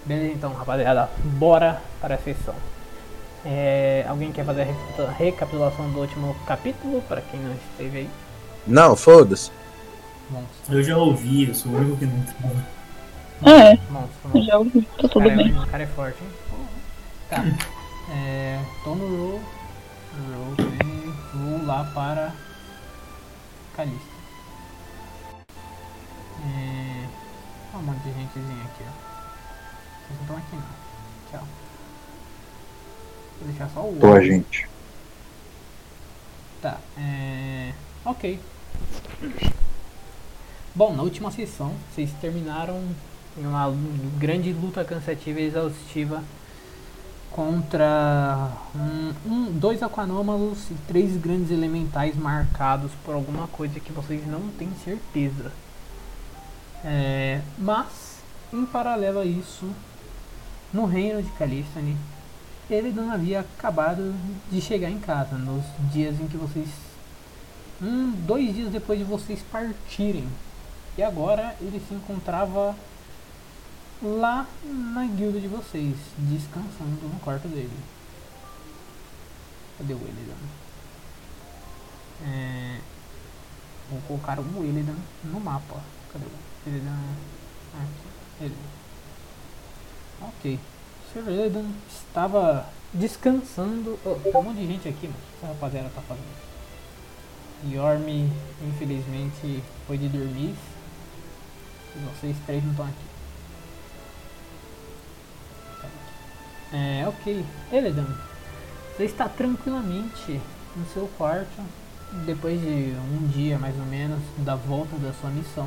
Beleza, então, rapaziada, bora para a sessão. Alguém quer fazer a recapitulação do último capítulo, para quem não esteve aí? Não, foda-se. Monstro. Eu já ouvi, eu sou o único que não tava. Monstro. Já ouvi, tá tudo bem. O cara é forte, hein? Tá. Tô no vou lá para Calista. Olha um monte de gentezinha aqui, ó. Vocês não estão aqui não. Tchau. Vou deixar só o Tô, gente. Tá, ok. Bom, na última sessão, vocês terminaram em uma grande luta cansativa e exaustiva contra dois aquanômalos e 3 grandes elementais marcados por alguma coisa que vocês não têm certeza. Mas, em paralelo a isso, no reino de Calistone, Eredon havia acabado de chegar em casa, nos dias em que vocês... 2 dias depois de vocês partirem. E agora ele se encontrava lá na guilda de vocês, descansando no quarto dele. Cadê o Eredon? Vou colocar o Eredon no mapa. Cadê o Eredon? Aqui, ele. Ok. O Sr. Eredon estava descansando. Tem um monte de gente aqui, mano. O que essa rapaziada tá fazendo? Yormi, infelizmente, foi de dormir. E vocês 3 não estão aqui. Ok. Eredon, você está tranquilamente no seu quarto, depois de um dia mais ou menos da volta da sua missão.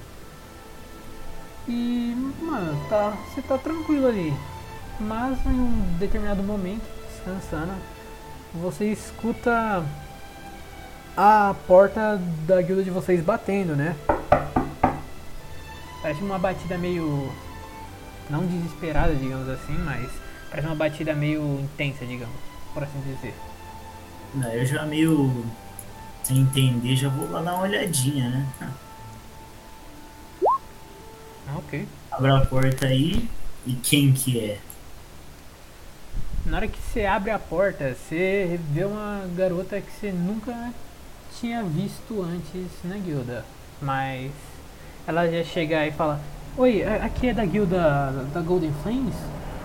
E, mano, você tá tranquilo ali. Mas em um determinado momento, descansando, você escuta a porta da guilda de vocês batendo, né? Parece uma batida meio... não desesperada, digamos assim, mas parece uma batida meio intensa, digamos, por assim dizer. Eu já meio sem entender, já vou lá dar uma olhadinha, né? Ok. Abra a porta aí. E quem que é? Na hora que você abre a porta, você vê uma garota que você nunca tinha visto antes na guilda. Mas ela já chega e fala: Oi, aqui é da guilda da Golden Flames?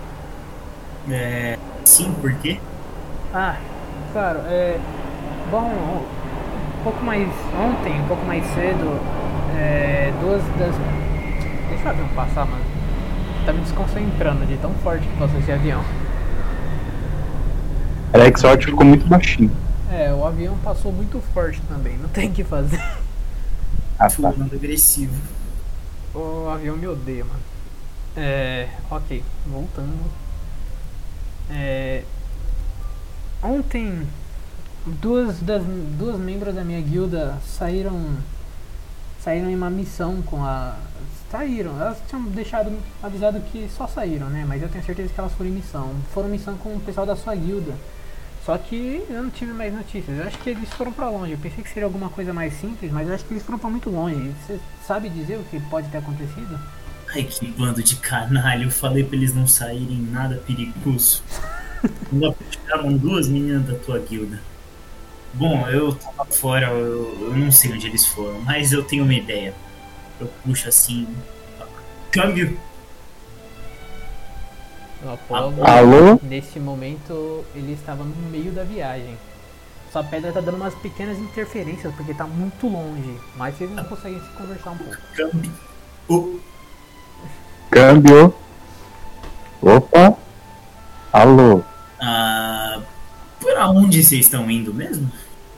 Sim, por quê? Ah, claro, bom, um pouco mais ontem, um pouco mais cedo, duas das... Deixa o avião passar, mano. Tá me desconcentrando de tão forte que passou esse avião. Alex Hort ficou muito baixinho. O avião passou muito forte também, não tem o que fazer. Ah, tá. Fulano agressivo. O avião me odeia, mano. Ok, voltando. Ontem, duas membros da minha guilda saíram em uma missão com a... Saíram, elas tinham deixado avisado que só saíram, né? Mas eu tenho certeza que elas foram em missão. Foram em missão com o pessoal da sua guilda. Só que eu não tive mais notícias. Eu acho que eles foram pra longe. Eu pensei que seria alguma coisa mais simples, mas eu acho que eles foram pra muito longe. Você sabe dizer o que pode ter acontecido? Ai, que bando de canalha. Eu falei pra eles não saírem nada perigoso. Ainda tiraram 2 meninas da tua guilda. Bom, eu tava fora, eu não sei onde eles foram, mas eu tenho uma ideia. Eu puxo assim. Câmbio! O Apolo, Alô? nesse momento, ele estava no meio da viagem. Sua pedra tá dando umas pequenas interferências, porque tá muito longe. Mas vocês não conseguem se conversar um pouco. Câmbio! Câmbio. Opa. Alô. Pra onde vocês estão indo mesmo?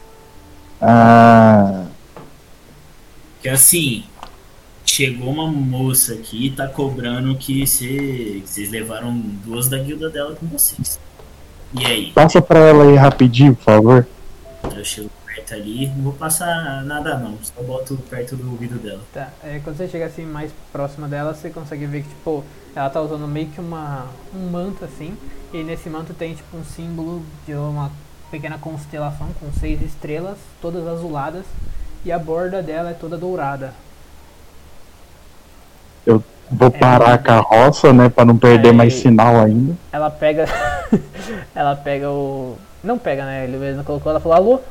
Que assim, chegou uma moça aqui e tá cobrando que vocês levaram 2 da guilda dela com vocês. E aí? Passa pra ela aí rapidinho, por favor. Eu chego perto ali, não vou passar nada não, só boto perto do ouvido dela. Tá, quando você chega assim mais próxima dela, você consegue ver que, tipo, ela tá usando meio que um manto assim. E nesse manto tem, tipo, um símbolo de uma pequena constelação com 6 estrelas, todas azuladas. E a borda dela é toda dourada. Vou parar a carroça, né? Pra não perder Aí- mais sinal ainda. Ela pega. Ela pega o. Não pega, né? Ele mesmo colocou, ela falou, alô?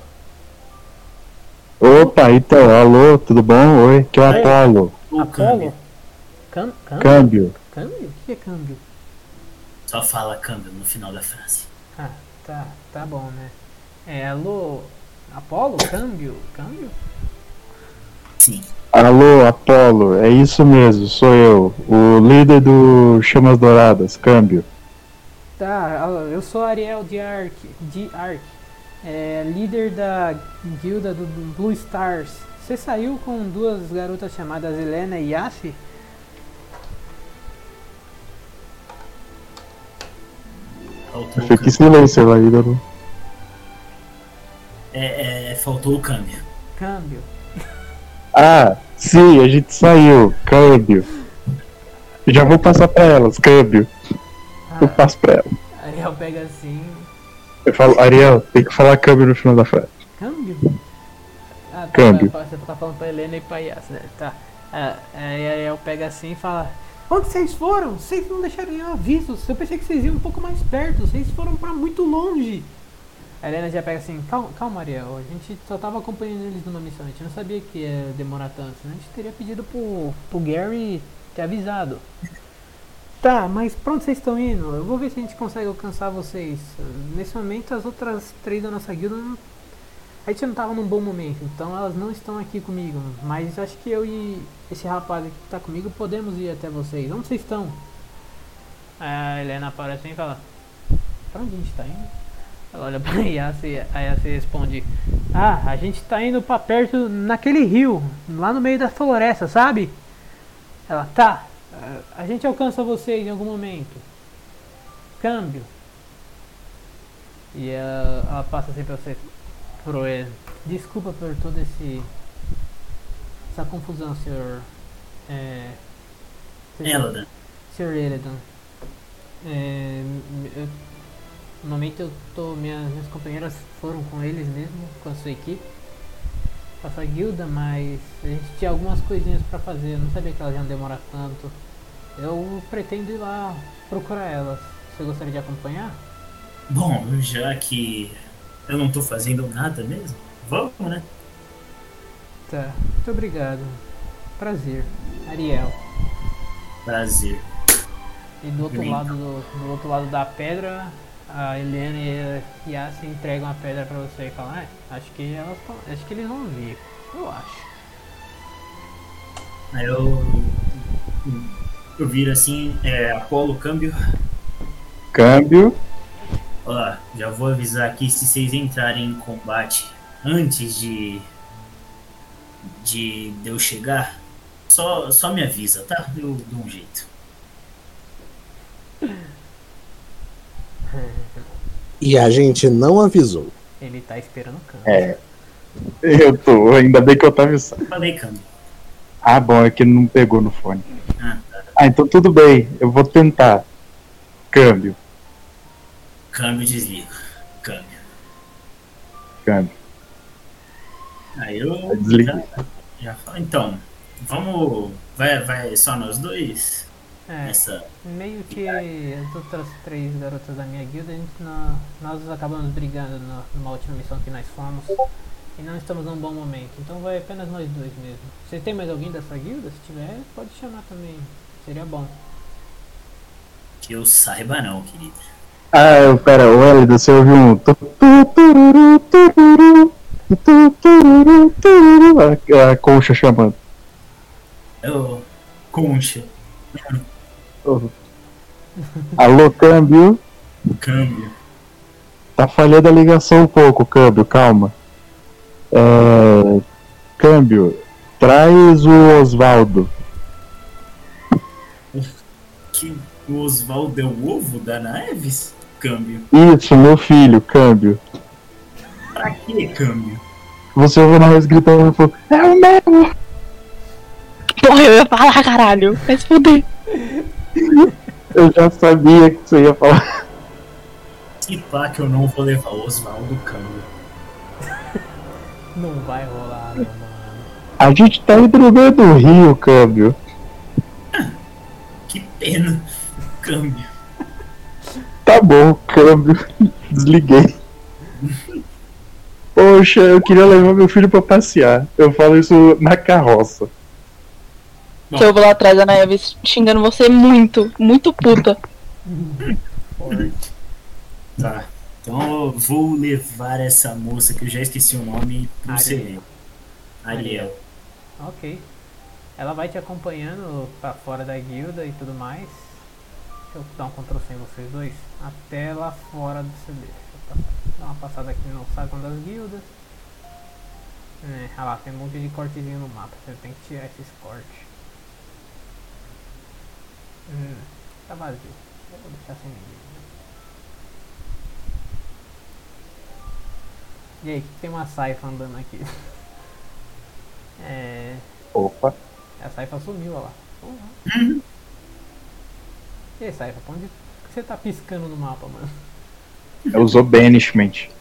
Opa, então, alô, tudo bom? Oi, que é o Oi. Apolo. O Apolo? câmbio. Câmbio. Câmbio? O que é câmbio? Só fala câmbio no final da frase. Ah, tá bom, né? Alô? Apolo? Câmbio? Câmbio? Sim. Alô, Apolo, é isso mesmo, sou eu, o líder do Chamas Douradas, câmbio. Tá, eu sou Ariel de Ark, líder da guilda do Blue Stars. Você saiu com duas garotas chamadas Helena e Yassi? Faltou o Fique em câmbio. silêncio ainda. Não. Faltou o câmbio. Câmbio. Ah, sim, a gente saiu, câmbio. Já vou passar pra elas, câmbio. Eu Ah, passo pra elas. Ariel pega assim. Eu falo, Ariel, tem que falar câmbio no final da frase. Câmbio? Ah, tá, Câmbio. Você tá falando pra Helena e pra Yassi, né? Tá. Aí Ariel pega assim e fala: onde vocês foram? Vocês não deixaram nenhum aviso. Eu pensei que vocês iam um pouco mais perto. Vocês foram pra muito longe. A Helena já pega assim: calma, Ariel. A gente só tava acompanhando eles numa missão. A gente não sabia que ia demorar tanto. A gente teria pedido pro Gary ter avisado. Tá, mas pra onde vocês estão indo? Eu vou ver se a gente consegue alcançar vocês. Nesse momento, as outras três da nossa guilda a gente não tava num bom momento, então elas não estão aqui comigo. Mas acho que eu e esse rapaz aqui que tá comigo podemos ir até vocês. Onde vocês estão? A Helena aparece e fala: pra onde a gente tá indo? Ela olha pra Yassi, a Yassi responde: ah, a gente tá indo pra perto naquele rio, lá no meio da floresta, sabe? Ela, tá, a gente alcança vocês em algum momento. Câmbio. E ela passa assim pra você. Desculpa por toda essa confusão, senhor. Eladan. Senhor Eredon. No momento minhas companheiras foram com eles mesmo, com a sua equipe, com a sua guilda, mas a gente tinha algumas coisinhas pra fazer. Eu não sabia que elas iam demorar tanto. Eu pretendo ir lá procurar elas. Você gostaria de acompanhar? Bom, já que eu não tô fazendo nada mesmo, vamos, né? Tá, muito obrigado. Prazer. Ariel. Prazer. E do outro Bem. lado do outro lado da pedra, a Helena e a Yassi entregam a pedra pra você e falam: acho que eles vão vir. Eu acho. Aí eu viro assim, Apolo, câmbio. Câmbio. Ó, já vou avisar aqui, se vocês entrarem em combate antes de eu chegar, só me avisa, tá? Eu dou um jeito. E a gente não avisou. Ele tá esperando o canto. Eu tô, ainda bem que eu tava. Falei, câmbio. Ah, bom, é que não pegou no fone. Ah, Ah, então tudo bem, eu vou tentar. Câmbio, câmbio, desligo. Câmbio. câmbio. Aí eu Desliga. já falo, então, vamos. Vai só nós dois? É, Essa. meio que as outras três garotas da minha guilda, nós acabamos brigando numa última missão que nós fomos. E não estamos num bom momento, então vai apenas nós dois mesmo. Você tem mais alguém dessa guilda? Se tiver, pode chamar também. Seria bom. Que eu saiba não, querido. Ah, pera, o Elido, você ouviu um. A concha chamando. Eu. Concha. Alô, câmbio. Câmbio. Tá falhando a ligação um pouco, câmbio, calma. Câmbio, traz o Osvaldo. Que o Osvaldo é o ovo da Naeves? Câmbio. Isso, meu filho, câmbio. Pra que câmbio? Você ouviu na voz gritando e falou: é o meu! Porra, eu ia falar, caralho. Vai se fuder. Eu já sabia que você ia falar. Se pá que eu não vou levar o Osvaldo câmbio. Não vai rolar, meu mano. A gente tá indo no meio do rio, câmbio. pena. Câmbio. Tá bom, câmbio. Desliguei. Poxa, eu queria levar meu filho pra passear. Eu falo isso na carroça. Bom. Que eu vou lá atrás da neve xingando você muito, muito puta. Tá. Então eu vou levar essa moça que eu já esqueci o nome pro Ariel. celeiro. Ariel. Ok. Ela vai te acompanhando pra fora da guilda e tudo mais. Deixa eu dar um Ctrl+C em vocês dois. Até lá fora do CD. Deixa eu dar uma passada aqui no saguão das guildas. Olha lá, tem um monte de cortezinho no mapa. Você tem que tirar esses cortes. Tá vazio. Eu vou deixar sem ninguém. E aí, que tem uma Saifa andando aqui? Opa. A Saifa sumiu, olha lá. E aí, Saifa, pra onde que você tá piscando no mapa, mano? Eu usou Banishment.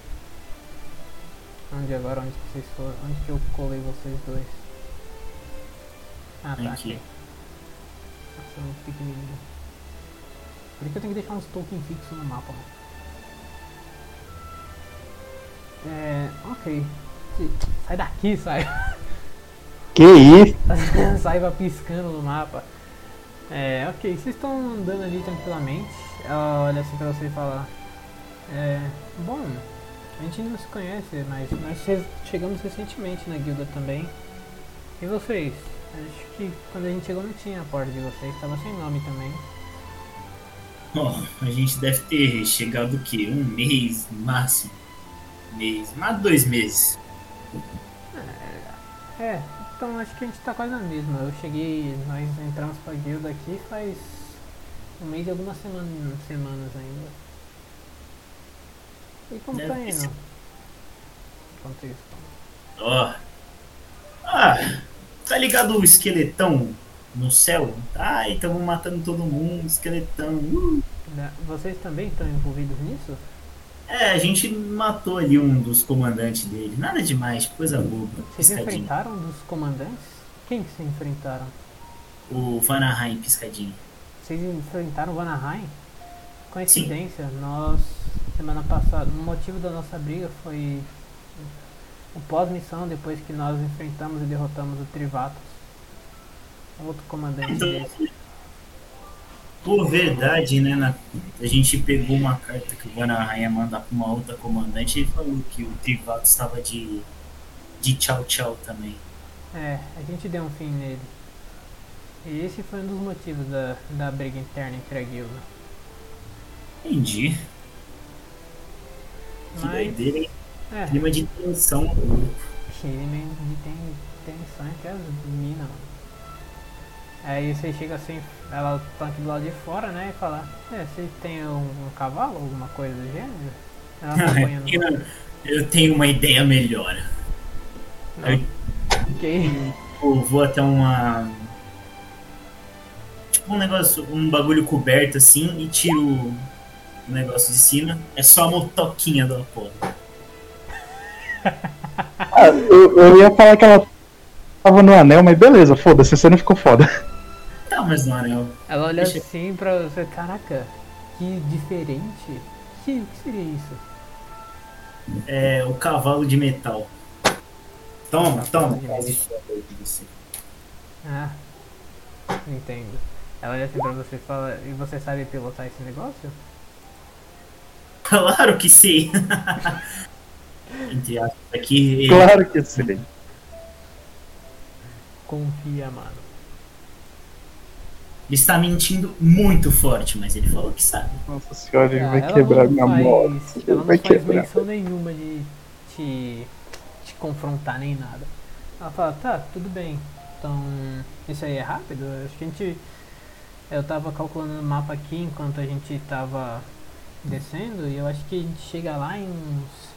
Onde agora? Onde que vocês foram? Onde que eu colei vocês dois? Ah, tá, Aqui. aqui. Nossa, é muito pequenininho. Por isso que eu tenho que deixar uns tokens fixos no mapa, mano. Ok. Sai daqui, sai. Que isso? Saiba piscando no mapa. Ok, vocês estão andando ali tranquilamente. Ela olha assim pra você e fala: bom, a gente não se conhece, mas nós chegamos recentemente na guilda também. E vocês? Acho que quando a gente chegou não tinha a porta de vocês, estava sem nome também. Ó, a gente deve ter chegado o quê? Um mês no máximo. Mais de 2 meses. Então acho que a gente tá quase na mesma. Nós entramos pra guilda aqui faz um mês e algumas semanas ainda. E como tá Deve indo? ser. Enquanto isso. Ó. Tá ligado o esqueletão no céu? Ah, e tamo matando todo mundo, esqueletão. Vocês também estão envolvidos nisso? A gente matou ali um dos comandantes dele. Nada demais, coisa boba. Vocês Piscadinha. enfrentaram dos comandantes? Quem que vocês enfrentaram? O Vanaheim, piscadinha. Vocês enfrentaram o Vanaheim? Coincidência, nós, semana passada, o motivo da nossa briga foi o pós-missão, depois que nós enfrentamos e derrotamos o Trivatos, outro comandante desse. Por verdade, né? A gente pegou uma carta que o Vanaheim ia mandar pra uma outra comandante e falou que o Trivato estava de tchau tchau também. A gente deu um fim nele. E esse foi um dos motivos da briga interna entre a guilda. Entendi. Que Mas, doideira, hein? Clima de tensão no grupo. clima de tensão entre as minas, mano. Aí você chega assim, ela tá aqui do lado de fora, né, e fala: você tem um cavalo, alguma coisa do gênero? Ela tá apanhando. Eu tenho uma ideia melhor. Ok. Eu vou até tipo um negócio, um bagulho coberto assim e tiro o negócio de cima. É só a motoquinha do Apolo. Eu ia falar que ela tava no anel, mas beleza, foda-se, você não ficou foda. Tá, mas no anel. Ela olha assim pra você: caraca, que diferente. O que seria isso? É o cavalo de metal. Toma, quase foda aí de você. Entendo. Ela olha assim pra você e fala: e você sabe pilotar esse negócio? Claro que sim. Entre aspas aqui. Claro que sim. Confia, mano. Ele está mentindo muito forte, mas ele falou que sabe. Nossa senhora, ele vai Ela quebrar não minha faz- moto. Ela Ele não vai faz quebrar. menção nenhuma de te confrontar nem nada. Ela fala: tá, tudo bem. Então, isso aí é rápido? Acho que eu tava calculando o mapa aqui enquanto a gente tava descendo e eu acho que a gente chega lá em uns...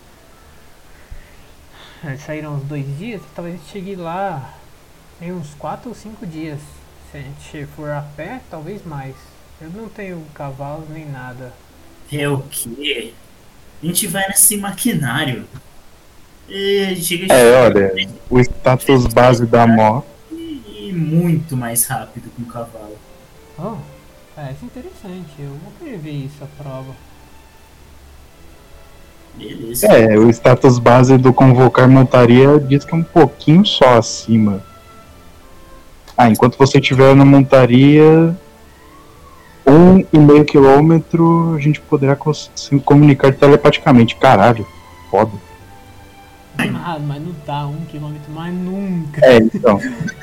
Saíram uns 2 dias, talvez a gente chegue lá em uns 4 ou 5 dias. Se a gente for a pé, talvez mais. Eu não tenho cavalos nem nada. É o quê? A gente vai nesse maquinário. Chega Olha, o status base da moto. e muito mais rápido que um cavalo. Oh, Parece interessante, eu vou querer ver isso, a prova. Beleza. O status base do convocar montaria diz que é um pouquinho só acima. Enquanto você estiver na montaria, 1,5 quilômetro, a gente poderá se comunicar telepaticamente. Caralho, foda. Mas não tá 1 km mais nunca. Então.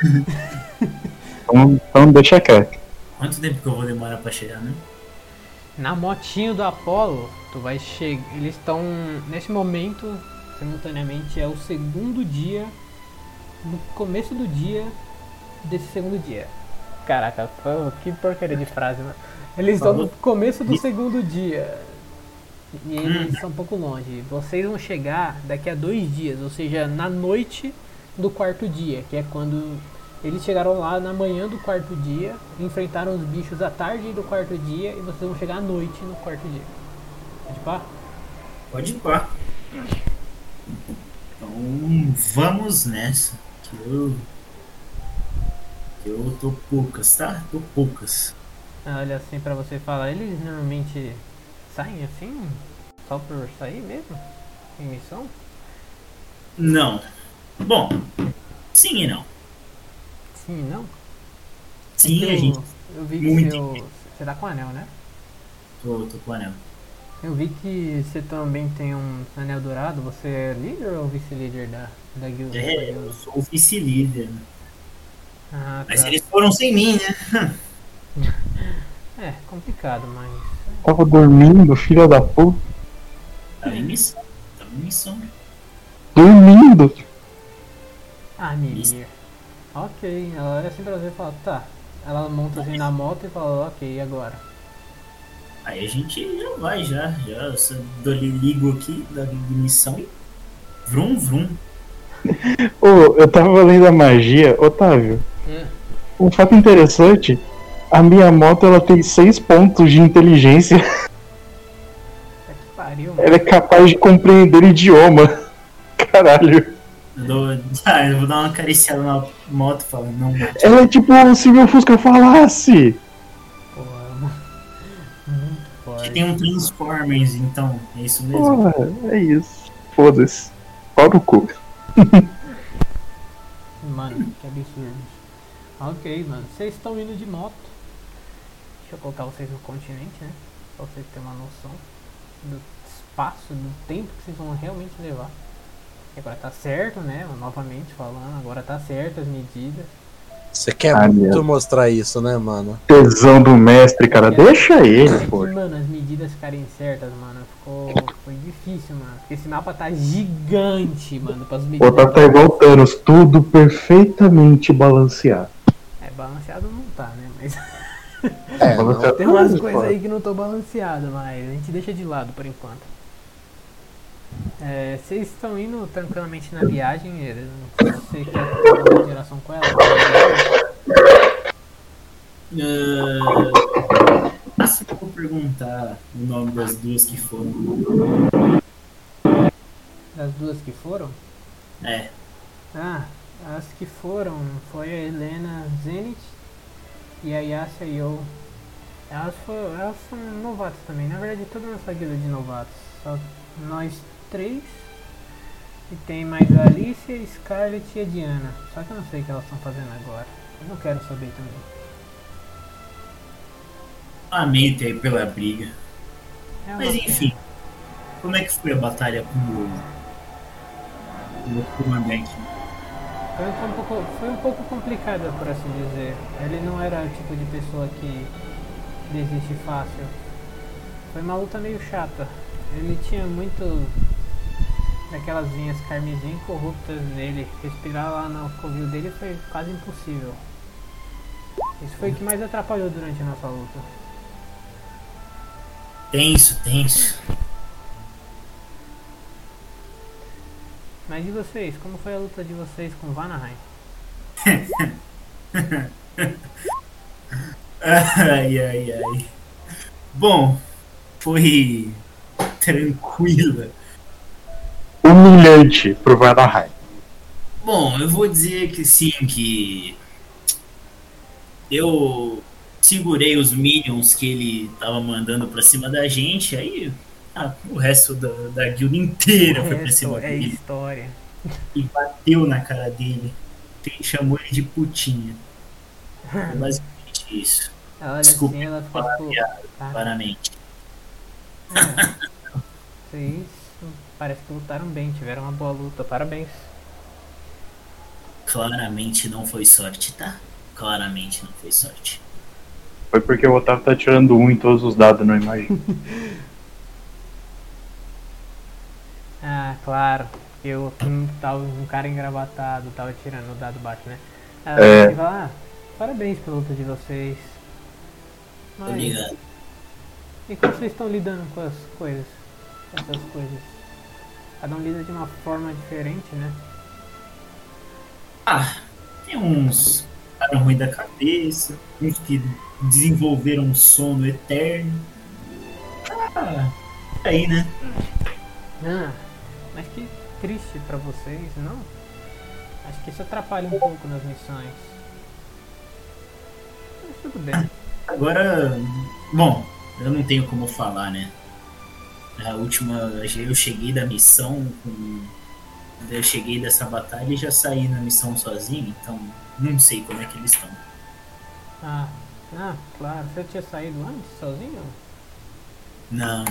Então deixa quieto. Quanto tempo que eu vou demorar pra chegar, né? Na motinho do Apollo, tu vai chegar. Eles estão nesse momento, simultaneamente, é o segundo dia, no começo do dia desse segundo dia. Caraca, que porcaria de frase, mano. Eles estão no começo do segundo dia. E eles são um pouco longe. Vocês vão chegar daqui a 2 dias, ou seja, na noite do 4º dia, que é quando eles chegaram lá na manhã do 4º dia, enfrentaram os bichos à tarde do 4º dia e vocês vão chegar à noite no 4º dia. Pode pá? Pode ir pá. Então vamos nessa. Que eu tô poucas, tá? Tô poucas. Olha assim pra você falar, eles normalmente saem assim? Só por sair mesmo? Em missão? Não. Bom, sim e não. Sim e não? Sim, É a gente. eu vi que muito você tá com anel, né? Tô com o anel. Eu vi que você também tem um anel dourado. Você é líder ou vice-líder da guilda? Eu sou o vice-líder. Né? Ah, Mas tá. eles foram sem mim, né? É, complicado, mas... Tava dormindo, filha da puta. Tava em missão. Dormindo. Ah, Mimir. Ok, ela olha assim pra você e fala, tá. Ela monta assim na moto e fala, ok, e agora? Aí a gente já vai, já. Eu só ligo aqui da missão e vrum vrum. Eu tava lendo a magia, Otávio. Um fato interessante, a minha moto ela tem 6 pontos de inteligência. É que pariu, mano. Ela é capaz de compreender idioma. Caralho. Eu vou dar uma acariciada na moto falando, não mate. Ela é tipo se meu Fusca falasse. Porra, mano. Muito forte. Tem um Transformers, então, é isso mesmo. Porra, é isso. Foda-se. Fora o cu. Mano, que absurdo. Ok, mano. Vocês estão indo de moto. Deixa eu colocar vocês no continente, né? Pra vocês terem uma noção do espaço, do tempo que vocês vão realmente levar. E agora tá certo, né? Novamente falando, agora tá certo as medidas. Você quer muito mostrar isso, né, mano? Tesão do mestre, cara. Deixa ele, É que, pô. mano, as medidas ficarem certas, mano, foi difícil, mano. Porque esse mapa tá gigante, mano, pras O medidas. Otávio tá igual o Thanos, tudo perfeitamente balanceado. Balanceado não tá, né? Mas Balanceado tem umas tudo, coisas pô. aí que não tô balanceado, mas a gente deixa de lado por enquanto. Vocês estão indo tranquilamente na viagem, você quer ter uma interação com ela? Se eu vou perguntar o nome das duas que foram. Das duas que foram? É. Ah, as que foram foi a Helena Zenith e a Yasha Yo. Elas são novatas também, na verdade toda a nossa guilda de novatos. Só nós 3 e tem mais a Alicia, Scarlett e a Diana. Só que eu não sei o que elas estão fazendo agora. Eu não quero saber também. Lamento aí pela briga. É uma Mas pena. enfim, como é que foi a batalha com o comandante? Foi um pouco complicada, por assim dizer. Ele não era o tipo de pessoa que desiste fácil. Foi uma luta meio chata. Ele tinha muito daquelas linhas carmesim corruptas nele. Respirar lá no covil dele foi quase impossível. Isso foi o que mais atrapalhou durante a nossa luta. Tenso. Mas e vocês? Como foi a luta de vocês com Vanaheim? Ai. Bom, foi tranquila. Humilhante pro Vanaheim. Bom, eu vou dizer que sim, que eu segurei os minions que ele tava mandando pra cima da gente, aí o resto da guilda inteira foi pra cima É dele. história. E bateu na cara dele. E chamou ele de putinha. Foi basicamente isso. Olha Desculpa, assim, ela ficou claramente. Vocês parece que lutaram bem, tiveram uma boa luta, parabéns. Claramente não foi sorte, tá? Claramente não foi sorte. Foi porque o Otávio tá tirando 1 em todos os dados, não imagino. Ah, claro. Eu tava um cara engravatado, tava tirando o dado baixo, né? Você fala, parabéns pela luta de vocês. Mas, obrigado. e como vocês estão lidando com as coisas? Essas coisas? Cada um lida de uma forma diferente, né? Tem uns ficaram ruim da cabeça, uns que desenvolveram um sono eterno. Aí, né? Mas que triste pra vocês, não? Acho que isso atrapalha um pouco nas missões. Mas tudo bem. Agora, bom, eu não tenho como falar, né? A última, eu cheguei da missão quando eu cheguei dessa batalha e já saí na missão sozinho, então não sei como é que eles estão. Claro. Você tinha saído antes, sozinho? Não.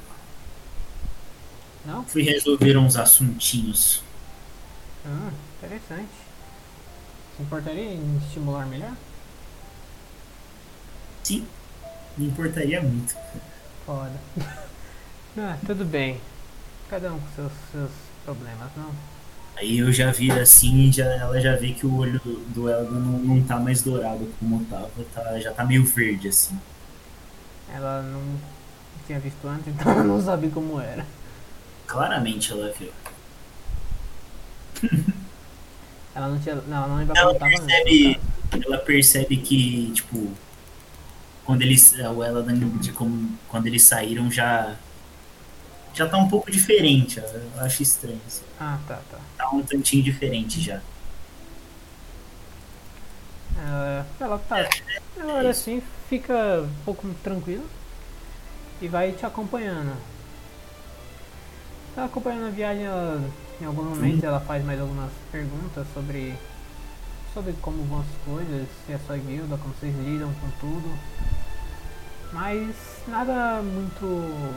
Não? Fui resolver uns assuntinhos. Interessante. Se importaria em estimular melhor? Sim, me importaria muito. Foda. Tudo bem. Cada um com seus problemas, não? Aí eu já vi assim, ela já vê que o olho do Eldo não tá mais dourado como tava, já tá meio verde assim. Ela não tinha visto antes, então ela não sabe como era. Claramente ela viu. Ela não lembra como tava antes. Ela percebe que, tipo, quando eles saíram já tá um pouco diferente, eu acho estranho. Assim. Tá. Tá um tantinho diferente já. Ela olha assim, fica um pouco tranquila e vai te acompanhando. Tá acompanhando a viagem, em algum momento ela faz mais algumas perguntas sobre como vão as coisas, se é sua guilda, como vocês lidam com tudo. Mas nada muito...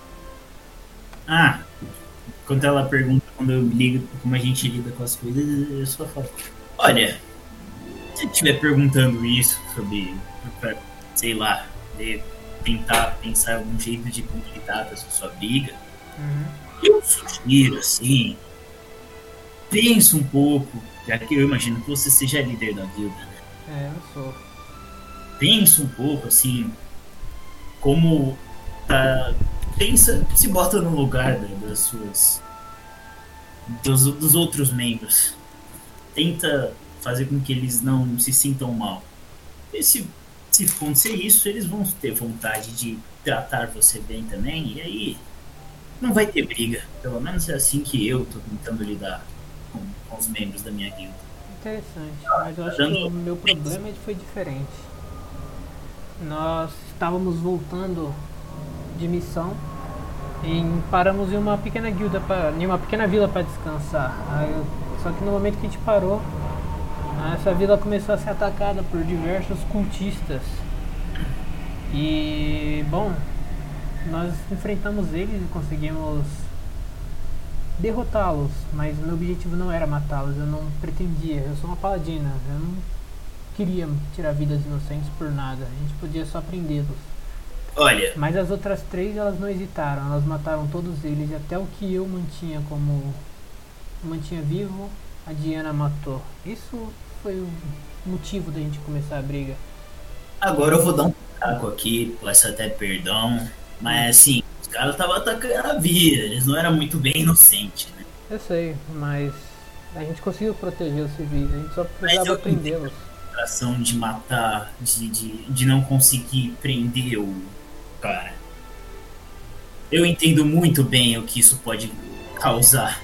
Quando ela pergunta como a gente lida com as coisas, eu só falo, olha, se estiver perguntando isso sobre, sei lá, tentar pensar algum jeito de completar essa sua briga, eu sugiro, assim, pensa um pouco, já que eu imagino que você seja líder da guilda, né? Eu sou. Pensa um pouco, assim, como pensa, se bota no lugar dos outros membros. Tenta fazer com que eles não se sintam mal. E se acontecer isso, eles vão ter vontade de tratar você bem também, e aí não vai ter briga. Pelo menos é assim que eu tô tentando lidar com os membros da minha guilda. Interessante, mas eu acho que o meu problema foi diferente. Nós estávamos voltando de missão e paramos em uma pequena guilda, em uma pequena vila para descansar. Só que no momento que a gente parou, essa vila começou a ser atacada por diversos cultistas. E, bom, nós enfrentamos eles e conseguimos derrotá-los, mas o meu objetivo não era matá-los, eu não pretendia, eu sou uma paladina, eu não queria tirar vidas inocentes por nada, a gente podia só prendê-los. Olha. Mas as outras 3, elas não hesitaram, elas mataram todos eles, e até o que eu mantinha vivo, a Diana matou. Isso foi o motivo da gente começar a briga. Agora eu vou dar um taco aqui, peço até perdão, mas assim, os caras estavam atacando a vida, eles não eram muito bem inocentes, né? Eu sei, mas a gente conseguiu proteger os civis, a gente só precisava prendê-los. A ação de matar, de não conseguir prender o cara. Eu entendo muito bem o que isso pode causar.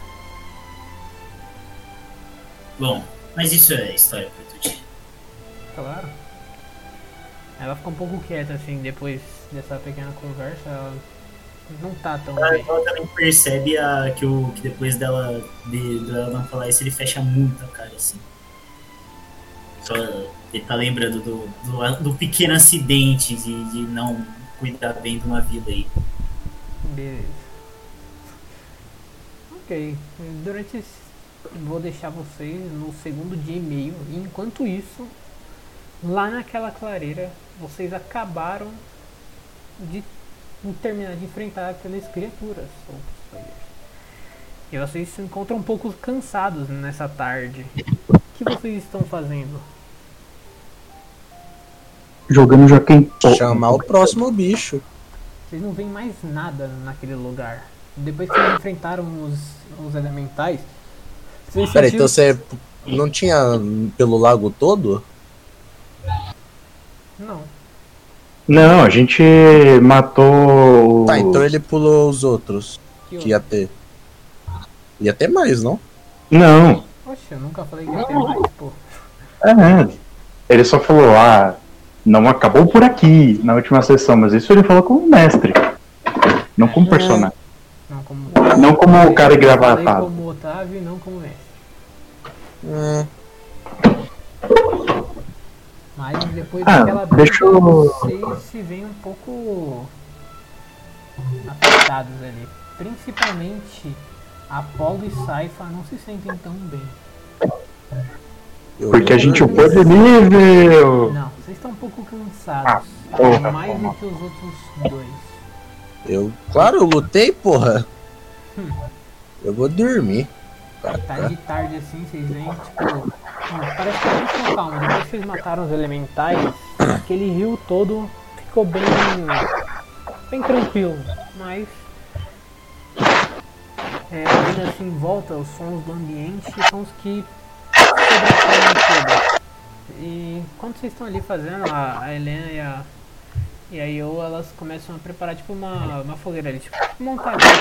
Bom, mas isso é história para outro dia. Claro. Ela fica um pouco quieta assim, depois dessa pequena conversa, ela não tá tão bem. Ela também percebe que depois dela não falar isso, ele fecha muito a cara, assim. Só ele tá lembrando do pequeno acidente de não cuidar bem de uma vida aí. Beleza. Ok, vou deixar vocês no segundo dia e meio. E enquanto isso, lá naquela clareira, vocês acabaram de terminar de enfrentar aquelas criaturas, outros players. E vocês se encontram um pouco cansados nessa tarde. O que vocês estão fazendo? Jogando Joaquim. Chamar o próximo bicho. Vocês não veem mais nada naquele lugar. Depois que vocês enfrentaram os elementais, vocês Peraí, então sentiram... você não tinha pelo lago todo? Não. Não, a gente matou. Tá, então ele pulou os outros Que que ia ter. Ia ter mais, não? Não. Poxa, eu nunca falei que ia ter mais, pô. Ele só falou, não acabou por aqui na última sessão, mas isso ele falou como mestre. Não como personagem. Não como o cara engravatado. Falei como Otávio e não como mestre. Mas depois daquela briga, vocês se veem um pouco afetados ali. Principalmente Apolo e Saifa não se sentem tão bem. Porque a gente upou de nível. Não, vocês estão um pouco cansados. Mais do que os outros dois. Claro, eu lutei, porra. Eu vou dormir. Tá de tarde assim, vocês veem, tipo, parece que é muito calmo. Depois que vocês mataram os elementais, aquele rio todo ficou bem tranquilo. Mas ainda assim em volta, os sons do ambiente são os que sobrepõem tudo. E quando vocês estão ali fazendo, a Helena e a Io, elas começam a preparar tipo uma fogueira ali, tipo montar aqui.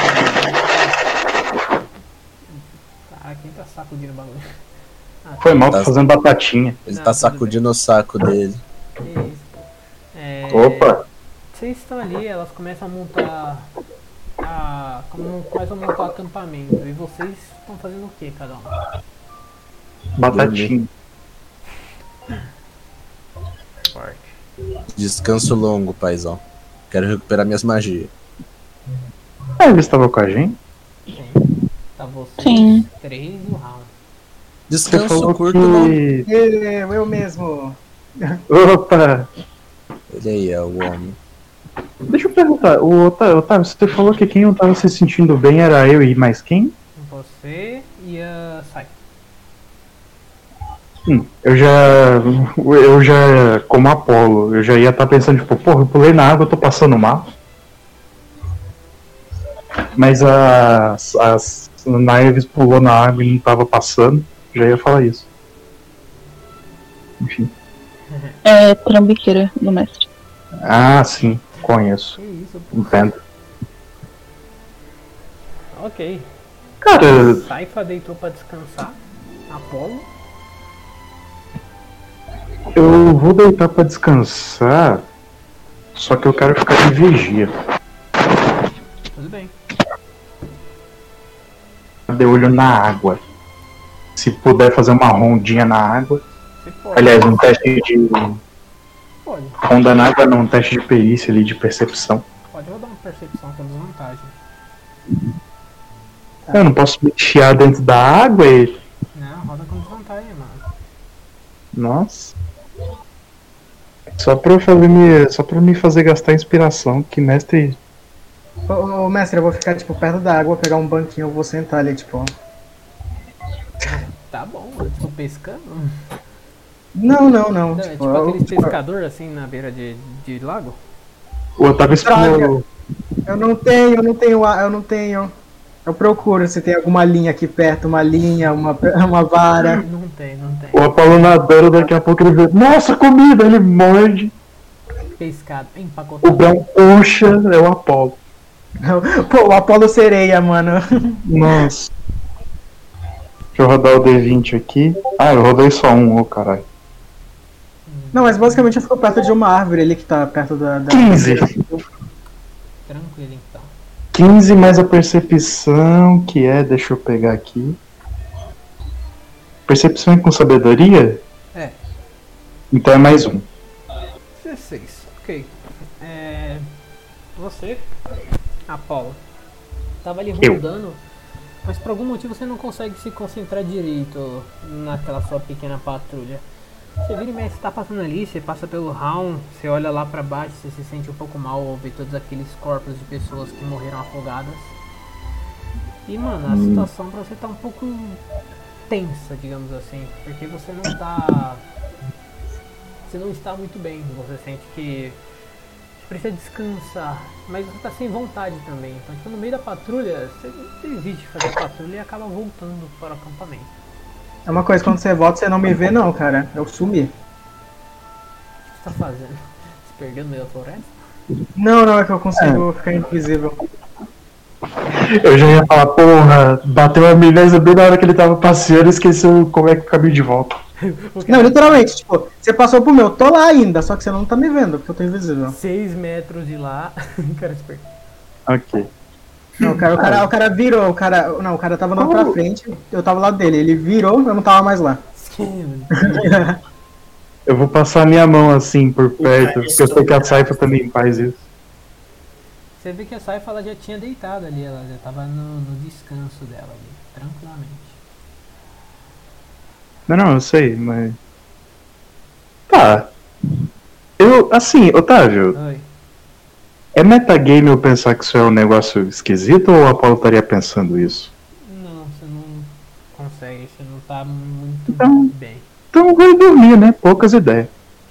Quem tá sacudindo o bagulho? Foi mal, tá fazendo batatinha. Ele tá sacudindo o saco dele. Isso, pô. Opa! Vocês estão ali, elas começam a montar começam a montar o acampamento. E vocês estão fazendo o que, cada um? Batatinha. Forte. Descanso longo, paizão. Quero recuperar minhas magias. Ele estava com a gente? Sim. Tá você, Sim. 3 e o round. Descanso curto, não. Eu mesmo. Opa! Ele aí é o homem. Deixa eu perguntar, Otávio, você falou que quem não tava se sentindo bem era eu e mais quem? Você e a Sai. Eu já, como Apolo, eu já ia estar pensando, tipo, porra, eu pulei na água, eu tô passando mal. Mas a Naeves pulou na água e não tava passando, já ia falar isso. Enfim. É trambiqueira do mestre. Ah, sim, conheço. Que isso, pô. Entendo. Ok. Cara, Saifa deitou pra descansar. Apolo. eu vou deitar pra descansar, só que eu quero ficar de vigia. Tudo bem. De olho na água. Se puder fazer uma rondinha na água. Você pode. Aliás, um teste de. Pode. Ronda na água não, um teste de perícia ali, de percepção. Pode rodar uma percepção com desvantagem. Eu não posso me enfiar dentro da água e. Não, roda com desvantagem, mano. Nossa. Só pra me fazer gastar inspiração, que mestre. Ô, mestre, eu vou ficar, tipo, perto da água, pegar um banquinho, eu vou sentar ali, tipo... Tá bom, tipo pescando. Não. Não, é Tipo, tipo aquele pescador assim na beira de lago. O Otávio explorou. Eu não tenho. Eu procuro se tem alguma linha aqui perto, uma linha, uma vara. Não tem. O Apolo nadando, daqui a pouco ele vê. Nossa, comida! Ele morde. Pescado, O empacotado. Brão puxa, é o Apolo. Pô, o Apolo sereia, mano. Nossa. Deixa eu rodar o D20 aqui. Ah, eu rodei só um, ô caralho. Não, mas basicamente eu fico perto de uma árvore ali que tá perto da... 15. Tranquilo então. 15 mais a percepção, que é, deixa eu pegar aqui. Percepção é com sabedoria? É. Então é mais um. 16. Ok. Você, Apolo, tava ali rondando, mas por algum motivo você não consegue se concentrar direito naquela sua pequena patrulha. Você vira e mexe, você tá passando ali, você passa pelo round, você olha lá pra baixo, você se sente um pouco mal ao ver todos aqueles corpos de pessoas que morreram afogadas. E mano, a situação pra você tá um pouco tensa, digamos assim, porque você não tá... Você não está muito bem, você sente que precisa descansar, mas você tá sem vontade também. Então, tipo, no meio da patrulha, você desiste de fazer a patrulha e acaba voltando para o acampamento. É uma coisa, quando você volta, você não me vê não, cara. Eu sumi. O que você tá fazendo? Se perdeu no meio da floresta? Não, é que eu consigo ficar invisível. Eu já ia falar, porra, bateu a amnésia bem na hora que ele tava passeando e esqueceu como é que é o caminho de volta. Não, literalmente, tipo, você passou pro meu, eu tô lá ainda, só que você não tá me vendo, porque eu tô invisível. 6 metros de lá, o cara se perdeu. Ok. Não, o cara virou, o cara tava andando pra frente, eu tava lá dele, ele virou, eu não tava mais lá. Eu vou passar a minha mão assim por perto, porque eu sei que a Saifa também faz isso. Você vê que a Saifa ela já tinha deitado ali, ela já tava no descanso dela ali, tranquilamente. Não, eu sei, mas... Tá. Assim, Otávio, Oi. é metagame eu pensar que isso é um negócio esquisito ou o Apolo estaria pensando isso? Não, você não consegue, você não tá muito Então- bem. Então eu vou dormir, né? Poucas ideias.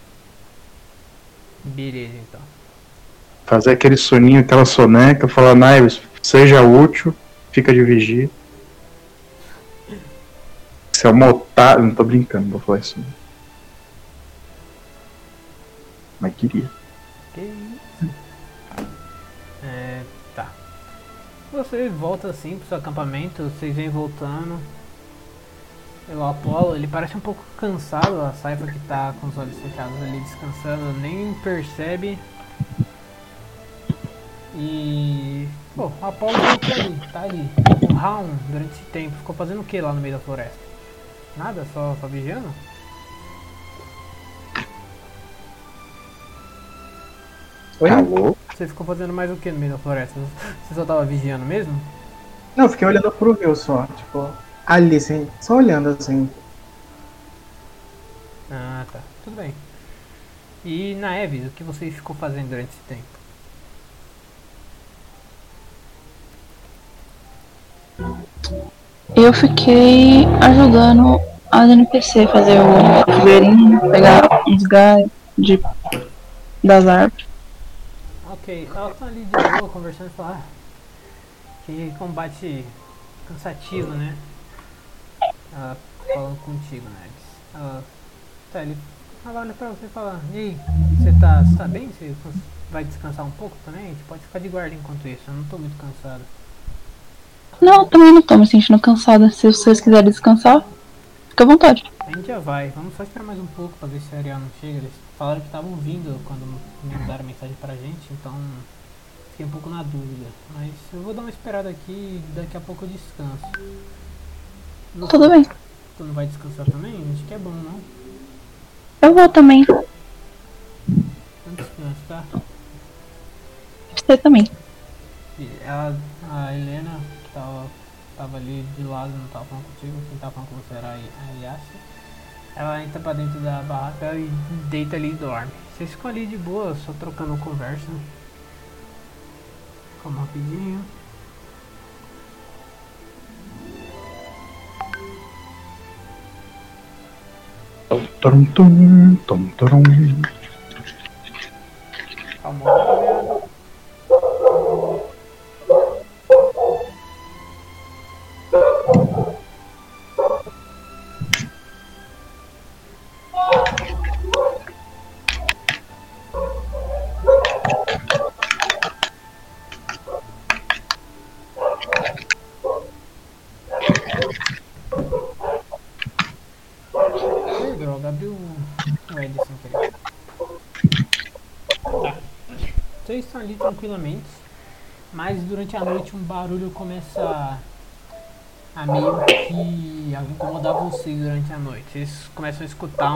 Beleza, então. Fazer aquele soninho, aquela soneca, falar, Naives, seja útil, fica de vigia. Você é uma otário, não tô brincando, vou falar isso. Mas queria. Que isso? Tá. Você volta assim pro seu acampamento, vocês vêm voltando. O Apolo, ele parece um pouco cansado, a Saifa que tá com os olhos fechados ali descansando, nem percebe. E... Pô, o Apolo voltou ali, tá ali. O Raon, durante esse tempo, ficou fazendo o que lá no meio da floresta? Nada? Só vigiando? Oi? Alô? Você ficou fazendo mais o que no meio da floresta? Você só tava vigiando mesmo? Não, eu fiquei olhando pro rio só, tipo, ali, assim, só olhando assim. Ah, tá. Tudo bem. E na Eves, o que você ficou fazendo durante esse tempo? Eu fiquei ajudando as NPC fazer o fogueirinho, pegar uns galhos das árvores. Ok, elas estão ali de boa conversando e falar que combate cansativo, né? Ela falando contigo, né? Ela olha pra você e fala, e aí, você tá bem? Você vai descansar um pouco também? A gente pode ficar de guarda enquanto isso, eu não tô muito cansado. Não, também não tô me sentindo cansada. Se vocês quiserem descansar, fica à vontade. A gente já vai, vamos só esperar mais um pouco pra ver se a Ariel não chega. Eles falaram que estavam vindo quando me mandaram mensagem pra gente, então fiquei um pouco na dúvida. Mas eu vou dar uma esperada aqui e daqui a pouco eu descanso. Tudo bem. Tu não vai descansar também? Acho que é bom, não? Eu vou também. Não descanso, tá? Você também. E a Helena, que tava ali de lado, não tava falando contigo, quem tava falando com você era a Yassi. Ela entra pra dentro da barraca e deita ali e dorme. Vocês ficam ali de boa, só trocando conversa. Calma rapidinho. Tum, tum, tum, tum. Calma, rapaziada. Ai, droga, abriu o Edson, querido. ali tranquilamente, mas durante a noite um barulho começa a meio que incomodar vocês durante a noite. Vocês começam a escutar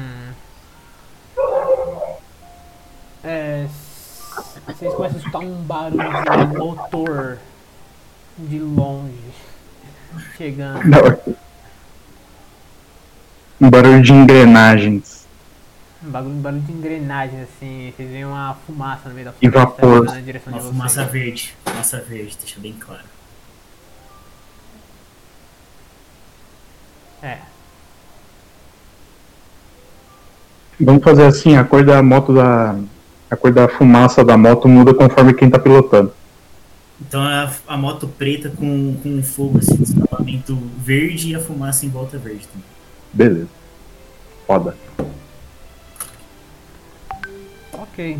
vocês começam a escutar um barulho de motor de longe chegando. Não. Um barulho de engrenagens. Um barulho de engrenagem, assim. Vocês veem uma fumaça no meio da E vapor. na direção Uma de fumaça vocês. verde. Fumaça verde, deixa bem claro. É. Vamos fazer assim, a cor da moto a cor da fumaça da moto muda conforme quem tá pilotando. Então a moto preta com fogo, assim, de escapamento verde e a fumaça em volta verde também. Beleza. Foda. Ok.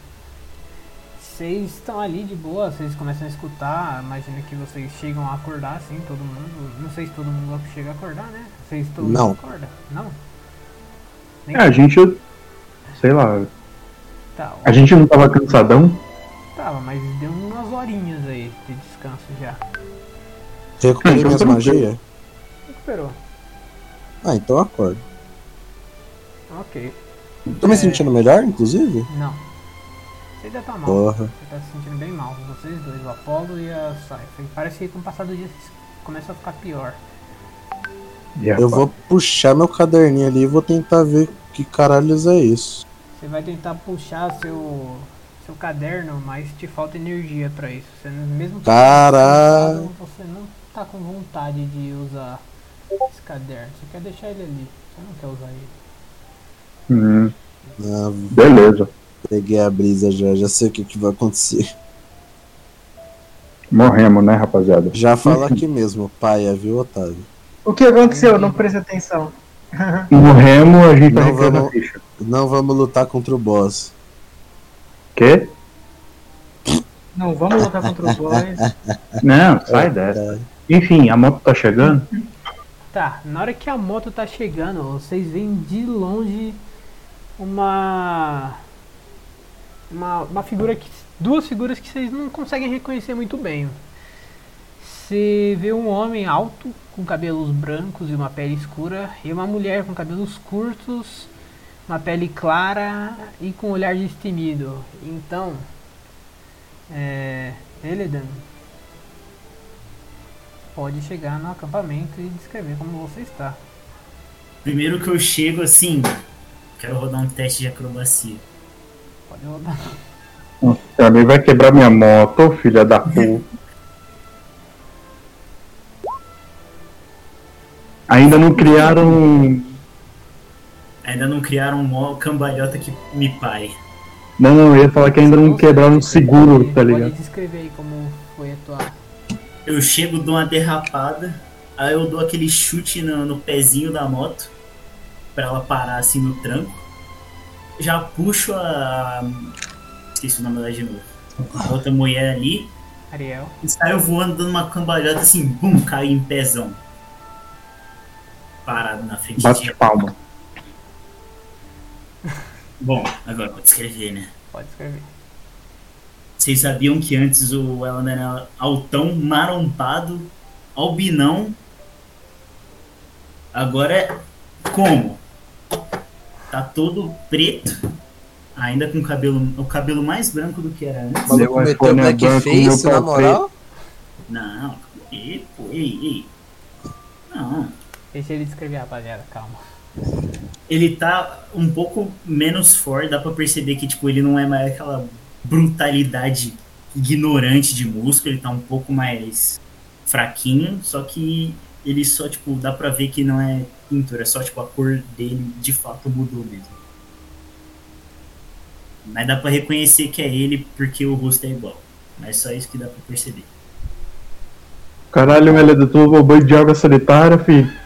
Vocês estão ali de boa, vocês começam a escutar, imagina que vocês chegam a acordar assim, todo mundo. Não sei se todo mundo chega a acordar, né? Vocês todo Não. mundo acorda? Não? Nem A gente, sei lá, tá, a gente não tava cansadão? tava, mas deu umas horinhas aí de descanso já. Recuperei minhas magias? Recuperou. Ah, então eu acordo. Ok. Tô me sentindo melhor, inclusive? Não. Você ainda tá mal. Porra. Você tá se sentindo bem mal. Vocês dois, o Apollo e a Cypher. Parece que com o passar do dia vocês começam a ficar pior. Eu vou puxar meu caderninho ali e vou tentar ver que caralhos é isso. Você vai tentar puxar seu caderno, mas te falta energia pra isso. Você mesmo que Caralho. você não tá com vontade de usar esse caderno. Você quer deixar ele ali. Você não quer usar ele. Ah, Beleza. peguei a brisa já sei o que vai acontecer. Morremos, né, rapaziada? Já fala aqui mesmo, paia, viu, Otávio? O que aconteceu? Não presta atenção. Morremos, a gente tá Não recuperando a vamos- ficha. Não vamos lutar contra o boss. Quê? Não, vamos lutar contra o boss. Não, sai dessa. Enfim, a moto tá chegando. Tá, na hora que a moto tá chegando, vocês veem de longe uma figura que. Duas figuras que vocês não conseguem reconhecer muito bem. Você vê um homem alto, com cabelos brancos e uma pele escura, e uma mulher com cabelos curtos, uma pele clara e com um olhar destemido. Então, Eledan pode chegar no acampamento e descrever como você está. Primeiro que eu chego assim, quero rodar um teste de acrobacia. Pode rodar. Também vai quebrar minha moto, filha da puta. Ainda não criaram. Ainda não criaram um mó cambalhota que me pare. Não, eu ia falar que ainda não quebraram o seguro, tá ligado? Pode descrever aí como foi a tua. Eu chego, dou uma derrapada, aí eu dou aquele chute no pezinho da moto, pra ela parar assim no tranco. Já puxo esqueci o nome dela de novo. A outra mulher ali, Ariel. e saio voando, dando uma cambalhota assim, bum, caio em pezão. Parado na frente Bate de... palma. Bom, agora vou descrever, né? Pode escrever. Vocês sabiam que antes o Alan era altão, marombado, albinão. Agora é como? Tá todo preto, ainda com o cabelo mais branco do que era antes. O maluco Meu meteu iPhone é blackface, branco, meu na pau moral? Não, ei. Não. Deixa ele descrever, rapaziada, calma. Ele tá um pouco menos forte, dá pra perceber que tipo, ele não é mais aquela brutalidade ignorante de músculo, ele tá um pouco mais fraquinho, só que ele só, tipo, dá pra ver que não é pintura, é só, tipo, a cor dele de fato mudou mesmo. Mas dá pra reconhecer que é ele porque o rosto é igual. Mas só isso que dá pra perceber. Caralho, ele é do banho de água sanitária, filho.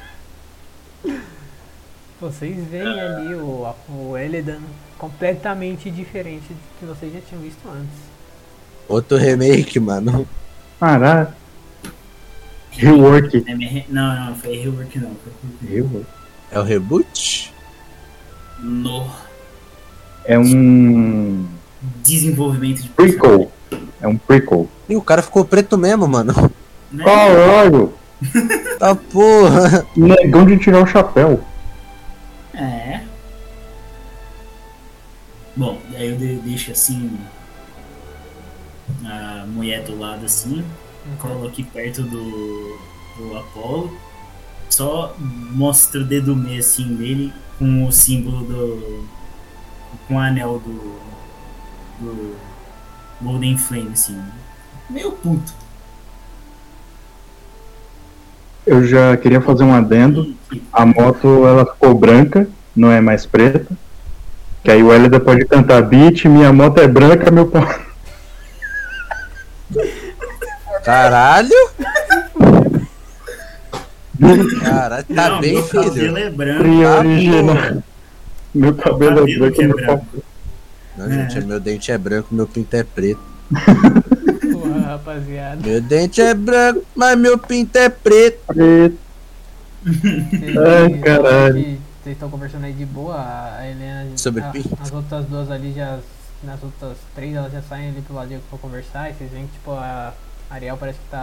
Vocês veem ali o Eledan completamente diferente do que vocês já tinham visto antes. Outro remake, mano. Caralho. Rework. Não, foi rework não. Foi Rework. É o reboot? no. É um. desenvolvimento de Prequel. É um prequel. E o cara ficou preto mesmo, mano. Né? Caralho! Tá porra. Negão de tirar o chapéu. É. Bom, daí eu deixo assim a mulher do lado assim, colo aqui perto do Apollo, só mostra o dedo meio assim dele com o símbolo com o anel do Golden Flame, assim, meio puto. Eu já queria fazer um adendo. A moto, ela ficou branca, não é mais preta. Que aí o Hélida pode cantar beat, minha moto é branca, meu pau. Caralho! Caralho, tá Não, bem, meu filho. cabelo é branco. Original. Meu cabelo é branco, meu pau. Não, gente, meu dente é branco, meu pinto é preto. Porra, rapaziada. Meu dente é branco, mas meu pinto é preto. Preto. Ai, caralho. Vocês estão conversando aí de boa, a Helena. Sobre pinto? As outras duas ali já. Nas outras três elas já saem ali pro lado pra conversar. E vocês veem que tipo a Ariel parece que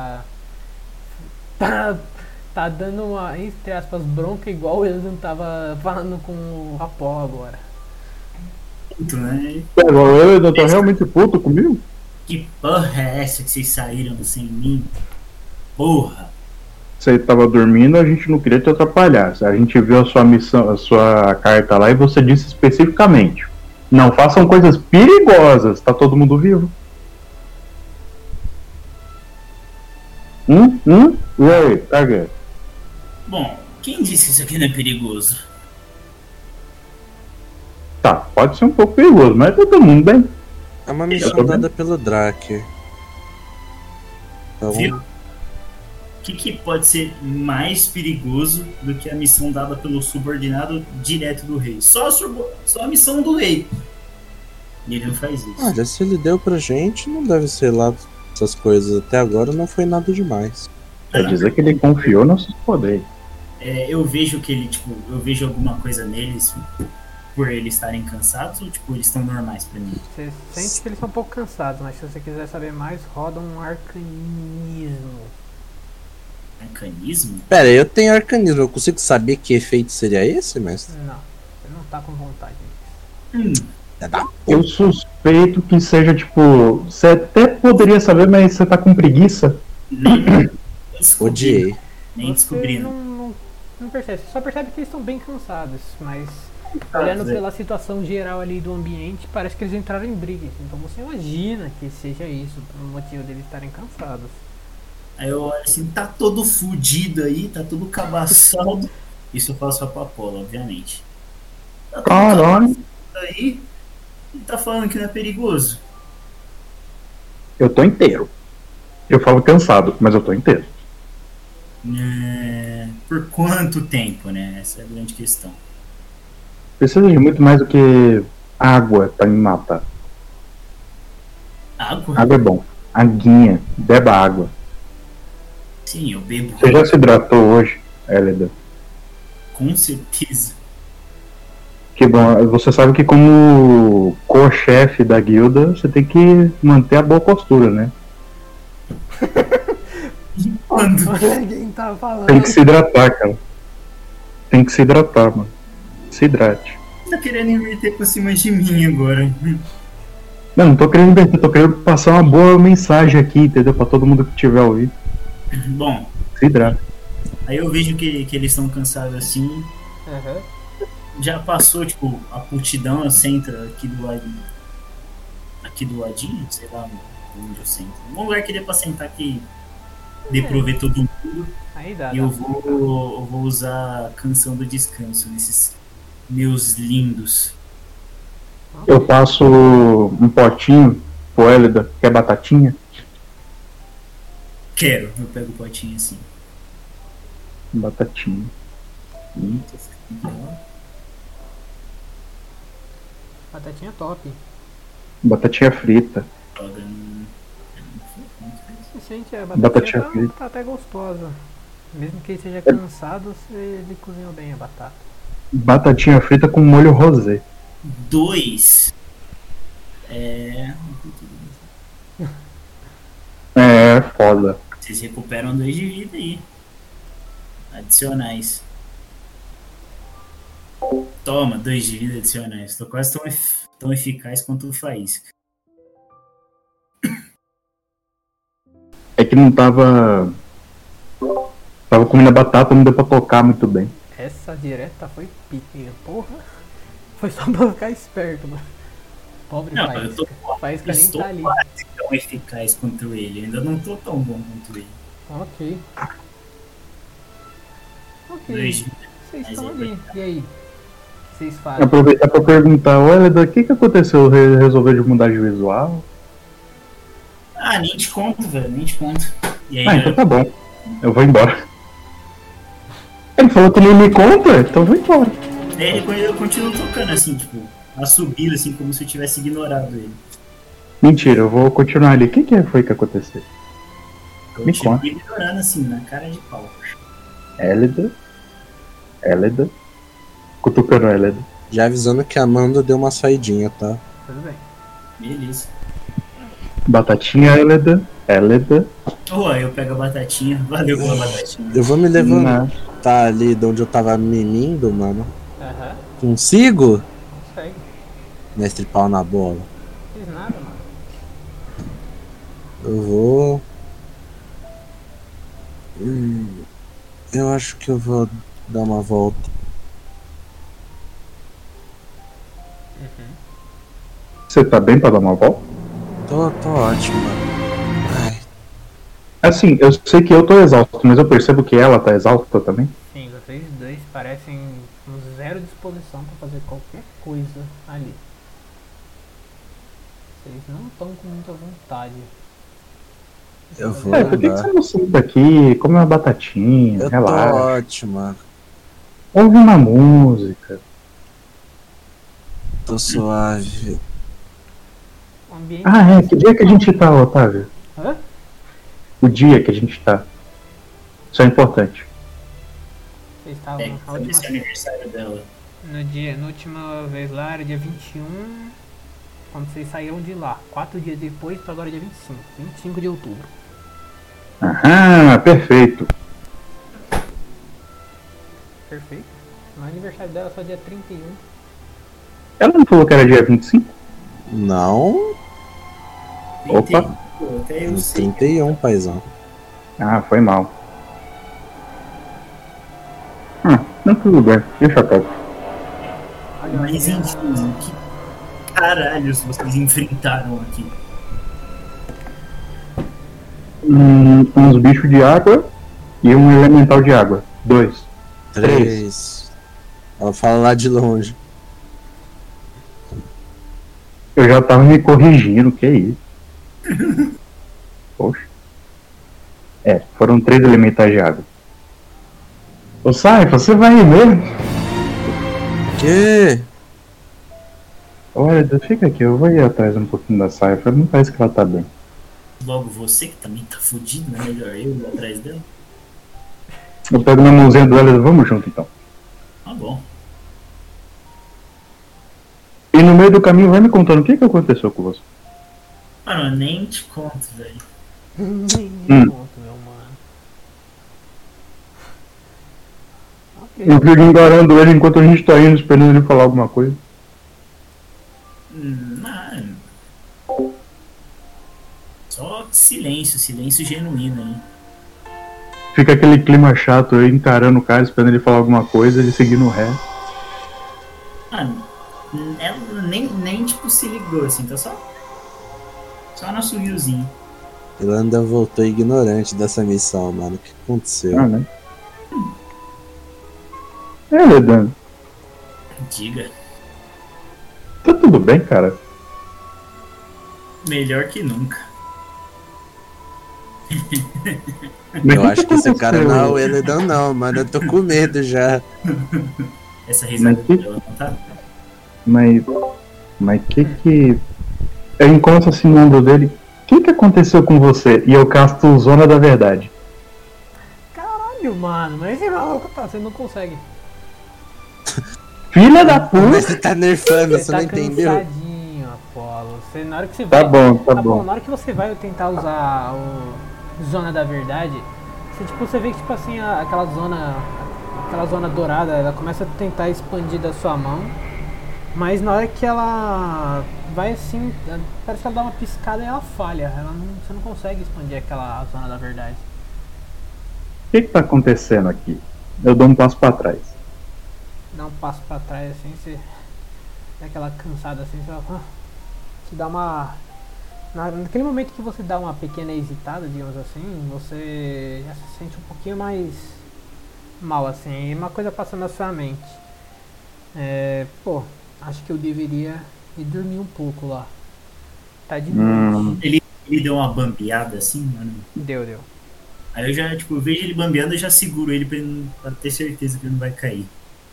tá dando uma, entre aspas, bronca igual ele não tava falando com o Apollo agora. Puto, né? O Hélida tá realmente puto comigo? Que porra é essa que vocês saíram sem mim? Porra! Você tava dormindo, a gente não queria te atrapalhar. A gente viu a sua missão, a sua carta lá e você disse especificamente: não façam coisas perigosas, tá todo mundo vivo. E aí, caguei. Bom, quem disse que isso aqui não é perigoso? Tá, pode ser um pouco perigoso, mas tá todo mundo bem. É uma missão dada pelo Draker. Então, Viu? O que pode ser mais perigoso do que a missão dada pelo subordinado direto do rei? Só a missão do rei. E ele não faz isso. olha, se ele deu pra gente, não deve ser lá essas coisas. Até agora não foi nada demais. Quer dizer que ele confiou nos seus poderes. Eu vejo que ele, tipo, eu vejo alguma coisa neles por eles estarem cansados ou, tipo, eles estão normais pra mim? Você sente que eles são um pouco cansados, mas se você quiser saber mais, roda um arcanismo. Arcanismo? Pera, eu tenho arcanismo. Eu consigo saber que efeito seria esse, mestre? Não, você não tá com vontade. É da Eu suspeito que seja tipo. Você até poderia saber, mas você tá com preguiça. Nem descobri. Odiei. Nem Você descobri. não percebe, você só percebe que eles estão bem cansados, mas olhando pela situação geral ali do ambiente, parece que eles entraram em briga. Então você imagina que seja isso, o motivo deles estarem cansados. Aí eu olho assim, tá todo fudido aí, tá todo cabaçado. Isso eu faço pra Apollo, obviamente. Tá todo Caralho. cabaçado aí e tá falando que não é perigoso. Eu tô inteiro. Eu falo cansado, mas eu tô inteiro. Por quanto tempo, né? Essa é a grande questão. Precisa de muito mais do que água pra me matar. Água? Água é bom. Aguinha. Beba água. Sim, eu bebo. Você já se hidratou hoje, Hélida? Com certeza. Que bom. Você sabe que como co-chefe da guilda, você tem que manter a boa postura, né? Quando? Olha quem tá falando. Tem que se hidratar, cara. Tem que se hidratar, mano. Se hidrate. Tá querendo inverter por cima de mim agora. Não tô querendo inverter, tô querendo passar uma boa mensagem aqui, entendeu? Pra todo mundo que tiver ouvindo. Bom, Se hidrata. aí eu vejo que eles estão cansados assim. Uhum. Já passou, tipo, a multidão, você entra aqui do ladinho, sei lá onde eu sento. Um lugar que dê pra sentar que dê pra ver todo mundo. Aí dá. E eu vou usar a canção do descanso nesses meus lindos. Eu passo um potinho pro Hélida, que é batatinha. Quero, eu pego o potinho assim. Batatinha. Batatinha top. Batatinha frita. Joga no- Você sente a Batatinha batatinha frita. tá até gostosa. Mesmo que ele seja cansado, ele cozinhou bem a batata. Batatinha frita com molho rosé. 2. É, foda. Vocês recuperam 2 de vida aí. Adicionais. Toma, 2 de vida adicionais. Tô quase tão eficaz quanto o Faísca. É que não tava. Tava comendo a batata, não deu pra tocar muito bem. Essa direta foi pique, porra. Foi só pra ficar esperto, mano. Pobre Não, Faísca. eu Nem tá ali. quase tão eficaz quanto ele. Eu ainda não tô tão bom quanto ele. Ok. 2 de vida. Vocês Mas estão é ali. E aí? O que vocês fazem? Aproveitar pra perguntar, olha, o que aconteceu? Resolveu de mudar de visual? Ah, nem te conto, velho. Nem te conto. E aí, Então tá bom. Eu vou embora. Ele falou que nem me conta, então eu vou embora. ele continua tocando assim, tipo, assobio, assim, como se eu tivesse ignorado ele. Mentira, eu vou continuar ali. O que foi que aconteceu? Eu Me continuo conta. ignorando assim, na cara de pau. Hélida. Cutucando Hélida. Já avisando que a Amanda deu uma saidinha, tá? Tudo bem. Beleza. Batatinha, Hélida. Eu pego a batatinha. Valeu pela batatinha. Eu vou me levantar ali de onde eu tava mimindo, mano. Aham. Consigo? Consegue. Mestre pau na bola. Não fiz nada, mano. Eu vou. Eu acho que eu vou dar uma volta. Você tá bem pra dar uma volta? Tô ótimo, mano. Ai, Assim, eu sei que eu tô exausto, mas eu percebo que ela tá exausta também. Sim, vocês dois parecem com zero disposição pra fazer qualquer coisa ali. Vocês não estão com muita vontade. eu vou Por que andar. você não senta aqui, come uma batatinha, Eu tô relaxa, ótima. ouve uma música. Tô suave. O ambiente. Ah, que dia que a gente tá, Otávio? Hã? O dia que a gente tá. Isso é importante. Vocês estavam É, na sabe última. esse aniversário dela. Na última vez lá era dia 21. Quando vocês saíram de lá. 4 dias depois pra agora é dia 25. 25 de outubro. Aham, perfeito. Perfeito. No aniversário dela é só dia 31. Ela não falou que era dia 25? Não, Opa. Pô, até eu nos sei. 31, paizão. Ah, foi mal. Não, tudo bem. Deixa quieto. Olha, Mas olha, enfim, que caralhos vocês enfrentaram aqui? Uns bichos de água e um elemental de água. 2. 3. Ela fala lá de longe. Eu já tava me corrigindo, que é isso? Poxa. Foram 3 elementais de água. Ô Sai, você vai mesmo? Que? Olha, fica aqui, eu vou ir atrás um pouquinho da Saifa, não parece que ela tá bem. Logo você que também tá fudido, não é melhor eu ir atrás dela? Eu pego na mãozinha dela e vamos junto então. Tá bom. E no meio do caminho vai me contando o que aconteceu com você. Mano, eu nem te conto, velho. nem conto, meu mano. Ok. Eu fico encarando ele enquanto a gente tá indo, esperando ele falar alguma coisa. Mano. Só silêncio genuíno aí. Fica aquele clima chato, eu encarando o cara, esperando ele falar alguma coisa, ele seguindo o resto. Mano, ela nem tipo se ligou assim, tá só nosso riozinho. Ela ainda voltou ignorante dessa missão, mano. O que aconteceu? Ah, né? Ledan, Diga. tá tudo bem, cara? Melhor que nunca. Mas Eu que acho que esse cara aconteceu? não é o Eledan, não, mano. Eu tô com medo já. Essa risada Mas que- dela não tá? Mas que... Eu encontro assim no ombro dele. O que aconteceu com você? E eu casto Zona da Verdade. Caralho, mano, mas esse maluco tá, você não consegue. Filha da Mas puta! você tá nerfando, você tá não entendeu? cansadinho, Apolo. Na hora que você vai. Tá bom. Na hora que você vai tentar usar o Zona da Verdade, você vê que tipo assim, aquela zona dourada, ela começa a tentar expandir da sua mão, mas na hora que ela vai assim, parece que ela dá uma piscada e ela falha. Você não consegue expandir aquela Zona da Verdade. O que tá acontecendo aqui? Eu dou um passo pra trás. Dá um passo pra trás assim, você dá aquela cansada assim, você dá uma... Naquele momento que você dá uma pequena hesitada, digamos assim, você já se sente um pouquinho mais mal assim, e uma coisa passa na sua mente. Acho que eu deveria ir dormir um pouco lá. Tá de noite. Ele deu uma bambeada assim, mano? Deu. Aí eu já, vejo ele bambeando, eu já seguro ele pra ter certeza que ele não vai cair.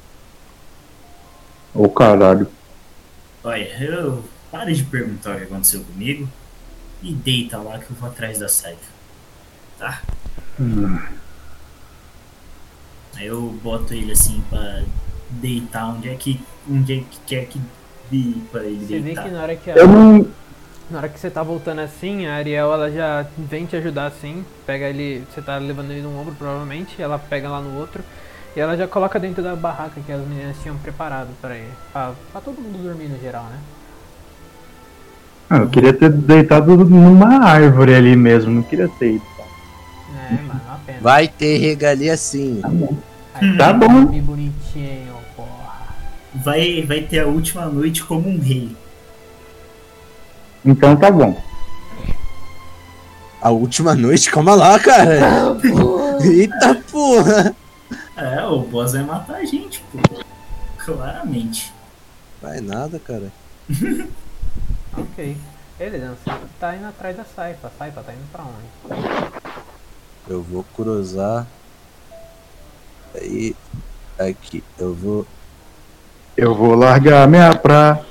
Ô caralho. Olha, para de perguntar o que aconteceu comigo e deita lá que eu vou atrás da Saifa. Tá? Aí eu boto ele assim pra deitar onde é que quer que vi pra ele você deitar. Vê que na hora que na hora que você tá voltando assim, a Ariel ela já vem te ajudar assim, pega ele, você tá levando ele num ombro provavelmente, ela pega lá no outro e ela já coloca dentro da barraca que as meninas tinham preparado pra ele, pra todo mundo dormir no geral, né? Eu queria ter deitado numa árvore ali mesmo, não queria ter ido. Mano, uma pena. Vai ter regalia sim. Tá bom. Aí, Tá bom. Que bonitinho, porra. Vai ter a última noite como um rei. Então tá bom. A última noite? Calma lá, cara. Eita porra. O boss vai matar a gente, pô. Claramente. Vai nada, cara. Ok. Beleza, você tá indo atrás da Saifa. A Saifa tá indo pra onde? Eu vou cruzar. Aí. Aqui. Eu vou largar minha pra...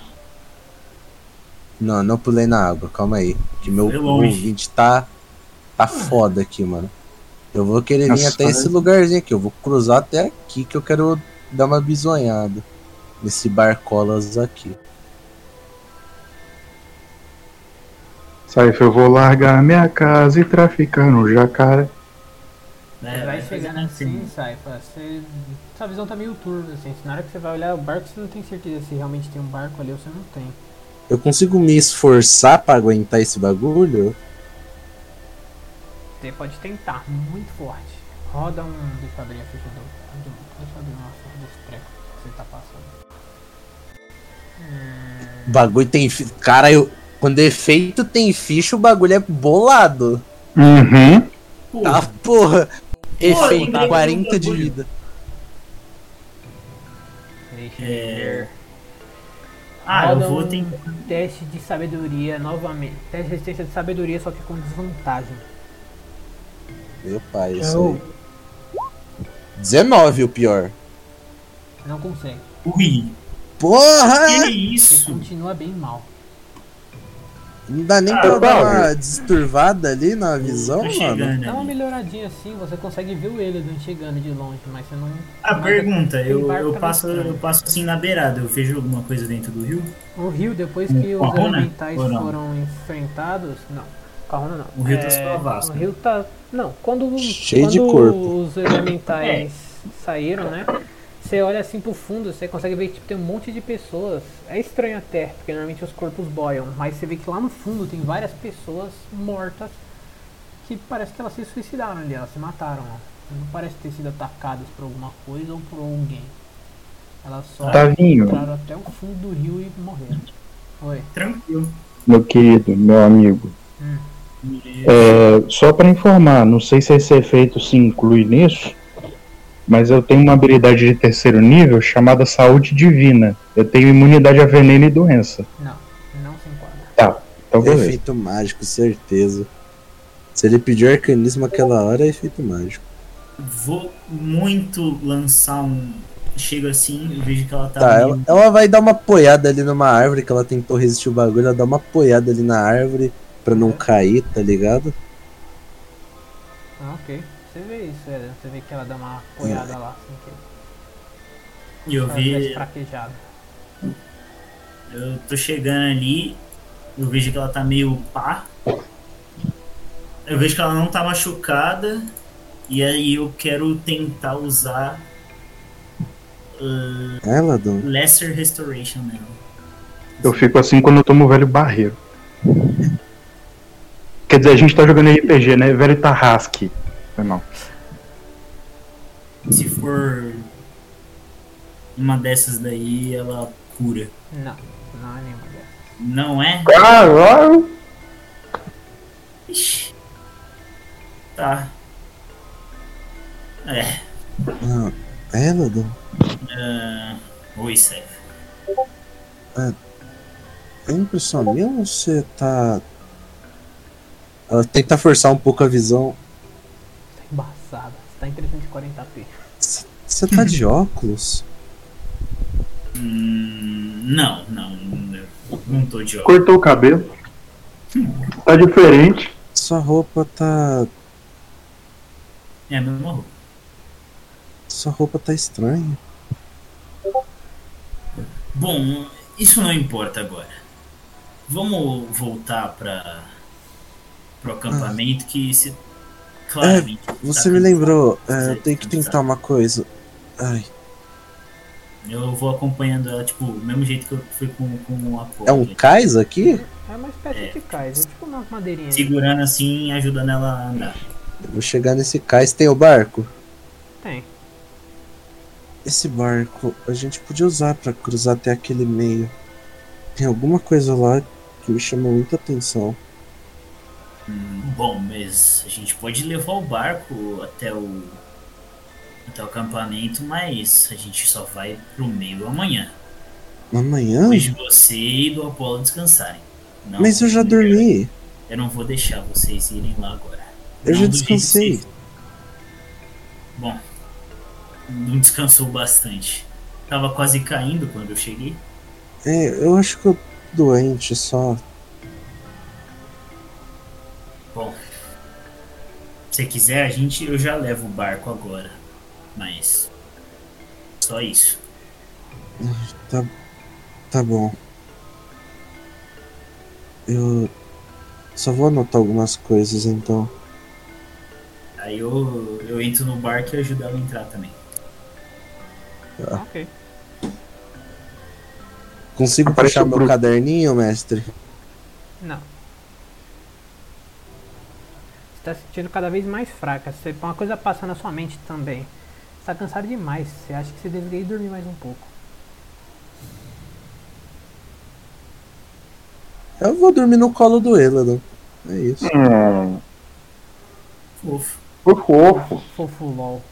Não pulei na água, calma aí. Que meu ouvinte tá foda aqui, mano. Eu vou querer vir até esse lugarzinho aqui. Eu vou cruzar até aqui que eu quero dar uma bisonhada. Nesse Barcolas aqui. Saifa, eu vou largar minha casa e traficar no jacaré. Você vai chegando assim, Saifa, sua visão tá meio turva, assim. Na hora que você vai olhar o barco, você não tem certeza se realmente tem um barco ali ou você não tem. Eu consigo me esforçar pra aguentar esse bagulho? Você pode tentar, muito forte. Roda um... Deixa eu abrir a ficha do... Deixa eu abrir uma ação desse treco que você tá passando. O bagulho tem... Cara, quando efeito tem ficha, o bagulho é bolado. Uhum. Tá, porra. Efeito 40 de vida. Deixa eu ver. Eu vou tentar. Teste de sabedoria novamente. Teste de resistência de sabedoria, só que com desvantagem. Meu pai, isso aí. 19 o pior. Não consegue. Ui! Porra! Que Você isso? continua bem mal. Não dá nem pra dar uma desturvada ali na visão, mano. Dá uma melhoradinha assim, você consegue ver o Elidan chegando de longe, mas você não... Pergunta, eu passo assim na beirada, eu vejo alguma coisa dentro do rio? O rio, depois que os elementais foram enfrentados... Não, com a Runa não. O rio tá só vasto. O rio tá... Não, quando de corpo. Os elementais saíram, né? Você olha assim pro fundo, você consegue ver que tipo, tem um monte de pessoas. É estranho até, porque normalmente os corpos boiam, mas você vê que lá no fundo tem várias pessoas mortas que parece que elas se suicidaram ali, elas se mataram. Ó. Não parece ter sido atacadas por alguma coisa ou por alguém. Elas só entraram até o fundo do rio e morreram. Oi. Tranquilo. Meu querido, meu amigo. Só pra informar, não sei se esse efeito se inclui nisso, mas eu tenho uma habilidade de terceiro nível chamada Saúde Divina. Eu tenho imunidade a veneno e doença. Não se enquadra. Tá, então beleza. Efeito mágico, certeza. Se ele pediu arcanismo naquela hora, é efeito mágico. Vou muito lançar um... Chego assim, eu vejo que ela tá... Ela vai dar uma apoiada ali numa árvore, que ela tentou resistir o bagulho, ela dá uma apoiada ali na árvore pra não cair, tá ligado? Ok. Você vê isso, você vê que ela dá uma apoiada lá, assim que eu vi... fraquejado. Eu tô chegando ali, Eu vejo que ela tá meio pá. Eu vejo que ela não tá machucada. E aí eu quero tentar usar Eladon? Lesser Restoration nela. Eu fico assim quando eu tomo o velho barreiro. Quer dizer, a gente tá jogando RPG, né? Velho Tarrasque. Não. Se for uma dessas daí, ela cura. Não é nenhuma dessas. Não é? Caralho! Ixi. Tá. Não. Eladon? Oi, Seth. É impressão minha ou você tá... Ela tenta forçar um pouco a visão. Tá embaçada. Você tá em 340p. Você tá de óculos? Não tô de óculos. Cortou o cabelo. Tá diferente. Sua roupa tá... É a mesma roupa. Sua roupa tá estranha. Bom, isso não importa agora. Vamos voltar pro acampamento que se claramente. Você me lembrou. Eu tenho que tentar uma coisa. Ai. Eu vou acompanhando ela, tipo, do mesmo jeito que eu fui com o Apolo. É um cais aqui? É uma espécie de cais, é tipo uma madeirinha. Segurando assim, ajudando ela a andar. Eu vou chegar nesse cais. Tem o barco? Tem. Esse barco a gente podia usar pra cruzar até aquele meio. Tem alguma coisa lá que me chamou muita atenção. Bom, mas a gente pode levar o barco até o acampamento, mas a gente só vai pro meio amanhã. Amanhã? Depois de você e do Apolo descansarem. Não, mas eu já dormi. Eu não vou deixar vocês irem lá agora. Eu já descansei. Bom, não descansou bastante. Tava quase caindo quando eu cheguei. Eu acho que eu tô doente só. Bom, se quiser, eu já levo o barco agora. Mas só isso. Tá bom. Eu só vou anotar algumas coisas então. Aí eu entro no barco e ajudo ela a entrar também. Tá. Ok. Consigo puxar meu caderninho, mestre? Não. Você tá se sentindo cada vez mais fraca. Uma coisa passa na sua mente também. Você tá cansado demais. Você acha que você deveria ir dormir mais um pouco. Eu vou dormir no colo do Eladon. É isso. Fofo. Fofo. Fofo LOL.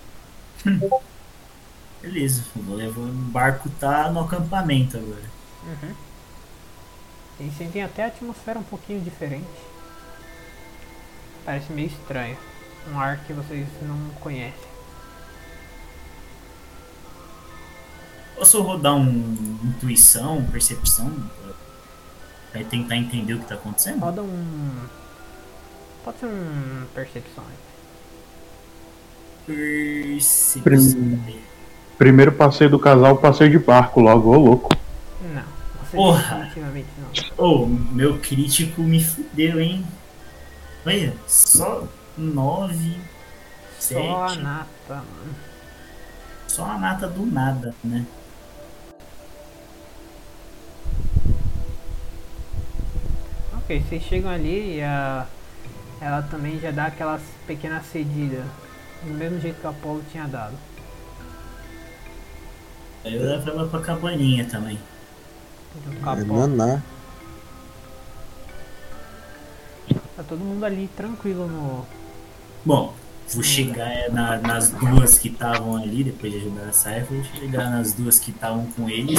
Beleza, o barco tá no acampamento agora. Uhum. Eles sentem até a atmosfera um pouquinho diferente. Parece meio estranho. Um ar que vocês não conhecem. Posso rodar intuição, percepção? Pra tentar entender o que tá acontecendo? Roda pode ser percepção. Percepção. Primeiro passeio do casal, passeio de barco logo, ô louco. Não, você Porra! definitivamente não. Meu crítico me fudeu, hein? Olha, só 9, 7. Só a nata, mano. Só a nata do nada, né? Ok, vocês chegam ali e ela também já dá aquelas pequenas cedidas. Do mesmo jeito que o Apolo tinha dado. Aí eu levo ela pra cabaninha também. Naná. Tá todo mundo ali tranquilo no... Bom, vou chegar nas duas que estavam ali, depois de ajudar a Cypher, vou chegar nas duas que estavam com eles.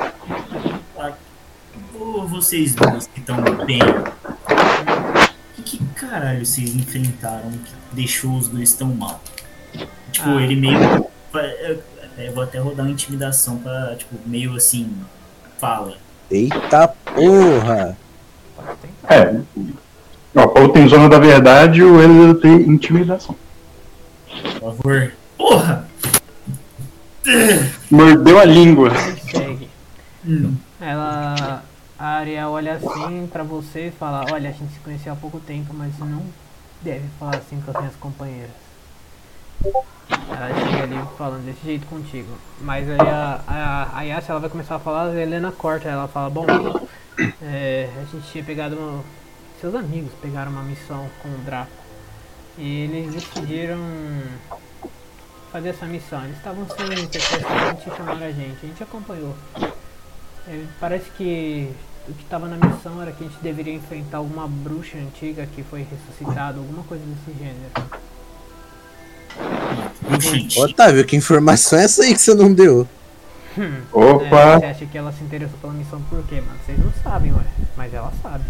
Ô, vocês duas que estão bem. O que caralho vocês enfrentaram que deixou os dois tão mal? Tipo, ele meio... Eu vou até rodar uma intimidação pra, tipo, meio assim, fala. Eita porra! O Apolo tem zona da verdade e o Elder tem intimidação. Por favor. Porra! Mordeu a língua. Segue. Ela A Ariel olha assim pra você e fala, olha, a gente se conheceu há pouco tempo, mas você não deve falar assim com as minhas companheiras. Ela chega ali falando desse jeito contigo. Mas aí a Yassi, ela vai começar a falar, a Helena corta, ela fala, bom, a gente tinha pegado seus amigos pegaram uma missão com o Draco. E eles decidiram fazer essa missão. Eles estavam sem interpretação e chamaram a gente acompanhou. Parece que o que estava na missão era que a gente deveria enfrentar alguma bruxa antiga que foi ressuscitada, alguma coisa desse gênero. Otávio, que informação é essa aí que você não deu? Opa! Você acha que ela se interessou pela missão por quê, mano? Vocês não sabem, ué. Mas ela sabe.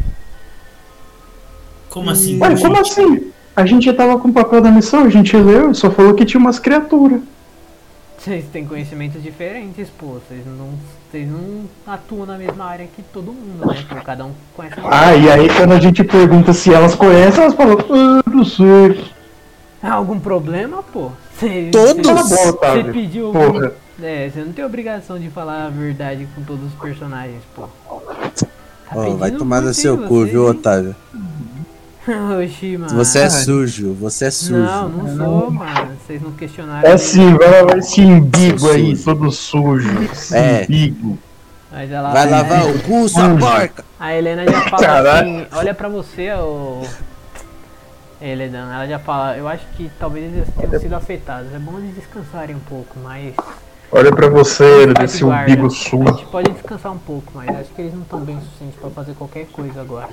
Como assim? Ué, como assim? A gente tava com o papel da missão, a gente leu, só falou que tinha umas criaturas. Vocês têm conhecimentos diferentes, pô. Vocês não atuam na mesma área que todo mundo, né? Porque cada um conhece uma coisa. E aí quando a gente pergunta se elas conhecem, elas falam, não sei. Algum problema, pô? Todos? Você pediu algum... você não tem obrigação de falar a verdade com todos os personagens, pô. Vai tomar no seu cu, viu, Otávio? Oxi, mano. Você é sujo, você é sujo. Não sou, mano. Vocês não questionaram. É sim, vai lavar esse umbigo aí, todo sujo. Umbigo. Mas ela vai lavar o cu, sua porca. A Helena já fala assim, olha pra você, ô... Helena, ela já fala, eu acho que talvez eles tenham sido afetados. É bom eles descansarem um pouco, mas... Olha pra você, desse umbigo sujo. A gente pode descansar um pouco, mas acho que eles não estão bem o suficiente pra fazer qualquer coisa agora.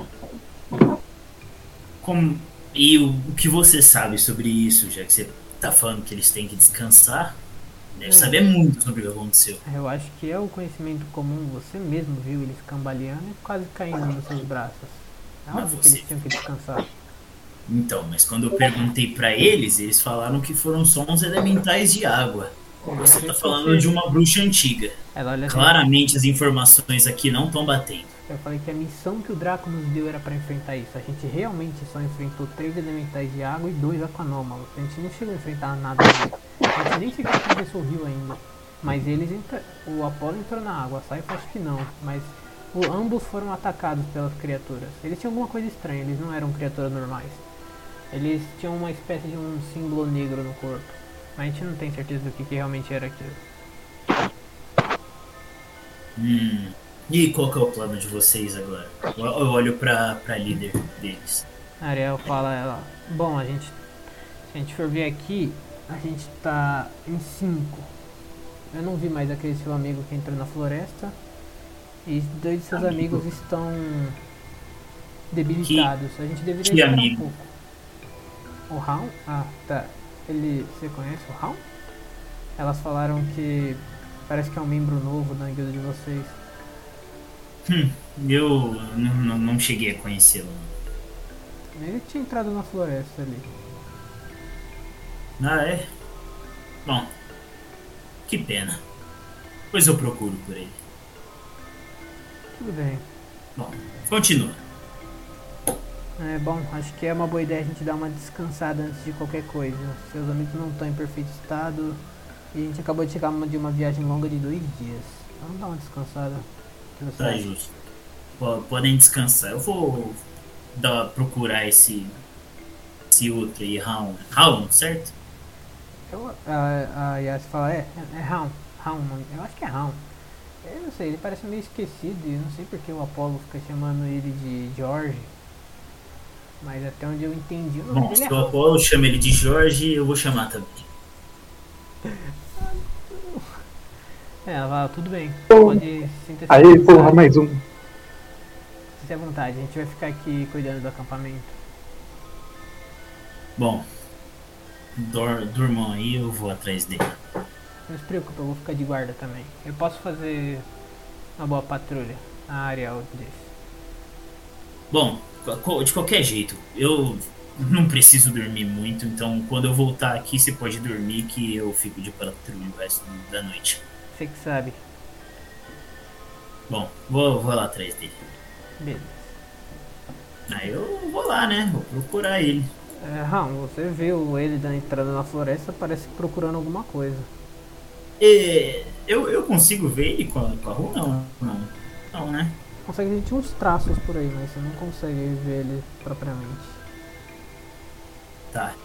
E o que você sabe sobre isso, já que você tá falando que eles têm que descansar? Deve saber muito sobre o que aconteceu. Eu acho que é o conhecimento comum. Você mesmo viu eles cambaleando e quase caindo nos seus braços. É óbvio que eles tinham que descansar. Então, mas quando eu perguntei pra eles, eles falaram que foram só uns elementais de água. Você tá falando de uma bruxa antiga. Claramente as informações aqui não estão batendo. Eu falei que a missão que o Draco nos deu era pra enfrentar isso. A gente realmente só enfrentou 3 elementais de água e 2 aquanômalos. A gente não chegou a enfrentar nada mais. A gente nem sequer atravessou o rio ainda. Mas o Apolo entrou na água, a Saifa acho que não. Mas ambos foram atacados pelas criaturas. Eles tinham alguma coisa estranha, eles não eram criaturas normais. Eles tinham uma espécie de um símbolo negro no corpo. Mas a gente não tem certeza do que realmente era aquilo. E qual que é o plano de vocês agora? Eu olho pra líder deles. Ariel fala, bom, se a gente for ver aqui, a gente tá em 5. Eu não vi mais aquele seu amigo que entrou na floresta. E 2 de seus amigos estão debilitados. A gente deveria esperar um pouco. O Raul? Ah, tá. Você conhece o Raul? Elas falaram que parece que é um membro novo da guilda de vocês. Eu não cheguei a conhecê-lo. Ele tinha entrado na floresta ali. Ah, é? Bom, que pena. Pois eu procuro por ele. Tudo bem. Bom, continua. Bom, acho que é uma boa ideia a gente dar uma descansada antes de qualquer coisa. Seus amigos não estão em perfeito estado e a gente acabou de chegar de uma viagem longa de 2 dias. Vamos dar uma descansada. Tá justo. Podem descansar. Eu vou procurar esse outro aí, Raul, certo? A Yas fala, é Raul, eu acho que é Raul. Eu não sei, ele parece meio esquecido e eu não sei porque o Apolo fica chamando ele de Jorge. Mas até onde eu entendi o nome dele é Raul. Se o Apolo chama ele de Jorge, eu vou chamar também. Ela fala, tudo bem, pode sentir. Aí, porra, mais um. Sinta à vontade, a gente vai ficar aqui cuidando do acampamento. Bom, durmam aí, eu vou atrás dele. Não se preocupe, eu vou ficar de guarda também. Eu posso fazer uma boa patrulha. A Ariel disse. Bom, de qualquer jeito, eu não preciso dormir muito, então quando eu voltar aqui você pode dormir que eu fico de patrulha o resto da noite. Você que sabe. Bom, vou lá atrás dele. Beleza. Aí eu vou lá, né? Vou procurar ele. Raul, você viu ele da entrada na floresta, parece procurando alguma coisa. Eu consigo ver ele com a rua? Não, né? consegue sentir uns traços por aí, mas você não consegue ver ele propriamente. Tá.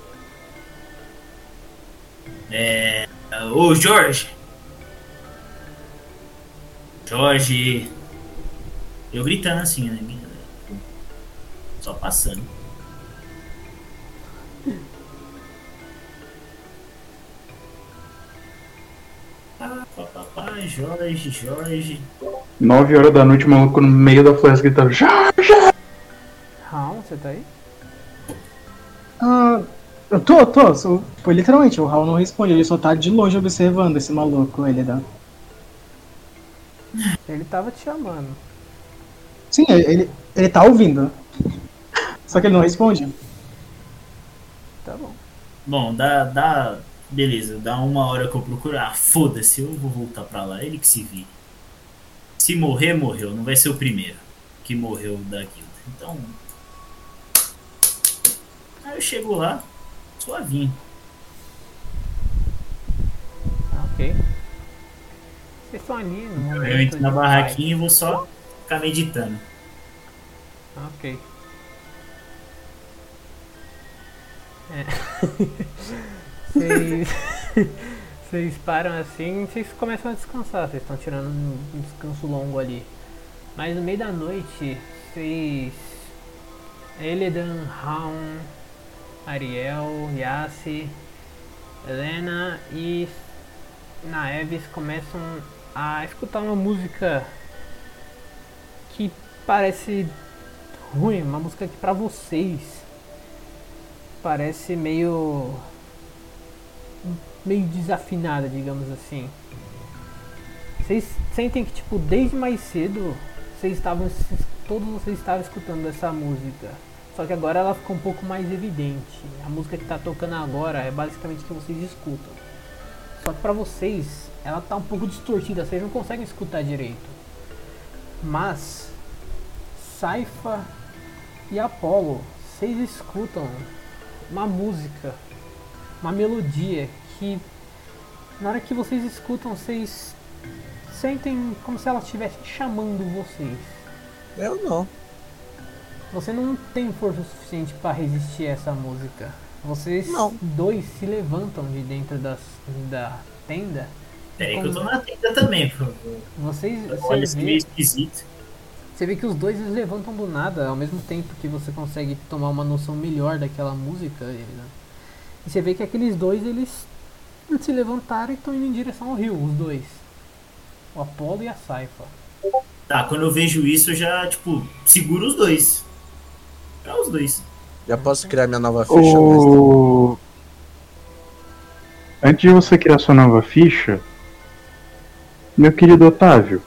Ô, Jorge! Jorge! Eu gritando assim, né? Só passando. Papai, Jorge. 9 horas da noite, o maluco no meio da floresta gritando: Jorge! Raul, você tá aí? Eu tô. Foi literalmente, o Raul não responde, ele só tá de longe observando esse maluco, ele dá. Ele tava te chamando. Sim, ele tá ouvindo. Só que ele não responde. Tá bom. Bom, beleza, dá 1 hora que eu procuro. Foda-se, eu vou voltar pra lá, ele que se vire. Se morrer, morreu, não vai ser o primeiro que morreu da guilda. Então. Aí eu chego lá, suavinho. Ok. Vocês estão ali no momento. Eu entro na barraquinha e vou só ficar meditando. Ok. Vocês param assim, vocês começam a descansar, vocês estão tirando um descanso longo ali. Mas no meio da noite, vocês... Eledan, Raun, Ariel, Yassi, Helena e Naeves começam a escutar uma música que parece ruim, uma música que pra vocês parece meio desafinada, digamos assim. Vocês sentem que tipo desde mais cedo todos vocês estavam escutando essa música, só que agora ela ficou um pouco mais evidente. A música que tá tocando agora é basicamente o que vocês escutam, só que pra vocês ela tá um pouco distorcida, vocês não conseguem escutar direito. Mas Saifa e Apollo, vocês escutam uma música, uma melodia que na hora que vocês escutam, vocês sentem como se ela estivesse chamando vocês. Eu não. Você não tem força suficiente para resistir a essa música. Vocês não. Dois se levantam de dentro da tenda. Peraí que eu tô na tenda também, por favor. Olha, esse meio esquisito. Você vê que os dois eles levantam do nada, ao mesmo tempo que você consegue tomar uma noção melhor daquela música. Né? E você vê que aqueles dois, eles se levantaram e estão indo em direção ao rio, os dois. O Apollo e a Saifa. Tá, quando eu vejo isso, eu já, tipo, seguro os dois. Pra os dois. Já posso criar minha nova ficha, mestre? Antes de você criar sua nova ficha, meu querido Otávio,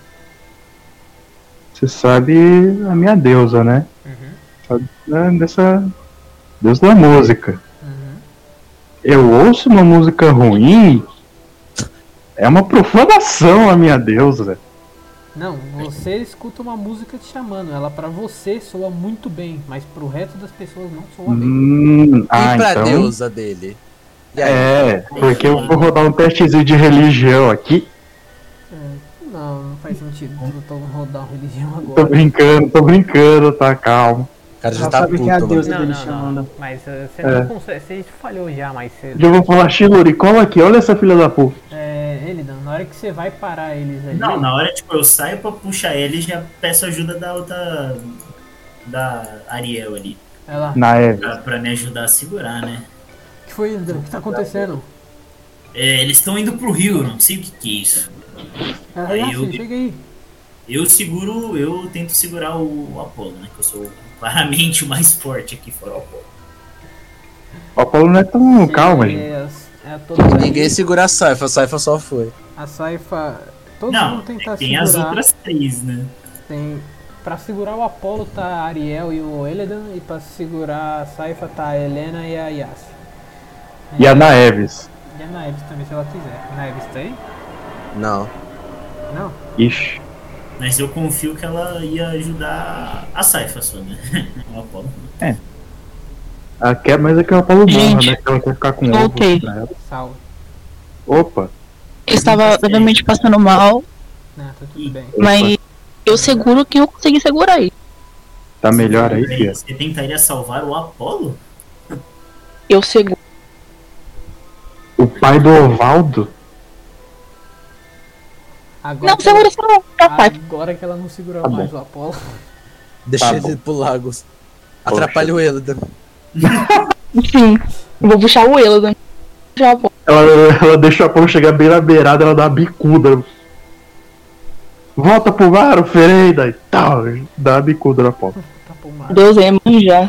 você sabe a minha deusa, né? Sabe dessa deusa da música. Eu ouço uma música ruim, é uma profanação a minha deusa. Não, você escuta uma música te chamando, ela pra você soa muito bem, mas pro resto das pessoas não soa bem. E pra então... deusa dele? Porque eu vou rodar um testezinho de religião aqui. Não faz sentido eu tô rodar uma religião agora. Tô brincando, tá, calma. O cara já tá puto, que é a deusa não, dele chamando. Mas você não consegue, você falhou já mais cedo. Eu vou falar, Shiluri, cola aqui, olha essa filha da puta. Elidan, na hora que você vai parar eles ali... Não, na hora, tipo, eu saio pra puxar eles e já peço ajuda da outra... da Ariel ali. Pra me ajudar a segurar, né? O que foi, Elidan? O que tá acontecendo? Eles estão indo pro rio, não sei o que é isso. Chega aí. Eu tento segurar o Apollo, né? Que eu sou claramente o mais forte aqui fora o Apollo. O Apollo não é tão calma, gente. Ninguém segura a Saifa só foi. A Saifa... Todos vão tentar tem segurar. As outras 3, né? Pra segurar o Apollo tá a Ariel e o Eledan, e pra segurar a Saifa tá a Helena e a Yassi. E a Naeves. E a Naeves também, se ela quiser. A Naeves tá aí? Não. Não? Ixi. Mas eu confio que ela ia ajudar a Saifa só, né? O Apollo. Ela quer, mas é que o Apollo morra, né? Que ela quer ficar com ovo pra ela. Salve. Opa. Eu estava obviamente passando mal. Não, tá tudo bem. Mas Eu seguro quem eu conseguir segurar aí. Tá melhor aí, Fia? Você tentaria salvar o Apolo? Eu seguro. O pai do Ovaldo? Agora Não, segura só não. Agora que ela não segura Tá mais bom. o Apolo. Deixa Tá ele bom. ir pro Lagos. Atrapalha o Elodan. Sim. Vou puxar o Elodan. Já vou. Ela deixa o Apolo chegar bem na beirada, ela dá uma bicuda. Volta pro mar, oferenda e tal. Dá uma bicuda no Apolo. Tá pro mar. Deus é manjar.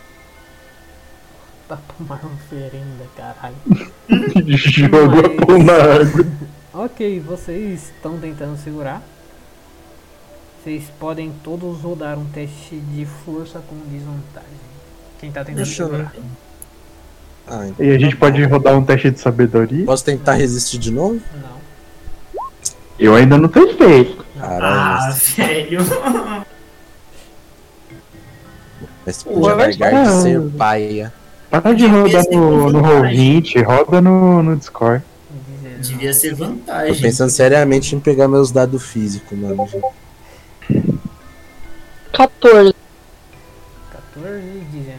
Tá pro mar oferenda, caralho. Joga pro mar. Ok, vocês estão tentando segurar. Vocês podem todos rodar um teste de força com desvantagem. Quem tá tentando Deixa eu segurar. Ah, então E a gente tá pode bom. rodar um teste de sabedoria? Posso tentar resistir de novo? Não. Eu ainda não tentei. Caralho, Ah, mas velho. mas podia largar de ser paia. Para de rodar no Roll20, roda no Discord. Devia ser Tô vantagem. pensando seriamente em pegar meus dados físicos, mano. 14. 14, 19.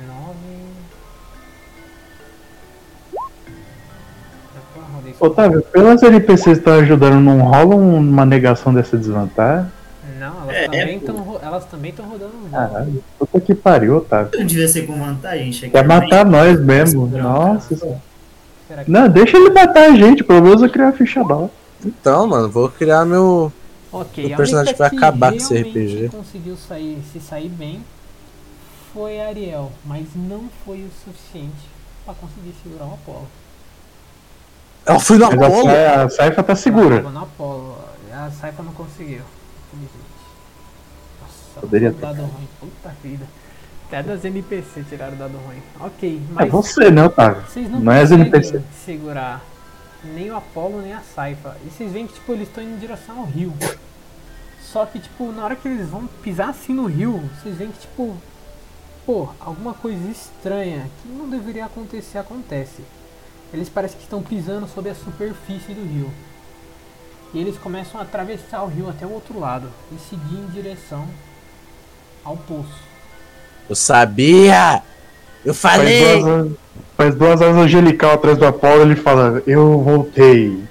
Otávio, pelas NPCs que tá ajudando, não rola uma negação dessa desvantagem? Não, pô. elas também estão rodando. Caralho, puta que pariu, Otávio. Não devia ser com vantagem. chega Quer matar bem. nós mesmo. Não, Nossa cara. senhora. Será que Não, deixa ele matar a gente, pelo menos eu criar uma ficha nova. Então, mano, vou criar meu. Ok, O a personagem única vai acabar com esse realmente RPG. conseguiu se sair bem foi a Ariel, mas não foi o suficiente para conseguir segurar o Apolo. Eu fui no Mas Apolo! a Saifa tá Ela segura. tava no Apolo, a Saifa não conseguiu. Infelizmente. Nossa, Poderia um dado ruim, puta vida. Até das NPC tiraram dado ruim. Ok, É mas você, né, Otávio? vocês não Não é as conseguem NPC. segurar nem o Apolo nem a Saifa. E vocês veem que tipo, eles estão indo em direção ao rio. Só que tipo, na hora que eles vão pisar assim no rio, vocês veem que tipo, pô, alguma coisa estranha que não deveria acontecer acontece. Eles parecem que estão pisando sobre a superfície do rio. E eles começam a atravessar o rio até o outro lado e seguir em direção ao poço. Eu sabia! Eu falei! Faz duas asas angelical atrás do Apolo, ele fala, eu voltei.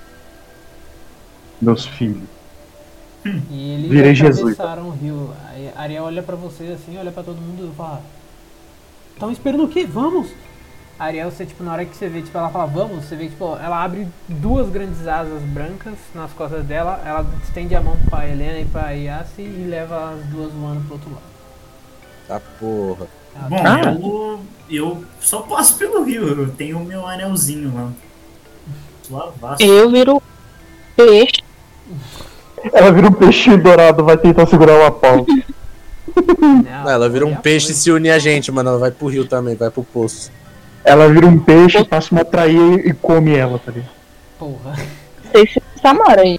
Meus filhos. E eles Virei Jesus. atravessaram o rio. Aí a Ariel olha pra vocês assim, olha pra todo mundo e fala: estão esperando o quê? Vamos! A Ariel, você, tipo, na hora que você vê, tipo, ela fala vamos, você vê que tipo, ela abre duas grandes asas brancas nas costas dela, ela estende a mão pra Helena e pra Yassi e leva as duas voando pro outro lado. Tá porra. Ela Bom, tá- eu só passo pelo rio. Eu tenho o meu anelzinho lá. Suavaço. Eu viro peixe. Ela vira um peixinho dourado, vai tentar segurar o Apolo. Não, ela vira um já peixe e foi. se une a gente, mano. Ela vai pro rio também, vai pro poço. Ela vira um peixe, passa uma traía e come ela, tá ligado? Porra. Sei se Samara aí.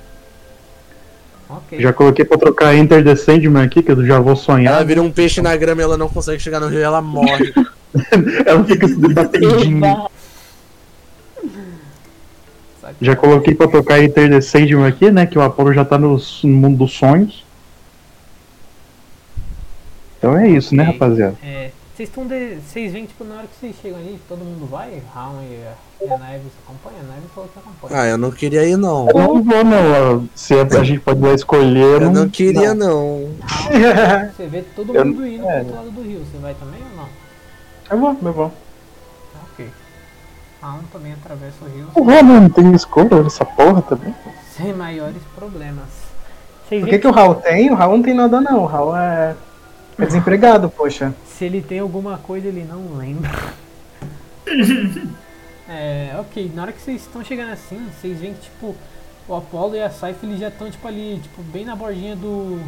Ok. Já coloquei pra trocar Enter the Sandman aqui, que eu já vou sonhar. Ela vira um peixe na grama e ela não consegue chegar no rio e ela morre. Ela fica se batendinha. Eba. Já coloquei pra tocar Enter the Sandman aqui, né? Que o Apolo já tá no mundo dos sonhos. Então é isso, né, Ok. rapaziada? É, vocês veem, tipo, na hora que vocês chegam ali, todo mundo vai, Raon e a Naives acompanham, a Naives falou que acompanha. Ah, eu não queria ir não. Eu não vou, não. Se a gente pode lá escolher. Eu não queria não. Você vê todo Eu- mundo indo é. pro outro lado do rio, você vai também ou não? Eu vou. Ok. Raon também atravessa o rio Eu vou, não tem escolha nessa porra também. sem maiores problemas. Vocês O veem que o Raul tem? O Raul não tem nada não. O Raul é desempregado, poxa. se ele tem alguma coisa, ele não lembra. Ok, na hora que vocês estão chegando assim, vocês veem que, tipo, o Apolo e a Saifa, eles já estão, tipo, ali, tipo, bem na bordinha do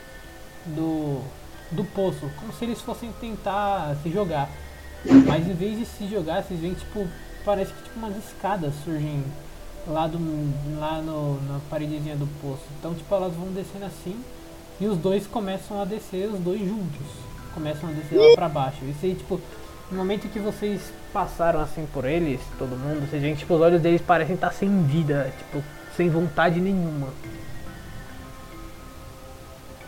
poço, como se eles fossem tentar se jogar. Mas em vez de se jogar, vocês veem que, tipo, parece que, tipo, umas escadas surgem lá na paredezinha do poço. Então, tipo, elas vão descendo assim, e os dois começam a descer, os dois juntos. Começam a descer lá pra baixo. Isso aí, tipo, no momento que vocês passaram assim por eles, todo mundo, vocês veem que tipo, os olhos deles parecem estar sem vida, tipo, sem vontade nenhuma.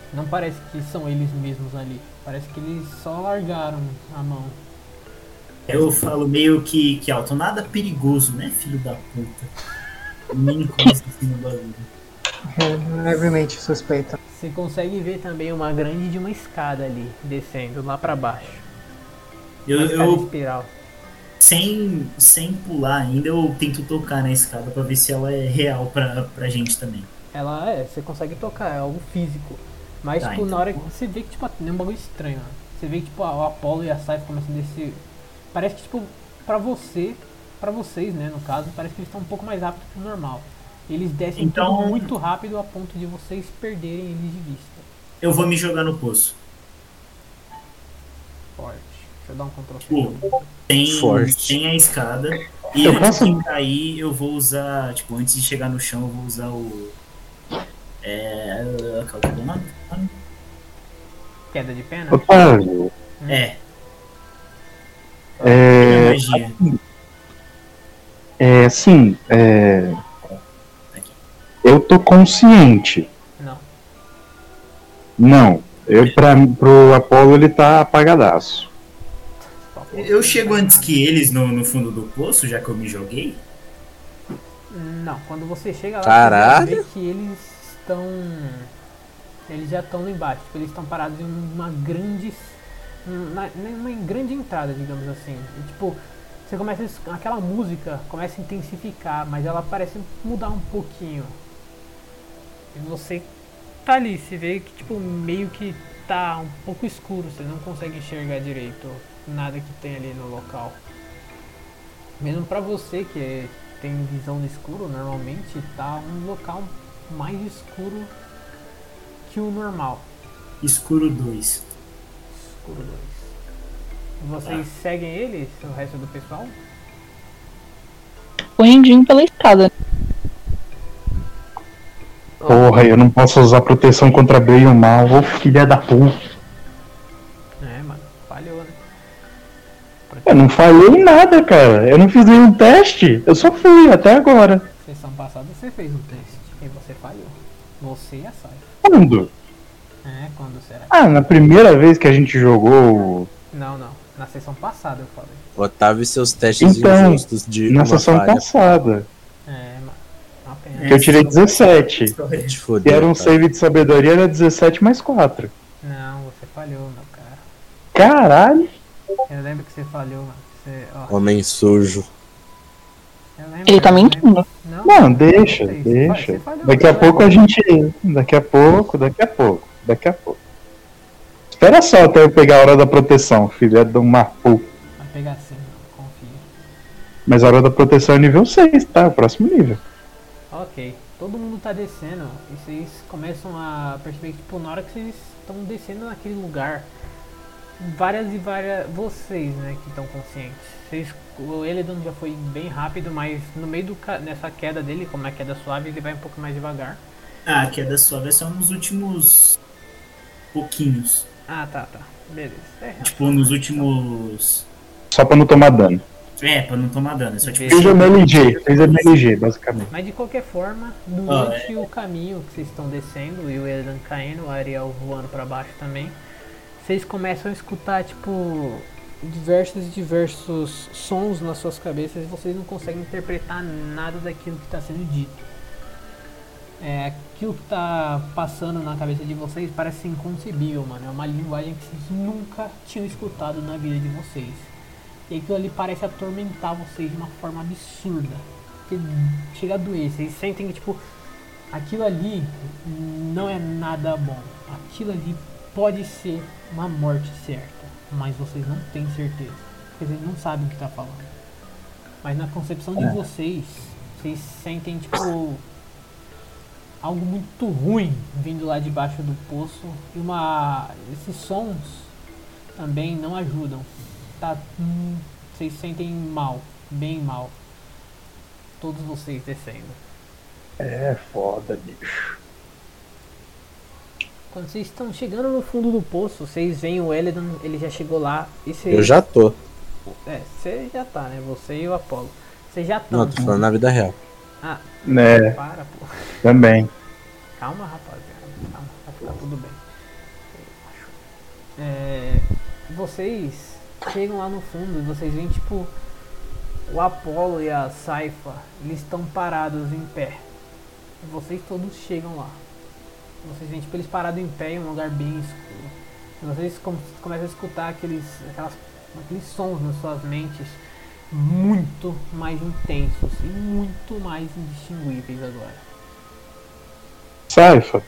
Não parece que são eles mesmos ali. Parece que eles só largaram a mão. Eu falo meio que alto, nada perigoso, né, filho da puta? Nem encosta assim no bagulho. Levemente suspeita. Você consegue ver também uma grande de uma escada ali, descendo lá pra baixo. Eu espiral. Sem pular ainda, eu tento tocar na escada pra ver se ela é real pra gente também. Ela você consegue tocar, é algo físico. Mas, tipo, então, na hora que você vê que, tipo, é um bagulho estranho, né? Você vê que, tipo, o Apollo e a Saifa começam a descer. Parece que, tipo, pra vocês, né, no caso, parece que eles estão um pouco mais rápido que o normal. Eles descem então, tudo muito rápido a ponto de vocês perderem eles de vista. Eu vou me jogar no poço. Forte. Deixa eu dar um controle. Tem a escada. E antes de cair, eu vou usar, tipo, antes de chegar no chão, eu vou usar o... qual que é o nome? Queda de pena? Otávio. Magia. Sim, eu tô consciente. Não. Pro Apollo ele tá apagadaço. Eu chego antes que eles no fundo do poço, já que eu me joguei? Não, quando você chega lá, caralho, você vê que eles estão... Eles já estão lá embaixo, tipo, eles estão parados em uma grande entrada, digamos assim. E, tipo, você começa aquela música começa a intensificar, mas ela parece mudar um pouquinho. E você tá ali, você vê que, tipo, meio que tá um pouco escuro, você não consegue enxergar direito nada que tem ali no local. Mesmo pra você que tem visão no escuro, normalmente tá um local mais escuro que o normal. Escuro 2. Escuro 2. Vocês seguem eles, o resto do pessoal? O Indinho pela escada. Porra, eu não posso usar proteção contra bem ou mal. Ô filha da puta. Mano, falhou, né? Eu não falhei em nada, cara. Eu não fiz nenhum teste. Eu só fui até agora. Sessão passada você fez um teste e você falhou. Você e a Sai. Quando? Quando será? Na primeira vez que a gente jogou. Não. Na sessão passada eu falei. Otávio e seus testes então, injustos de na sessão falha. Passada. Mano. Que eu tirei 17. Se era um save de sabedoria, era 17 mais 4. Não, você falhou, meu cara. Caralho. Eu lembro que você falhou, mano. Homem sujo. Ele tá mentindo. Não, deixa. Daqui a pouco a gente. Daqui a pouco. Espera só até eu pegar a hora da proteção, filha de uma puta. Vai pegar sim, confia. Mas a hora da proteção é nível 6, tá? O próximo nível. Ok. Todo mundo tá descendo e vocês começam a perceber que, tipo, na hora que vocês estão descendo naquele lugar, várias vocês, né, que estão conscientes. O Eledon já foi bem rápido, mas no meio nessa queda dele, como é queda suave, ele vai um pouco mais devagar. A queda suave é só nos últimos pouquinhos. Tá. Beleza. Tipo, nos últimos... Só pra não tomar dano. Pra não tomar dano. É só tipo... Fez MLG, basicamente. Mas de qualquer forma, durante o caminho que vocês estão descendo, e o Eledon caindo, o Ariel voando pra baixo também, vocês começam a escutar, tipo, diversos sons nas suas cabeças e vocês não conseguem interpretar nada daquilo que está sendo dito. Aquilo que está passando na cabeça de vocês parece inconcebível, mano. É uma linguagem que vocês nunca tinham escutado na vida de vocês. E aquilo ali parece atormentar vocês de uma forma absurda. Que chega a doer. Vocês sentem que, tipo, aquilo ali não é nada bom. Aquilo ali pode ser uma morte certa, mas vocês não têm certeza, porque vocês não sabem o que está falando. Mas na concepção de vocês sentem, tipo, algo muito ruim vindo lá de baixo do poço, e esses sons também não ajudam. Vocês sentem mal, bem mal, todos vocês descendo. É foda, bicho. Quando vocês estão chegando no fundo do poço, vocês veem o Eledon, ele já chegou lá. Eu já tô. Você já tá, né? Você e o Apollo. Vocês já estão. Não, tô falando na vida real. Para, pô. Também. Calma, rapaziada. Calma, vai ficar tudo bem. Vocês chegam lá no fundo e vocês veem, tipo, o Apollo e a Saifa, eles estão parados em pé. Vocês todos chegam lá. Vocês veem, tipo, eles parados em pé em um lugar bem escuro. E vocês começam a escutar aqueles sons nas suas mentes muito mais intensos e muito mais indistinguíveis agora. Saifa.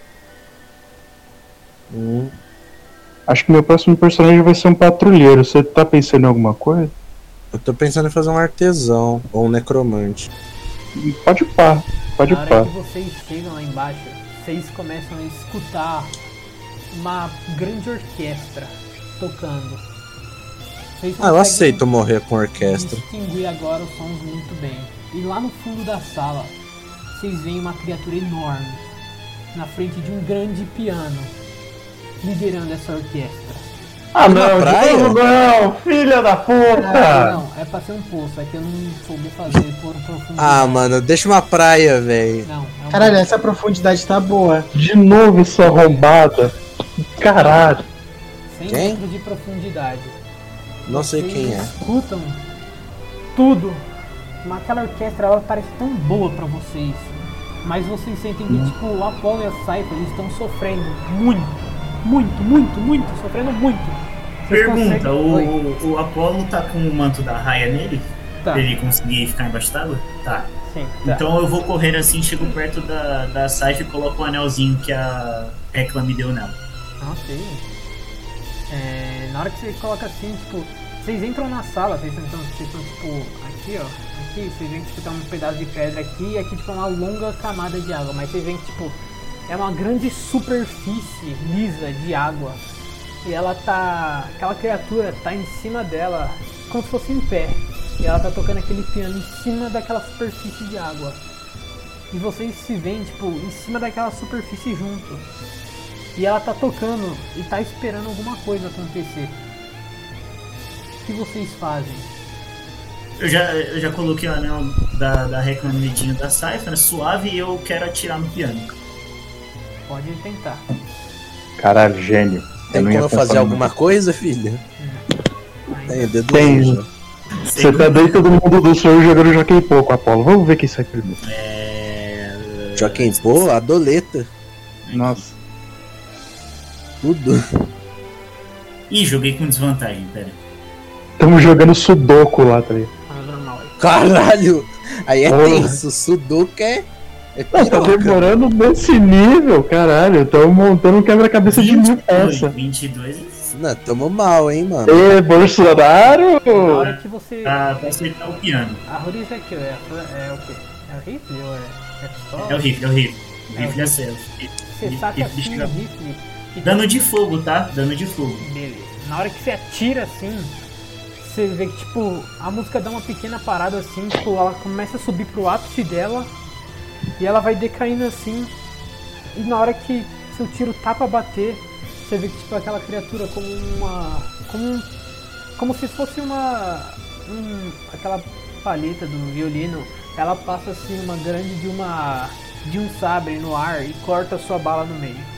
Acho que meu próximo personagem vai ser um patrulheiro. Você tá pensando em alguma coisa? Eu tô pensando em fazer um artesão ou um necromante. Pode pá. Na hora que vocês chegam lá embaixo, vocês começam a escutar uma grande orquestra tocando. Eu aceito morrer com orquestra. Distinguir agora os sons muito bem. E lá no fundo da sala, vocês veem uma criatura enorme na frente de um grande piano, liderando essa orquestra. Ah, não, praia? Não, filha da puta! Não, é pra ser um poço, é que eu não soube fazer por profundidade. Ah, mano, deixa uma praia, velho. Caralho, essa profundidade tá boa. De novo essa arrombada. Caralho. 100 metros de profundidade. Não sei quem é. Escutam tudo. Mas aquela orquestra, ela parece tão boa pra vocês. Mas vocês sentem que, tipo, o Apollo e a Saifa, eles estão sofrendo muito, sofrendo muito. Vocês Pergunta, o Apollo tá com o manto da raia nele? Tá. Pra ele conseguir ficar embaixo d'água? Tá. Sim, tá. Então eu vou correr assim, chego perto da Saifa e coloco o anelzinho que a Hecla me deu nela. Ok. Na hora que você coloca assim, tipo, vocês entram na sala, vocês estão tipo, aqui ó, aqui, vocês veem que tipo, tem um pedaço de pedra aqui e aqui tipo uma longa camada de água, mas vocês veem que tipo, é uma grande superfície lisa de água e ela tá, aquela criatura tá em cima dela, como se fosse em pé, e ela tá tocando aquele piano em cima daquela superfície de água e vocês se veem tipo, em cima daquela superfície junto. E ela tá tocando e tá esperando alguma coisa acontecer. O que vocês fazem? Eu já coloquei o anel da Hecla no medinho da Saifa, né, suave, e eu quero atirar no piano. Pode tentar. Caralho, gênio. Tem como eu fazer alguma coisa, filha? Tem, dedo tem. Você tá daí todo mundo do senhor jogando Joaquim Pô com a Apollo. Vamos ver quem sai primeiro. Joaquim Pô, a doleta. Nossa. Tudo. Ih, joguei com desvantagem, pera. Tamo jogando Sudoku lá, tá ligado? Caralho! Aí é tenso, Sudoku é não, tá demorando nesse nível, caralho. Tamo montando um quebra-cabeça de 1000 peças. 22. Não, tamo mal, hein, mano. Ê, Bolsonaro! Na hora que você... pra acertar o piano. A Ruris é que é o quê? É o rifle ou é pistola? É o rifle. O rifle é seu. Você saca assim o rifle. Dano de fogo, tá? Dano de fogo. Beleza. Na hora que você atira assim, você vê que tipo, a música dá uma pequena parada assim, tipo, ela começa a subir pro ápice dela e ela vai decaindo assim. E na hora que seu tiro tá pra bater, você vê que tipo aquela criatura como se fosse aquela palheta do violino, ela passa assim uma grande de um sabre no ar e corta a sua bala no meio.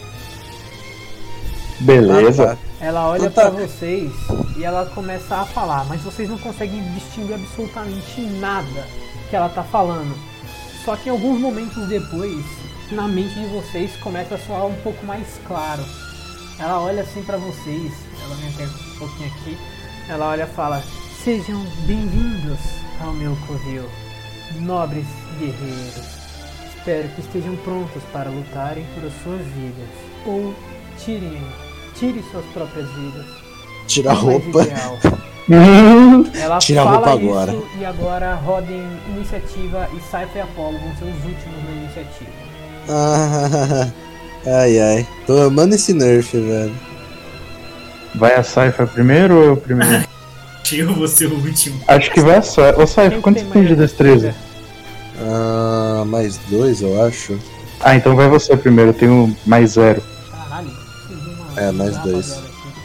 Beleza. Ela olha pra vocês e ela começa a falar, mas vocês não conseguem distinguir absolutamente nada que ela tá falando. Só que em alguns momentos depois, na mente de vocês começa a soar um pouco mais claro. Ela olha assim pra vocês, ela vem até um pouquinho aqui, ela olha e fala: sejam bem-vindos ao meu covil, nobres guerreiros. Espero que estejam prontos para lutarem por as suas vidas, ou tire suas próprias vidas. Tira a roupa. Ela tira fala a roupa isso agora. E agora rodem iniciativa e Saifa e Apollo vão ser os últimos na iniciativa. Ai. Tô amando esse nerf, velho. Vai a Saifa primeiro ou eu primeiro? Eu vou ser o último. Acho que vai a Saifa. Ô Saifa, quanto você tem de destreza? Mais 2, eu acho. Ah, então vai você primeiro, eu tenho mais 0. Caralho. Mais 2.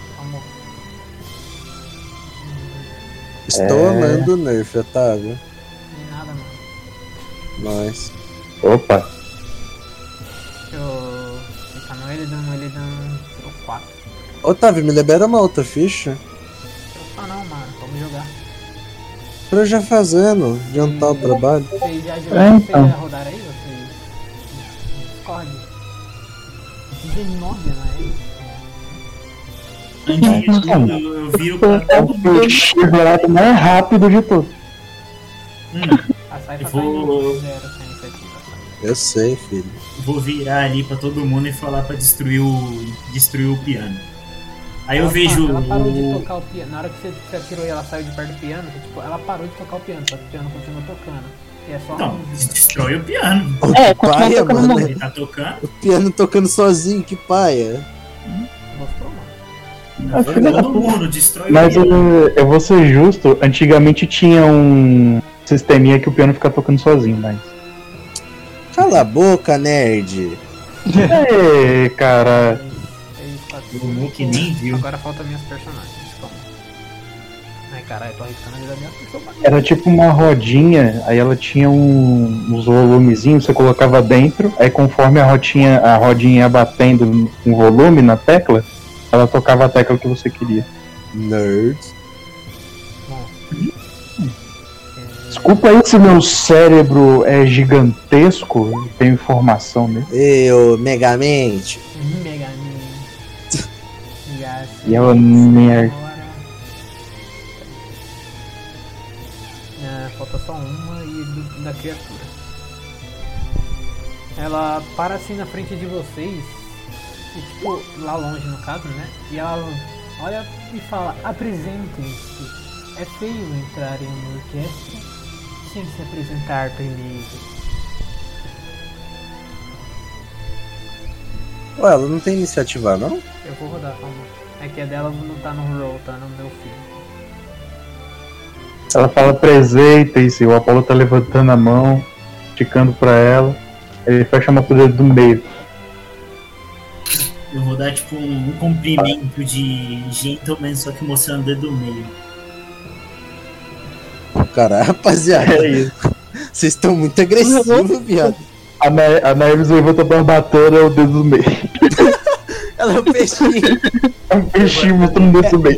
Estou amando o nerf, Otávio. De nada, mano. Nice. Opa. Ele dá 4. Otávio, me libera uma outra ficha. Ah não, mano, vamos jogar. Pra já fazendo, adiantar o trabalho. Vocês já jogaram, vocês já rodaram aí? Vocês... Discord. 19, não é? Eu viro pra todo mundo. O chegado mais rápido de tudo. A Saifa tá em 0 sem iniciativa. Eu sei, filho. Vou virar ali pra todo mundo e falar pra destruir o piano. Aí eu vejo. Ela parou de tocar o piano. Na hora que você atirou e ela saiu de perto do piano, que, tipo, ela parou de tocar o piano, só que o piano continua tocando. E é só. Não, destrói o piano. Continua Paia, tocando mano. música. Ele tá tocando. O piano tocando sozinho, que paia. Mostrou, mano. Todo mundo destrói Mas o piano. eu vou ser justo, antigamente tinha um sisteminha que o piano fica tocando sozinho, mas. Cala a boca, nerd. É, cara. 3, 4, O Nuke nem viu. Agora falta minhas personagens. Calma. Ai caralho, tô arriscando a vida da minha pessoa. Era tipo uma rodinha, aí ela tinha uns volumezinhos, você colocava dentro, aí conforme a rodinha ia batendo um volume na tecla, ela tocava a tecla que você queria. Nerd. Desculpa aí se meu cérebro é gigantesco e tem informação nele. Eu, Megamente. Mega Man. E ela nerd. Falta só uma e da criatura. Ela para assim na frente de vocês, e, tipo, lá longe no caso, né? E ela olha e fala: apresentem-se. É feio entrar em uma orquestra sem se apresentar primeiro. Ué, ela não tem iniciativa, não? Eu vou rodar, calma. É que a dela não tá no roll, tá no meu filho. Ela fala apresentem-se, o Apolo tá levantando a mão, esticando pra ela, ele fecha uma poder do meio. Eu vou dar tipo um cumprimento de gentleman, só que mostrando o dedo meio. Cara, rapaziada, É isso. vocês estão muito agressivos, viado. A Neves levanta a barbatana, é o dedo do meio. Ela é um peixinho. É um peixinho mostrando o dedo do meio.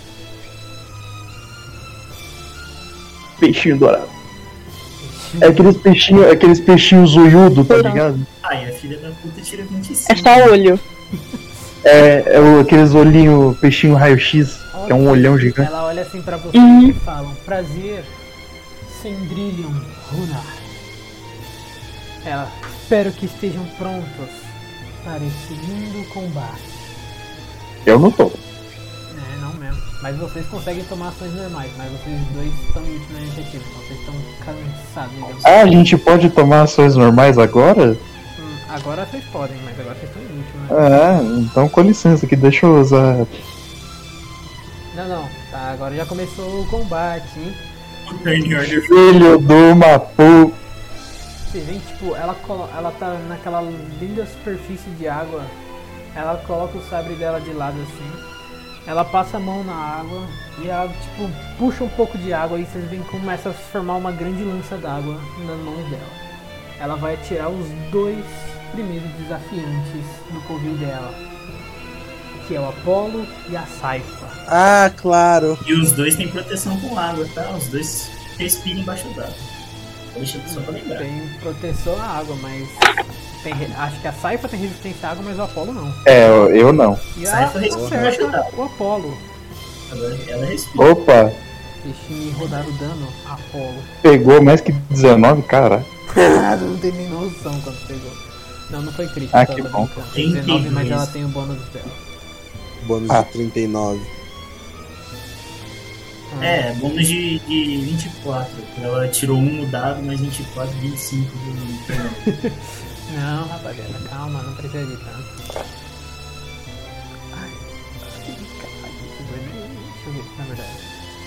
Peixinho dourado. É aqueles peixinhos zoiudo, tá ligado? Ai, a filha da puta tira 25. É só olho. Aqueles olhinhos, peixinho raio-x, que é um olhão gigante. Ela olha assim pra vocês e falam: prazer, Sendrillion Runar. Ela: espero que estejam prontos para esse lindo combate. Eu não tô. Não mesmo. Mas vocês conseguem tomar ações normais, mas vocês dois estão em última iniciativa, então vocês estão cansados, digamos. Ah, a gente pode tomar ações normais agora? Agora vocês podem, mas agora vocês estão em última. Então com licença que deixa eu usar. Não, tá, agora já começou o combate, hein? Filho do Mapu. Vocês veem, tipo, ela tá naquela linda superfície de água. Ela coloca o sabre dela de lado assim. Ela passa a mão na água e ela, tipo, puxa um pouco de água e vocês veem que começa a se formar uma grande lança d'água nas mãos dela. Ela vai atirar os dois primeiros desafiantes do covil dela, que é o Apolo e a Saifa. Ah, claro. E os dois têm proteção com água, tá? Os dois respiram embaixo d'água. Deixa só pra lembrar. Tem proteção à água, mas acho que a Saifa tem resistência à água, mas o Apolo não. Eu não. E Saifa ela respira embaixo acerta d'água. o Apolo. Ela respira. Opa, Deixe-me rodar o dano, Apolo. pegou mais que 19, cara. Não tem nem noção quanto pegou. Não foi crítico. Ah, tá, que tô bom. brincando. Tem 19, mas incrível ela isso. tem o bônus dela. Bônus de 39. Bônus de 24. Ela tirou 1 no dado, mas 24, 25 do Fernando. Não, rapaziada, calma, não precisa de tanto. Ai, caralho, isso doeu. Deixa eu ver, na verdade.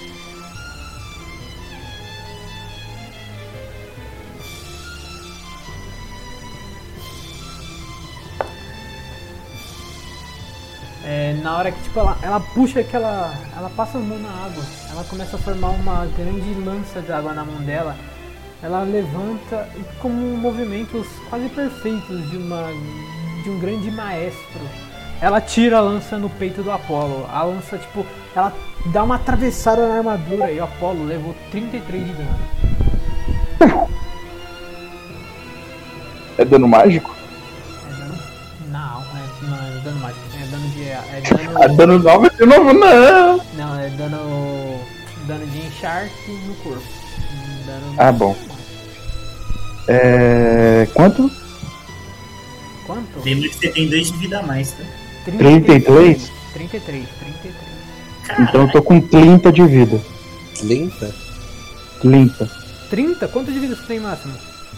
Na hora que tipo, ela puxa aquela. Ela passa a mão na água, ela começa a formar uma grande lança de água na mão dela. Ela levanta e com movimentos quase perfeitos de um grande maestro. ela tira a lança no peito do Apollo. A lança, tipo, ela dá uma atravessada na armadura e o Apollo levou 33 de dano. É dano mágico? É dano... Não, é dano mágico. É dano de... É dano... É dano novo de novo, não! Não, é dano... Dano de encharque no corpo. Dano... Ah, bom. Quanto? Quanto? Lembra que você tem 2 de vida a mais, tá? 33? 33. Então eu tô com 30 de vida. 30? 30? Quanto de vida você tem máximo?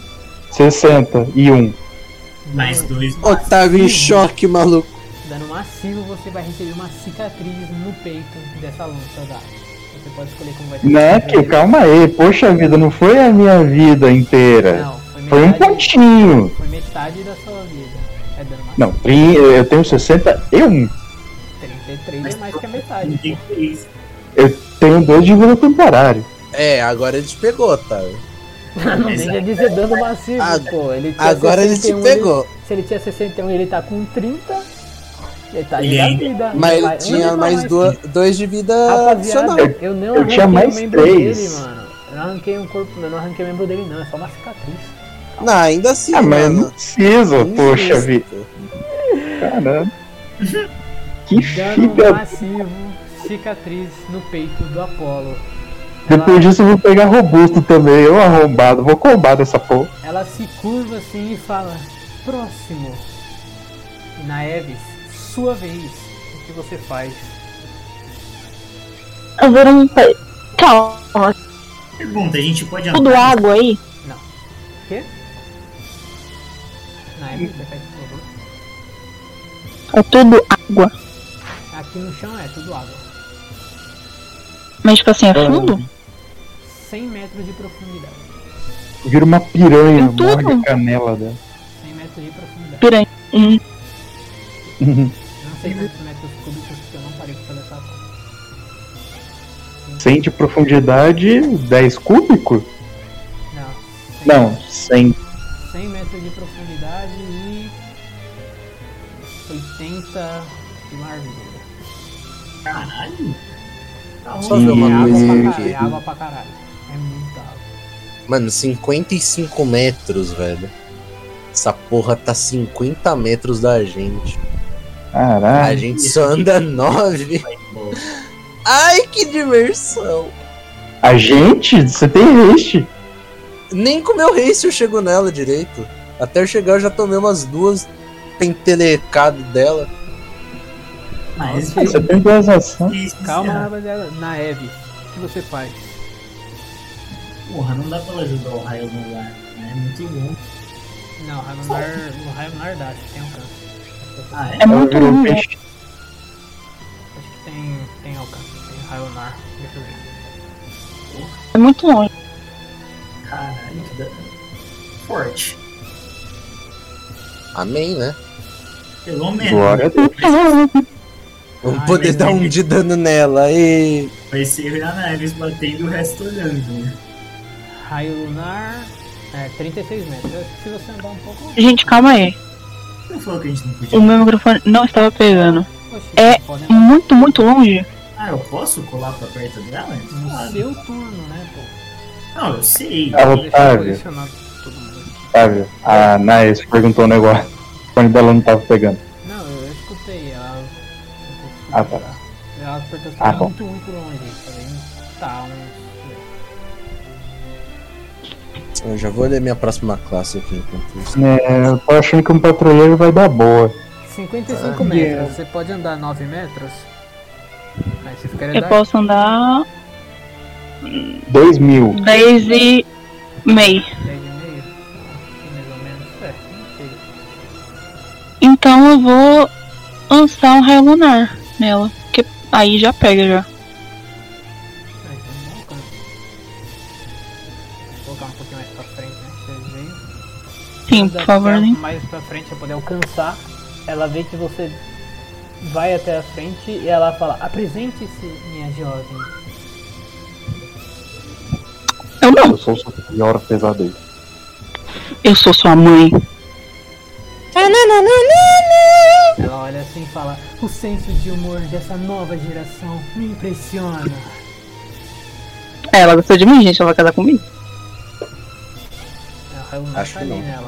61. Mais 2. Otávio em choque, maluco. Dano massivo, você vai receber uma cicatriz no peito dessa lança da. Você pode escolher como vai ser. Não, que calma aí. Poxa vida, não foi a minha vida inteira. Não, foi um pontinho. Foi metade da sua vida. É dano massivo. Não, eu tenho 61. 33 é mais que a metade. Eu tenho 2 de vida temporário. Agora ele te pegou, Otávio. Não deixa de ser dano massivo, pô. Ele tinha agora 61, ele te pegou. Se ele tinha 61 e ele tá com 30, metade da vida. Mas ele tinha mais 2 de vida adicional. Eu tinha mais 3. Dele, mano. Eu não arranquei um corpo, eu não arranquei o membro dele, não. É só uma cicatriz. Não, ainda assim. Mas não precisa, poxa vida. Caramba. Que dano filha. massivo, cicatriz no peito do Apollo. Depois disso eu vou pegar robusto também, eu arrombado, vou combar dessa porra. Ela se curva assim e fala: próximo. E Naeves, sua vez. O que você faz? Eu viro um. Calma. Pergunta, a gente pode andar? Tudo água aí? Não. O quê? Naeves, repete, por favor. É tudo água. Aqui no chão é tudo água. Mas tipo assim, é fundo? 100 metros de profundidade. Vira uma piranha, Tudo. morre a canela dela. 100 metros de profundidade. Piranha. Não sei quantos metros cúbicos, porque eu não parei pra fazer essa conta. 100 de profundidade, 10 cúbico? Não. 100. 100 metros de profundidade e 80 de largura. Caralho. Só ver uma coisa aqui. É água pra caralho. É muita água. Mano, 55 metros, velho. Essa porra tá 50 metros da gente. Caralho. A gente só anda 9. Ai, que diversão. A gente? Você tem haste? Nem com o meu haste eu chego nela direito. Até eu chegar eu já tomei umas 2 pentelecadas dela. Mas Você tem 2 ações. Calma, rapaziada. Naeves, o que você faz? Porra, não dá pra ajudar o raio no ar, né? É muito longe. Não, no raio no ar dá, acho que tem alcance. Ah, é? É muito longe. Acho que tem alcance, tem raio no ar. Deixa eu ver. É muito longe. Caralho, que dano. Forte. Amém, né? Pelo menos. Glória a Deus. Vamos poder dar um de dano nela. E Vai ser a Naeves batendo e o resto olhando, né? Raio lunar, 36 metros. Se você andar um pouco. Gente, calma aí. Você não falou que a gente não podia. O meu microfone não estava pegando. Oxi, É pode andar muito, muito longe. Ah, eu posso colar pra perto dela? no Claro. seu turno, né, pô? Não, eu sei. Ah, Deixa eu Otávio, posicionar todo mundo aqui. Otávio, a Naes perguntou um negócio. O fone dela não tava pegando. Não, eu escutei. Ela. Ah, tá. Ela perguntou se Ah, tá bom. muito longe. Eu falei, tá, eu já vou ler minha próxima classe aqui enquanto isso. Eu tô achando que um patrulheiro vai dar boa. 55 metros. Você pode andar 9 metros? Aí você ficaria Eu posso andar 2.000. 10 e meio. 10,5? Mais ou menos. Não sei. Então eu vou lançar um raio lunar nela. Que aí já pega já. Ah, então não alcança. Vou colocar um pouquinho mais pra frente, né? Pra vocês verem. Sim, por favor, né? Mais pra frente pra poder alcançar. Ela vê que você vai até a frente e ela fala: apresente-se, minha jovem. Eu não. Eu sou o seu pior pesadelo. Eu sou sua mãe. Ela olha assim e fala: o senso de humor dessa nova geração me impressiona. Ela gostou de mim, gente, ela vai casar comigo. Acho que não. Nela.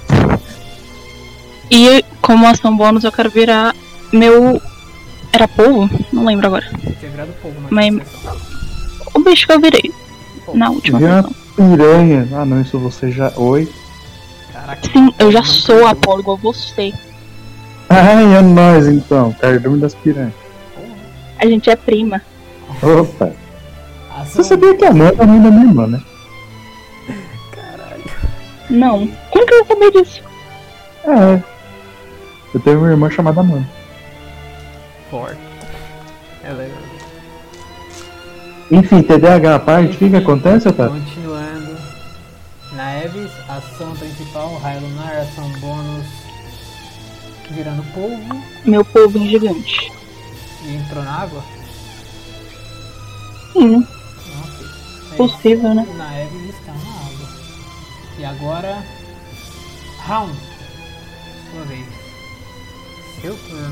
E como ação bônus eu quero virar meu... Era polvo? Não lembro agora. Tinha virado polvo, Mas... sessão. O bicho que eu virei na última Vira sessão. piranha. Ah não, isso você já. Oi? Caraca, Sim, eu já sou Apolo igual você. Ai, é nóis então. Cardume das piranhas. A gente é prima. Opa. Ação... Você sabia que a Amanda é a mãe da minha irmã, né? Não. Como que eu vou saber disso? É. Eu tenho uma irmã chamada Amanda. Forte. Ela é... Enfim, TDAH à parte, o que acontece, Otávio? Continuando. Naeves, ação principal, raio lunar, ação bônus, virando polvo Meu polvinho gigante. e entrou na água. Sim, Ok. possível, né? Naeves está na água. E agora. Round. Sua vez. Seu turno.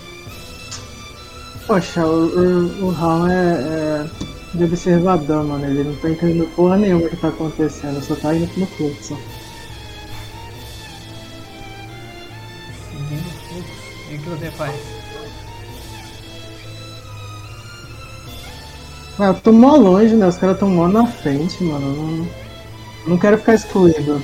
Poxa, o Raul é de observador, mano. Ele não tá entendendo porra nenhuma o que tá acontecendo, só tá indo no fluxo. Seguindo o fluxo. E o que você faz? Ah, eu tô mó longe, né? Os caras tão mó na frente, mano. Não quero ficar excluído.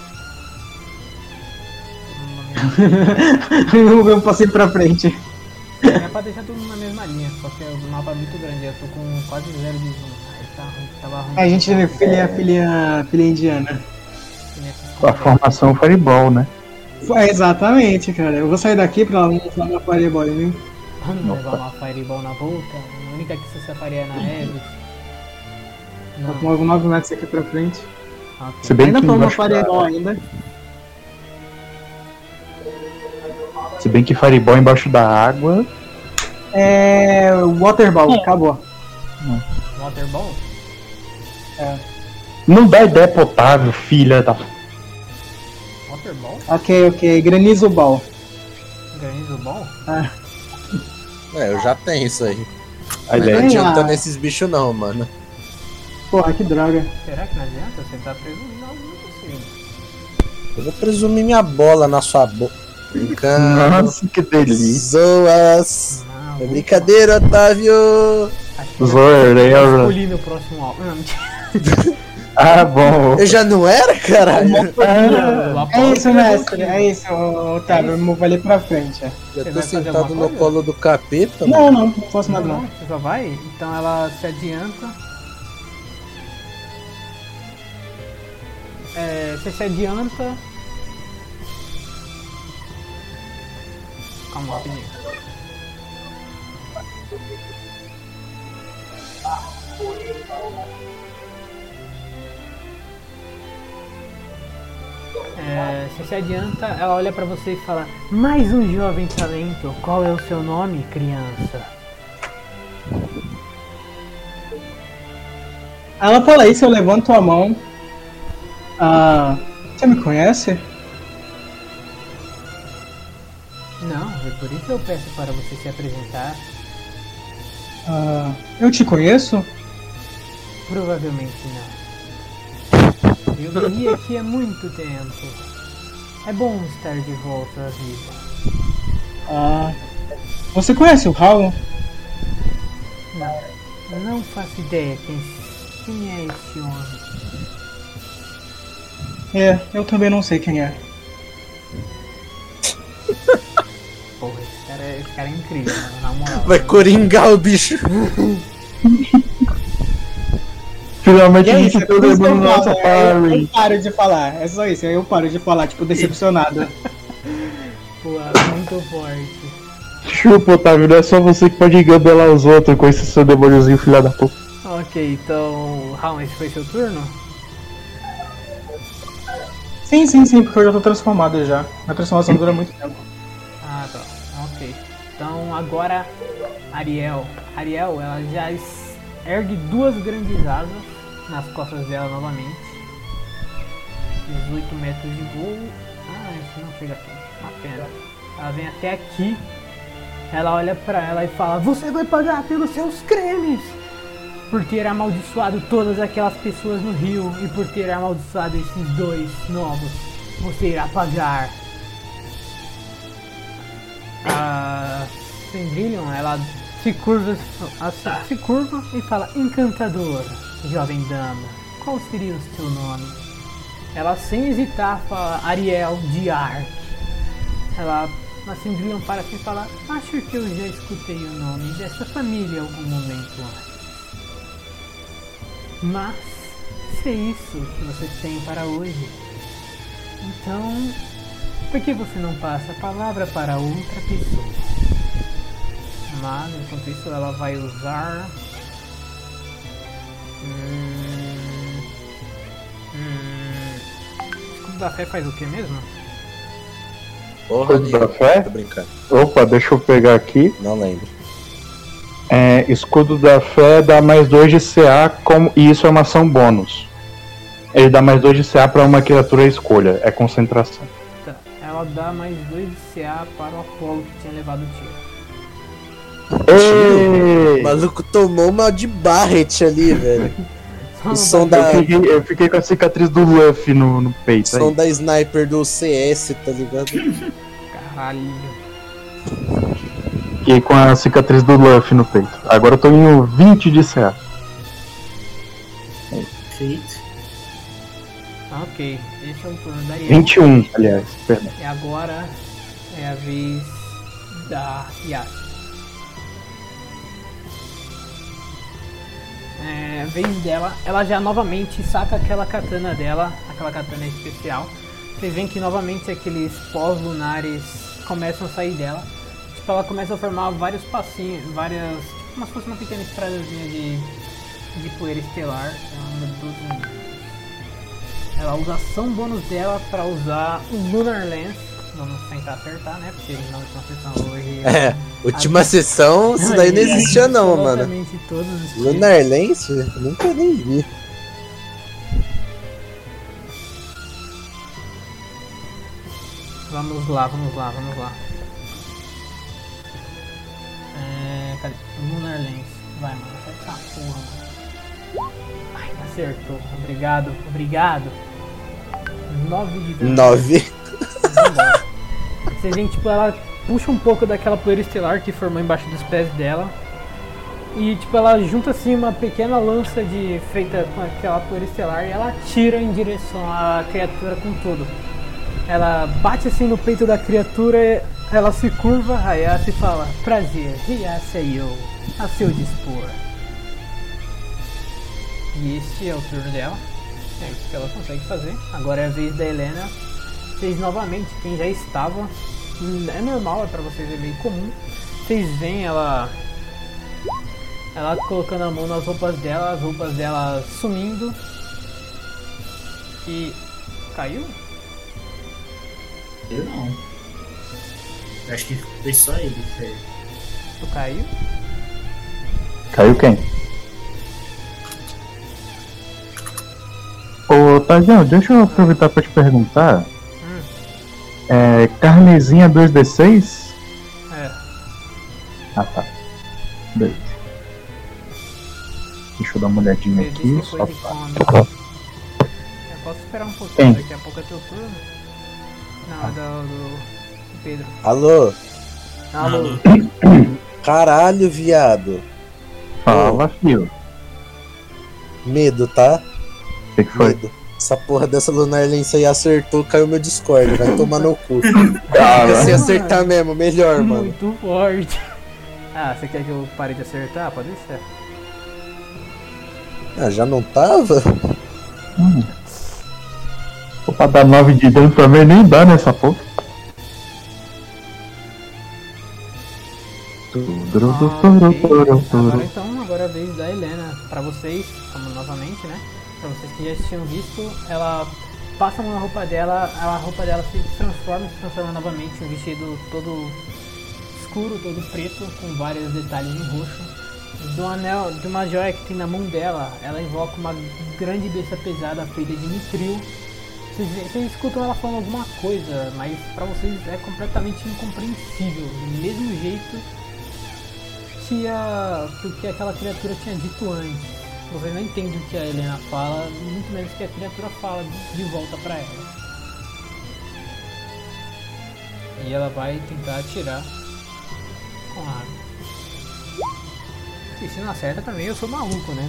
Eu passei pra frente. É pra deixar tudo na mesma linha, só que o mapa é muito grande, eu tô com quase 0 de zoom. Aí tava ruim. A gente é filha indiana. A formação Fireball, né? Exatamente, cara. Eu vou sair daqui pra ela não usar uma Fireball em mim. Vamos levar uma Fireball na boca. A única que você faria é na Eves. Tô com alguns 9 metros aqui pra frente. Se bem Ainda que tô uma embaixo da- Fireball ainda. Se bem que Fireball embaixo da água. É. Waterball, acabou. Waterball? Não dá ideia pro Otávio, filha da. Waterball? Ok. Granizo Ball. Granizo Ball? É, eu já tenho isso aí. A Mas não ideia. adianta nesses bichos não, mano. Porra, que droga. Será que não adianta? Você tá presumindo algo muito cedo. Eu vou presumir minha bola na sua boca. Brincando. Nossa, que delícia. Zoas. Não, É brincadeira, Otávio. acho que eu Zorreira. escolhi no próximo álbum. Não, mentira. Ah, bom. Eu já não era, caralho. O Apollo É isso, entregou mestre. aqui. É isso, Otávio. Eu vou ali pra frente. Já Você tô vai fazer sentado alguma no coisa? colo do capeta, mano. Não posso nada Não, não. você só vai? Então ela se adianta. Você se adianta. Calma, rapidinho. Você se adianta, ela olha pra você e fala: mais um jovem talento, qual é o seu nome, criança? Ela fala isso, eu levanto a mão. Você me conhece? Não, é por isso que eu peço para você se apresentar. Eu te conheço? Provavelmente não. Eu vivi aqui há muito tempo. É bom estar de volta à vida. Você conhece o Raul? Não faço ideia quem é esse homem. Eu também não sei quem é. Porra, esse cara é incrível, mano, na moral. Vai coringar o bicho. Finalmente E a é gente isso, tá levando nossa party. eu paro de falar, é só isso, aí eu paro de falar, tipo, decepcionado. Pô, muito forte. Chupa, Otávio, não é só você que pode engambelar os outros com esse seu demôniozinho filha da puta. Ok, então, Raul, esse foi seu turno? Sim, porque eu já tô transformado já. A transformação dura muito tempo. Ah, tá. Ok. Então agora Ariel. Ariel, ela já ergue duas grandes asas nas costas dela novamente. 18 metros de voo. Isso não chega aqui. Uma pena. Ela vem até aqui. Ela olha pra ela e fala: você vai pagar pelos seus crimes! Por ter amaldiçoado todas aquelas pessoas no rio e por ter amaldiçoado esses 2 novos, você irá pagar. A Cendrillon, ela se curva e fala: encantador, jovem dama, qual seria o seu nome? Ela, sem hesitar, fala: Ariel de Ark. Ela, a Cendrillon, para assim e fala: acho que eu já escutei o nome dessa família em algum momento antes. Mas, se é isso que você tem para hoje, então, por que você não passa a palavra para outra pessoa? Mas, enquanto isso, ela vai usar... Escudo da Fé faz o que mesmo? Porra, Escudo da Fé? Tô brincando. Opa, deixa eu pegar aqui. Não lembro. Escudo da Fé dá mais 2 de CA e isso é uma ação bônus. Ele dá mais 2 de CA para uma criatura escolha, é concentração. Tá, ela dá mais 2 de CA para o Apolo que tinha levado o tiro. O maluco tomou uma de Barret ali, velho. O som da... eu fiquei com a cicatriz do Luffy no peito. O som da sniper do CS, tá ligado? Caralho. Fiquei com a cicatriz do Luffy no peito. Agora eu tô em 20 de CA. Feito. Ok, esse é o turno da Ariel. 21, aliás, perdão. E agora é a vez da Yasuo. A vez dela, ela já novamente saca aquela katana dela, aquela katana especial. Vocês veem que novamente aqueles pós lunares começam a sair dela. Tipo, ela começa a formar vários passinhos, tipo, como se fosse uma pequena estradazinha de poeira estelar. Ela usa a ação bônus dela pra usar o Lunar Lance. Vamos tentar acertar, né? Porque na última sessão hoje... Última sessão, isso daí não existia não, mano. Todos os Lunar Lance? Nunca nem vi. Vamos lá. Cadê? Lunar Lance. Vai, mano. Acerta essa porra, mano. Ai, acertou. Obrigado. 9 de dano. 9. Vocês veem, tipo, ela puxa um pouco daquela poeira estelar que formou embaixo dos pés dela. E, tipo, ela junta, assim, uma pequena lança feita com aquela poeira estelar e ela tira em direção à criatura com tudo. Ela bate, assim, no peito da criatura, ela se curva, aí ela se fala: prazer, Riace é eu, a seu dispor. E este é o turno dela. É isso que ela consegue fazer. Agora é a vez da Helena. Vocês novamente, quem já estava, é normal, é pra vocês, é meio comum. Vocês veem ela colocando a mão nas roupas dela, as roupas dela sumindo. E... caiu? Eu não. Acho que foi só ele, velho. Tu caiu? Caiu quem? Ô, Tazião, deixa eu aproveitar pra te perguntar. Carnezinha 2d6? É. Ah, tá. Beleza. Deixa eu dar uma olhadinha Ele aqui. disse que Só foi de pra... come. Eu posso esperar um pouquinho, daqui a pouco é teu turno. Não, do Pedro. Alô? Alô? Caralho, viado. Fala, filho. Medo, tá? O que foi? Medo. Essa porra dessa Lunar Lance aí acertou, caiu meu Discord, vai tomar no cu. Se acertar mesmo, melhor, mano. Muito forte. Ah, você quer que eu pare de acertar? Pode ser. Ah, já não tava? Pra dar 9 de dano também nem dá nessa porra. Agora é a vez da Helena. Pra vocês, como novamente, né? Pra vocês que já tinham visto, ela passa a roupa dela, a roupa dela se transforma novamente em um vestido todo escuro, todo preto, com vários detalhes em roxo. De uma joia que tem na mão dela, ela invoca uma grande besta pesada feita de nitril, Vocês escutam ela falando alguma coisa, mas pra vocês é completamente incompreensível. Do mesmo jeito que o que aquela criatura tinha dito antes. Vocês não entendem o que a Helena fala, muito menos o que a criatura fala de volta pra ela. E ela vai tentar atirar com a arma. E se não acerta também, eu sou maluco, né?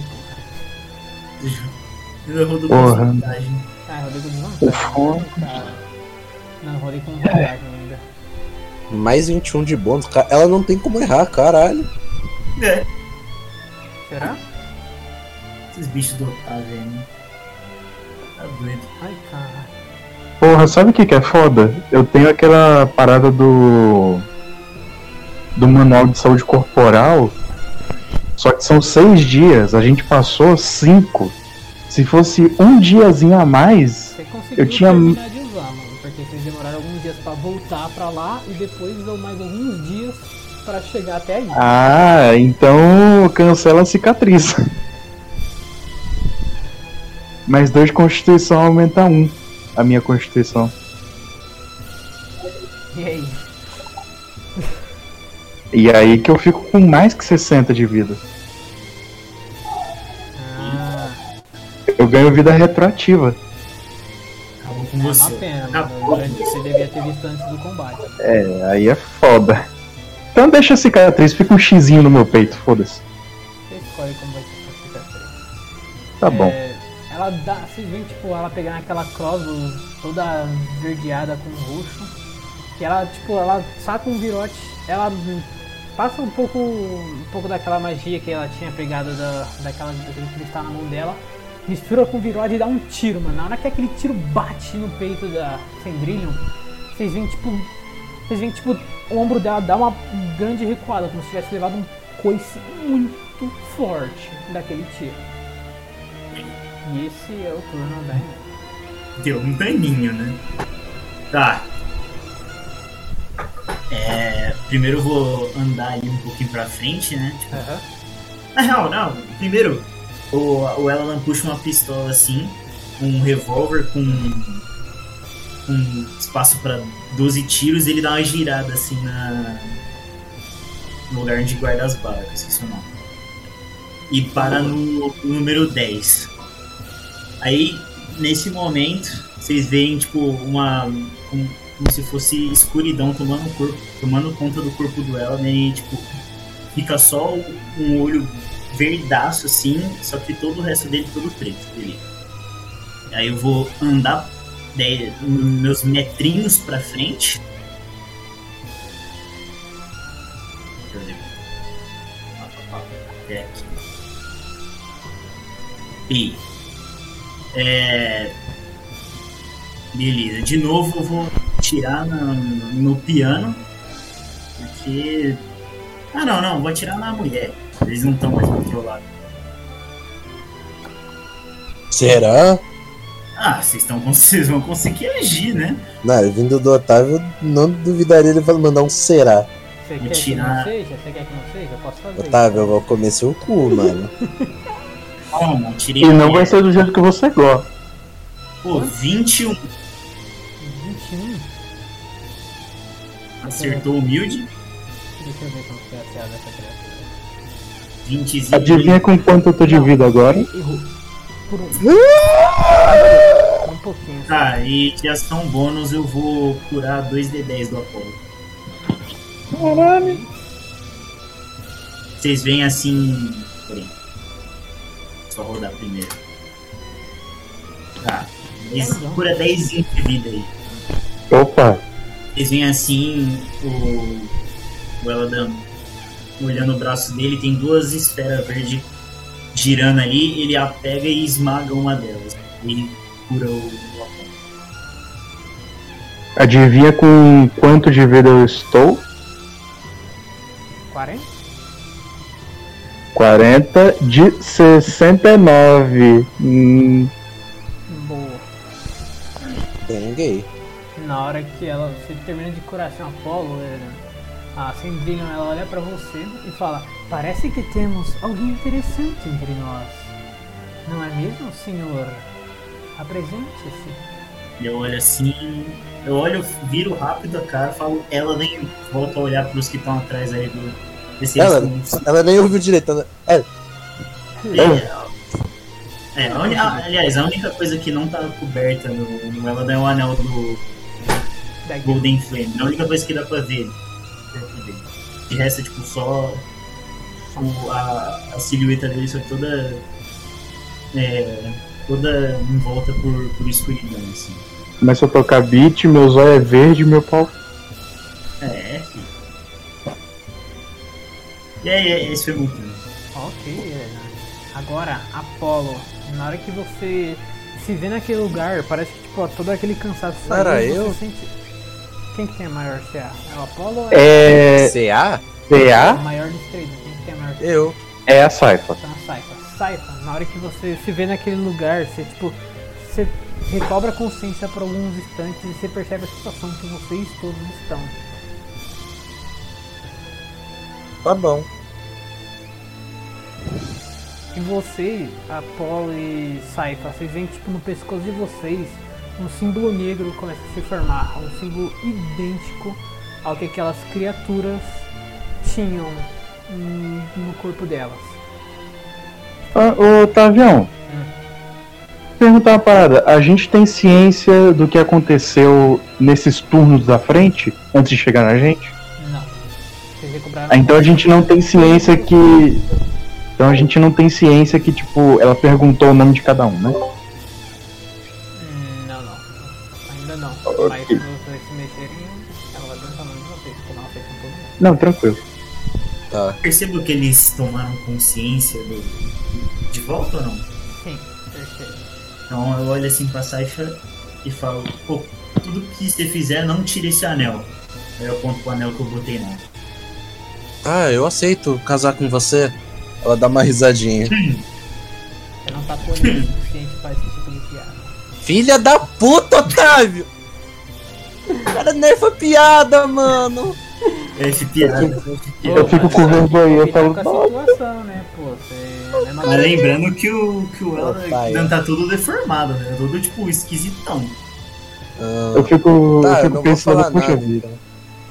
Eu rodou com desvantagem. Ah, rodei com desvantagem. Não, rodei com vantagem ainda. Mais 21 de bônus, cara. Ela não tem como errar, caralho. É. Será? Esses bichos do Otávio aí, né? Tá doido. Ai, caralho. Porra, sabe o que é foda? Eu tenho aquela parada do manual de saúde corporal. Só que são 6 dias, a gente passou 5. Se fosse um diazinho a mais, você conseguiu eu tinha. Terminar de usar, mano, porque vocês demoraram alguns dias pra voltar pra lá e depois deu mais alguns dias pra chegar até aí. Ah, então cancela a cicatriz. Mais 2 de constituição aumenta 1. A minha constituição. E aí? E aí que eu fico com mais que 60 de vida. Ah, Eu ganho vida retroativa. Acabou com é uma você. pena, Acabou. mano. Você devia ter visto antes do combate. É, aí é foda. Então deixa a cicatriz, fica um xizinho no meu peito, foda-se. Você escolhe como vai ser essa cicatriz. Tá bom. Ela dá, vocês veem tipo ela pegando aquela cross toda verdeada com roxo. E ela tipo, ela saca um virote, ela passa um pouco daquela magia que ela tinha pegado daquele cristal na mão dela, mistura com o virote e dá um tiro, mano. Na hora que aquele tiro bate no peito da Cendrillon, vocês veem tipo o ombro dela dá uma grande recuada, como se tivesse levado um coice muito forte daquele tiro. E esse é o turno da Helena. Deu um daninho, né? Tá. Primeiro eu vou andar ali um pouquinho pra frente, né? Tipo, não. Primeiro, o Elalan puxa uma pistola assim, um revólver com espaço pra 12 tiros, e ele dá uma girada assim no lugar onde guarda as balas, que eu esqueci o nome. E para no número 10. Aí, nesse momento, vocês veem tipo como se fosse escuridão tomando conta do corpo do Elalan, né? E tipo, fica só um olho verdaço assim, só que todo o resto dele todo preto, beleza. Aí eu vou andar meus metrinhos pra frente. Deixa eu ver. Até aqui. E beleza, de novo eu vou atirar no piano, porque não, vou atirar na mulher, eles não estão mais controlados. Será? Vocês vão conseguir agir, né? Não, vindo do Otávio, não duvidaria ele mandar um será. Você quer que não seja? Eu posso fazer. Otávio, eu vou comer seu cu, mano. Calma, tirei. E não vai ser do jeito que você gosta. Pô, 21. 21? Acertou humilde. Deixa eu ver como que é a CA dessa criatura. 20. Adivinha com quanto eu tô de vida agora? Errou. Por um pouquinho. Tá, e de ação bônus eu vou curar 2d10 do Apolo. Caralho. Vocês veem assim. Peraí. Só rodar primeiro. Tá. Cura 10 de vida aí. Opa. Vocês veem assim o Eladan olhando o braço dele, tem 2 esferas verdes girando ali, ele a pega e esmaga uma delas. E cura o Apolo. Adivinha com quanto de vida eu estou? 40? 40 de 69. Boa. Tem gay. Na hora que você termina de curar assim, Apolo, a Cendrillon, ela olha pra você e fala: parece que temos alguém interessante entre nós. Não é mesmo, senhor? Apresente-se. Eu olho assim, viro rápido a cara, falo, ela nem volta a olhar pros que estão atrás aí desse ela nem ouviu direito. Aliás, a única coisa que não tá coberta no ela é o anel do Golden Flame. A única coisa que dá pra ver. De resto é tipo só a silhueta dele, só toda em volta por escuridão, assim. Começa a tocar beat, meu zóio é verde, meu pau. Filho. E aí, esse foi muito. Ok, agora, Apolo, na hora que você se vê naquele lugar, parece que tipo, todo aquele cansaço saiu. Era eu? Sente... Quem que tem a maior CA? É o Apolo ou CA? CA? O maior dos três, quem que tem a maior CA? Eu. É a Saifa. Então, Saifa, na hora que você se vê naquele lugar, você recobra a consciência por alguns instantes e você percebe a situação que vocês todos estão. Tá bom. E vocês, Apolo e Saifa, vocês veem tipo no pescoço de vocês um símbolo negro começa a se formar, um símbolo idêntico ao que aquelas criaturas tinham no corpo delas. Ô, Tavião, perguntar uma parada, a gente tem ciência do que aconteceu nesses turnos da frente, antes de chegar na gente? Não. Vocês recobraram então a gente não tem ciência que... Então a gente não tem ciência que, tipo, ela perguntou o nome de cada um, né? Não. Ainda não. Okay. Mas se vocês se mexerem, ela vai perguntar o nome de vocês, como ela fez com todo mundo. Não, tranquilo. Tá. Percebo que eles tomaram consciência de volta ou não? Sim, percebo. Então eu olho assim pra Saifa e falo, pô, tudo que você fizer, não tire esse anel. Aí eu aponto pro anel que eu botei nela. Eu aceito casar com você. Ela dá uma risadinha. Você não tá polido o suficiente pra esse tipo de piada. Filha da puta, Otávio! O cara nerfa piada, mano. Esse piada. Eu fico com vergonha, eu falo... com a situação, né, pô? Mas lembrando que o ela tá tudo deformado, né? Tudo tipo esquisitão. Eu fico não pensando, vou falar puxa nada, vida. então.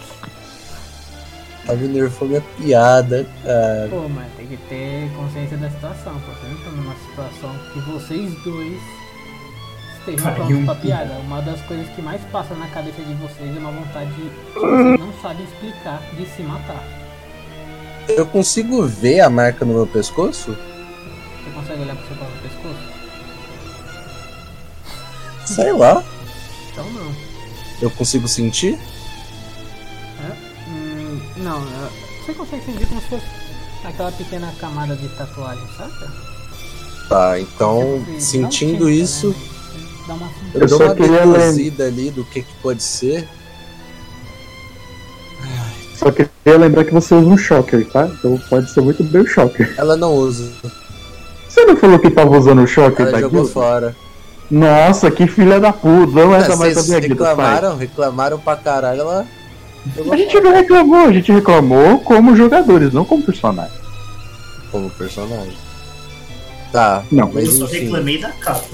Otávio nerfou minha piada, cara. Pô, mas tem que ter consciência da situação, pô. Você não tá numa situação que vocês dois estejam prontos pra piada. Uma das coisas que mais passa na cabeça de vocês é uma vontade que vocês não sabem explicar de se matar. Eu consigo ver a marca no meu pescoço? Você consegue olhar pro seu próprio pescoço? Sei lá. Então não. Eu consigo sentir? Não, você consegue sentir como se fosse aquela pequena camada de tatuagem, sabe? Tá, então sentindo isso, dá uma eu dou uma deduzida ali do que pode ser. Só queria lembrar que você usa um shocker, tá? Então pode ser muito bem o shocker. Ela não usa. Você não falou que tava usando o shocker? Ela jogou fora. Nossa, que filha da puta. Não é essa mais a minha guilda. Reclamaram pra caralho, ela... A gente não reclamou, a gente reclamou como jogadores, não como personagem. Como personagem. Tá, não, mas eu só reclamei da capa.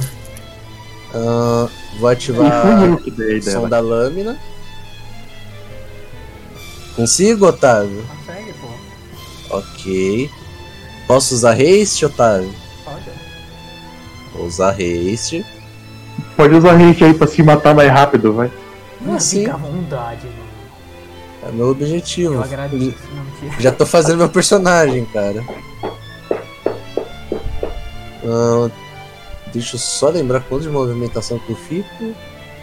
Vou ativar o som da lâmina. Consigo, Otávio? Consegue, pô. Ok. Posso usar haste, Otávio? Pode. Vou usar haste. Pode usar haste aí pra se matar mais rápido, vai. Não, fica à vontade, mano. É meu objetivo. Eu agradeço, não mentira. Já tô fazendo meu personagem, cara. Deixa eu só lembrar quanto de movimentação que eu fico.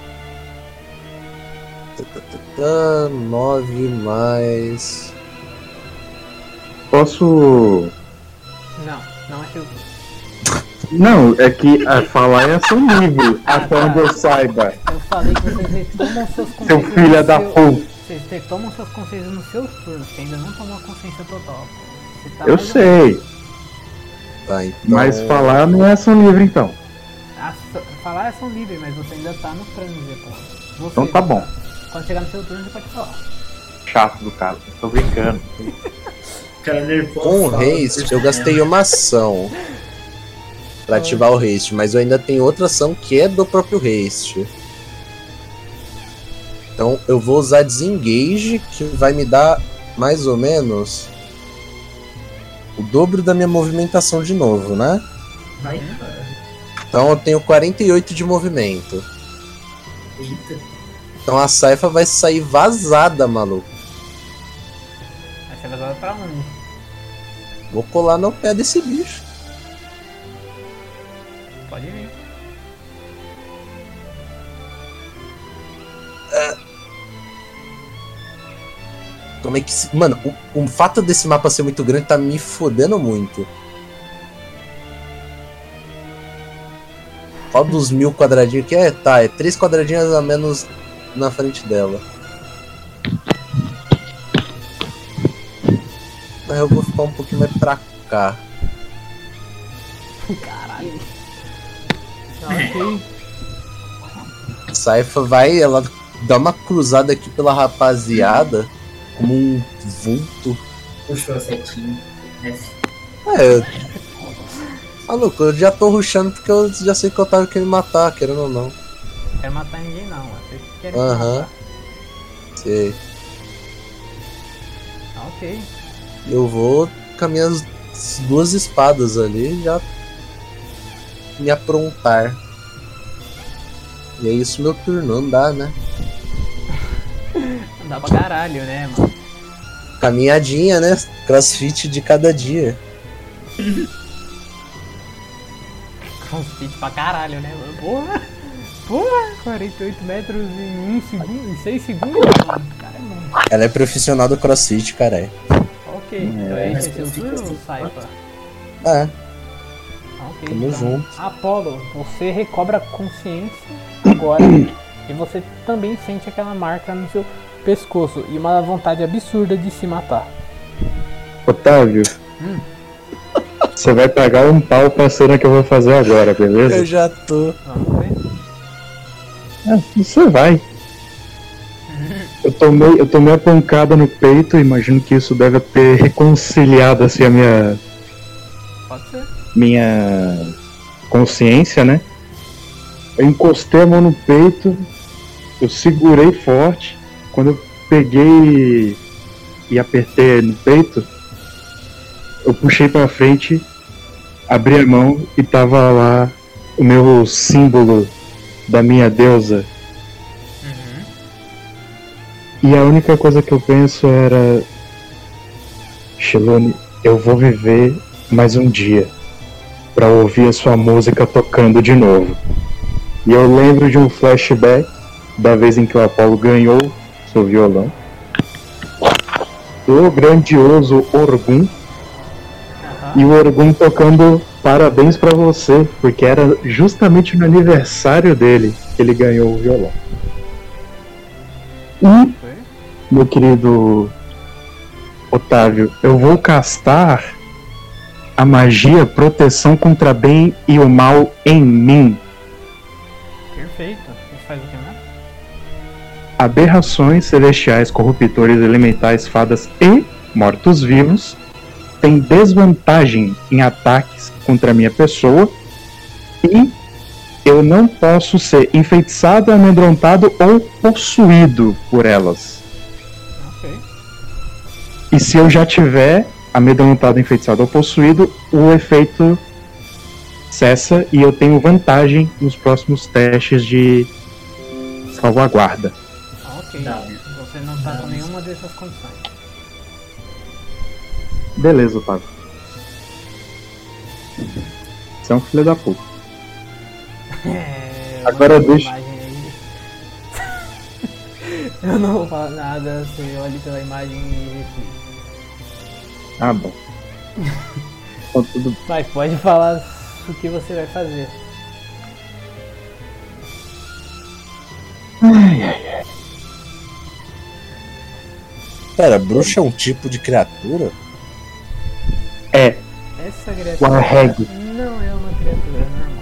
9 mais... Posso... Não é seu. Não, é que falar é ação livre, até onde eu saiba. Eu falei que vocês retomam seus consciências. Seu filho da puta. Vocês retomam suas consciências nos seus turnos, você ainda não tomou a consciência total. Tá eu sei. Tá, então... Mas falar não é ação livre, então. Falar é ação livre, mas você ainda tá no transe, pô. Então tá bom. Quando chegar no seu turno, você pode falar. Chato do cara, tô brincando. Com o haste, eu gastei uma ação pra ativar o haste, mas eu ainda tenho outra ação que é do próprio haste. Então eu vou usar Disengage, que vai me dar mais ou menos o dobro da minha movimentação de novo, né? Vai. Então eu tenho 48 de movimento. Eita. Então a Saifa vai sair vazada, maluco. Vai ser vazada pra onde? Vou colar no pé desse bicho. Pode vir. Como é que se... Mano, o fato desse mapa ser muito grande tá me fodendo muito. Qual dos 1000 quadradinhos que é? Tá, é 3 quadradinhos a menos na frente dela. Mas eu vou ficar um pouquinho mais pra cá. Caralho. Ok. Saifa vai, ela dá uma cruzada aqui pela rapaziada, como um vulto. Puxou a setinha. Maluco, eu já tô rushando porque eu já sei que eu tava querendo matar, querendo ou não. Não quero matar ninguém não, vocês querem matar. Sei. Ok. Eu vou com as minhas 2 espadas ali já me aprontar. E é isso, meu turno, não dá, né? Não dá pra caralho, né, mano? Caminhadinha, né? Crossfit de cada dia. Crossfit pra caralho, né, mano? Porra! Porra! 48 metros em 1 segundo, em 6 segundos, mano. Cara, é muito. Ela é profissional do crossfit, caralho. Ok, então esse é seu turno, Saifa? É. Ok, Tamo então, junto. Apolo, você recobra a consciência agora e você também sente aquela marca no seu pescoço e uma vontade absurda de se matar. Otávio, você vai pagar um pau pra cena que eu vou fazer agora, beleza? Eu já tô. Vamos ver. Você vai. Eu tomei a pancada no peito, imagino que isso deve ter reconciliado assim a Pode ser. minha consciência, né? Eu encostei a mão no peito, eu segurei forte, quando eu peguei e apertei no peito, eu puxei pra frente, abri a mão e tava lá o meu símbolo da minha deusa. E a única coisa que eu penso era: Shilone, eu vou viver mais um dia pra ouvir a sua música tocando de novo. E eu lembro de um flashback da vez em que o Apolo ganhou seu violão, do grandioso Orgum, e o Orgum tocando parabéns pra você, porque era justamente no aniversário dele que ele ganhou o violão. E, meu querido Otávio, eu vou castar a magia proteção contra bem e o mal em mim. Perfeito. Isso faz o que mesmo? Aberrações celestiais, corruptores, elementais, fadas e mortos-vivos têm desvantagem em ataques contra a minha pessoa e eu não posso ser enfeitiçado, amedrontado ou possuído por elas. Ok. E se eu já tiver amedrontado, enfeitiçado ou possuído, o efeito cessa e eu tenho vantagem nos próximos testes de salvaguarda. Ok. Você não tá com nenhuma dessas condições. Beleza, Otávio. Você é um filho da puta. Agora deixa. Eu não vou falar nada, você olha pela imagem e Ah, bom. Então, tudo... Mas pode falar o que você vai fazer. Pera, bruxa é um tipo de criatura? É. Essa criatura Warhag. não é uma criatura normal.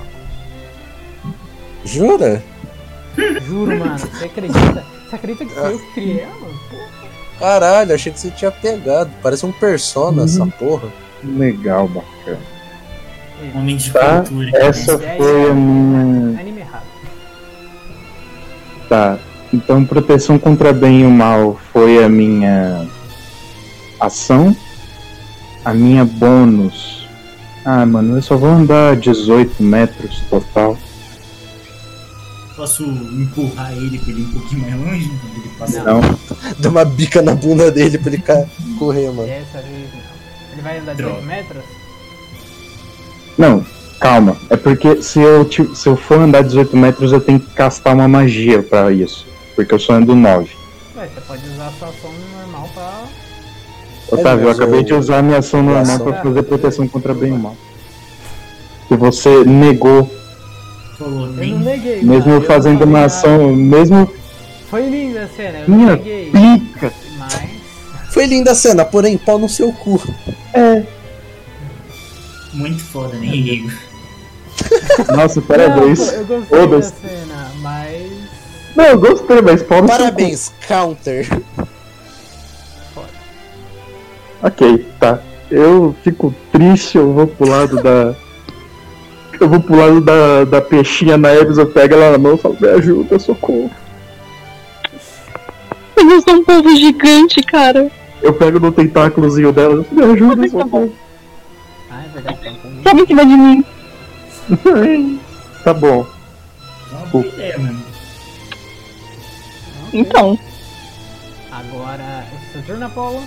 Jura? Juro, mano. Você acredita? Você acredita que foi eu que criei ela? Porra. Caralho, achei que você tinha pegado. Parece um Persona essa porra. Legal, bacana. Homem de Tá, cultura. essa né? foi a minha... Anime errado. Tá, Então, proteção contra bem e o mal foi a minha ação. A minha bônus. Ah, mano, eu só vou andar 18 metros total. Posso empurrar ele pra ele ir um pouquinho mais longe? Pra ele passar? Não. Dá uma bica na bunda dele pra ele correr, mano. Dessa vez não. Ele vai andar 18 metros? Não, calma. É porque se eu for andar 18 metros, eu tenho que castar uma magia pra isso. Porque eu só ando 9. Ué, você pode usar a sua ação normal pra... Otávio, eu acabei de usar a minha ação normal pra fazer proteção contra bem e mal. Que você negou. Falou, Eu não neguei. Mesmo eu fazendo uma ação, mesmo... Foi linda a cena, eu não Minha neguei. pica! Mas... Foi linda a cena, porém, pau no seu cu. Muito foda, né, Igor? Nossa, parabéns. Eu gostei da cena, mas... Não, eu gostei, mas pau no seu cu. Parabéns, counter. Ok, tá. Eu fico triste, eu vou pro lado da... Eu vou pro lado da peixinha na Eves, eu pego ela na mão e falo, me ajuda, socorro. Eles são um povo gigante, cara. Eu pego no tentáculozinho dela, me ajuda, socorro. Ah, é verdade, tá um pouco... Sobe em cima de mim. Tá bom. É uma boa ideia, mano. Então. Agora, é seu turno, Apolo?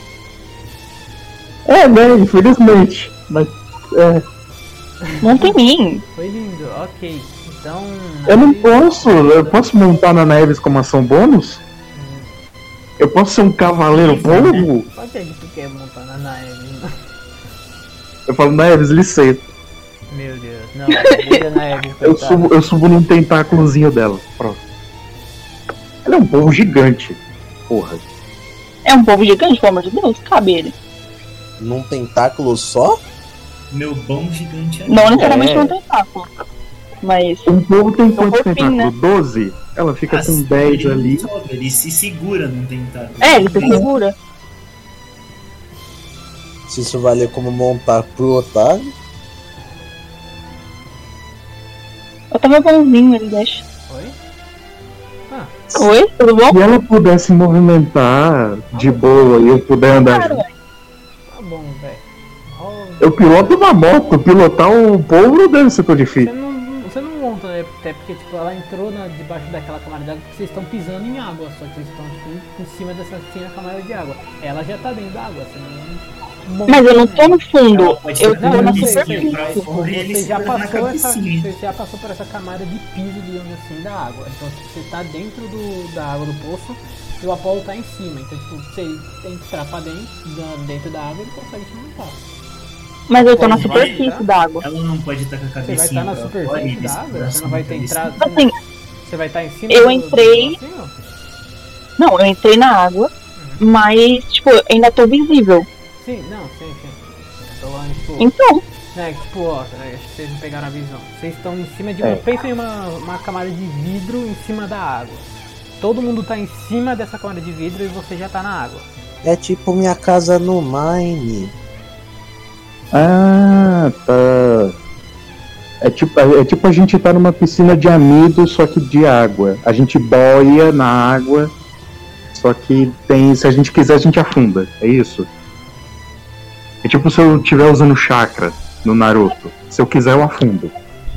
É, né, infelizmente. Mas, Monta em mim. Foi lindo, ok. Então... eu não posso. Eu posso montar na Neves como ação bônus? Eu posso ser um cavaleiro polvo? Qual que é que tu quer montar na nave? Eu falo, Neves, licença. Meu Deus, não, deixa na Eve. Eu subo num tentáculozinho dela. Pronto. Ela é um polvo gigante. Porra. É um povo gigante, pelo amor de Deus, cabe ele. Num tentáculo só? Meu bom gigante ali. Não necessariamente num tentáculo. Mas. Um polvo tem quantos corpinho, tentáculos? né? 12? Ela fica com 10 ele ali. não sobe, ele se segura num tentáculo. É, ele se segura. Se isso valer como montar pro Otávio. Eu tava bonzinho, ele deixa. Oi? Ah, Oi, tudo bom? Se ela pudesse movimentar de boa e eu puder andar Claro, junto. ué. tá bom, velho. Eu piloto uma moto, pilotar o polvo não deve ser tão difícil. Você não monta, né? Até porque tipo, ela entrou debaixo daquela camada de água porque vocês estão pisando em água, só que vocês estão tipo, em cima dessa fina camada de água. Ela já tá dentro da água, você não monta, Mas eu não tô no fundo, eu Não, tô eu na sei, superfície. pra fora e ele você já segura na passou cabecinha. você já passou por essa camada de piso, digamos assim, da água. Então tipo, você tá dentro da água do poço e o Apolo tá em cima. Então tipo, você entrar pra dentro da água, ele consegue te montar. Mas eu tô na Pode superfície vai, da água. Ela não pode estar com a Você vai cabecinha estar na pra fora superfície e da água? segurar Você não vai na ter cabecinha. entrado? Assim, Você vai estar em cima eu do entrei- negocinho? Não, eu entrei na água, mas, tipo, eu ainda tô visível. Sim, não, sim. Eu tô lá, tipo... Então, É, tipo, ó, acho que vocês não pegaram a visão. Vocês estão em cima de uma... Pensa em uma camada de vidro em cima da água. Todo mundo tá em cima dessa camada de vidro e você já tá na água. É tipo minha casa no Mine. Ah, tá. É tipo a gente tá numa piscina de amido, só que de água. A gente boia na água, só que tem. Se a gente quiser, a gente afunda. É isso? É tipo se eu estiver usando chakra no Naruto. Se eu quiser, eu afundo.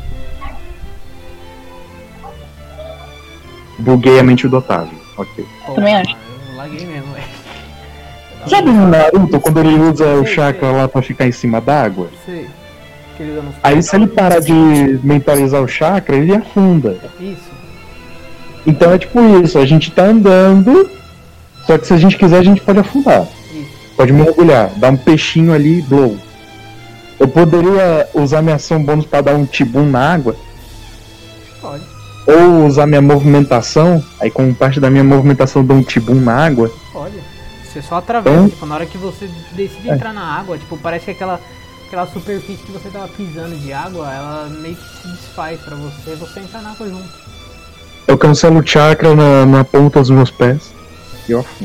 Buguei a mente do Otávio. Ok. Pô, Também acho. Eu laguei mesmo, velho. Sabe no Naruto, quando ele usa o Sei, chakra sei. lá pra ficar em cima d'água? Sei. Que ele usa nos- Aí se ele parar de mentalizar o chakra, ele afunda. Isso. Então é tipo isso, a gente tá andando, só que se a gente quiser a gente pode afundar. Isso. Pode mergulhar, dar um peixinho ali e blow. Eu poderia usar minha ação bônus pra dar um tibum na água, Pode. ou usar minha movimentação, aí como parte da minha movimentação eu dou um tibum na água. Pode. Você só atravessa, Então- tipo, na hora que você decide entrar na água, tipo, parece que aquela superfície que você tava pisando de água, ela meio que se desfaz pra você, você entra na água junto. Eu cancelo o chakra na ponta dos meus pés e eu afundo.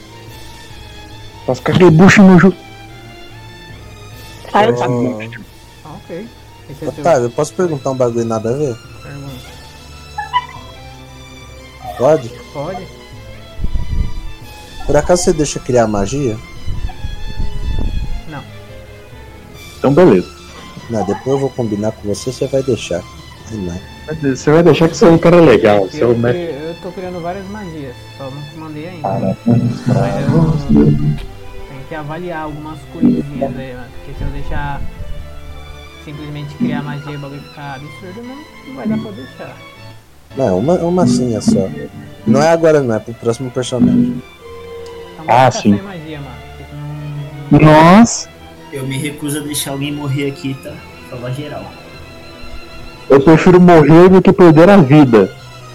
Faço Kagebushi no Ju. sai, tá. Ah, ok. Esse é o teu Otávio, eu posso perguntar um bagulho nada a ver? pergunta. Pode? Pode. Por acaso você deixa criar magia? Não. Então beleza. Não, depois eu vou combinar com você, você vai deixar. Não. Você vai deixar que você é um cara legal. Você é o Eu tô criando várias magias, só não te mandei ainda. Mas eu tenho que avaliar algumas coisinhas aí, mano. Porque se eu deixar simplesmente criar magia e o bagulho ficar absurdo, não vai dar pra deixar. Não, uma massinha só. Não é agora não, é pro próximo personagem. Então, sim. Sem magia, mano. Nossa! Eu me recuso a deixar alguém morrer aqui, tá? Falar geral. Eu prefiro morrer do que perder a vida.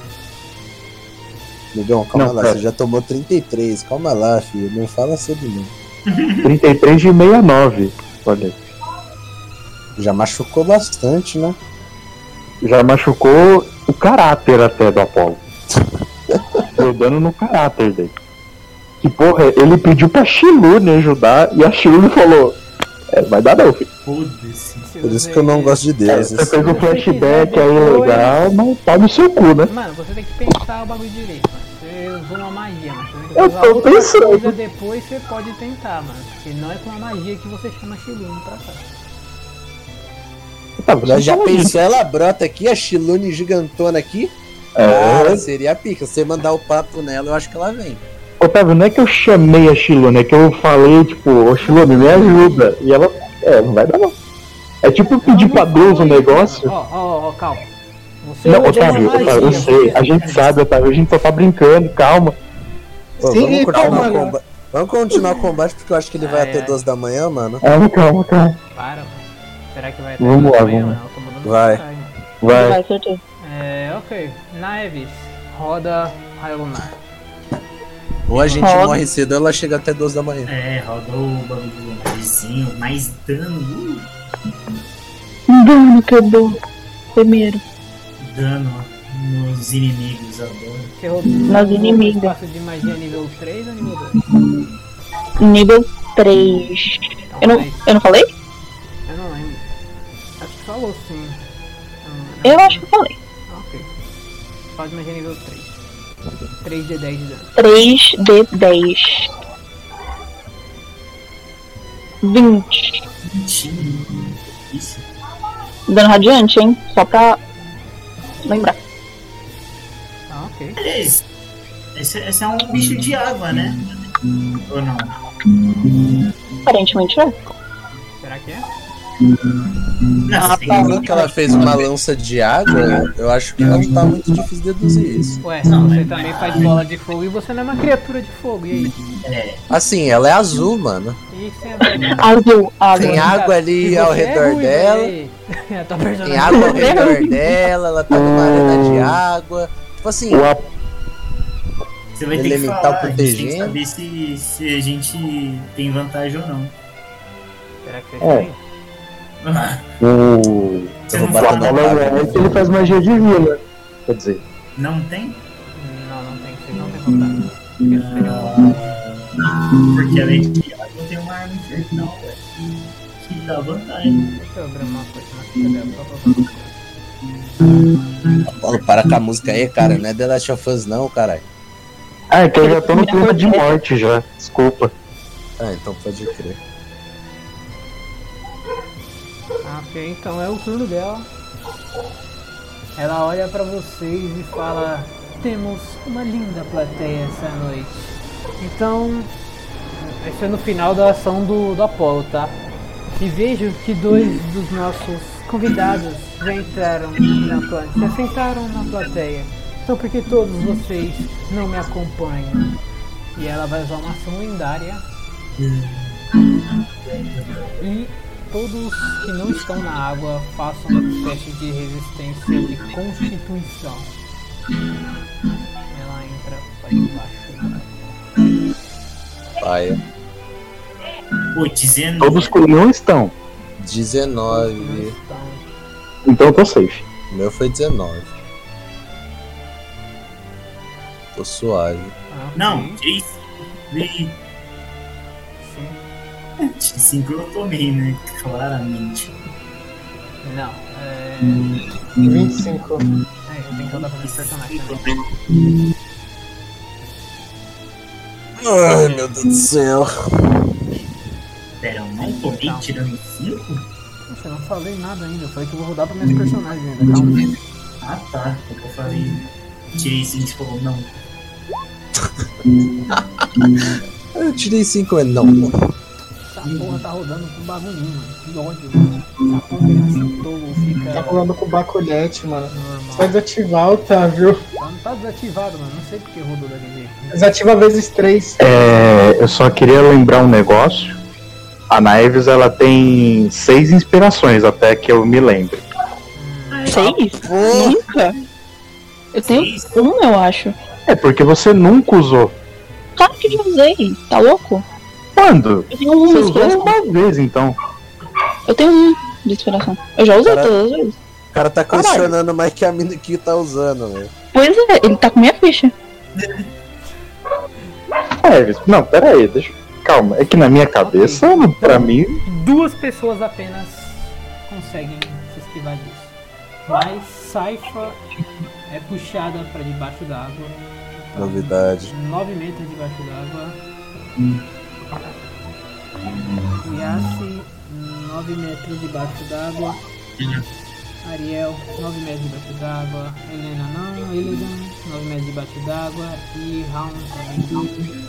Migão, calma Não, lá, cara. você já tomou 33, calma lá, filho, não fala sobre não. 33 de 69. Olha aí. Já machucou bastante, né? Já machucou o caráter até do Apolo. Deu dano no caráter dele. Que porra, ele pediu pra Shilune ajudar e a Shilune falou: vai dar não, filho. Foda-se. Por isso que eu não gosto de deuses. Você fez um flashback aí legal, mas tá no seu cu, né? Mano, você tem que pensar o bagulho direito, mano. Você usou uma magia, mano. Você tem que Eu usar tô outra pensando. coisa depois, você pode tentar, mano. Porque não é com a magia que você chama Shilune pra cá. Tá, você Nós já falou pensou, isso. ela brota aqui, a Shilune gigantona aqui. É. Cara, seria a pica. Se você mandar o papo nela, eu acho que ela vem. Otávio, não é que eu chamei a Shilune, é que eu falei, tipo, ô Shilune, me ajuda. E ela, não vai dar não. É tipo eu pedir pra Deus um negócio. Ó, calma. Você Não, usou Otávio, uma Otávio, eu magia, sei, a gente sabe, Otávio, a gente só tá brincando, calma. Pô, Sim, vamos continuar calma, o combate. Vamos continuar o combate porque eu acho que ele vai Ai, até ai. 2 da manhã, mano. Calma. Para, mano. Será que vai até Vamos lá, amanhã, vamos. mano? Eu tô mudando Vai. pra cá, mano. Vai. Vai, certeza. Ok. Naeves, roda Raio Lunar. Ou a gente Roda. morre cedo ou ela chega até 2 da manhã. Rodou o bagulho do vizinho, mais dano. Dano que eu dou primeiro. Dano nos inimigos, adoro. Você rodou Nas inimigas. espaço de magia nível 3 ou nível 2? Nível 3. Então, Eu não falei? Eu não lembro. Acho que falou sim. Eu acho que eu falei. Ok. Espaço de magia nível 3. 3 de 10 de dano. 3 de 10. 20. Isso. Dano radiante, hein? Só pra lembrar. Ok. Esse é um bicho de água, né? Ou não? Aparentemente é. Será que é? Não, você tem Falando que ela fez uma lança de água, eu acho que não tá muito difícil deduzir isso. Ué, Não, você mas- também faz bola de fogo e você não é uma criatura de fogo. E aí? Assim, ela é azul, mano. E isso tem a ver? Azul, água. Tem água ali E ao você é redor ruiva, dela. e aí? A tua Tem personagem água ao redor dela, ela tá numa arena de água. Tipo assim, O Ap- Você vai ter que elemental falar, a gente tem que protegendo. saber se a gente tem vantagem ou não. Será que você É. tem? o Você Eu não vou bater fala, no Apolo é que ele faz magia divina. Quer dizer, não tem? Não tem. Você não tem vantagem. Porque isso seria um- Porque além de água tem uma arma infernal, velho. Que dá vantagem. Deixa eu abrir uma coisa na ficha dela, só pra ver. Paulo, para com a música aí, cara. Não é The Last of Us, não, caralho. é que eu já tô no clima de morte já, desculpa. Ah, então pode crer. Ok, então é o turno dela. Ela olha pra vocês e fala: temos uma linda plateia essa noite. Então, esse é no final da ação do Apolo, tá? E vejo que 2 dos nossos convidados já entraram na plateia, se assentaram na plateia. Então por que todos vocês não me acompanham? E ela vai usar uma ação lendária. E todos que não estão na água façam um teste de resistência de constituição. Ela entra para debaixo da água. Paia. Pô, dizendo. Todos que não estão. 19. Não estão. Então eu tô safe. O meu foi 19. Tô suave. Ah, ok. Não, J5. Sim. J5 eu tomei, né? Claramente. Não. 25. Eu tenho que rodar pra ver esse personagem também. Ai, meu Deus do céu. Pera, eu não tomei tirando 5? Poxa, eu não falei nada ainda. Eu falei que eu vou rodar pra minhas personagens ainda. Calma. Ah, tá. Porque eu falei. Tirei 5 e você falou não. Eu tirei 5, é não. Essa porra tá rodando com bagulhinho, mano. Que ódio, mano. Essa porra ele acertou, fica. Tá rolando com baculhete, mano. Você vai desativar, Otávio. Não tá desativado, mano. Não sei porque rodou daquele jeito. Desativa vezes 3. Eu só queria lembrar um negócio. A Naeves, ela tem 6 inspirações, até que eu me lembre. 6? Nunca? Eu tenho 1, eu acho. É porque você nunca usou. Claro que já usei, tá louco? Quando? Eu tenho 1 de Você usou inspiração. uma vez, então. Eu tenho 1 de inspiração. Eu já usei todas as vezes. O cara tá questionando mais que a mina que tá usando, velho. Pois é, ele tá com minha ficha. Não, pera aí, calma. É que na minha cabeça, pra mim... 2 pessoas apenas conseguem se esquivar disso. Mas Saifa é puxada pra debaixo d'água. Novidade. 9 metros debaixo d'água. Yassi, 9 metros debaixo d'água. Ariel, 9 metros debaixo d'água. Helena não, Illidan, 9 metros debaixo d'água. E Raon também.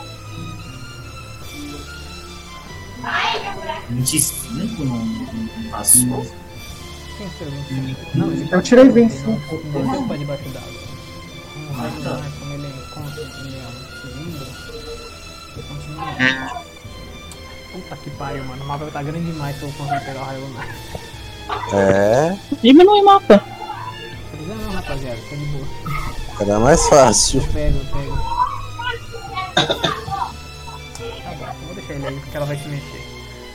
25 não passou? Quem tirou 25? Não, ele Eu tirei 25. desceu pra debaixo d'água. Como ele encontra, ele é um cilindro. Ele continua. Puta que pariu, mano. O mapa tá grande demais pra eu conseguir pegar o raio lunar. É. Diminui o mapa. Não precisa não, rapaziada. Fica de boa. Era mais fácil. Eu pego. Tá bom, vou deixar ele aí porque ela vai se mexer.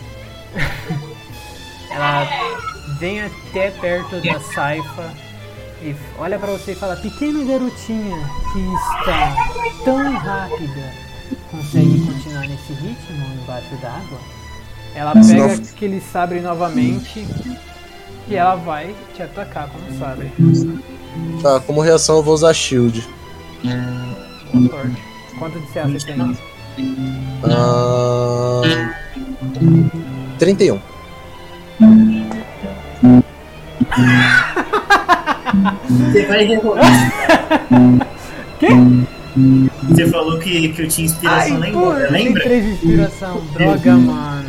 Ela vem até perto da Saifa e olha pra você e fala: pequena garotinha que está tão rápida, consegue continuar nesse ritmo embaixo d'água? Ela pega aquele sabre novamente e ela vai te atacar com o sabre. Tá, como reação eu vou usar shield. Com sorte. Quanto de CA você tem? 31. Você vai rerolar. Que? Você falou que eu tinha inspiração, lembra? Tem 3 de inspiração, droga, mano.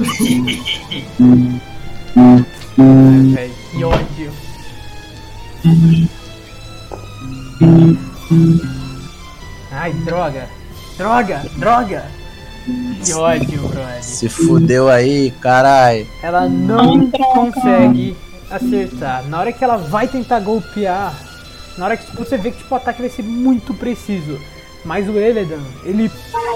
Ai, velho, que ódio. Ai, droga. Que ódio, brother. Se fudeu aí, carai. Ela não consegue acertar. Na hora que ela vai tentar golpear, na hora que você vê que tipo, o ataque vai ser muito preciso. Mas o Illidan, ele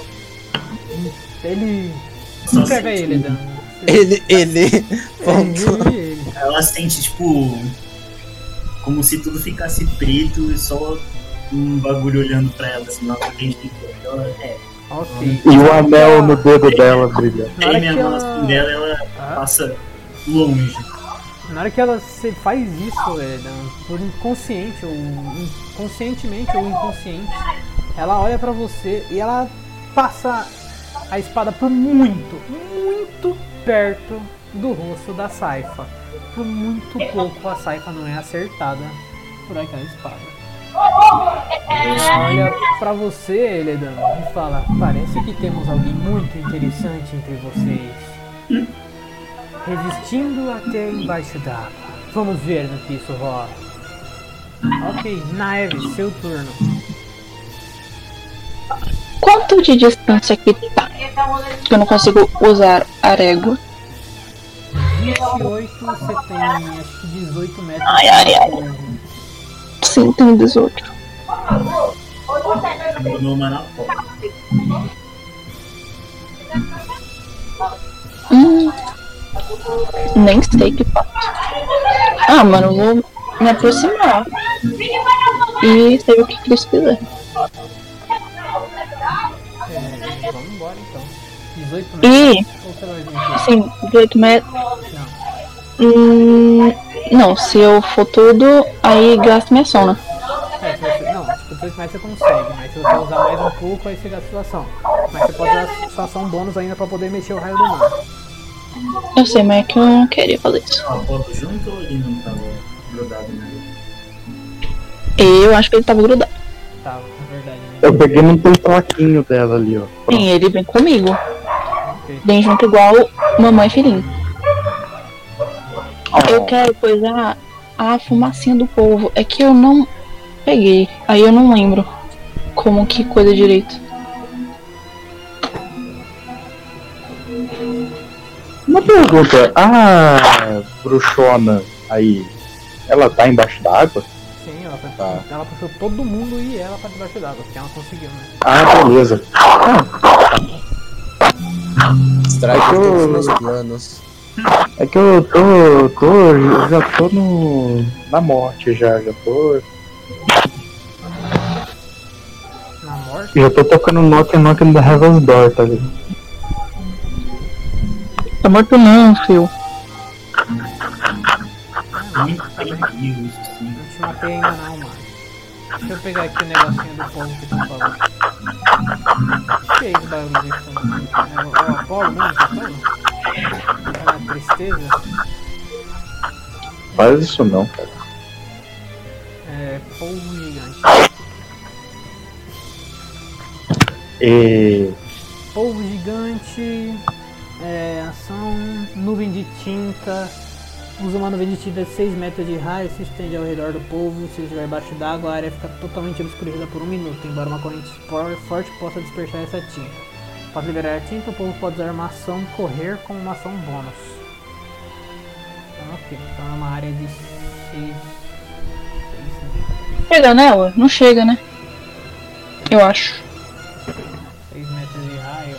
pega Illidan. Ele. Ela sente, tipo, como se tudo ficasse preto e só um bagulho olhando pra ela, assim, na frente de tudo. Ok. E o anel no dedo dela brilha. Na hora que a mão assim dela, ela passa longe. Na hora que ela faz isso, por inconsciente, ou conscientemente ou inconsciente, ela olha pra você e ela passa a espada por muito perto do rosto da Saifa. Por muito pouco a Saifa não é acertada por aquela espada. Ela olha pra você, Illidan, e fala: parece que temos alguém muito interessante entre vocês. Resistindo até embaixo d'água. Vamos ver no que isso rola. Ok, Naeves, seu turno. Quanto de distância que tá? Que eu não consigo usar a régua. 28, você tem acho que 18 metros. Ai. Sim, tem 18. Nem sei que fato. Mano, eu vou me aproximar e sei o que eles quiser. Vamos embora então. 18 metros? Ou você vai vir aqui? Sim, 18 metros. Não, se eu for tudo, aí gasto minha sona. Não, tipo, ações, mais você consegue. Mas se você usar mais um pouco, aí você gasta sua ação. Mas você pode usar sua ação bônus ainda pra poder mexer o raio do mar. Eu sei, mas é que eu não queria fazer isso. O Apolo junto ou ele não tava grudado nele? Eu acho que ele tava grudado. Tava, na verdade. Né? Eu peguei num plaquinho dela ali, ó. Pronto. Sim, ele vem comigo. Ok. Vem junto igual mamãe e filhinho. Eu quero coisar a fumacinha do povo. É que eu não peguei. Aí eu não lembro como que coisa direito. Uma pergunta, a bruxona aí, ela tá embaixo d'água? Sim, ela, Tá. ela puxou todo mundo e ela pra debaixo d'água, porque ela conseguiu, né? Ah, beleza. Estraga É que eu- todos os meus planos. É que eu já tô na morte já tô... Na morte. Já tô tocando Knock da Heaven's Door, tá ligado? Tá morto não, filho. Muito perigoso, assim. Não te matei ainda não, mano. Deixa eu pegar aqui o negocinho do povo que tu falou. O que é esse barulho de fundo? É o Apolo mesmo que tá falando? Tá na tristeza? Faz isso não, cara. É polvo gigante. E... Polvo gigante, ação, nuvem de tinta, usa uma nuvem de tinta de 6 metros de raio, se estende ao redor do polvo, se estiver embaixo d'água, a área fica totalmente obscurecida por 1 minuto, embora uma corrente forte possa dispersar essa tinta. Para liberar a tinta, o polvo pode usar uma ação correr com uma ação bônus. Ok, então é uma área de 6 metros. Chega nela? Não chega, né? Eu acho. 6 metros de raio.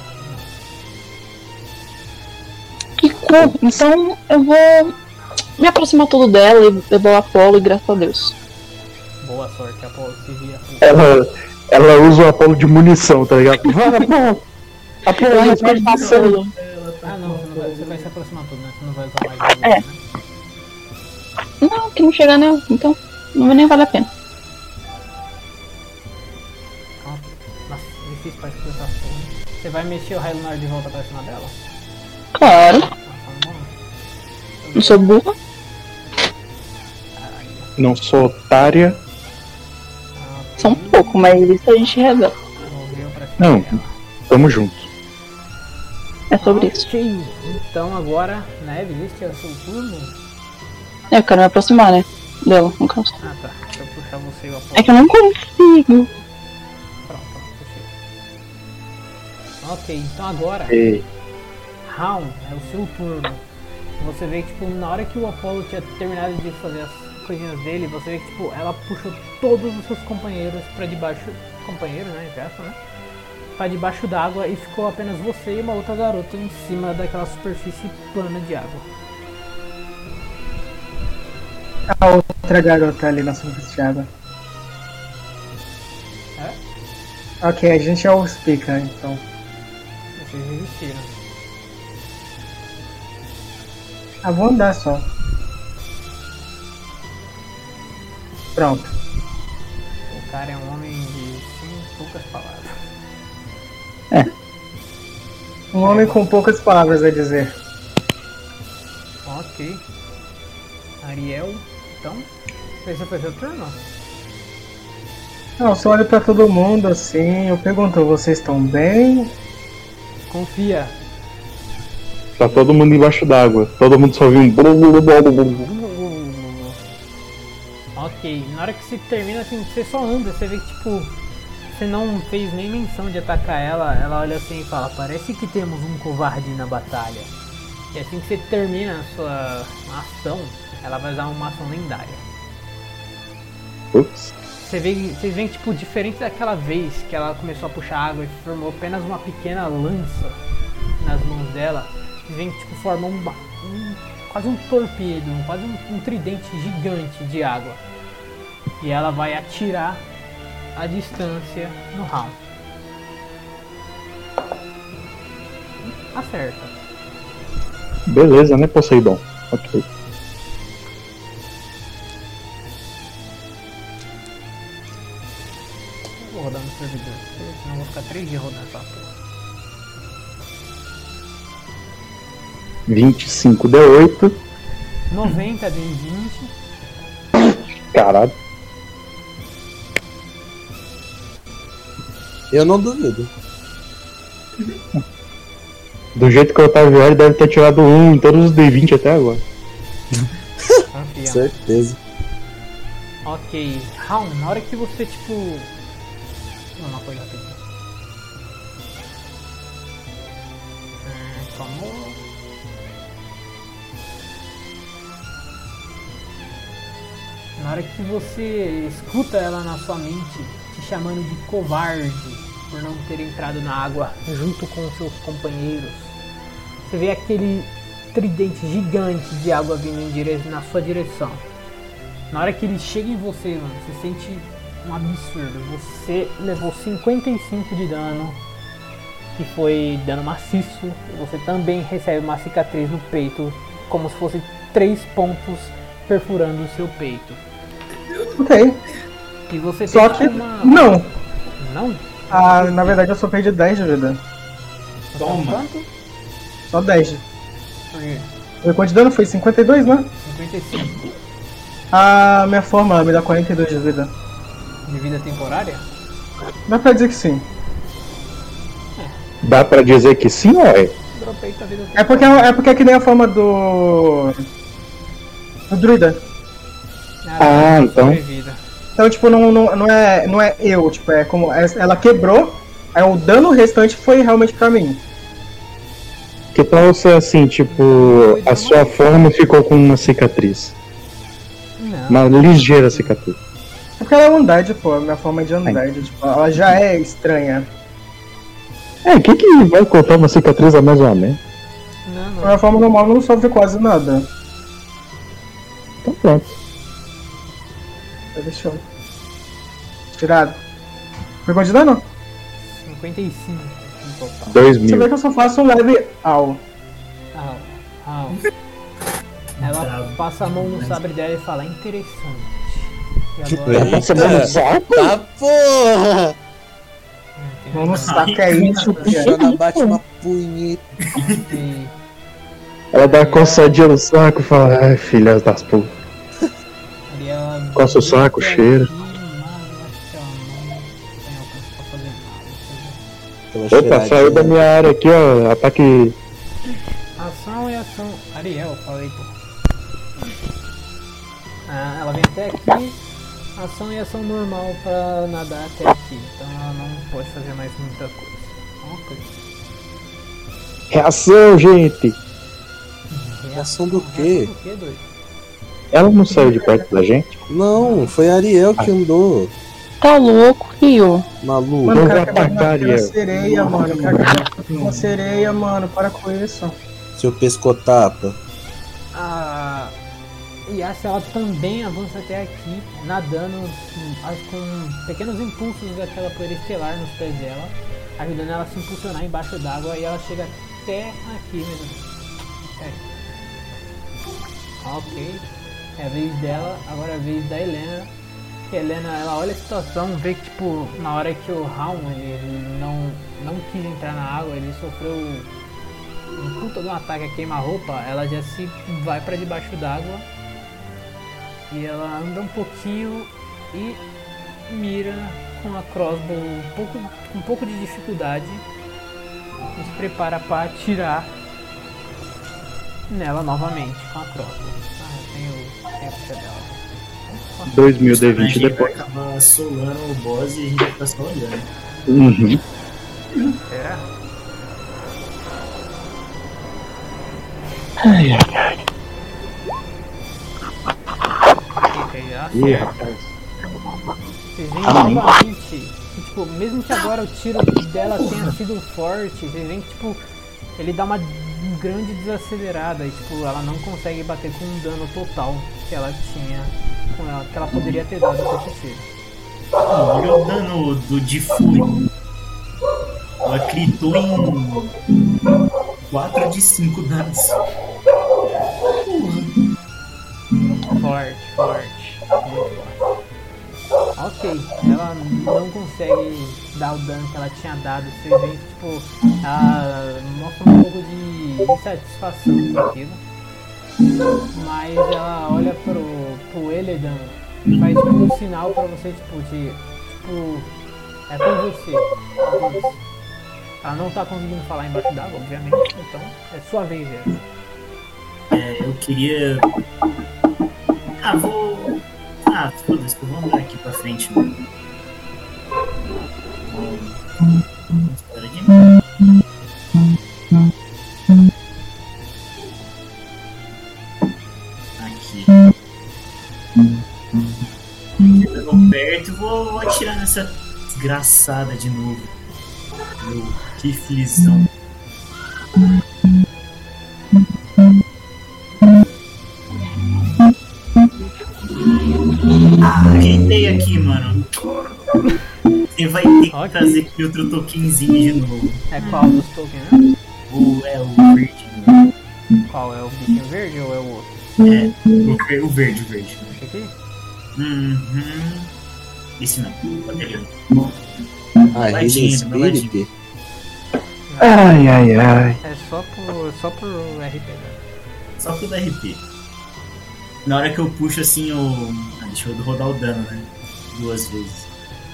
Que cool. Então eu vou me aproximar tudo dela e levar o Apolo e graças a Deus. Boa sorte, Apolo, se vira. Ela usa o Apolo de munição, tá ligado? Vai, Apolo! Apolo, Eu vai vou Apolo. Ah não, você vai se aproximar tudo, né? Você não vai usar mais o É. né? Não, que não chega nela, então não vai nem valer a pena. Nossa, difícil pra explicar as coisas. Você vai mexer o raio lunar de volta pra cima dela? Claro, Ah, tá bom. não sou burra. Caralho. Não sou otária. Só um pouco, mas isso a gente revela. Moveu pra cima Não. dela. Tamo junto. É sobre isso. Ok, então agora, Neve, este é o seu turno? Eu quero me aproximar, né? Dela, no caso. Ah tá, deixa eu puxar você e o Apolo. É que eu não consigo. Pronto, puxei. Ok, então agora, E... Raon, é o seu turno. Você vê que, tipo, na hora que o Apolo tinha terminado de fazer as coisinhas dele, você vê que, tipo, ela puxou todos os seus companheiros pra debaixo... Companheiros, né, entre aspas, né? Pra debaixo d'água e ficou apenas você e uma outra garota em cima daquela superfície plana de água. A outra garota ali na superfície de água. É? Ok, a gente já os explica, então. Vocês resistiram. Ah, vou andar só. Pronto. O cara é um homem de poucas palavras. Um homem com poucas palavras a dizer. Ok. Ariel, então, esse foi seu turno? Não, eu só olho pra todo mundo assim, eu pergunto, vocês estão bem? Confia. Tá todo mundo embaixo d'água. Todo mundo só viu um... Ok, na hora que se termina assim, você só anda, você vê que tipo, você não fez nem menção de atacar ela, ela olha assim e fala, parece que temos um covarde na batalha. E assim que você termina a sua ação, ela vai usar uma ação lendária. Ups. Vocês veem que, tipo, diferente daquela vez que ela começou a puxar água e formou apenas uma pequena lança nas mãos dela, vocês veem que, tipo, formou quase um torpedo, quase um tridente gigante de água. E ela vai atirar a distância no round. Acerta. Beleza, né, Poseidon? Ok. Vou rodar no servidor, senão eu vou ficar 3 dias rodando essa porra. 25 D8. 90 D20. Caralho. Eu não duvido. Do jeito que o Otávio ele deve ter tirado 1 em todos os D20 até agora. Confia. Certeza. Ok, Raul, na hora que você tipo. Uma coisa rapidinho. Famoso. Na hora que você escuta ela na sua mente te chamando de covarde por não ter entrado na água junto com seus companheiros, você vê aquele tridente gigante de água vindo na sua direção. Na hora que ele chega em você, mano, você sente um absurdo. Você levou 55 de dano, que foi dano maciço. E você também recebe uma cicatriz no peito, como se fosse 3 pontos perfurando o seu peito. Ok. E você Só tem que uma... não. Não? Ah, na verdade eu só perdi 10 de vida. Toma. Quanto? Só 10. Por quê? Foi quanto de dano? Foi 52, né? 55. Ah, minha forma me dá 42 de vida. De vida temporária? Dá pra dizer que sim. Dá pra dizer que sim ou é? Dropei tua vida É porque é que nem a forma do druida. Ah, então. Sobrevida. Então, tipo, não é eu, tipo, é como ela quebrou, aí o dano restante foi realmente pra mim. Que tal você assim, tipo, a sua forma ficou com uma cicatriz? Não. Uma ligeira cicatriz. É porque ela é undead, pô, minha forma é de undead, tipo, ela já é estranha. É, que vai cortar uma cicatriz a mais ou menos? Não, A não. minha forma normal não sofre quase nada. Então pronto. Deixa eu... Tirado. Foi quanto de dano? 55 no total. 2.000. Você vê que eu só faço um leve ao. Au. Ela passa a mão no sabre dela e fala, interessante. E agora... Tá porra! Mão no saco é isso, cara. Ela bate uma punheta. E- Ela dá uma coçadinha no saco e fala, ai, filhas das putas. e ela- Coça o saco, cheira. Opa, saiu da minha área aqui, ó. Ataque. Ação e ação. Ariel, falei, pô. Ela vem até aqui. Ação e ação normal pra nadar até aqui. Então ela não pode fazer mais muita coisa. Ok. Reação, gente! Reação do quê? Do quê, doido? Ela não saiu de perto da gente? Não, foi a Ariel que andou. Tá louco, Rio? Maluco. Mano, o Eu cara vou quer atacar, uma Ariel. sereia, mano. O cara quer uma sereia, mano. Para com isso. Seu pescotapa. A Yassi, ela também avança até aqui, nadando com pequenos impulsos daquela poeira estelar nos pés dela, ajudando ela a se impulsionar embaixo d'água, e ela chega até aqui mesmo. Ok, é a vez dela, agora é a vez da Helena. A Helena, ela olha a situação, vê que tipo, na hora que o Raul ele não quis entrar na água, ele sofreu um puta de um ataque a queima-roupa, ela já se vai pra debaixo d'água e ela anda um pouquinho e mira com a crossbow com um pouco de dificuldade e se prepara para atirar nela novamente com a crossbow. Eu tenho que ser dela. 2.000 A D20 gente depois. vai acabar solando o boss e a gente vai ficar só olhando. Uhum. Será? Ai, ai, ai. Ih, rapaz. Vocês veem novamente que, tipo, mesmo que agora o tiro dela tenha sido forte, vocês veem que, tipo, ele dá uma grande desacelerada e, tipo, ela não consegue bater com um dano total que ela tinha com ela, que ela poderia ter dado com esse tiro. Olha o dano de fúria. Ela gritou em 4 de 5 dados. Forte, muito forte. Ok, ok. Ela não consegue dar o dano que ela tinha dado. Você vê que, tipo, ela mostra um pouco de insatisfação com aquilo. Mas ela olha pro Eledan e faz tipo um sinal pra você, tipo, é com você. Avance. Ela não tá conseguindo falar embaixo d'água, obviamente, então é sua vez, velho. Eu queria. Foda-se, eu vou andar aqui pra frente, mano. Espera aqui. Aqui. Chegando perto, vou atirar nessa desgraçada de novo. Meu riflezão. Ajeitei aqui, mano. Você vai ter que trazer aqui outro tokenzinho de novo. É qual dos tokens, né? O verde. Né? Qual? É o bichinho verde ou é o outro? O verde. Esse aqui? Esse não, pode ali. Spirit? Ai. É só pro RP, né? Só pro RP. Na hora que eu puxo assim deixa eu rodar o dano, né? 2 vezes.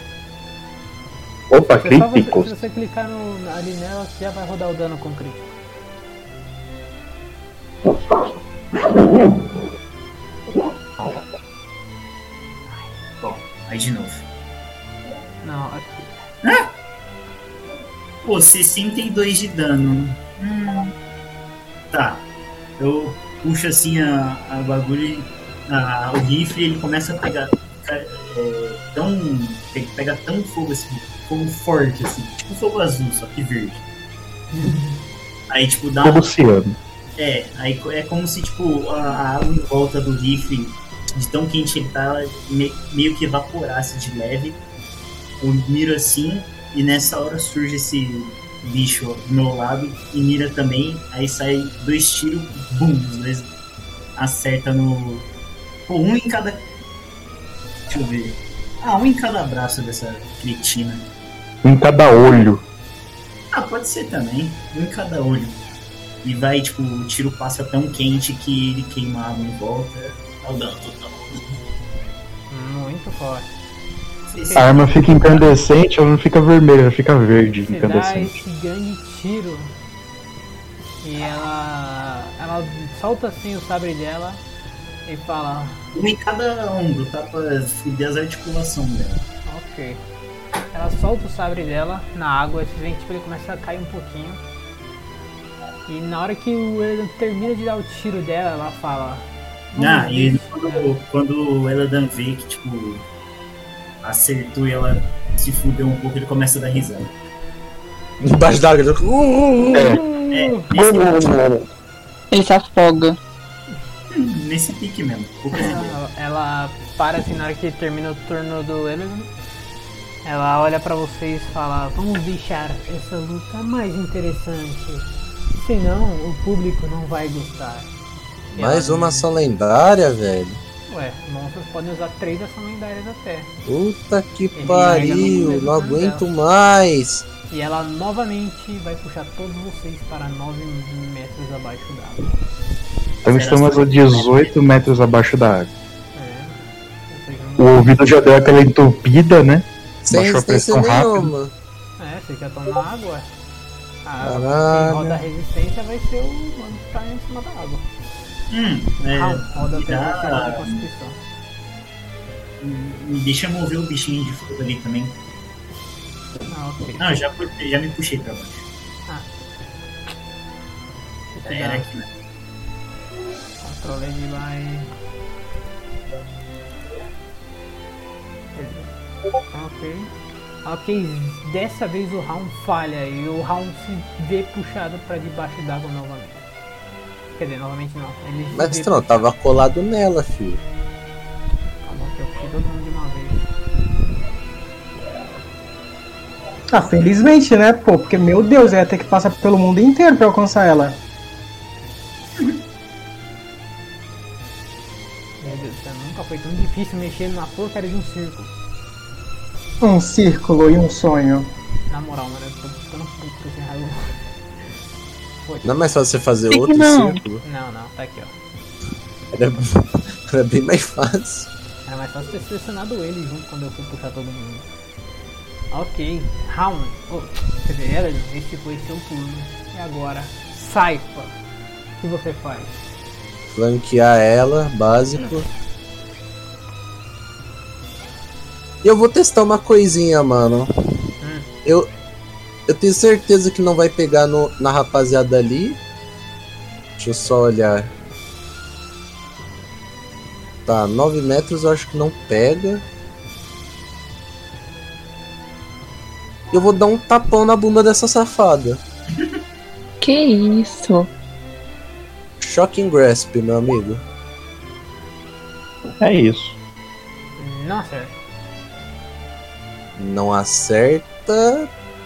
Opa, crítico. Se você clicar ali nela, você já vai rodar o dano com crítico. Bom, aí de novo. Não, aqui. Pô, 62 de dano. Tá. Eu puxo assim a bagulho, o rifle, ele começa a pegar pega tão fogo assim, fogo forte assim, tipo fogo azul, só que verde. Aí tipo dá fogo ciano. Aí é como se tipo a água em volta do rifle, de tão quente ele tá, meio que evaporasse de leve. Eu miro assim e nessa hora surge esse bicho do meu lado e mira também, aí sai 2 tiros, bum, os 2 acerta no... Pô, um em cada... Deixa eu ver... um em cada braço dessa cretina. Um em cada olho. Pode ser também, um em cada olho. E vai, tipo, o tiro passa tão quente que ele queima a água em volta. É o dano total. Muito forte. A arma fica incandescente, ela não fica vermelha, ela fica verde. Você dá esse grande tiro e ela solta assim o sabre dela e fala... Um em cada ombro, tá? Pra fuder as articulações dela. Ok. Ela solta o sabre dela na água, você vê que tipo, ele começa a cair um pouquinho. E na hora que o Eladan termina de dar o tiro dela, ela fala... E quando o Eladan vê que tipo... acertou e ela se fudeu um pouco, ele começa a dar risada. Embaixo d'água. Ele se afoga. Nesse pique mesmo. Ela para assim na hora que termina o turno do Eladan. Ela olha pra vocês e fala: vamos deixar essa luta mais interessante. Senão o público não vai gostar. Mais uma ação lendária, velho. Ué, monstros podem usar 3 ações lendárias até. Puta que pariu, não aguento mais. E ela novamente vai puxar todos vocês para 9 metros abaixo d'água. Então estamos a 18 metros abaixo da água. O ouvido já deu aquela entupida, né? Sem resistência nenhuma. Vocês já estão na água. Quem roda a resistência vai ser o mano que tá em cima da água. Roda a Constituição. Deixa eu mover o bichinho de fogo ali também. Ok. Não, já me puxei pra baixo. Era aqui, né? Controle de vai. Ok, dessa vez o Raon falha e o Raon se vê puxado pra debaixo d'água novamente. Quer dizer, novamente não. Mas você não tava colado nela, filho. Calma que eu puxei todo mundo de uma vez. Felizmente, né, pô? Porque, meu Deus, ia ter que passar pelo mundo inteiro pra alcançar ela. Meu Deus do céu, nunca foi tão difícil mexer na porcaria de um círculo. Um círculo e um sonho. Na moral, mano, eu tô ficando puto com esse raio. Não é mais fácil você fazer Tem que outro não. círculo? Não, tá aqui, ó. Era bem mais fácil. Era mais fácil ter selecionado ele junto quando eu fui puxar todo mundo. Ok, round. Oh, quer dizer, era, esse foi seu turno. E agora, Saifa. O que você faz? Flanquear ela, básico. E eu vou testar uma coisinha, mano. Eu tenho certeza que não vai pegar na rapaziada ali. Deixa eu só olhar. Tá, 9 metros eu acho que não pega. Eu vou dar um tapão na bunda dessa safada. Que isso? Shocking Grasp, meu amigo. É isso. Não acerta. Não acerta.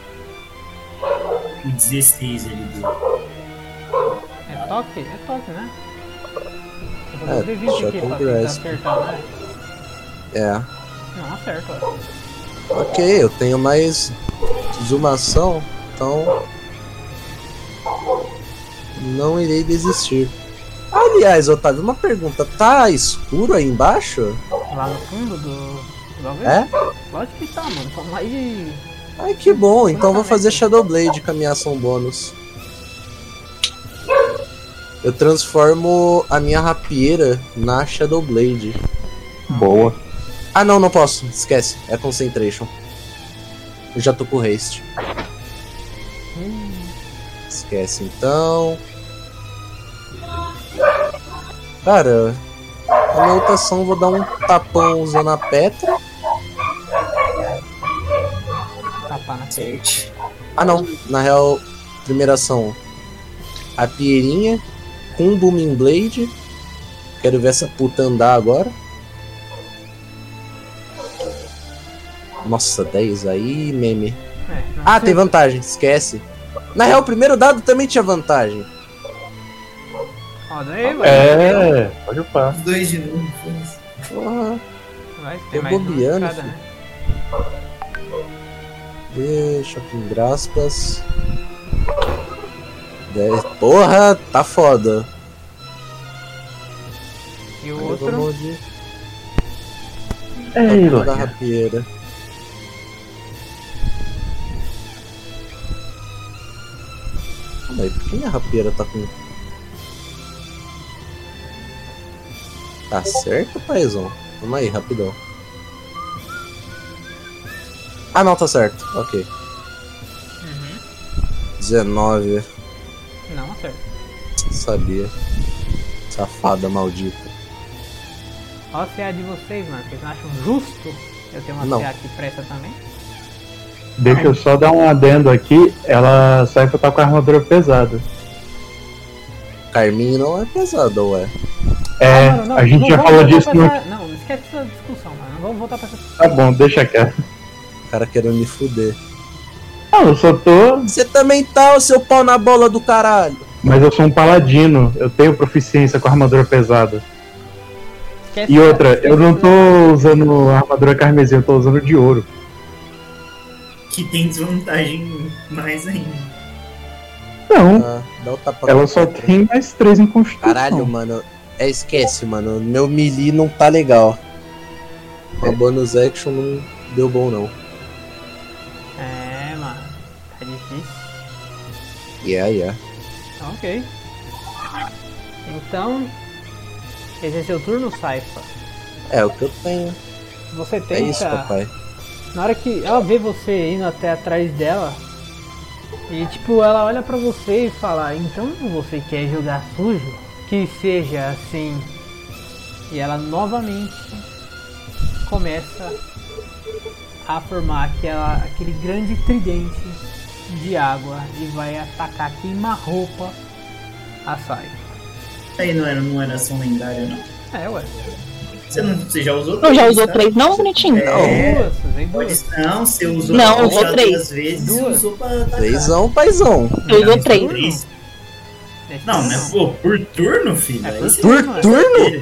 O 16 ele deu. É toque, né? Eu vou É, fazer 20 aqui Shocking pra tentar Grasp. acertar, né? É. Não, acerta, ó. Ok, eu tenho mais exumação, então não irei desistir. Aliás, Otávio, uma pergunta. Tá escuro aí embaixo? Lá no fundo do bagulho? É? Lógico que tá, mano. Só mais de... Ai, que bom. Então eu vou fazer Shadow Blade com a minha ação bônus. Eu transformo a minha rapieira na Shadow Blade. Boa. Ah, não posso. Esquece. É Concentration. Eu já tô com haste. Esquece, então. Cara, a minha outra ação eu vou dar um tapão usando a Petra. Tapar na Certo. Ah, não. Na real, primeira ação. A pieirinha com um Booming Blade. Quero ver essa puta andar agora. Nossa, 10 aí, meme. Ah, tem vantagem, esquece. Na real, o primeiro dado também tinha vantagem. Roda aí, É, pode upar. Os dois de novo. foda-se. Porra, Vai tô ter mais uma bobeando, cada, né? deixa com graspas. 10. Porra, tá foda. E o Aí eu outro... vou de Ei, da Lorena. rapieira. Calma aí, por que minha rapieira tá com... Tá certo, paizão? Calma aí, rapidão. Ah, não, tá certo. Ok. 19. Não acerta. Sabia. Safada maldita. Olha a CA de vocês, mano. Vocês não acham justo eu ter uma Não. CA que presta também? Deixa eu só dar um adendo aqui. Ela sai pra estar com a armadura pesada. Carminho não é pesado, ué. É, mano, não, a gente não já vamos falou voltar disso pra no. essa... Não, esquece essa discussão, mano. Não vamos voltar pra essa discussão. Tá bom, deixa quieto. O cara querendo me fuder. Não, eu só tô. Você também tá, o seu pau na bola do caralho. Mas eu sou um paladino. Eu tenho proficiência com armadura pesada. Esquece E outra, esquece eu não essa- tô usando armadura carmesim, eu tô usando de ouro. Que tem desvantagem mais ainda. Não, Ah, dá o tapa ela na só cara. tem mais 3 em constituição. Caralho, mano. Esquece, mano. Meu melee não tá legal. A bonus action não deu bom, não. É, mano. Tá difícil. Yeah. Ok. Então... Esse é seu turno, Saifa. É o que eu tenho. Você É tenta... isso, papai. Na hora que ela vê você indo até atrás dela, e tipo, ela olha pra você e fala, então você quer jogar sujo? Que seja assim. E ela novamente começa a formar aquele grande tridente de água e vai atacar queima-roupa a Saifa. Aí não era ação lendária, não. É, ué. Você já usou Eu já usou tá? 3 não, bonitinho? É. Duas, usei duas. Não, você usou Não, já usou 3. 2 vezes e Duas. usou pra atacar. 3ão, paizão. Eu usou 3. Três. Não, né? Pô, por turno, filho. É Aí por você Por vai turno? fazer.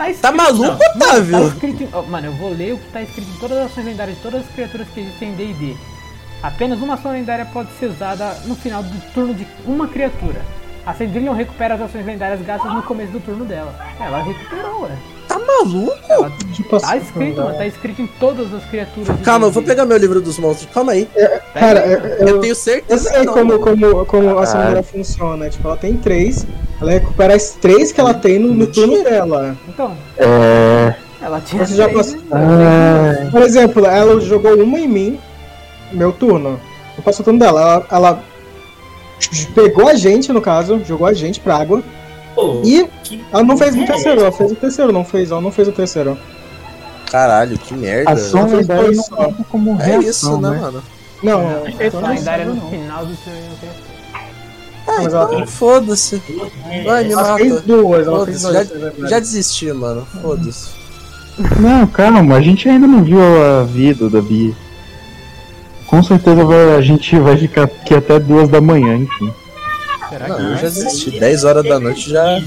Tá maluco, Otávio? Mano, tá escrito mano, eu vou ler o que tá escrito em todas as ações lendárias de todas as criaturas que existem em D&D. Apenas uma ação lendária pode ser usada no final do turno de uma criatura. A Cendrillon recupera as ações lendárias gastas no começo do turno dela. Ela recuperou, ué. Tá maluco? Tá escrito, mano, tá escrito em todas as criaturas. Calma, eu vou pegar meu livro dos monstros. Calma aí. Cara, eu tenho certeza. Eu sei como a Samara funciona. Tipo, ela tem 3, ela recupera as 3 que ela tem no turno dela. Então. Ela tinha. Você já passou. Por exemplo, ela jogou uma em mim, meu turno. Eu passo o turno dela. Ela pegou a gente, no caso, jogou a gente pra água. E ela não fez o terceiro, ela fez o terceiro, ela não fez o terceiro. Caralho, que merda. Ação lendária não conta como reação, isso, né, mano? Não, ação lendária no final do turno. Mas ela foda-se. Vai, me ela mata. fez duas, ela fez duas. Já desisti, mano. Foda-se. Não, calma, a gente ainda não viu a vida da Bia. Com certeza a gente vai ficar aqui até 2 da manhã, enfim. Será não, que eu já desisti. 10 horas da noite já.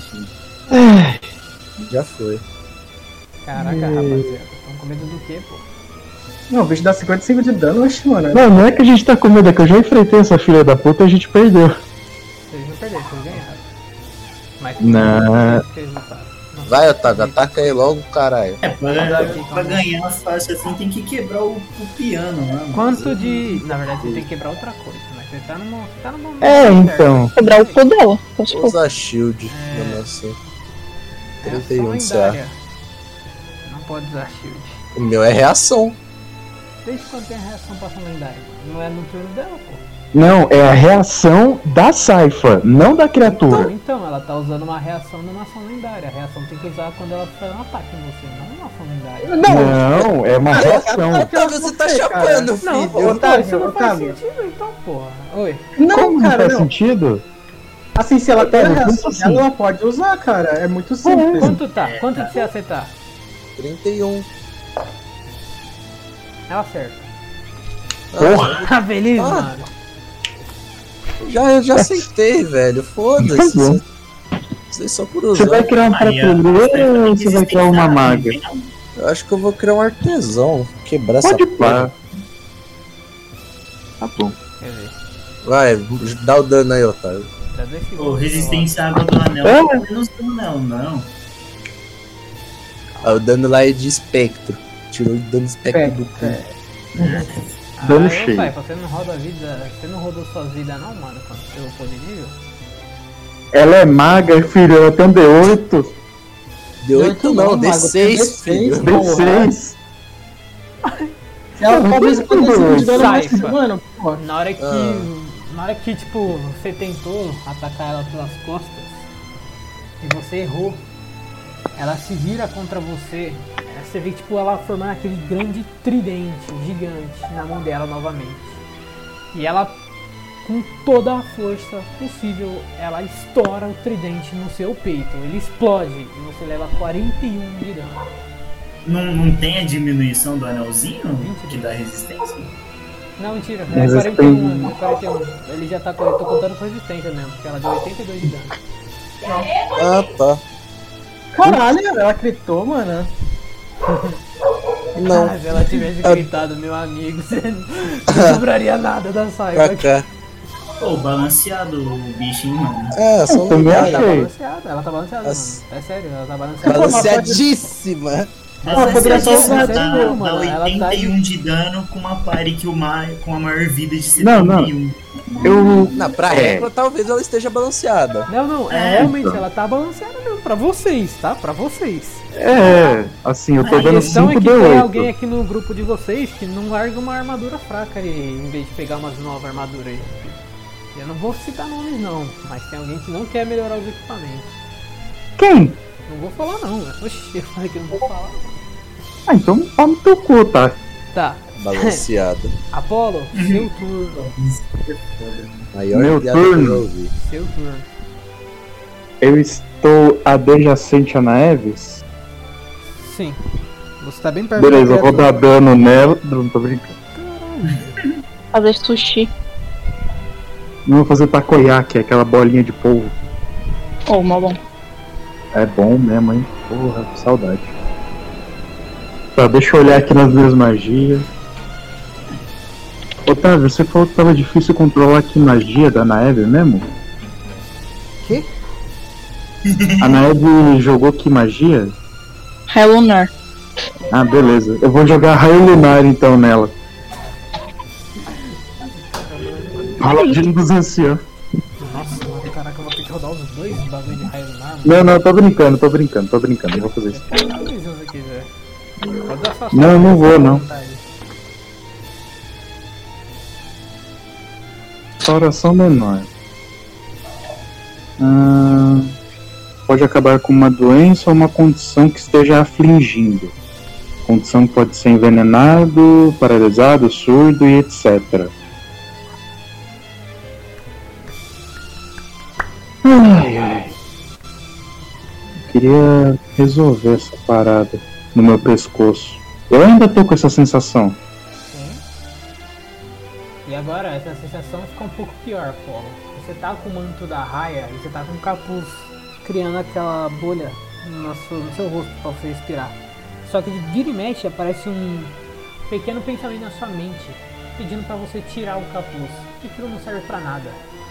Já foi. Caraca, rapaziada. Estão com medo do quê, pô? Não, o bicho dá 55 de dano, oxe, mano. Não é que a gente tá com medo, é que eu já enfrentei essa filha da puta e a gente perdeu. Vocês não perderam, vocês ganharam. Mas não. Vai, Otávio, ataca aí logo, caralho. Pra ganhar fácil assim tem que quebrar o piano, né? Quanto de. Na verdade você tem que quebrar outra coisa, mas você tá numa. Então. Quebrar o cu dela. Vou usar shield. Assim. 31 de CA. Não pode usar shield. O meu é reação. Desde quando tem a reação pra ação lendária? Não é no turno dela, pô. Não, é a reação da Saifa, não da criatura. Então, ela tá usando uma reação numa ação lendária. A reação tem que usar quando ela faz um ataque em você, não uma ação lendária. Não, é uma reação. Otávio, você tá chapando, filho. Não, Otávio, não faz sentido, então, porra. Oi. Não, como cara, não faz sentido? Assim, se ela tem a reação dela, ela pode usar, cara. É muito simples. Quanto tá? Quanto que você acertar? 31. Ela acerta. Porra! Tá feliz, mano? Já aceitei, velho. Foda-se. Isso é só por usar. Você vai criar um prateleiro ou você vai criar uma maga? Eu acho que eu vou criar um artesão. Quebrar essa Pode pá. Tá bom. Quer ver? Vai, dá o dano aí, Otávio. Resistência à água do anel. Não. O dano lá é de espectro. Tirou o dano espectro do cu. Dano cheio. Pai, você não roda a vida. Você não rodou suas vidas não, mano, quando você upou de nível? Ela é maga, filho, ela tem D8. D8 não, D6, filho. D6. Ela pode de dano mais Saifa. mano, pô. Na hora que, tipo, você tentou atacar ela pelas costas e você errou, ela se vira contra você. Você vê, tipo, ela formando aquele grande tridente gigante na mão dela novamente. E ela, com toda a força possível, ela estoura o tridente no seu peito. Ele explode e você leva 41 de dano. Não tem a diminuição do anelzinho que dá resistência? Não, mentira, é 41, 41. Ele já tá, eu tô contando com resistência mesmo, porque ela deu 82 de dano. Ah, tá. Caralho, ela critou, mano. Não. Se ela tivesse gritado, meu amigo, você não sobraria nada da Saifa. Pô, balanceado o bichinho, mano. É, só também Ela tá achei. balanceada, mano. É sério, ela tá balanceada. Balanceadíssima. Ela poderia só usar dá mano, 81 de dano com uma party com a maior vida de 71. Pra regra, talvez ela esteja balanceada. Não, realmente, ela tá balanceada mesmo, pra vocês, tá? Pra vocês. Assim, eu tô dando A questão 5 é que tem alguém D8. aqui no grupo de vocês que não larga uma armadura fraca aí, em vez de pegar umas novas armaduras aí. Eu não vou citar nomes não, mas tem alguém que não quer melhorar os equipamentos. Quem? Não vou falar não, oxi, eu falei que não vou falar. Então pau no teu cu, tá? Tá. Balanceada. Apolo, seu turno. Maior Meu piada turno. que eu ouvi. Seu turno. Eu estou adjacente a Naeves. Sim. Você tá bem perto. Beleza, eu vou dar dano nela. Não tô brincando. Fazer sushi. Não vou fazer takoyaki, aquela bolinha de polvo. Oh, mal bom. É bom mesmo, hein? Porra, que saudade. Tá, deixa eu olhar aqui nas minhas magias. Otávio, você falou que tava difícil controlar que magia da Naeve mesmo? Que? A Naeve jogou que magia? Raio lunar. Ah, beleza. Eu vou jogar raio lunar então nela. Paladino dos anciãos. Nossa, mano, caraca, eu vou ter que rodar os dois bagulho de raio lunar. Não, tô brincando, não vou fazer isso. Não vou, não. Oração menor. Pode acabar com uma doença ou uma condição que esteja afligindo. Condição que pode ser envenenado, paralisado, surdo e etc. Ai. Queria resolver essa parada no meu pescoço. Eu ainda tô com essa sensação. E agora essa sensação fica um pouco pior, Polo. Você tá com o manto da raia e você tá com o capuz criando aquela bolha no seu rosto pra você respirar. Só que de vira e mexe aparece um pequeno pensamento na sua mente pedindo pra você tirar o capuz. E aquilo não serve pra nada.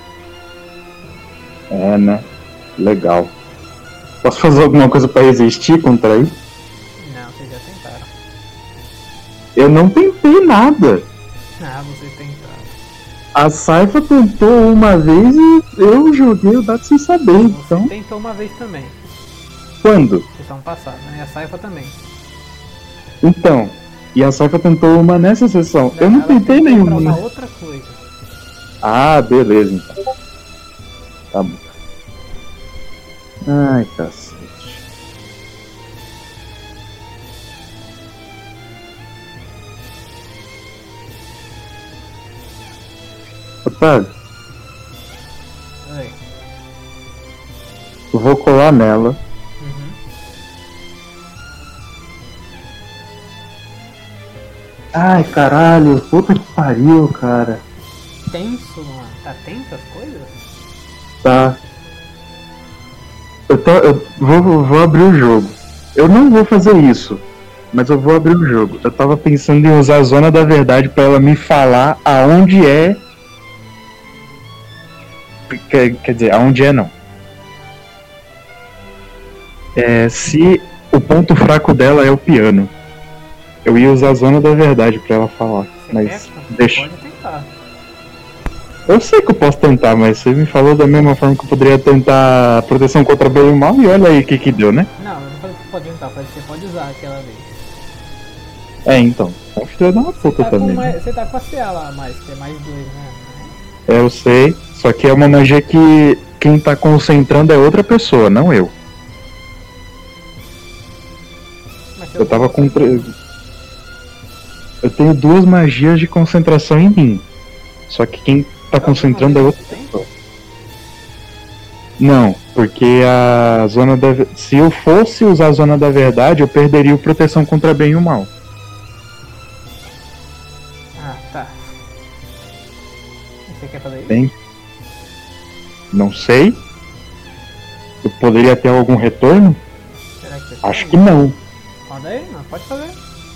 É, né? Legal. Posso fazer alguma coisa pra resistir contra isso? Não, vocês já tentaram. Eu não tentei nada. Ah, vocês tentaram. A Saifa tentou uma vez e eu joguei o dado sem saber, então... Você tentou uma vez também. Quando? Sessão passada, né? E a Saifa também. Então, e a Saifa tentou uma nessa sessão. Eu não tentei nenhuma. Uma outra coisa. Ah, beleza, então. Tá bom. Ai, cacete. Otávio. Oi. Eu vou colar nela. Uhum. Ai, caralho. Puta que pariu, cara. Tenso, mano. Tá tenso as coisas? Tá. Eu vou abrir o jogo. Eu não vou fazer isso, mas eu vou abrir o jogo. Eu tava pensando em usar a Zona da Verdade pra ela me falar aonde é. Quer dizer, aonde é não. Se o ponto fraco dela é o piano. Eu ia usar a Zona da Verdade pra ela falar. Mas deixa. Pode tentar. Eu sei que eu posso tentar, mas você me falou da mesma forma que eu poderia tentar proteção contra bem e mal, e olha aí o que deu, né? Não, eu não falei que pode tentar, falei que você pode usar aquela vez. Então. É filho da uma puta também. Você tá com a CA lá, mais, que é mais 2, né? Eu sei, só que é uma magia que quem tá concentrando é outra pessoa, não eu. Eu tava com... Eu tenho 2 magias de concentração em mim. Só que quem tá concentrando é outra pessoa. Não, porque a Zona da... Se eu fosse usar a Zona da Verdade, eu perderia o proteção contra bem e o mal. Ah, tá. Você quer fazer isso? Bem... Não sei. Eu poderia ter algum retorno? Será que você Acho que não. Roda aí, não, pode fazer.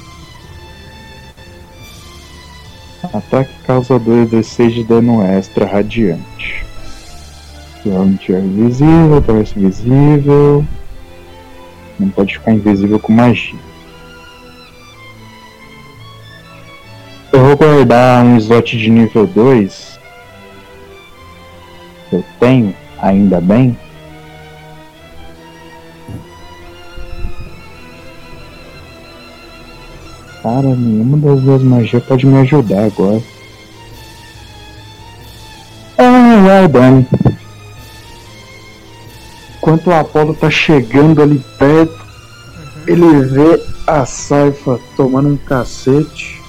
Ataque causa 2d6 de dano extra radiante. Onde é invisível, parece visível. Não pode ficar invisível com magia. Eu vou guardar um slot de nível 2. Eu tenho, ainda bem. Cara, nenhuma das duas magias pode me ajudar agora. Ai, Dani. Enquanto o Apolo tá chegando ali perto, ele vê a Saifa tomando um cacete.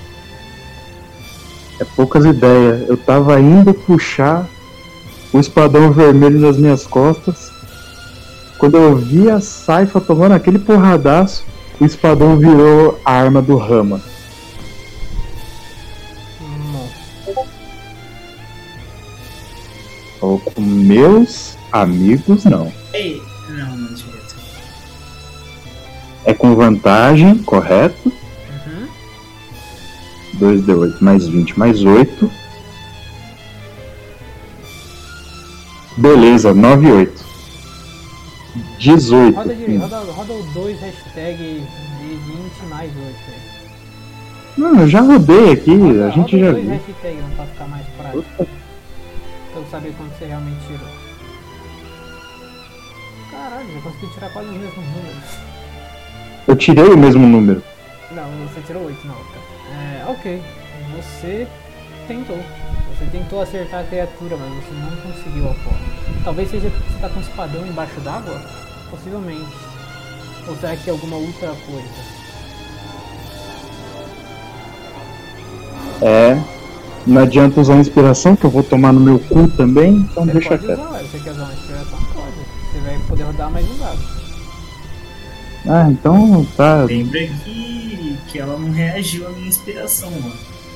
É poucas ideias. Eu tava indo puxar o espadão vermelho nas minhas costas. Quando eu vi a Saifa tomando aquele porradaço, o espadão virou a arma do Rama. Ou com meus amigos, não. Ei, não, mentira. com vantagem, correto? 2d8 mais 20 mais 8. Beleza, 9 e 8. 18. Roda o 2 hashtag de 20 mais 8 aí. Não, eu já rodei aqui, a gente já viu. Roda o 2 hashtag, não, pra ficar mais prático. Pra eu saber quanto você realmente tirou. Caralho, já consegui tirar quase os mesmos números. Eu tirei o mesmo número. Não, você tirou 8 na outra. Ok, você tentou acertar a criatura, mas você não conseguiu a forma. Talvez seja porque você tá com um espadão embaixo d'água? Possivelmente. Ou será que é alguma outra coisa? Não adianta usar a inspiração, que eu vou tomar no meu cu também, então você deixa quieto. Você quer usar uma inspiração? Pode. Você vai poder rodar mais um dado. Então tá. Lembra que ela não reagiu à minha inspiração, mano.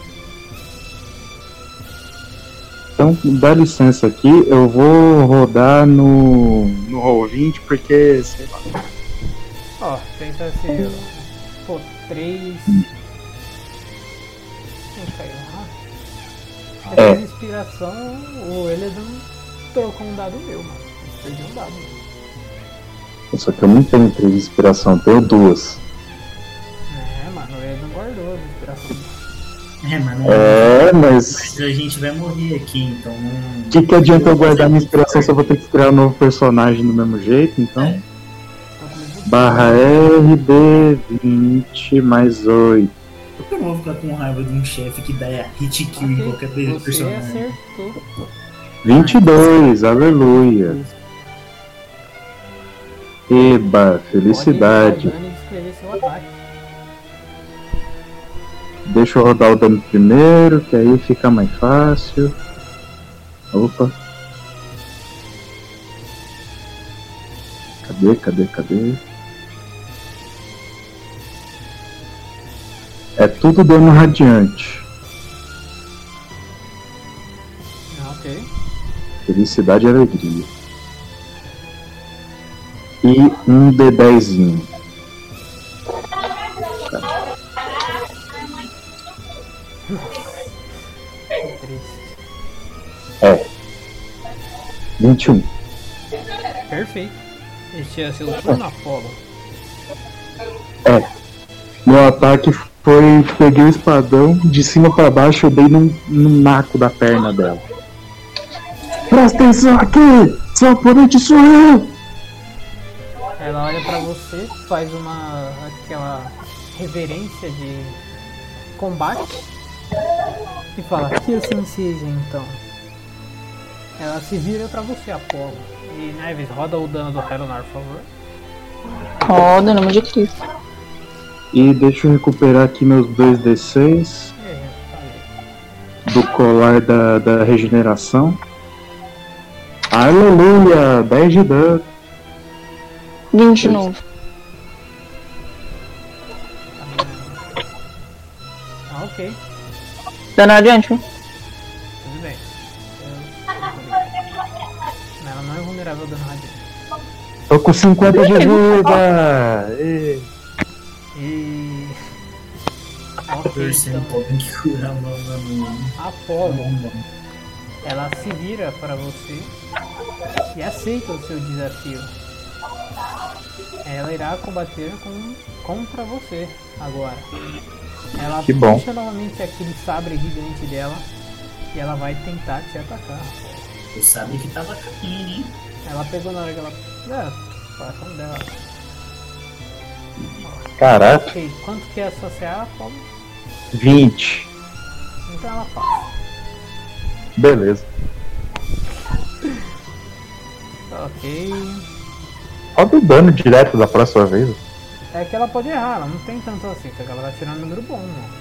Então, dá licença aqui, eu vou rodar no Roll20 porque, sei lá. Pensa assim, 3... Essa inspiração, o Eledan trocou um dado meu, mano. Perdi um dado meu. Só que eu não tenho 3 de inspiração, eu tenho 2. Mano, o Eledan guardou a inspiração. Mas a gente vai morrer aqui, então não. Que adianta eu guardar minha inspiração se eu vou ter que criar um novo personagem do mesmo jeito, então? Barra RD20 mais 8. Por que eu não vou ficar com raiva de um chefe que dá hit kill em qualquer personagem? Você acertou. 22, aleluia. Eba, felicidade. Deixa eu rodar o dano primeiro, que aí fica mais fácil. Opa. Cadê? É tudo dano radiante. Ok. Felicidade e alegria. E um D10zinho. É. 21. Perfeito. Este é seu turno, Apolo. Meu ataque foi, peguei o espadão, de cima pra baixo eu dei no naco da perna dela. Presta atenção aqui! Seu oponente sou eu! Ela olha pra você, faz aquela reverência de combate e fala, que assim seja então. Ela se vira pra você, Apolo. E Neves, roda o dano do Helonar, por favor. Roda, nome de Cristo. E deixa eu recuperar aqui meus 2d6 do colar da regeneração. Aleluia! 10 de dano. 20 de novo. Ok. Dano adiante, viu? Tudo bem. Ela não é vulnerável ao dano radiante. Tô com 50 de vida! Ok, então. Apolo, ela se vira para você e aceita o seu desafio. Ela irá combater contra você agora. Ela puxa novamente aquele sabre gigante dela e ela vai tentar te atacar. O sabre que tava caindo, hein? Ela pegou na hora que ela... o coração dela. Caraca. Ok, quanto que é associar, Paulo? 20. Então ela passa. Beleza. Ok. Roda o dano direto da próxima vez. É que ela pode errar, ela não tem tanto assim, porque ela vai tirando um número bom,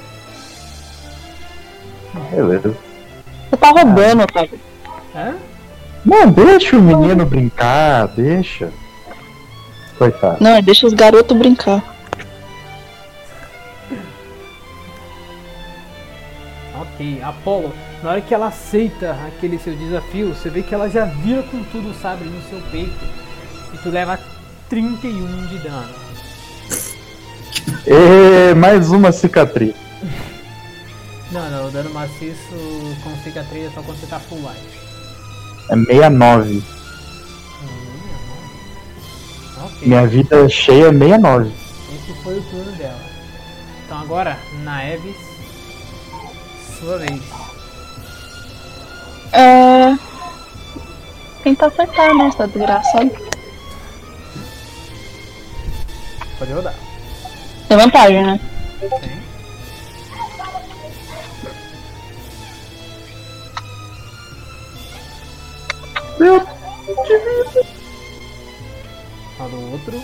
mano. Beleza. Você tá roubando, Otávio. Não, deixa o menino brincar, deixa. Coitado. Não, deixa os garotos brincar. Ok, Apolo, na hora que ela aceita aquele seu desafio, você vê que ela já vira com tudo o sabre no seu peito e tu leva 31 de dano. E mais uma cicatriz. Não, o dano maciço com cicatriz é só quando você tá full life. É 69. Ok. Minha vida cheia é 69. Esse foi o turno dela. Então agora, Naeves, sua vez. Tentar acertar, né? Essa desgraçada. Pode rodar. Tem vantagem, né? Tem. Fala do outro.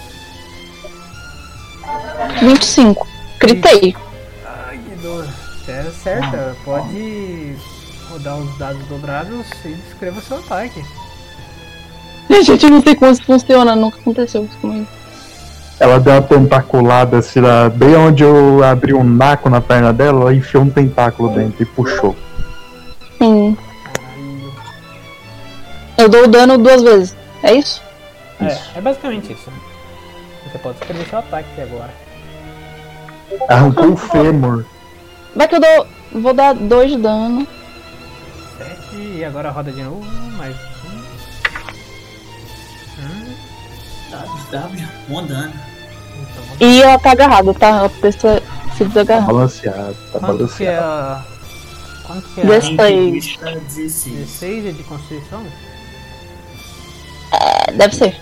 25. Critei. Ai, que dor. Você acerta. Pode rodar os dados dobrados e descreva seu ataque. Gente, eu não sei como isso funciona. Nunca aconteceu isso comigo. Ela deu uma tentaculada assim, bem onde eu abri um naco na perna dela, ela enfiou um tentáculo dentro e puxou. Sim. Caralho. Eu dou o dano 2 vezes. É isso? É basicamente isso. Você pode escrever seu ataque agora. Arrancou o fêmur. Vai que eu vou dar 2 de dano. 7 e agora roda de novo, mais W, um dano. Então, E ela tá agarrada, tá? A pessoa se Tá desagarrada. balanceado, tá quanto que é balanceado. a... Quanto que é a... 16. 16. 16 é de constituição? Deve ser.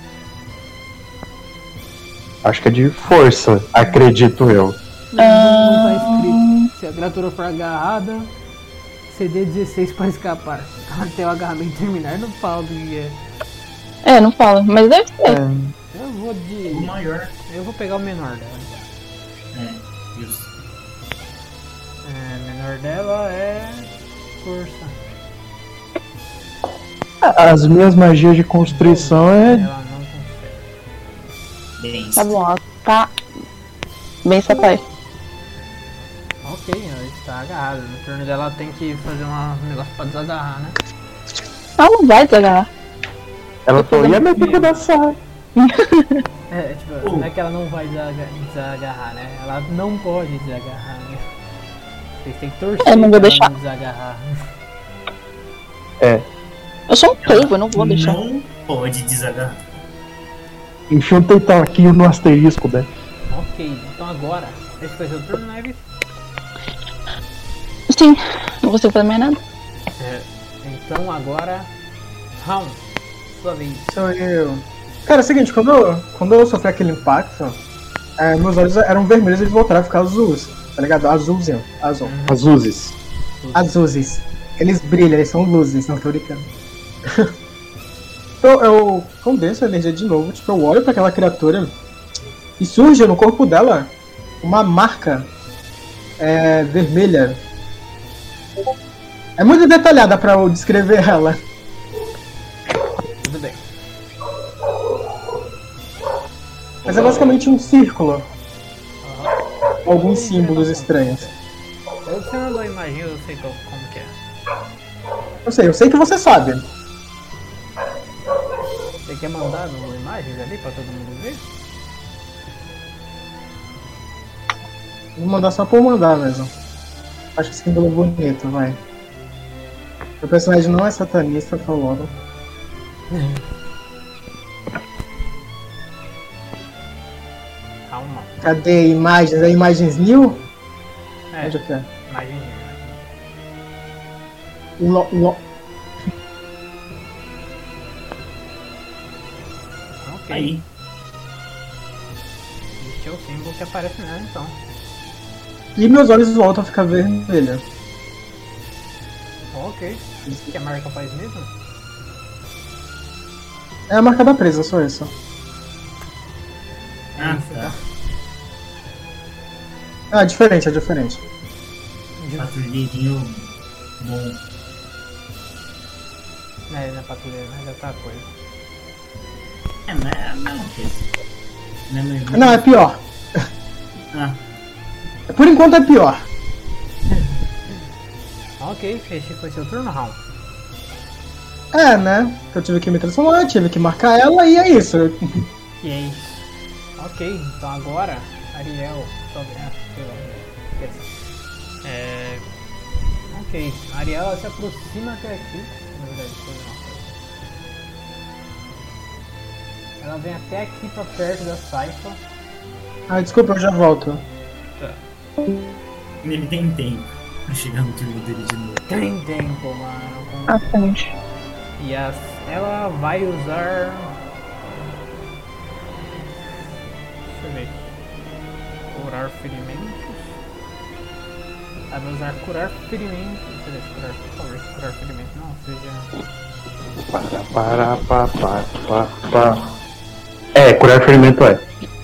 Acho que é de força, acredito eu. Não tá escrito. Se a criatura for agarrada, CD 16 para escapar. Até o agarramento terminar, não fala do que é. Não fala, mas deve ser. Eu vou de... O maior. Eu vou pegar o menor dela. Justo. O menor dela é... Força. As minhas magias de construção é. Ela não consegue. Bem, Tá bom, ela tá bem sapai. Ok, ela está agarrada. No turno dela ela tem que fazer um negócio pra desagarrar, né? Ela não vai desagarrar. Ela falou, e a minha pica da saia? Não é que ela não vai desagarrar, né? Ela não pode desagarrar, né? Vocês têm que torcer não vou pra deixar. ela não desagarrar. Eu sou um peivo, eu não vou deixar. Não pode desagarrar. Enfia um tentáculo no asterisco, né? Ok, então agora, esse foi seu turno, Neves? Sim, não consigo fazer mais nada. Então agora, Raul, sua vez. Sou eu. Cara, é o seguinte, quando eu sofri aquele impacto, meus olhos eram vermelhos e eles voltaram a ficar azuis, tá ligado? Azulzinho, azul. Azuzes. Azuzes. Eles brilham, eles são luzes, não tô brincando. Então eu condenso a energia de novo, tipo, eu olho pra aquela criatura e surge no corpo dela uma marca vermelha. É muito detalhada pra eu descrever ela. Tudo bem. Mas é basicamente um círculo. Alguns símbolos estranhos. Você mandou a imagem, eu sei como que é. Eu sei que você sabe. Você quer mandar uma imagens ali pra todo mundo ver? Vou mandar só por mandar mesmo. Acho esse símbolo bonito, vai. O personagem não é satanista, falou. Calma. Cadê imagens? É imagens new? É, Onde é que é? imagem. Ok. Aí. Este é o símbolo que aparece nela, então. E meus olhos voltam a ficar vermelhos. Ok. O que a marca faz mesmo? É a marca da presa, só isso. Ah, tá. Ah, é diferente, é diferente. Patrulheirinho bom. Não é patrulheiro, mas é outra coisa. Mas é a mesma coisa. Não é mesmo? Não, é pior. Ah, Por enquanto é pior. Ok, este foi seu turno, Raul. Né? Eu tive que me transformar, tive que marcar ela e é isso. E é isso. Ok, então agora Ariel, ok, a Ariel ela se aproxima até aqui. Na verdade, ela vem até aqui pra perto da Saifa. Desculpa, eu já volto. Tá. Ele tem tempo pra chegar no turno dele de novo. Tem tempo, mano. Bastante. E ela vai usar. Deixa eu ver. Curar ferimentos. Ela vai usar curar ferimentos. Deixa eu ver, curar ferimentos. Não, seja. Curar ferimento é.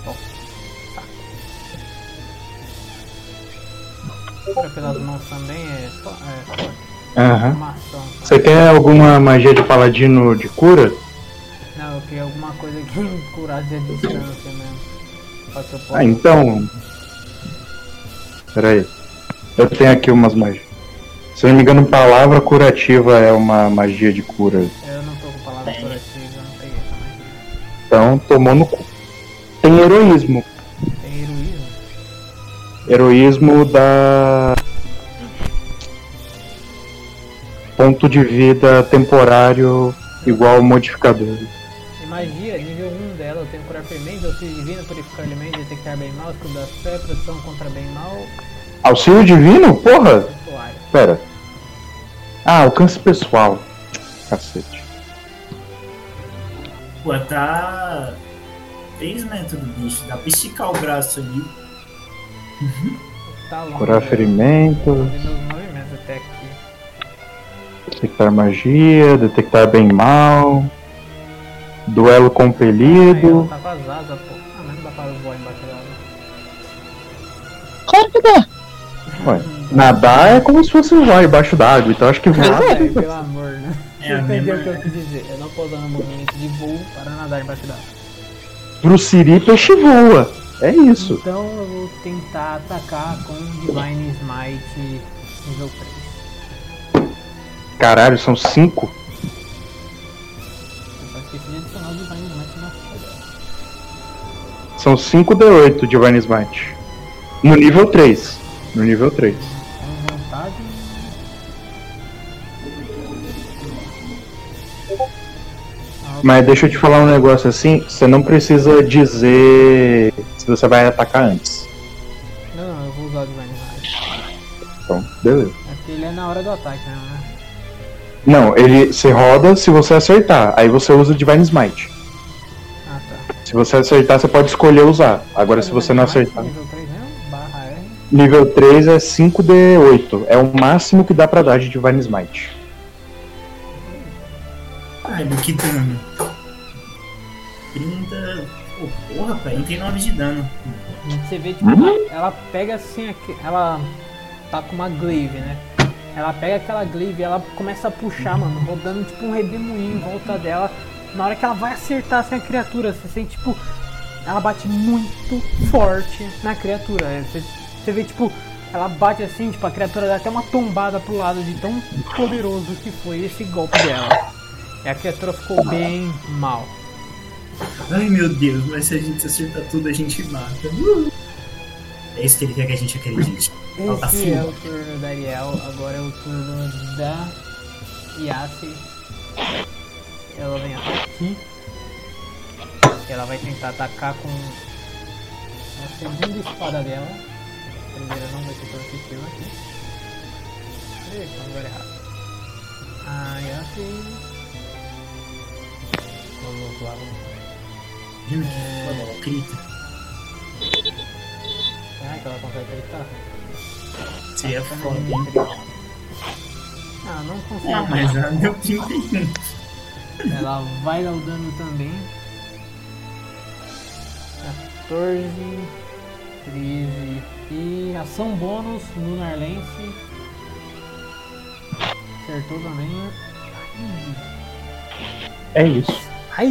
Cura pelas mãos também é forte. Aham. Você quer alguma magia de paladino de cura? Não, eu queria alguma coisa que curasse a distância mesmo. Então. Pera aí. Eu tenho aqui umas magias. Se eu não me engano, palavra curativa é uma magia de cura. Eu não tô com palavra curativa, eu não peguei essa magia. Então, tomou no cu. Tem heroísmo. Tem heroísmo? Heroísmo dá ponto de vida temporário igual modificador. E magia, nível 1 dela, eu tenho curar fermento, auxílio divino, purificar alimentos, detectar bem mal, escudo da fé, proteção contra bem mal. Auxílio divino? Porra! Pera. Alcance pessoal. Cacete. Pô, tá 3 metros do bicho, dá pra esticar o braço ali. Tá longe, curar ferimento. Meus movimentos até aqui. Detectar magia, detectar bem mal. Duelo compelido. Ela tá com as asas, pô. Mas não dá pra voar embaixo dela. Claro que dá. Ué, nadar é como se fosse voar embaixo d'água, então acho que voar. Pelo amor, né? Você entendeu o que eu quis dizer? Eu não posso usar um movimento de voo para nadar embaixo d'água. Pro Siri, peixe voa. É isso. Então eu vou tentar atacar com Divine Smite nível 3. Caralho, são 5? Eu só esqueci de adicionar o Divine Smite na ficha dela. São 5d8 Divine Smite. No nível 3. No nível 3. Com vontade. Mas deixa eu te falar um negócio assim, você não precisa dizer se você vai atacar antes. Não, eu vou usar o Divine Smite. Então, beleza. É porque ele é na hora do ataque, né? Não, ele se roda se você acertar, aí você usa o Divine Smite. Ah, tá. Se você acertar, você pode escolher usar. Agora se você não acertar. Nível 3 mesmo? Barra R. Nível 3 é 5d8, é o máximo que dá pra dar de Divine Smite. Ai, do que dano? 30. Oh, porra, 49 de dano. Você vê, tipo, ela pega assim, ela tá com uma glaive, né? Ela pega aquela glaive e ela começa a puxar, mano, rodando tipo um redemoinho em volta dela. Na hora que ela vai acertar assim a criatura, você sente, tipo, ela bate muito forte na criatura. Você vê, tipo, ela bate assim, tipo, a criatura dá até uma tombada pro lado de tão poderoso que foi esse golpe dela. E a criatura ficou bem mal. Ai meu Deus, mas se a gente acertar tudo, a gente mata. É isso que ele quer que a gente acredite. Esse é o turno da Ariel, agora é o turno da Yassi. Ela vem até aqui. Ela vai tentar atacar com a segunda espada dela. A primeira não vai ser tão efetiva aqui. Eita, no lugar errado. A Yassi. Vamos lá, Ela grita. Será que ela consegue gritar? Seria foda, hein? Ah, não consigo. Ah, mas ela deu 31. Ela vai dar o dano também. 14, 13 e ação bônus no Narlense. Acertou também. É isso. Ai!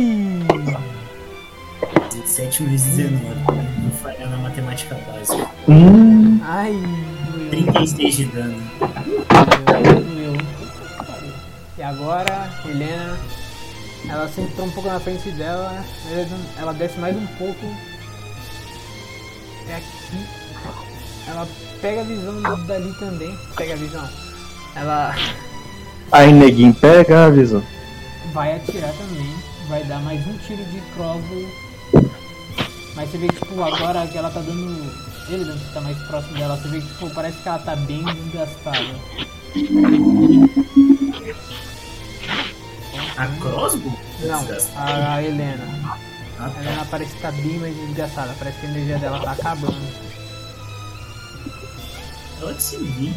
17 vezes 19. Não falha na matemática básica. Ai, doeu. 36 de dano. Doeu. E agora, Helena, ela sempre tá um pouco na frente dela, ela desce mais um pouco. é aqui. Ela pega a visão dali também. Pega a visão. Ela Aí neguinho pega a visão. vai atirar também. Vai dar mais um tiro de crossbow. Mas você vê que tipo, agora que ela tá dando. Ele que tá mais próximo dela, você vê que tipo, parece que ela tá bem desgastada. A crossbow? Não, a Helena. A Helena parece que tá bem mais desgastada, parece que a energia dela tá acabando. Pode seguir.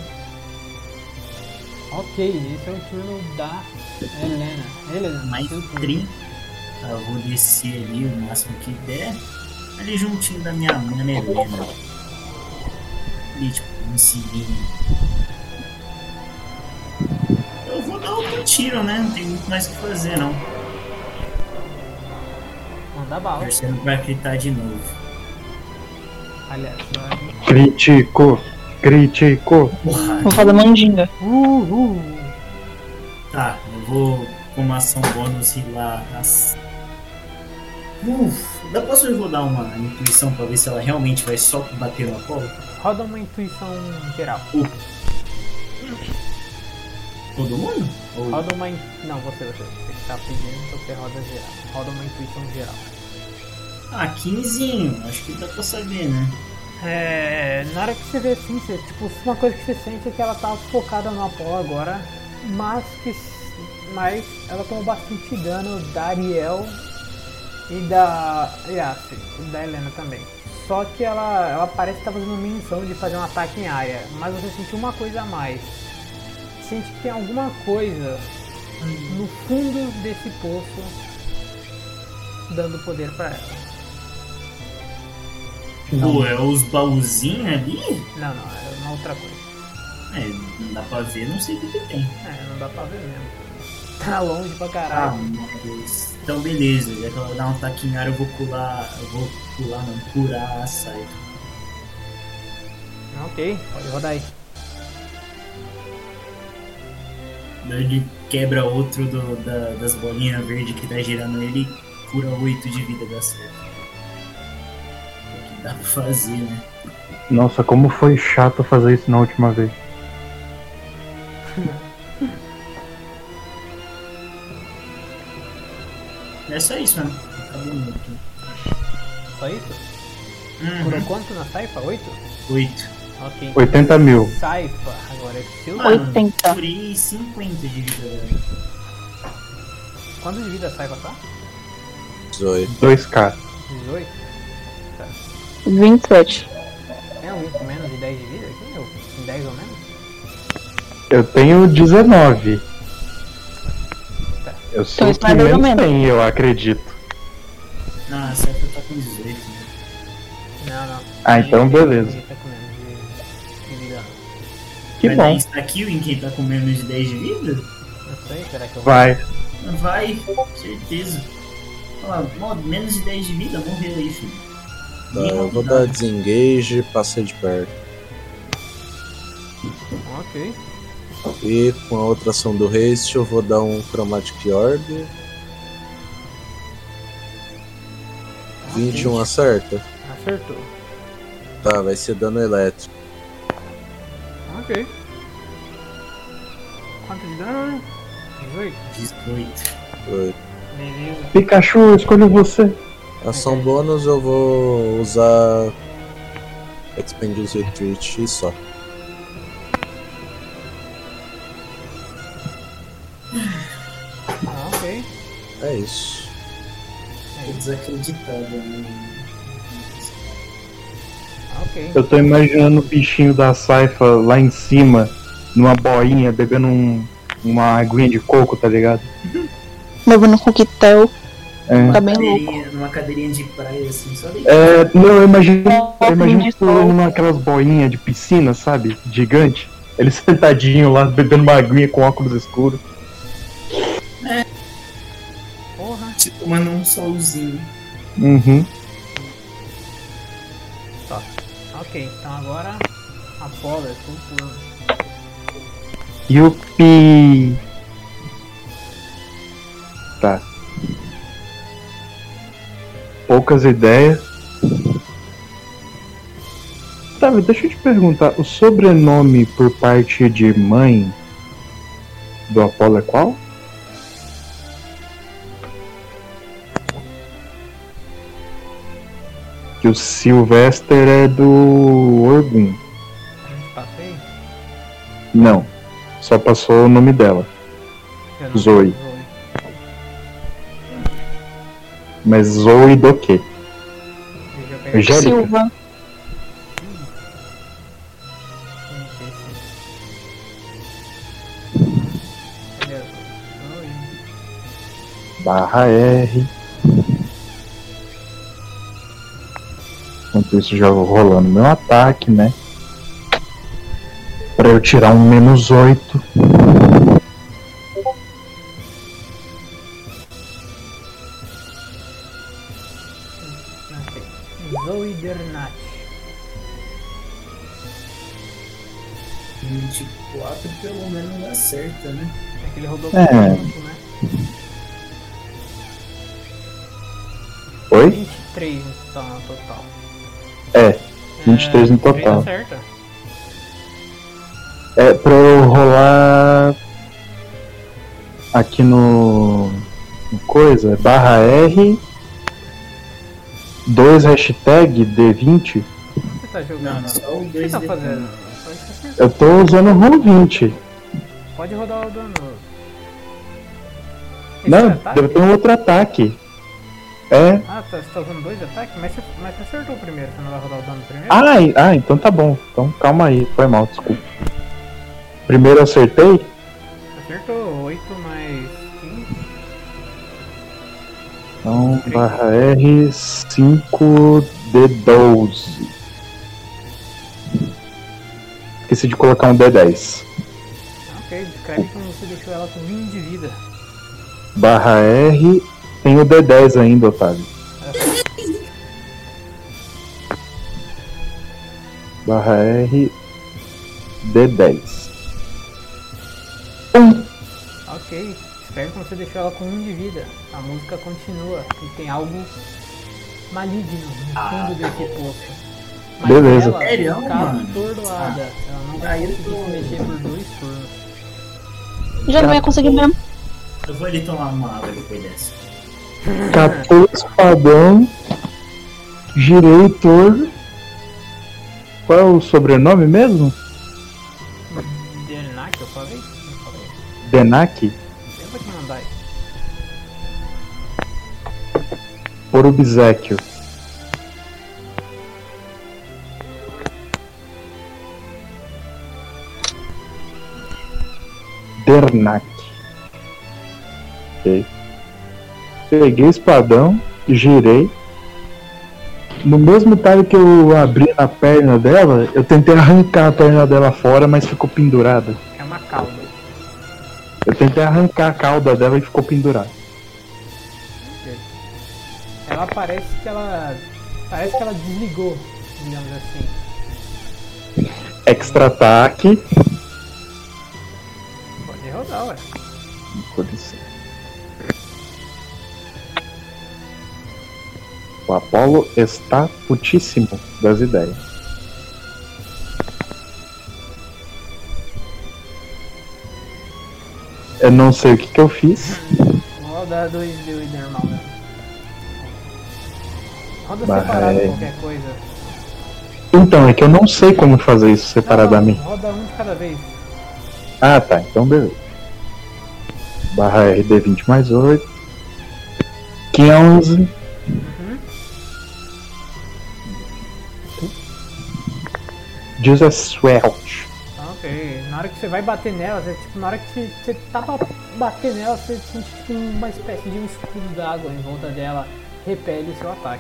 Ok, esse é o turno da Helena. Helena, Mais seu turno. 30. Eu vou descer ali o máximo que der. Ali juntinho da minha mana Helena. Ali, tipo, um cilinho. Eu vou dar outro tiro, né? Não tem muito mais o que fazer, não. Manda bala. Torcendo pra gritar de novo. Aliás, vai. Criticou. Porra. Vou fazer mandinga. Tá, eu vou com uma ação bônus rilar as. Posso eu rodar uma intuição pra ver se ela realmente vai só bater no Apolo? Roda uma intuição geral. Todo mundo? Ou... Roda uma. Não, você que tá pedindo, você roda geral. Roda uma intuição geral. Ah, 15. Acho que dá pra saber, né? Na hora que você vê assim, você, tipo, uma coisa que você sente é que ela tá focada no Apollo agora, mas ela tomou bastante dano da Ariel e da Yassi, e da Helena também. Só que ela parece que tá fazendo menção de fazer um ataque em área, mas você sentiu uma coisa a mais. Sente que tem alguma coisa no fundo desse poço dando poder pra ela. Pô, é os baúzinhos ali? Não, é uma outra coisa. Não dá pra ver, não sei o que tem. Não dá pra ver mesmo. Tá longe pra caralho. Mas... Então beleza, já que ela dá um ataque em área, eu vou curar a Saifa. Ok, pode rodar aí. Ele quebra outro das bolinhas verdes que tá girando ele e cura 8 de vida da Saifa. Dá pra fazer, né? Nossa, como foi chato fazer isso na última vez. É só isso, mano. Acabou muito. Só isso? Curou quanto na Saifa? 8? 8. Ok. 80 mil. Saifa, agora é seu. 80. Curei 50 de vida dela. Quanto de vida a Saifa tá? 18. 2k. 18? 27. Tem alguém com menos de 10 de vida aqui? Eu? 10 ou menos? Eu tenho 19. Tá. Eu sou Então, o que menos tem, eu acredito. Não, a Saifa tá com 18, né? Não. Ah, então beleza. Ninguém tá com menos de vida não. Que Vai bom. dar insta-kill em quem tá com menos de 10 de vida? Não sei, será que eu Vai. Vai, certeza. Olha lá, menos de 10 de vida, morreu aí, filho. Tá, eu vou dar desengage e passar de perto. Ok. E com a outra ação do haste eu vou dar um Chromatic Orb. 21 acerta? Acertou. Tá, vai ser dano elétrico. Ok. Quanto de dano? 18? 18. Oi. Beleza. Pikachu, eu escolho você. Ação bônus eu vou usar Expendious Retreat e só. Ok. É isso. Tô desacreditado, né? Ok. Eu tô imaginando o bichinho da Saifa lá em cima, numa boinha, bebendo uma aguinha de coco, tá ligado? Levando coquetel. É. Tá bem louco. Numa cadeirinha de praia, assim, só de... Não, eu imagino pulando naquelas boinhas de piscina, sabe? Gigante. Ele sentadinho lá, bebendo uma aguinha com óculos escuros. Porra. Tomando um solzinho. Uhum. Tá. Ok, então agora Apollo é seu turno. Yupi! Tá. Poucas ideias. Otávio, deixa eu te perguntar, o sobrenome por parte de mãe do Apolo é qual? Que o Sylvester é do Orgun. Passei? Não, só passou o nome dela. Zoe. Mas Zoe do quê? Silva. Barra R. Enquanto isso já vou rolando meu ataque, né? Pra eu tirar um -8. Zoe Dernat. 24 pelo menos acerta, né? É que ele rodou com ponto, né? Oi? 23 então, no total. 23 no total. Acerta. É pra eu rolar aqui no coisa, barra R 2 hashtag D20. O que você tá jogando? Não, só o O que 2 você tá fazendo? Eu tô usando o Roll20. Pode rodar o dano. Não, ataque? deve ter um outro ataque. É. Ah, você tá usando 2 ataques? Mas você acertou o primeiro, você não vai rodar o dano primeiro? Ah, então tá bom. Então calma aí, foi mal, desculpa. Primeiro eu acertei? Acertou 8 mais 15. Então, barra R 5 D12. Esqueci de colocar um D10. Ok, descreve como você deixou ela com 1 de vida. Barra R, tem o D10 ainda, Otávio. Barra R, D10. Ok, escreve como você deixou ela com 1 de vida. A música continua e tem algo maligno no fundo desse poço. Mas Beleza. ela Sério, fica mano? atordoada. Ela não vai conseguir se mexer por 2 turnos. Já não ia conseguir mesmo. Eu vou ali tomar uma água depois dessa. Catou o espadão, girei torno. Qual é o sobrenome mesmo? Denak, eu falei? Não falei. Denak? Eu vou te mandar aí. Por obséquio. Dernak. Ok. Peguei o espadão, girei. No mesmo time que eu abri na perna dela, eu tentei arrancar a perna dela fora, mas ficou pendurada. É uma cauda. Eu tentei arrancar a cauda dela e ficou pendurada. Ela parece que ela desligou, digamos assim. Extra ataque. Pode rodar, ué. O Apolo está putíssimo das ideias. Eu não sei o que eu fiz. Vou rodar 2 de normal mesmo. Roda Barra separado é. qualquer coisa. Então, é que eu não sei como fazer isso separadamente. Não, roda um de cada vez. Ah, tá. Então, beleza. Barra RD20 mais 8. 15. Swelt. Ok, na hora que você vai bater nela, tipo, na hora que você tá pra bater nela, você sente tipo, uma espécie de um escudo d'água em volta dela, repele o seu ataque.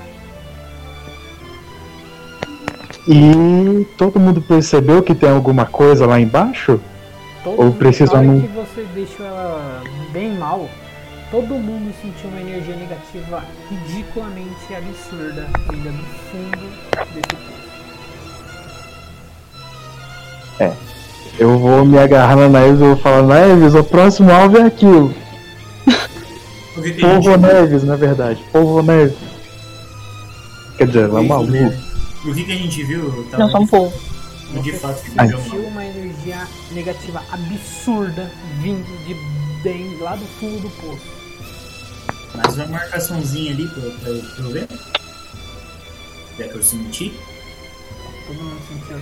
E todo mundo percebeu que tem alguma coisa lá embaixo? Ou precisa na hora não? que você deixou ela bem mal, todo mundo sentiu uma energia negativa ridiculamente absurda vinda do fundo desse poço. Eu vou me agarrar na Neves e vou falar, Neves, o próximo alvo é aquilo. Polvo Neves, na verdade. Polvo Neves. Quer dizer, ela é maluca. O que a gente viu? Não, só um pouco. De fato, sentiu uma energia negativa absurda vindo de bem lá do fundo do poço. Mais uma marcaçãozinha ali pra eu ver. Já que eu senti. Todo mundo sentiu.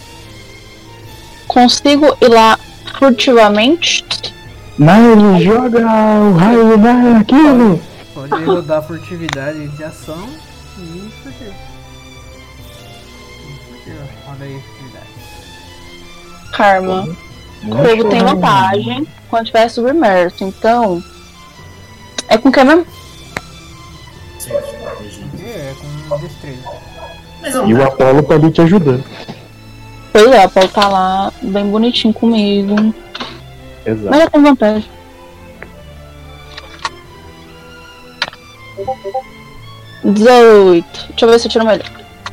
Consigo ir lá furtivamente? Não, joga o raio naquilo! Pode rodar furtividade de ação e furtivo. Roda aí, furtividade. Karma. O fogo tem vantagem quando tiver submerso, então. É com o que mesmo? É com destreza. E o Apolo tá ali te ajudando. Pois é, o Apolo tá lá bem bonitinho comigo. Exato. Mas já tem vantagem. Deixa eu ver se eu tiro melhor.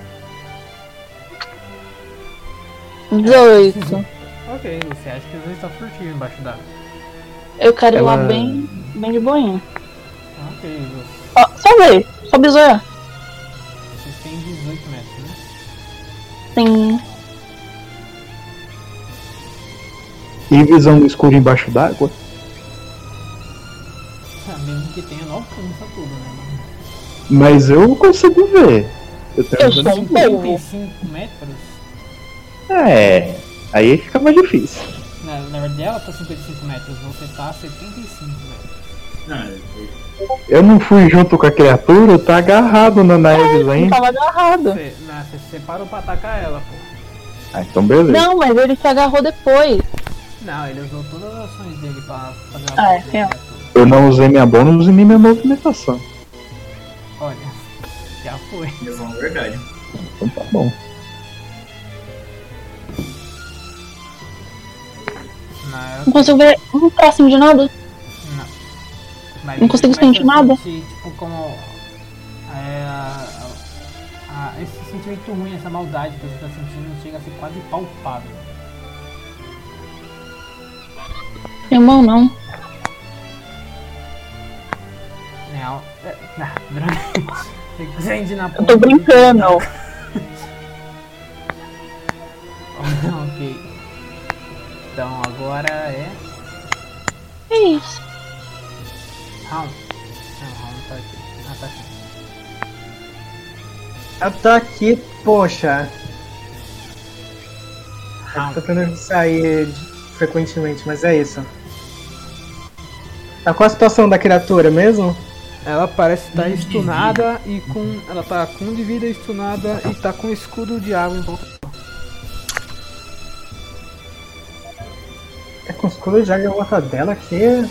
18. Ok, você acha que às vezes está furtivo embaixo d'água. Eu quero ir lá bem de boinha. Ok, você. Ó, só ver, só bisoiar. Vocês têm 18 metros, né? Sim. E visão no escuro embaixo d'água? Mesmo que tenha 9 alcança tudo, né? Mas eu consigo ver. Eu sou um povo. 55 metros? É, aí fica mais difícil. Na verdade ela tá 55 metros, você tá a 75 metros. Não, eu não fui junto com a criatura, tá agarrado na Neves Eu ainda. tava agarrado. Você parou pra atacar ela, pô. Ah, então beleza. Não, mas ele se agarrou depois. Não, ele usou todas as ações dele pra fazer uma Ah, é, da real. criatura. Eu não usei minha bônus e nem minha movimentação. Olha, já foi. levou uma verdade. Então tá bom. Não consigo ver um próximo de nada. Não. Mas Não consigo você vai sentir nada. Tipo, como esse sentimento ruim, essa maldade que você tá sentindo chega a ser quase palpável. Tem mão não. Não, droga. Acende na Eu ponta. tô brincando. Ok. Então agora é É isso. Round. Não, Round tá aqui. Ah, tá aqui. Eu tô aqui, poxa. Eu Round. tô tentando sair frequentemente, mas é isso. Tá qual a situação da criatura mesmo? Ela parece estar stunada e com. Ela tá com 1 de vida stunada e tá com escudo de água em volta. É com escudo de água em volta dela aqui.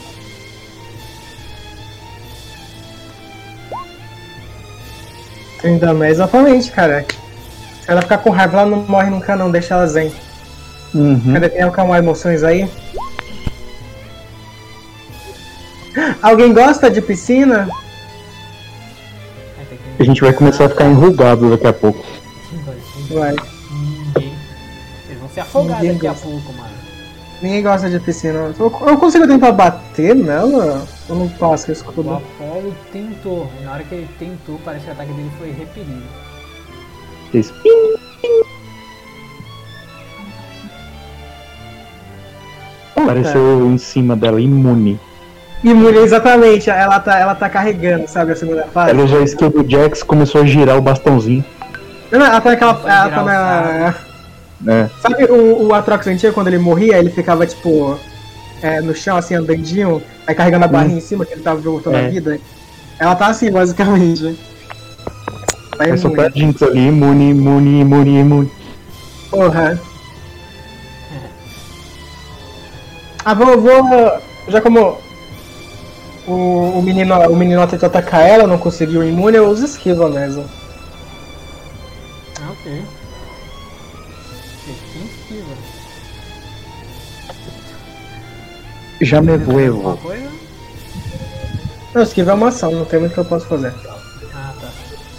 Ainda mais exatamente, cara. Se ela ficar com raiva, ela não morre nunca não, deixa ela zen. Uhum. Cadê quem acalmar emoções aí? Alguém gosta de piscina? A gente vai começar a ficar enrugado daqui a pouco. Vai. Ninguém. Eles vão se afogar Ninguém daqui a gosta. pouco, mano. Ninguém gosta de piscina. Eu consigo tentar bater nela? Eu não posso com O escudo. Apolo tentou, e na hora que ele tentou, parece que o ataque dele foi repelido. Fez Apareceu em cima dela, imune. Imune, exatamente. Ela tá carregando, sabe, a segunda fase. Ela usou a skill do Jax, começou a girar o bastãozinho. Não, ela tá naquela. Vai Ela virar tá o na. É. Sabe o Atrox antigo, quando ele morria, ele ficava tipo. No chão, assim, andandinho, aí carregando a barrinha em cima, que ele tava voltando a vida. Ela tá assim, basicamente. Vai Mas só imune. tá a Jinx ali, imune. Porra. Ah, vou. Já como o menino tentou atacar ela, não conseguiu imune, eu uso esquiva mesmo. Ah, ok. Quem esquiva? Já me Alguma voevo. coisa? Não, esquiva é uma ação, não tem muito que eu posso fazer. Ah, tá.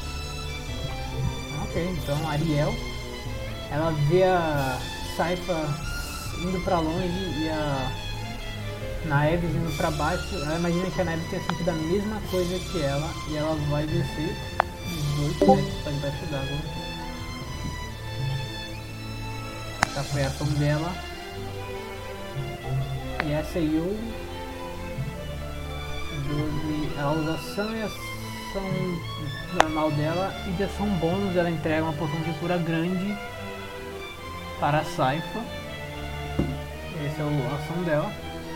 Ok, então a Ariel, ela vê a Saifa indo pra longe e a Naeves indo pra baixo. Ela imagina que a Naeves tenha sentido a mesma coisa que ela e ela vai descer 18 metros pra debaixo d'água. Essa foi a ação dela. E essa aí ela usa ação e ação normal dela. E de ação bônus ela entrega uma poção de cura grande para a Saifa. Essa é a ação dela.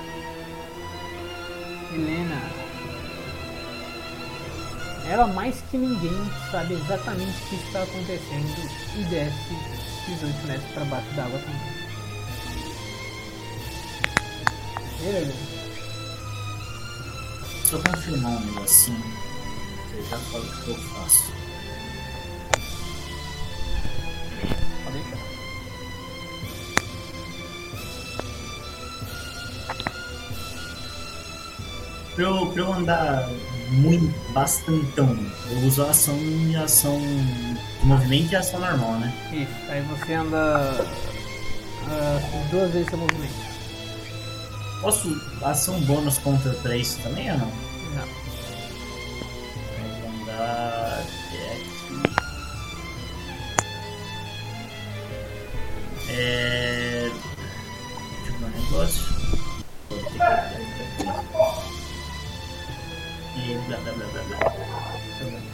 Helena, ela mais que ninguém sabe exatamente o que está acontecendo e desce 18 metros para baixo d'água também. Beleza. Só confirmar um negocinho, que eu já falo o que eu faço. Pode deixar. Pra eu andar bastantão, eu uso a ação e ação de movimento e ação normal, né? Isso, aí você anda 2 vezes seu movimento. Posso ação bônus contra pra isso também ou não? Não. Eu vou andar até aqui. Deixa eu ver um negócio. E blá blá blá blá blá. Deixa eu ver.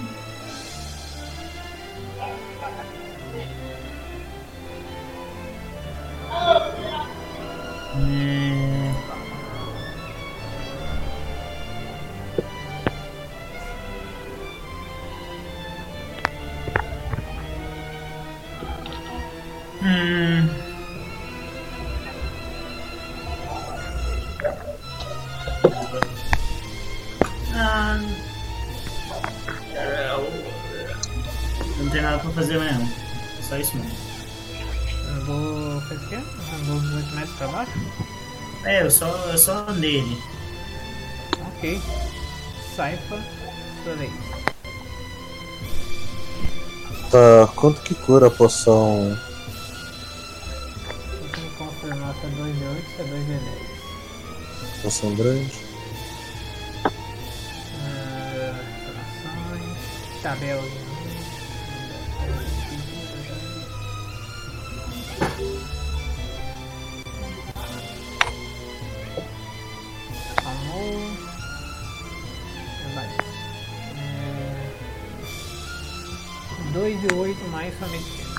Não tem nada pra fazer mesmo. Só isso mesmo. Andou. Fez o quê? Andou 18 metros pra baixo? Eu só andei ali. Ok. Saifa, sua vez. Tá, quanto que cura a poção? Deixa eu confirmar se é 2d8 ou se é 2d10. Poção grande? Informações. Tabela de amor. 2d8 mais sua medicina.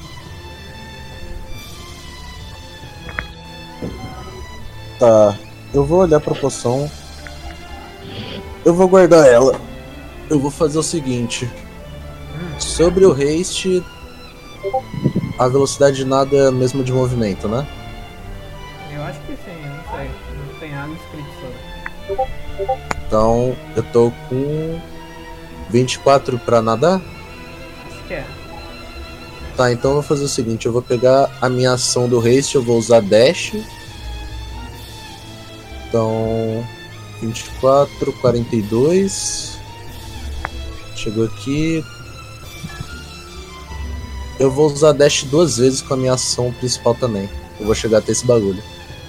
Tá, eu vou olhar pra poção. Eu vou guardar ela. Eu vou fazer o seguinte. Sobre o haste, a velocidade de nada é a mesma de movimento, né? Eu acho que sim, não sei. Não tem nada escrito sobre. Então, eu tô com 24 pra nadar? Acho que é. Tá, então eu vou fazer o seguinte, eu vou pegar a minha ação do haste, eu vou usar dash. Então, 24, 42. Chegou aqui. Eu vou usar dash 2 vezes com a minha ação principal também. Eu vou chegar até esse bagulho.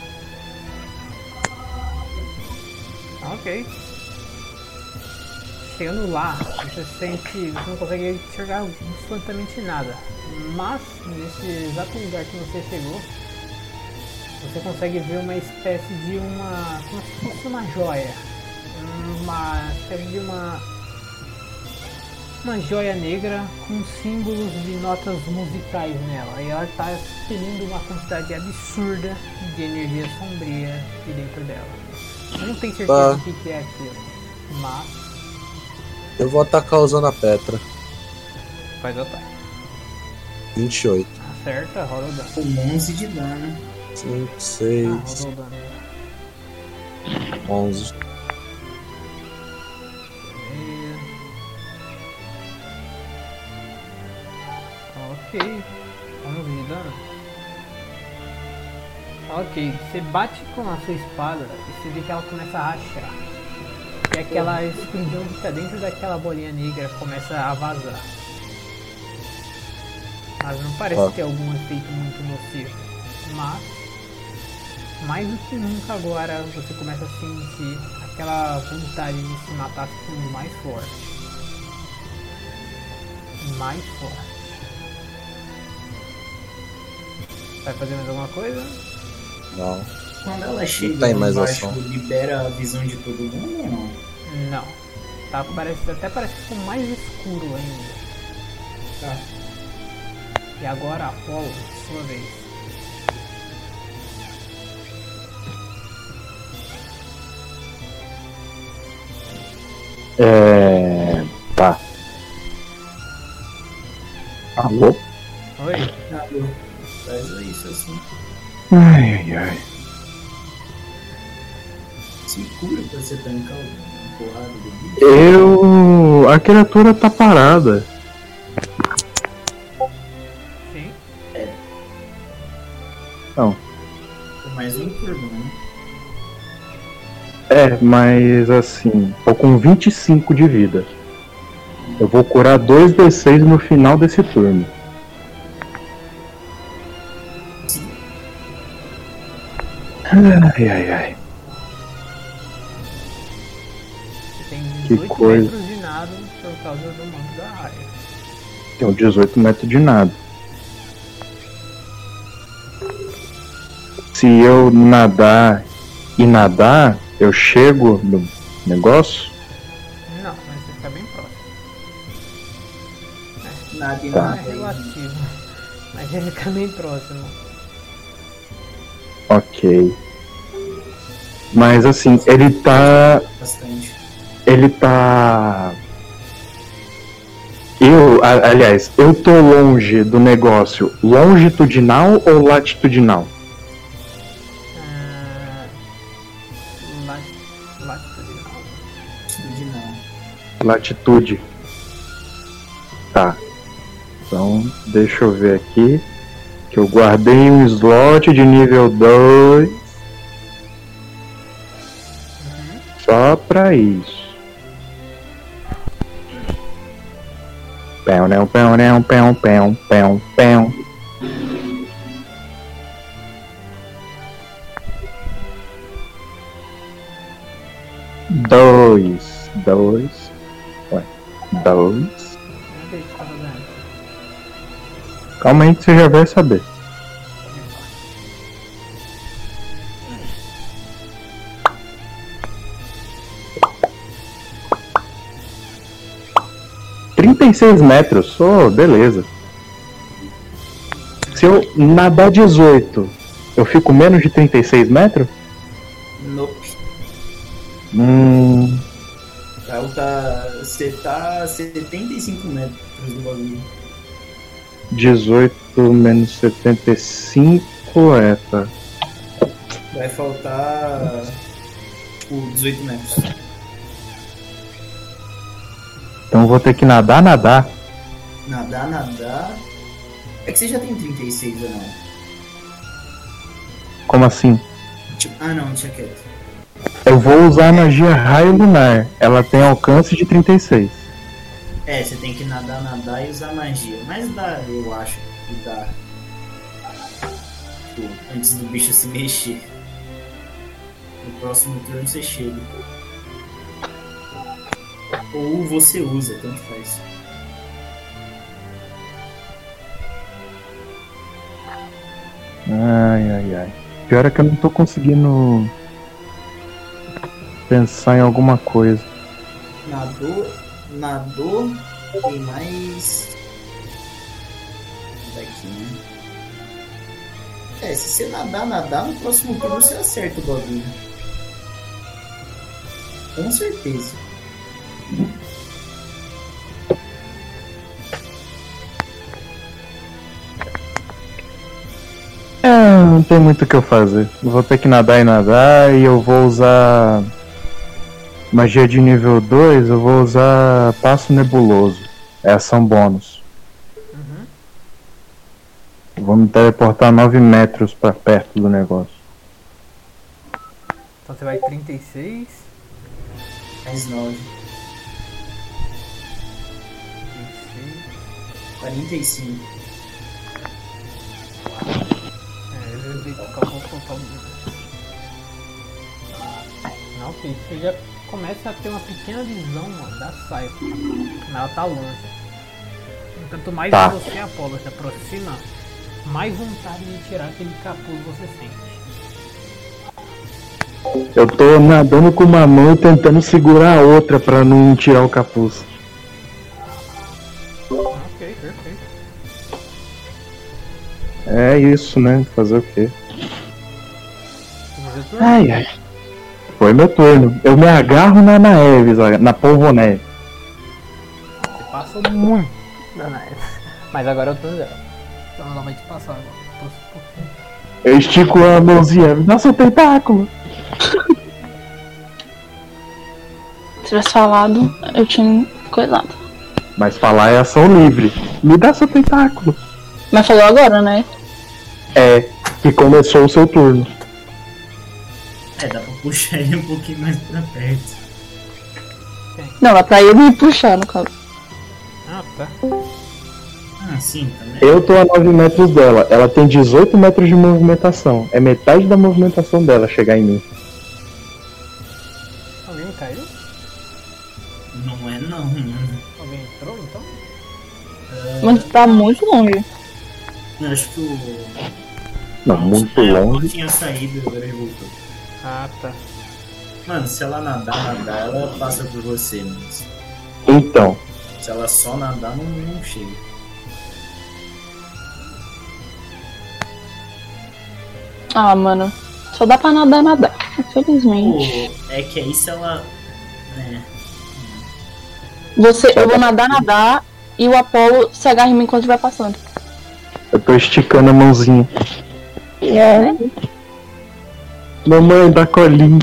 Ok. Chegando lá, você sente. Você não consegue enxergar absolutamente nada. Mas, nesse exato lugar que você chegou, você consegue ver uma espécie de uma. Como se fosse uma joia. Uma espécie de uma joia negra com símbolos de notas musicais nela. E ela está expelindo uma quantidade absurda de energia sombria de dentro dela. Eu não tenho certeza do que é aquilo, mas eu vou atacar usando a Petra. faz o ataque. 28. Acerta, rola o dano. Com 11 de dano. 5, 6, Rodou o dano. 11. Ok, 11 de dano. Ok, você bate com a sua espada e você vê que ela começa a rachar. E aquela escuridão que está dentro daquela bolinha negra começa a vazar. Mas não parece ter algum efeito muito nocivo. Mas, mais do que nunca agora, você começa a sentir aquela vontade de se matar ficando mais forte. Mais forte. Vai fazer mais alguma coisa? Não. Quando ela chega tem mais embaixo, ação. libera a visão de todo mundo ou não? Não. Tá, até parece que ficou mais escuro ainda. Tá. E agora, Apolo, sua vez. Tá. Alô? Oi? Alô. Faz isso assim. Ai. Se cura pra você tancar o porrada do bicho. A criatura tá parada. Sim. Não. Tem mais um turno, né? Mas assim, tô com 25 de vida. Eu vou curar 2d6 no final desse turno. Ai. Você tem Que 18 coisa. metros de nada por causa do manto da área. Tem 18 metros de nada. Se eu nadar, eu chego no negócio? Não, mas você fica bem próximo. Nada e Tá. Não é nada. relativo. Mas ele fica bem próximo. Ok. Mas assim, ele tá. Bastante. Aliás, eu tô longe do negócio longitudinal ou latitudinal? Latitudinal. De não. Latitude. Tá. Então, deixa eu ver aqui. Que eu guardei um slot de nível 2. Só pra isso. Pão. 2. Ué, 2. Calma aí que você já vai saber. metros, beleza. Se eu nadar 18, eu fico menos de 36 metros? Nope. Você tá 75 metros do bagulho. 18 menos 75 tá. Vai faltar tipo 18 metros. Então vou ter que nadar. Nadar. É que você já tem 36 ou não? Como assim? Não, deixa quieto. Eu vou usar a magia Raio Lunar. Ela tem alcance de 36. Você tem que nadar e usar magia. Mas dá, eu acho que dá. Tipo, antes do bicho se mexer. No próximo turno você chega. Ou você usa, tanto faz. Ai. Pior é que eu não tô conseguindo pensar em alguma coisa. Nadou, tem mais daqui, né? Se você nadar, no próximo turno você acerta o bagulho. Com certeza. Não tem muito o que eu fazer. Eu vou ter que nadar e eu vou usar magia de nível 2, eu vou usar Passo Nebuloso. É ação bônus. Vou me teleportar 9 metros pra perto do negócio. Então você vai 36. Mais 9. 45. Eu vi que acabou com Não, ok, você já começa a ter uma pequena visão, mano, da Cypher. Mas ela tá longe. Quanto mais você, Apolo, se aproxima, mais vontade de tirar aquele capuz você sente? Eu tô nadando com uma mão e tentando segurar a outra pra não tirar o capuz. Ok, perfeito. É isso, né? Fazer o quê? Ai, ai. Foi meu turno. Eu me agarro na Ana Eves, na polvonete. Você passou muito na Ana Eves. Mas agora é o turno dela. Então ela vai te passar agora. Eu estico a mãozinha. Me dá seu tentáculo. Se tivesse falado, eu tinha coisado. Mas falar é ação livre. Me dá seu tentáculo. Mas falou agora, né? É, que começou o seu turno. Dá pra puxar ele um pouquinho mais pra perto. Não, é pra eu me puxar, no caso. Ah, tá. Ah, sim, também. Eu tô a 9 metros dela. Ela tem 18 metros de movimentação. É metade da movimentação dela chegar em mim. Alguém caiu? Não é não, mano. Alguém entrou então? Mas tá muito longe. Eu acho que o... Não, muito Eu longe. tinha saído, agora ele voltou. Ah, tá. Mano, se ela nadar, ela passa por você, mas... Então, Se ela só nadar, não chega. Ah, mano. Só dá pra nadar. Infelizmente. Pô, é que aí se ela... Eu vou nadar e o Apolo se agarra em mim enquanto estiver passando. eu tô esticando a mãozinha. É. Mamãe, dá colinho.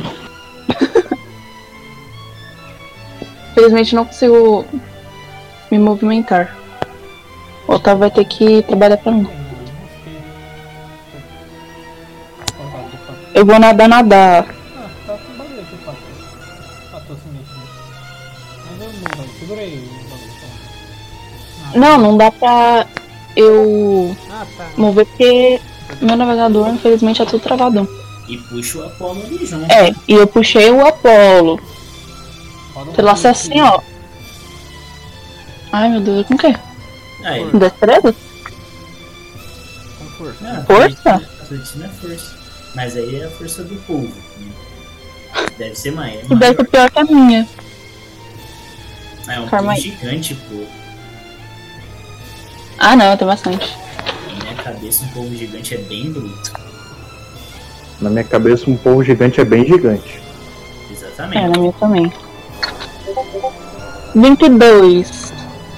Infelizmente não consigo me movimentar. O Otávio vai ter que trabalhar pra mim. Eu vou nadar. Ah, tá com bagulho aqui, Pato. Pato se mexendo. Mas eu não, velho. Segura aí o bagulho. Não dá pra eu Ah, tá. mover porque meu navegador, infelizmente, é tudo travadão. E puxa o Apolo ali junto. É, e eu puxei o Apolo. Roda um Pelo bagulho acesso assim, ó. Ai, meu Deus, com o quê? Aí. Destreza? com força. Força? Atletismo é força. Mas aí é a força do povo. Né? Deve ser mais. Que deve ser pior que a minha. É um Calma povo aí. gigante, pô. Ah, não, tem bastante. Na minha cabeça, um povo gigante é bem bruto. Na minha cabeça, um povo gigante é bem gigante. É, Exatamente. na minha também. 22.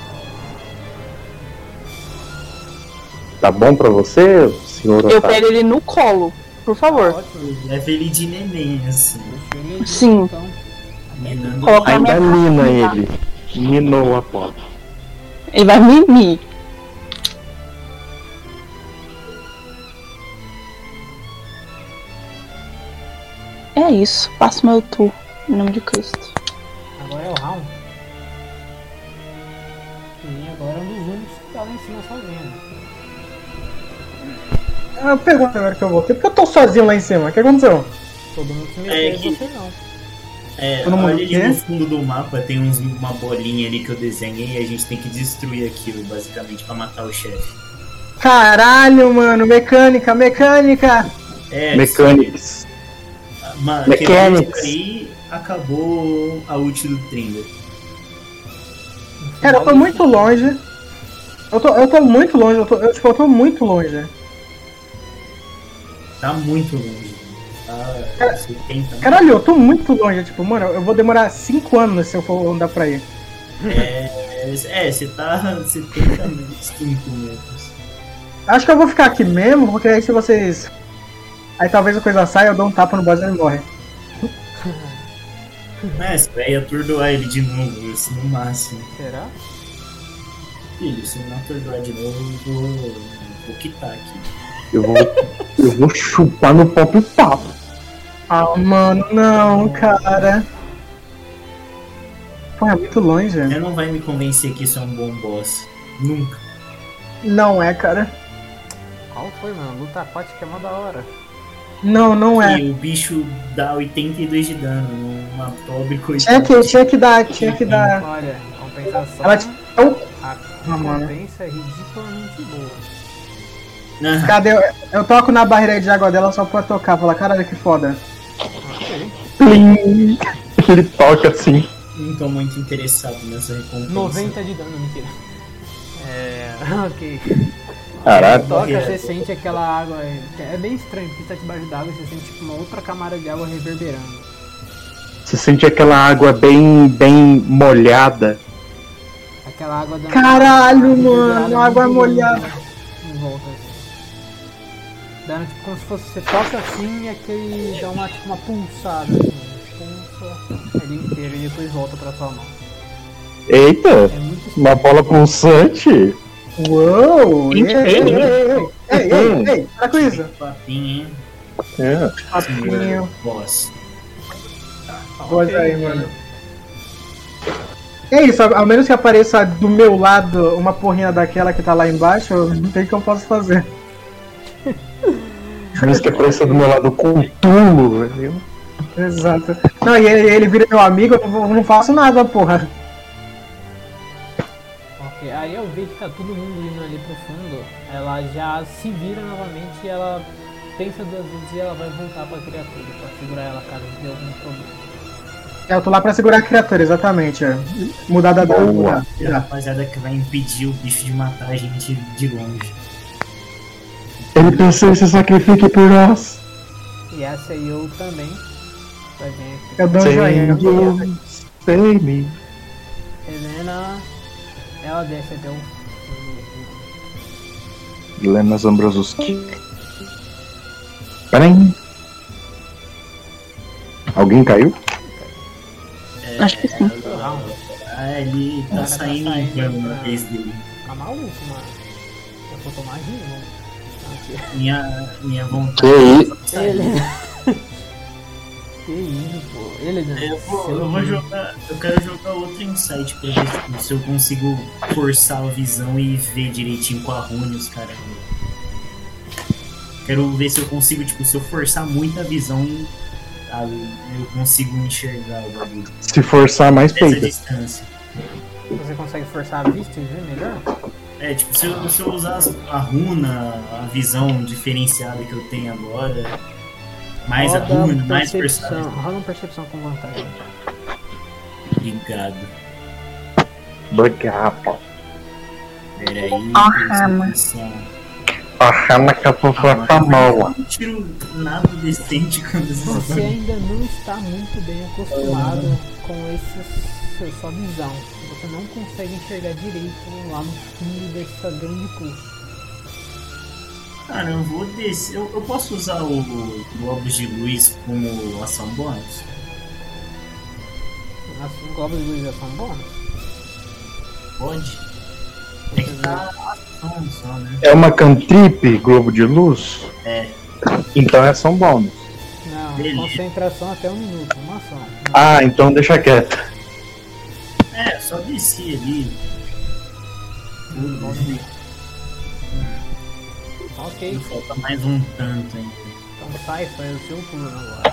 Tá bom pra você, senhor Eu Otávio? pego ele no colo, por favor. Ótimo. Leva ele de neném, assim. Deixa ele aí, Sim. então. Minando. Colocar Ainda minha mina tá. ele. Minou a porta. Ele vai mimir. É isso, passo meu tour, em nome de Cristo. Agora é o round. E agora é um dos únicos que tá lá em cima sozinho. Eu pergunto agora que eu voltei. Por que eu tô sozinho lá em cima? O que aconteceu? Todo mundo se É meteu, que- você não. Todo mundo Olha ali quê? no fundo do mapa, tem uma bolinha ali que eu desenhei e a gente tem que destruir aquilo, basicamente, pra matar o chefe. Caralho, mano. Mecânica. Mechanics. Mechanics. Aí acabou a ult do Trinder. Cara, eu tô muito longe. Eu tô muito longe. Eu tô muito longe. Tá muito longe. Tá 70. Caralho, eu tô muito longe. Tipo, mano, eu vou demorar 5 anos se eu for andar pra ir. Você tá 75 metros. Acho que eu vou ficar aqui mesmo, porque aí se vocês... Aí talvez a coisa saia, eu dou um tapa no boss e ele morre. Você vai atordoar ele de novo, isso no máximo. Será? Filho, se não atordoar de novo, eu vou quitar aqui. Eu vou chupar no próprio papo. Ah, mano, não, cara. Pô, é muito longe. Você não vai me convencer que isso é um bom boss. Nunca. Não é, cara. Qual foi, mano? Luta aquática é mó da hora. Não é. E o bicho dá 82 de dano numa pobre coitada. Tinha que dar. Olha, em compensação, Ela a Ah, mano. recompensa é ridiculamente boa. Cadê? Eu toco na barreira de água dela só pra tocar. Falar, caralho, que foda. Plim! Ele toca assim. Não tô muito interessado nessa recompensa. 90 de dano, mentira. Ok. Caralho. Toca, você sente aquela água. É bem estranho, porque você tá debaixo d'água, você sente tipo uma outra camada de água reverberando. Você sente aquela água bem molhada. Aquela água dando. Caralho, mano, água molhada. Em volta assim. Dando tipo como se fosse. Você toca assim e aquele dá uma, tipo, uma pulsada assim. Pulsa ele inteiro e depois volta pra sua mão. Eita! É muito uma bola pulsante. Uou! Ei, para com isso. Papinho, hein? É. Papinho. Boss. Pois aí, mano. É isso, ao menos que apareça do meu lado uma porrinha daquela que tá lá embaixo, não tem o que eu posso fazer. A menos que apareça do meu lado com tulo, velho. Exato. Não, e ele vira meu amigo, eu não faço nada, porra. Ok, aí eu vejo que tá todo mundo indo ali pro fundo. Ela já se vira novamente e ela pensa 2 vezes e ela vai voltar pra criatura pra segurar ela caso dê algum problema. Eu tô lá pra segurar a criatura, exatamente. Mudar da boa. É a rapaziada que vai impedir o bicho de matar a gente de longe. Ele pensou em se sacrifique por nós. E essa aí eu também. Vai vir aqui. Eu dou um joinha. Save me. Helena. Ela desce até o. Helena Zambrosuski. Peraí. Alguém caiu? Acho que sim. Ele tá saindo em plano na vez dele. Tá maluco, mano. Eu vou tomar magia, mano. Minha vontade. Que isso? Que isso, pô. Helena. Eu vou jogar. Eu quero jogar outro insight pra ver se eu consigo forçar a visão e ver direitinho com a rune os caras. Quero ver se eu consigo, tipo, se eu forçar muito a visão, eu consigo enxergar o bagulho. Se forçar mais Essa peita. distância. Você consegue forçar a vista e ver melhor? É, tipo, se eu usar a runa, a visão diferenciada que eu tenho agora, mais a runa, mais percepção. Rola uma percepção com vantagem. Obrigado. Obrigado. Peraí, percepção. A Hannah acabou com a mão. Eu não tiro nada decente quando você ainda não está muito bem acostumado com sua visão. Você não consegue enxergar direito lá no fundo dessa grande curso. Cara, eu vou descer. Eu posso usar o Globos de Luz como ação bônus? Os Globos de Luz são bônus? Pode? É que tá ação só, né? É uma cantrip, Globo de Luz? É. Então é ação bônus. Não, Beleza. concentração até 1 minuto, uma ação. Ah, então deixa quieto. É, só desci ali. Ok, Falta mais um tanto ainda. então sai, foi o seu turno agora.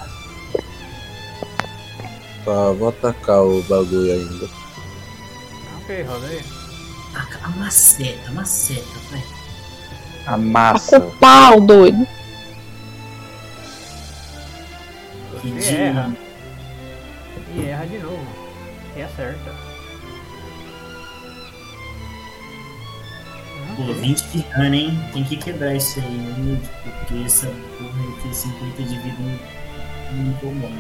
Tá, vou atacar o bagulho ainda. Ok, roda aí. A maceta, vai. A massa. Com pau, doido. Você erra. E erra de novo. E acerta. Pô, 20 de dano, hein? Tem que quebrar isso aí, né? Porque essa porra aí ter 50 de vida não incomoda.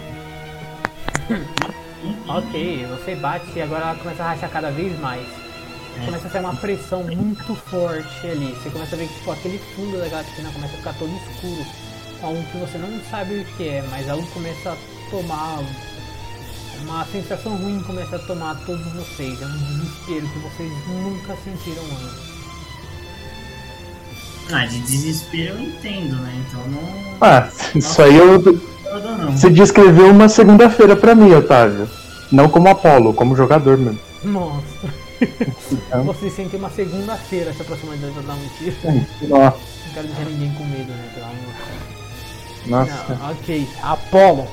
Ok, você bate e agora ela começa a rachar cada vez mais. Começa a ser uma pressão muito forte ali. Você começa a ver que tipo, aquele fundo da gelatina começa a ficar todo escuro. Algo que você não sabe o que é, mas algo começa a tomar. Uma sensação ruim começa a tomar todos vocês. É um desespero que vocês nunca sentiram antes. Ah, de desespero eu entendo, né? Então não. Ah, isso aí eu. Não. Você descreveu uma segunda-feira pra mim, Otávio. Não como Apolo, como jogador mesmo. Nossa. Então. Você sente uma segunda-feira se aproximando de dar um tiro. Nossa. Não quero deixar ninguém com medo, né? Pelo amor. Nossa. Não, ok, Apolo.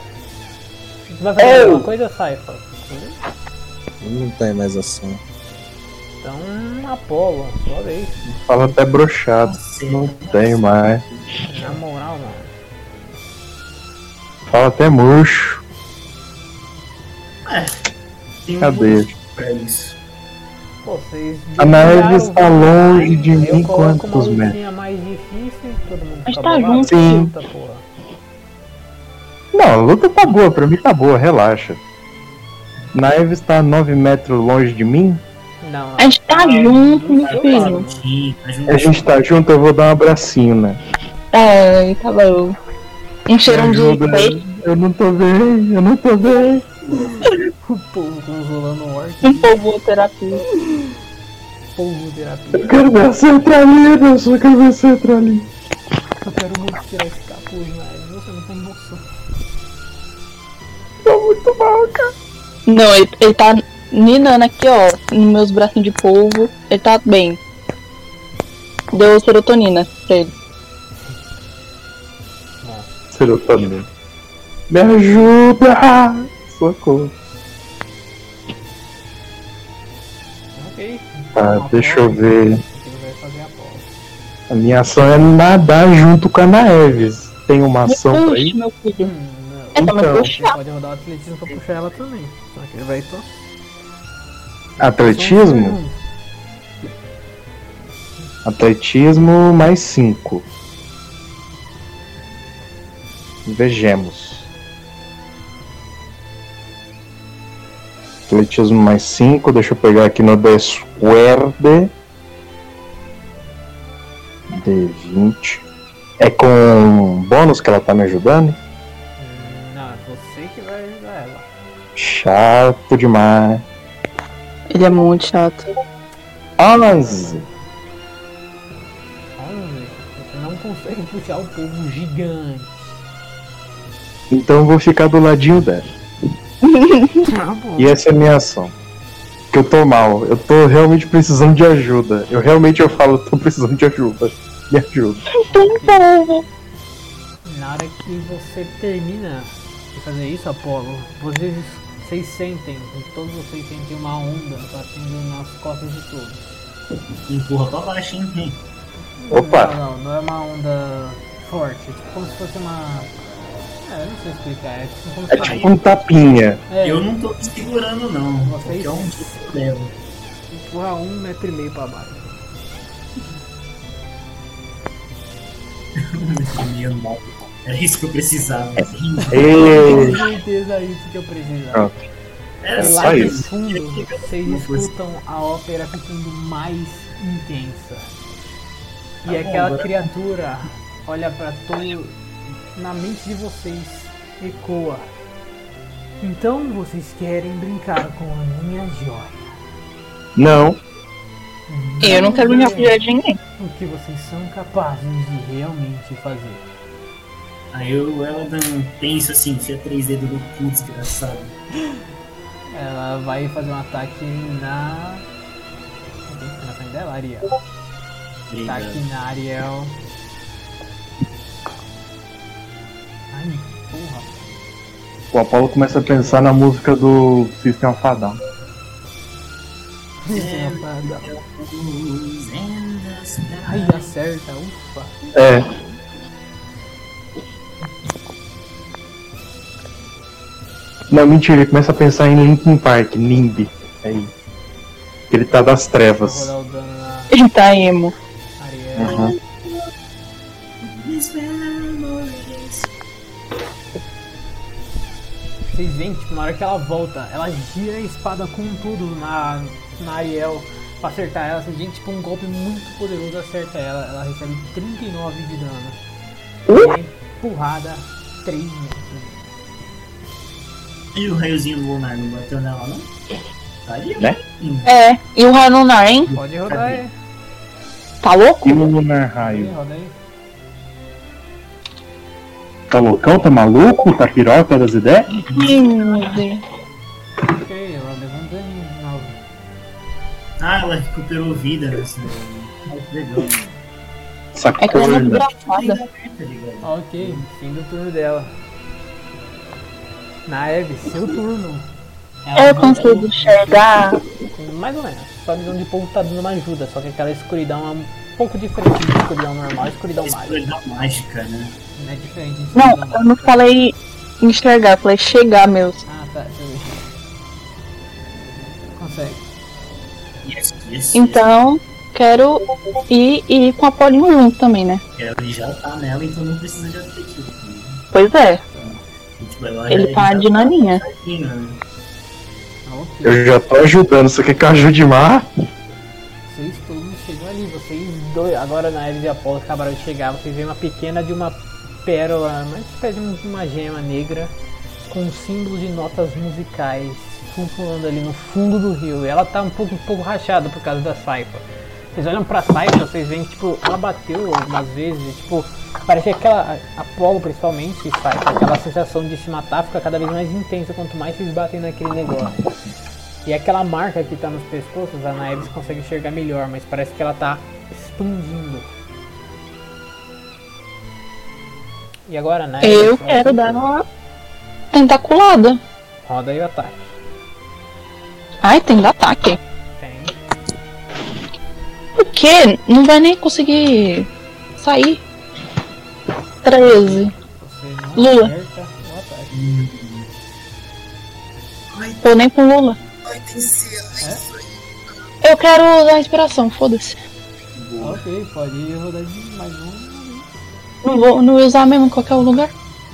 Você vai fazer alguma coisa, Saifa? Não tem mais ação. Então, Apolo, sua vez. Fala até broxado. Não tem mais. Na moral, mano. Fala até murcho. Tem Cadê? Pra isso. Pô, vocês A neve está longe de mim eu coloco quantos uma metros? lutinha mais difícil, todo mundo Mas fica tá bolado. junto. Sim. Luta, porra. Não, a luta tá boa, pra mim tá boa, relaxa. Neve está a 9 metros longe de mim? Não, A gente tá junto, meu eu filho. Sim, tá junto. A gente tá junto, eu vou dar um abracinho, né? É, tá bom. Encheram Me de ajuda, peito. eu não tô bem, eu não tô bem. O povo consolando o orc. Um povo terapia. Povo terapia. Eu quero ver a centralina, eu só quero ver a centralina. Eu quero muito tirar esse capuz, mas você não tem noção. Tô muito mal, cara. Não, ele tá ninando aqui, ó, nos meus bracinhos de polvo. Ele tá bem. Deu serotonina pra ele. Serotonina. Me ajuda! Socorro. Ok. Tá, deixa eu ver. O que ele vai fazer Apolo? A minha ação é nadar junto com a Naeves. Tem uma Me ação pra puxe, ir? meu filho. Não. É, tá me Então. Você puxar. pode rodar o atletismo pra puxar ela também. Só que ele vai só. Atletismo? Atletismo mais 5. Vejamos. Atletismo mais 5. Deixa eu pegar aqui no Desquerde. D20. É com bônus que ela tá me ajudando? Não, é você que vai ajudar ela. Chato demais. Ele é muito chato. 11. 11. Você não consegue puxar o povo gigante. Então eu vou ficar do ladinho dela. Tá bom. E essa é a minha ação. Que eu tô mal. Eu tô realmente precisando de ajuda. Eu falo, eu tô precisando de ajuda. Me ajuda. Na hora que você termina de fazer isso, Apolo, vocês sentem, todos vocês sentem uma onda batendo nas costas de todos. Empurra pra baixo, hein? Opa. Não é uma onda forte, é tipo como se fosse uma... eu não sei explicar, é tipo como se É tipo um tapinha. É, Eu não tô me segurando, não. Vocês- Qualquer um que eu levo. empurra 1,5 metro pra baixo. Era isso que eu precisava. Ei. Com certeza é isso que eu precisava. Pronto. Era E só lá no isso. fundo, vocês escutam a ópera ficando mais intensa. E aquela criatura olha pra todo. Na mente de vocês ecoa. Então vocês querem brincar com a minha joia. Não. Eu não quero ver brincar de ninguém. o que vocês são capazes de realmente fazer. Aí ela pensa assim, enfia 3 dedos no cu, desgraçado. Ela vai fazer um ataque na. Quem fica na frente dela? Ariel. Obrigado. Ataque na Ariel. Ai, porra. O Apolo começa a pensar na música do System of a Down. Ai, acerta, ufa. É. Não, mentira, ele começa a pensar em Linkin Park, Nimb. Aí. Ele tá das Vou trevas. rodar o dano na Ele tá emo. Ariel. Uhum. Vocês veem, tipo, na hora que ela volta, ela gira a espada com tudo na Ariel pra acertar ela. Vocês veem, tipo, um golpe muito poderoso acerta ela. Ela recebe 39 de dano. E é empurrada 3 metros. E o raiozinho do lunar não bateu nela, não? Tá ali, Né? É, e o Hanunar, hein? Pode rodar aí. Tá louco? E o Lunar Raio? Roda aí. Tá loucão? Tá maluco? Tá piroca das ideias? Meu Deus. Ok, ela levou um daninho de novo. Ah, ela recuperou vida nessa. Legal. É que ela é Sacorna. desgraçada. Tá ligado? Ok, fim do turno dela. Naeve, seu turno. Eu consigo enxergar. Mais ou menos. Sua visão de povo tá dando uma ajuda, só que aquela escuridão é um pouco diferente da escuridão normal, escuridão mágica. Escuridão mágica, né? Não é diferente de Não, eu não falei enxergar, eu falei chegar mesmo. Ah, tá, deixa eu ver. Consegue. Yes. Então, quero ir com a Paulinho junto também, né? Ele já tá nela, então não precisa de apetite. Pois é. Ele tá de naninha. Eu já tô ajudando, você quer que eu ajude mais? Vocês todos chegam ali, vocês dois, agora na Eves e Apolo acabaram de chegar, vocês veem uma pequena de uma pérola, uma espécie de uma gema negra com símbolos de notas musicais flutuando ali no fundo do rio. E ela tá um pouco rachada por causa da Saifa. Vocês olham pra Saifa, vocês veem que tipo, ela bateu algumas vezes e tipo, parece que aquela, Apolo principalmente, Saifa, aquela sensação de se matar fica cada vez mais intensa quanto mais vocês batem naquele negócio. E aquela marca que tá nos pescoços, a Naeves consegue enxergar melhor, mas parece que ela tá expandindo. E agora, Naeves? Eu quero dar uma tentaculada. Roda aí o ataque. Ai, tem que dar ataque. Tem. Por quê? Não vai nem conseguir sair. 13. Você não Lula. acerta o ataque. Ou nem com Lula. Ai, tem cena. Eu quero dar inspiração, foda-se. Ok, pode rodar de mais um. Não vou usar mesmo em qualquer lugar.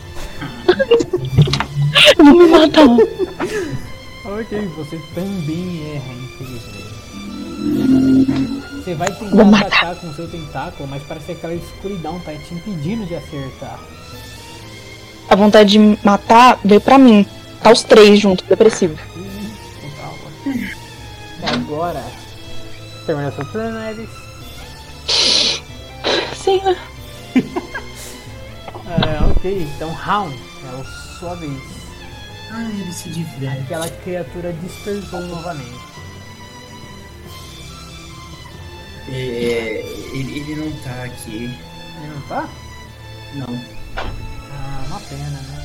Vou me matar. Ok, você também erra, infelizmente. Você vai tentar atacar com o seu tentáculo, mas parece que aquela escuridão tá te impedindo de acertar. A vontade de matar veio pra mim. Tá os três juntos, depressivo. Com calma. Agora, termina seu turno, Elis. Sim, né? Ok, então Round, é a sua vez. Ai, ele se diverte. Aquela criatura dispersou novamente. Ele não tá aqui. Ele não tá? Não. Ah, uma pena, né?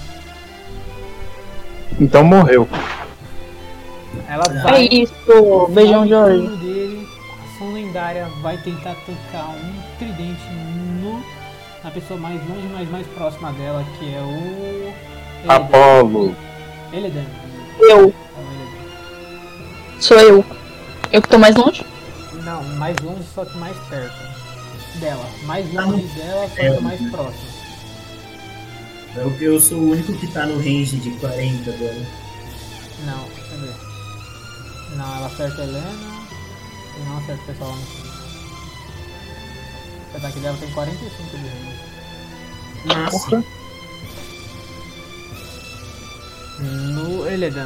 Então morreu. Ela vai. É isso, beijão, Jorge. Dele, a ação lendária vai tentar tocar um tridente na pessoa mais longe, mas mais próxima dela, que é o Apolo. Eledan. Eu. Sou eu. Eu que tô mais longe? Não, mais longe, só que mais perto dela. Mais longe dela, só que mais próximo. Eu sou o único que tá no range de 40 agora. Não, deixa eu ver. Não, ela acerta a Helena e não acerta o pessoal lá no fundo. O ataque dela tem 45 de range. Nossa. No Eledan.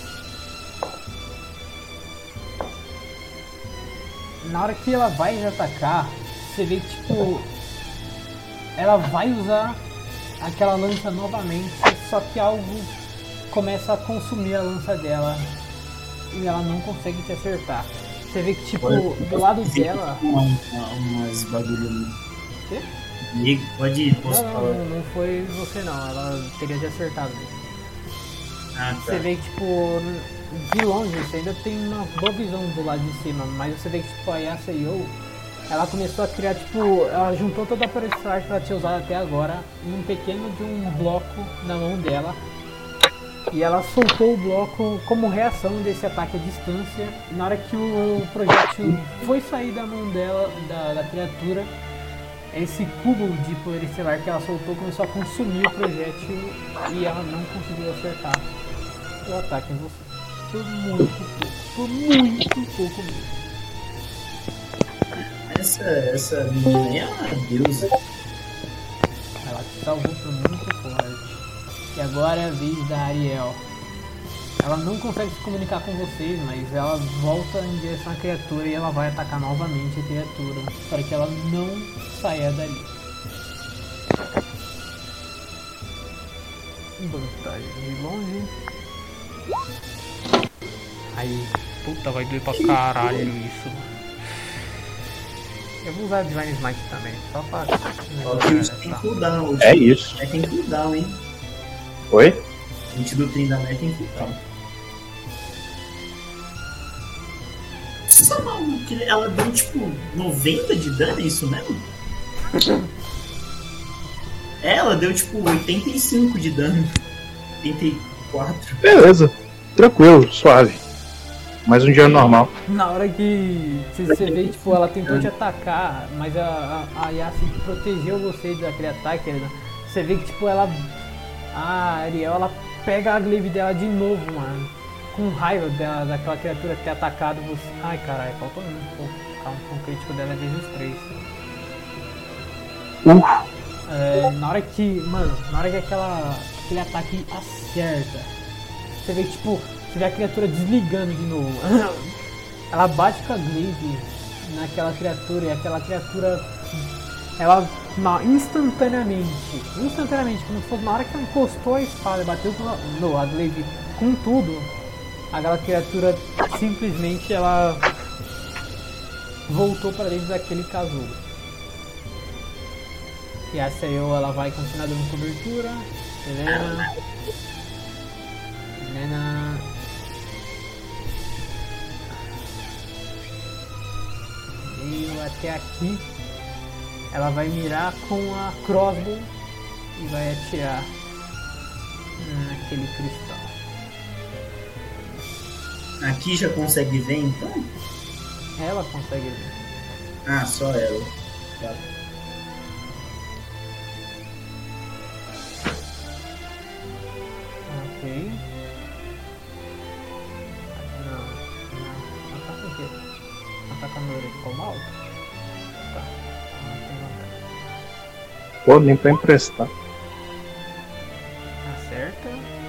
Na hora que ela vai atacar, você vê que tipo, ela vai usar aquela lança novamente, só que algo começa a consumir a lança dela e ela não consegue te acertar. Você vê que tipo, do lado dela... Umas bagulho... Quê? Pode ir, posso falar? Não foi você não, ela teria te acertado mesmo. Ah, tá. Você vê que tipo, de longe você ainda tem uma boa visão do lado de cima, mas você vê que tipo, a Yasuo, ela começou a criar tipo, ela juntou toda a prioridade que ela tinha usado até agora em um pequeno de um bloco na mão dela. E ela soltou o bloco como reação desse ataque à distância. E na hora que o projétil foi sair da mão dela, da criatura, esse cubo de poder estelar que ela soltou começou a consumir o projétil e ela não conseguiu acertar o ataque em você. Por muito pouco mesmo. Essa menina é uma deusa. Ela te salvou por muito forte. E agora é a vez da Ariel. Ela não consegue se comunicar com vocês, mas ela volta em direção à criatura e ela vai atacar novamente a criatura, para que ela não saia dali. Vantagem de longe. Aí, puta, vai doer pra caralho isso. Eu vou usar Divine Smite também, só pra... Tem cooldown. É isso. Tem cooldown, hein? Oi? 20 do 30 da net tem cooldown. Nossa, mano, ela deu tipo 90 de dano, é isso mesmo? Ela deu tipo 85 de dano. 84. Beleza, tranquilo, suave. Mais um dia normal. Na hora que você vê, tipo, ela tentou te atacar, mas a Yassi protegeu você daquele ataque, né? Você vê que, tipo, a Ariel, ela pega a glaive dela de novo, mano. Com raiva daquela criatura ter atacado você. Ai, caralho, faltou um pouco. Calma, o crítico dela é vezes 3. Na hora que aquele ataque acerta, você vê que, tipo, você vê a criatura desligando de novo. Ela bate com a glaive naquela criatura e aquela criatura, ela instantaneamente, como se fosse na hora que ela encostou a espada e bateu a glaive com tudo, aquela criatura simplesmente ela voltou para dentro daquele casulo. E a Sayo, ela vai continuar dando cobertura. Helena veio até aqui. Ela vai mirar com a crossbow e vai atirar naquele cristal. Aqui já consegue ver então? Ela consegue ver. Ah, só ela. Tá. Ok. Não. Ataca o quê? Ataca no orelha como alto? Tá. Tem vantagem. Pô, nem pra emprestar. Acerta.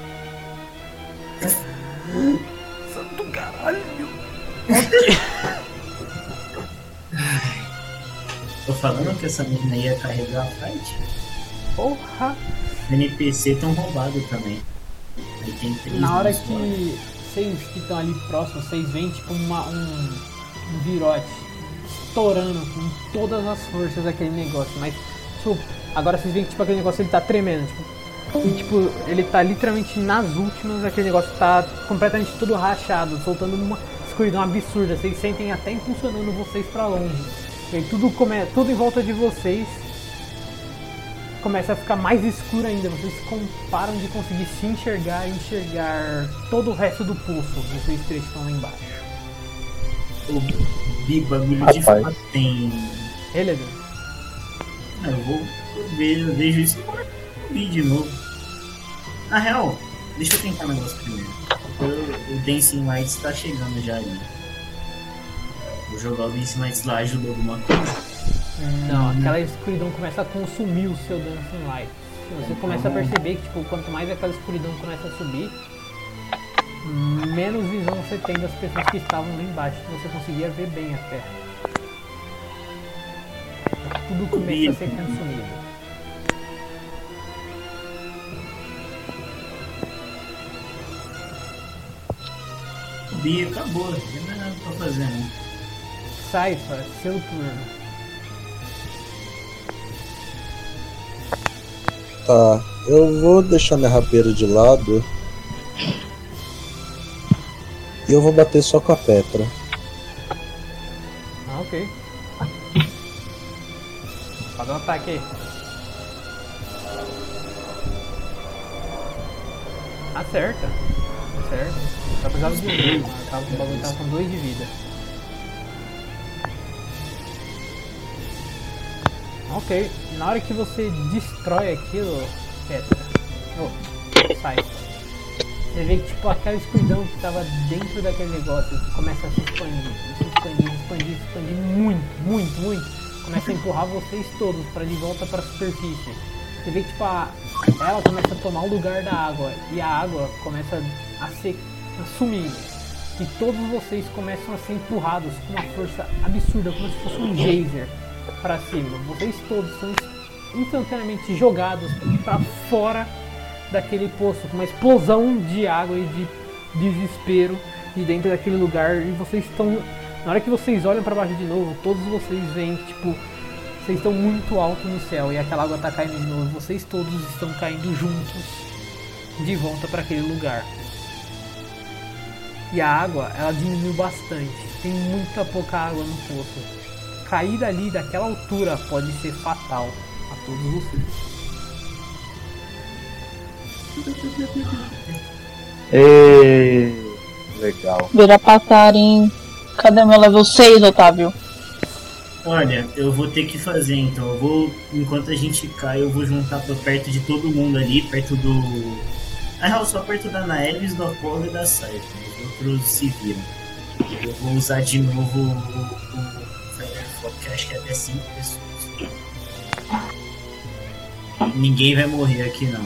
Santo caralho! Tô falando que essa menina ia carregar a fight. Porra! NPC tão roubado também. Ele tem 3. Na hora que vocês que estão ali próximos, vocês veem tipo um virote estourando com todas as forças daquele negócio, mas tipo, agora vocês veem que tipo, aquele negócio ele tá tremendo, tipo, e tipo, ele tá literalmente nas últimas, aquele negócio tá completamente todo rachado, soltando uma escuridão absurda, vocês sentem até impulsionando vocês pra longe. E aí tudo em volta de vocês começa a ficar mais escuro ainda, vocês param de conseguir se enxergar e enxergar todo o resto do poço, vocês três estão lá embaixo. O bagulho de fato tem... Beleza. Eu vejo isso e vi de novo. Na real, deixa eu tentar um negócio primeiro. O Dancing Lights tá chegando já ali. Vou jogar o Dancing Lights lá, ajuda alguma coisa? Não, aquela escuridão começa a consumir o seu Dancing Light. Você começa a perceber que tipo, quanto mais aquela escuridão começa a subir, menos visão você tem das pessoas que estavam lá embaixo, que você conseguia ver bem até. Tudo começa a ser consumido. O Bia acabou, não tem mais nada pra fazer, né? Saifa, seu turno. Tá, eu vou deixar minha rabeira de lado e eu vou bater só com a Petra. Ah, ok. Faz um ataque aí. Acerta. Só precisava de 1, o bagulho tava com 2 de vida. Ok, na hora que você destrói aquilo, Petra, sai. Você vê que tipo, aquela escuridão que estava dentro daquele negócio começa a se expandir muito. Começa a empurrar vocês todos para de volta para a superfície. Você vê que tipo, ela começa a tomar o lugar da água e a água começa a sumir. E todos vocês começam a ser empurrados com uma força absurda, como se fosse um geyser para cima. Vocês todos são instantaneamente jogados para fora daquele poço, com uma explosão de água e de desespero de dentro daquele lugar. E vocês estão, na hora que vocês olham para baixo de novo, todos vocês veem que tipo, vocês estão muito alto no céu e aquela água está caindo de novo. Vocês todos estão caindo juntos de volta para aquele lugar. E a água, ela diminuiu bastante. Tem muita pouca água no poço. Cair ali daquela altura pode ser fatal a todos vocês. Legal. Vira passarinho. Cadê meu level 6, Otávio? Olha, eu vou ter que fazer então. Eu vou, enquanto a gente cai, eu vou juntar pra perto de todo mundo ali, perto do. Na real, só perto da Naeves, do Apollo e da Saifa. Os outros se viram. Eu vou usar de novo o Firefox, que acho que é até 5 pessoas. Ninguém vai morrer aqui não.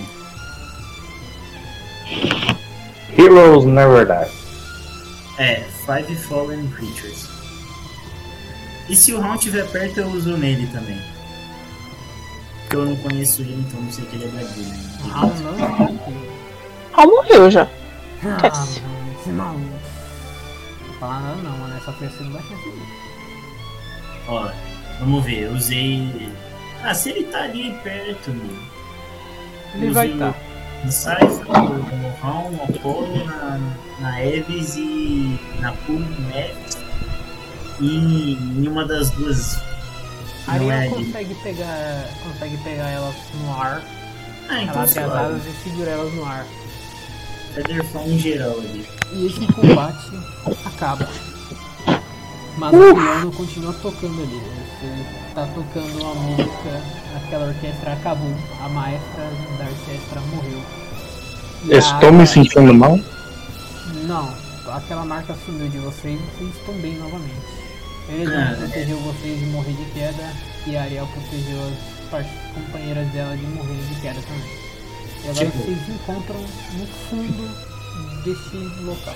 Heroes Never Die. 5 Fallen Creatures. E se o Raon estiver perto, eu uso nele também. Porque eu não conheço ele, então não sei que ele é daqui, né? Raon não? Raon morreu já. Não. Não falar nada não, mano. Essa pessoa não vai conseguir. Ó, vamos ver. Eu usei... se ele tá ali perto, mano. Ele vai estar. No Saifa, no Raon, no Apollo, na Eves e na Pum, Neves. E em uma das duas. Ariel consegue pegar elas no ar. Então ela abre as asas e segura elas no ar. Featherfall em geral ali. E esse combate acaba. Mas o piano continua tocando ali. Você tá tocando uma música, aquela orquestra acabou. A maestra da orquestra morreu. Estou me sentindo mal? Não, aquela marca sumiu de vocês e vocês estão bem novamente. Ele protegeu vocês de morrer de queda e a Ariel protegeu as companheiras dela de morrer de queda também. E agora vocês se encontram no fundo deste local.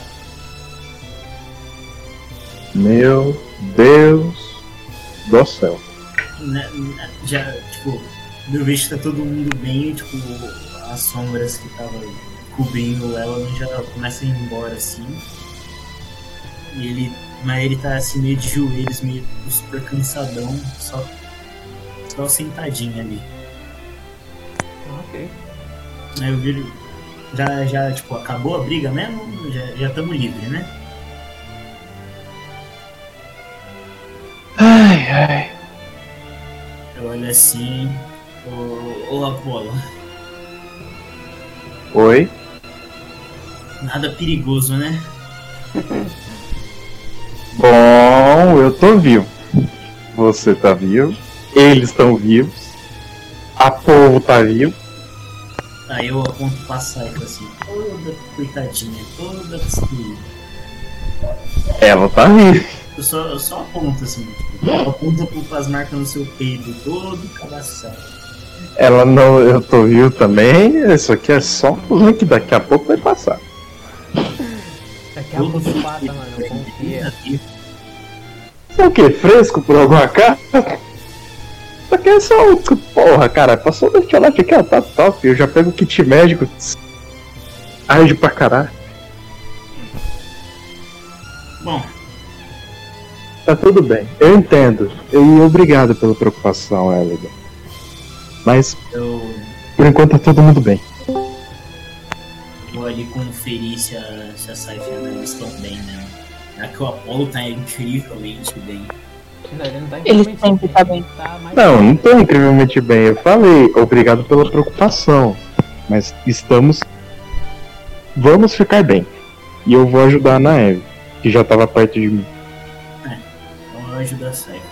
Meu Deus do céu. Já, tipo, eu vejo que tá todo mundo bem, tipo, as sombras que estavam cobrindo ela já começam a ir embora assim. Mas ele tá assim meio de joelhos, meio super cansadão, só sentadinho ali. Ok. Aí eu viro. Já tipo, acabou a briga mesmo? Já estamos livres, né? Ai. Eu olho assim. Ô Apollo. Oi? Nada perigoso, né? Bom, eu tô vivo. Você tá vivo. Eles estão vivos. A povo tá vivo. Aí eu aponto pra Saifa assim, toda coitadinha, toda destruída. Ela tá viva. Eu só aponto assim, tipo, aponto pras marcas no seu peito, todo cadaçado. Ela não. Eu tô vivo também. Isso aqui é só um que daqui a pouco vai passar. Daqui a pouco passa, mano. Confia. Isso é o que? Fresco por alguma casa? Isso aqui é só. Porra, cara, passou o Mertiolate aqui, ó, tá top. Eu já pego o kit médico. Arde pra caralho. Bom. Tá tudo bem, eu entendo. E obrigado pela preocupação, Elida. Mas por enquanto tá todo mundo bem. Vou ali conferir se a Saifa e a Nana estão bem, né? Já que o Apollo tá incrivelmente bem. Ele sempre tá bem. Não tô incrivelmente bem. Eu falei, obrigado pela preocupação. Mas vamos ficar bem. E eu vou ajudar a Naeve, que já tava perto de mim. Então eu ajudo a Saifa.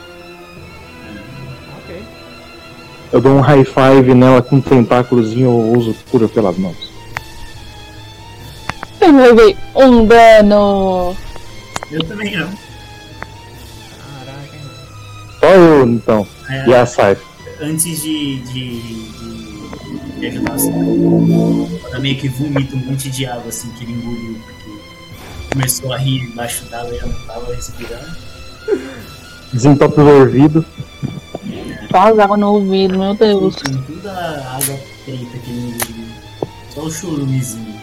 Ok. Eu dou um high five nela com um tentáculozinho, eu uso cura pelas mãos. Eu levei um dano. Eu também não. Caraca. Só eu, então. E a Saifa. Antes de ajudar a Saifa, ela meio que vomita um monte de água assim que ele engoliu, porque começou a rir embaixo d'água e já não tava respirando. Desentope o ouvido. Faz água no ouvido, meu Deus. Tem toda a água preta que ele engoliu. Só o chorumezinho.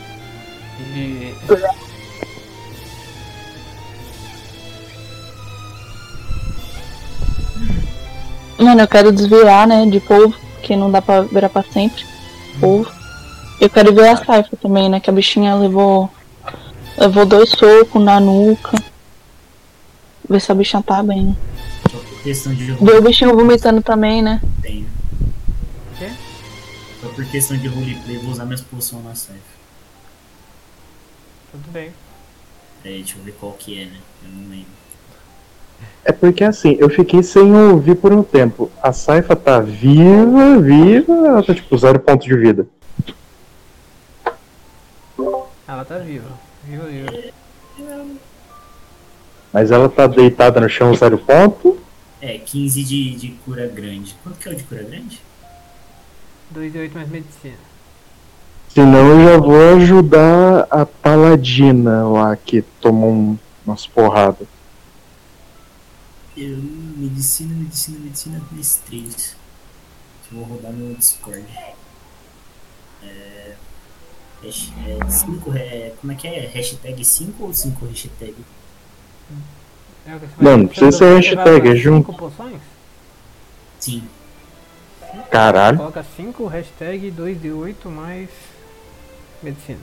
Mano, eu quero desviar, né, de polvo, porque não dá pra virar pra sempre. Polvo. Eu quero ver a Saifa também, né, que a bichinha levou Levou 2 socos na nuca. Ver se a bichinha tá bem. Só por questão de Deu o bichinho vomitando também, né? Tenho. O quê? Só por questão de roleplay, vou usar minhas poções na Cypher. Tudo bem. Deixa eu ver qual que é, né? Eu não lembro. É porque assim, eu fiquei sem ouvir por um tempo. A Saifa tá viva, ela tá tipo 0 pontos de vida. Ela tá viva. Viva. Mas ela tá deitada no chão 0 ponto. É, 15 de cura grande. Quanto que é o de cura grande? 2 e 8 mais medicina. Senão eu já vou ajudar a Paladina lá que tomou umas porradas. Medicina, mais 3. Eu vou rodar no Discord. 5, como é que é? Hashtag 5 ou 5 hashtag? Não precisa ser hashtag, é junto. 5 poções? Sim. Caralho. Coloca 5, hashtag 2d8 mais medicina.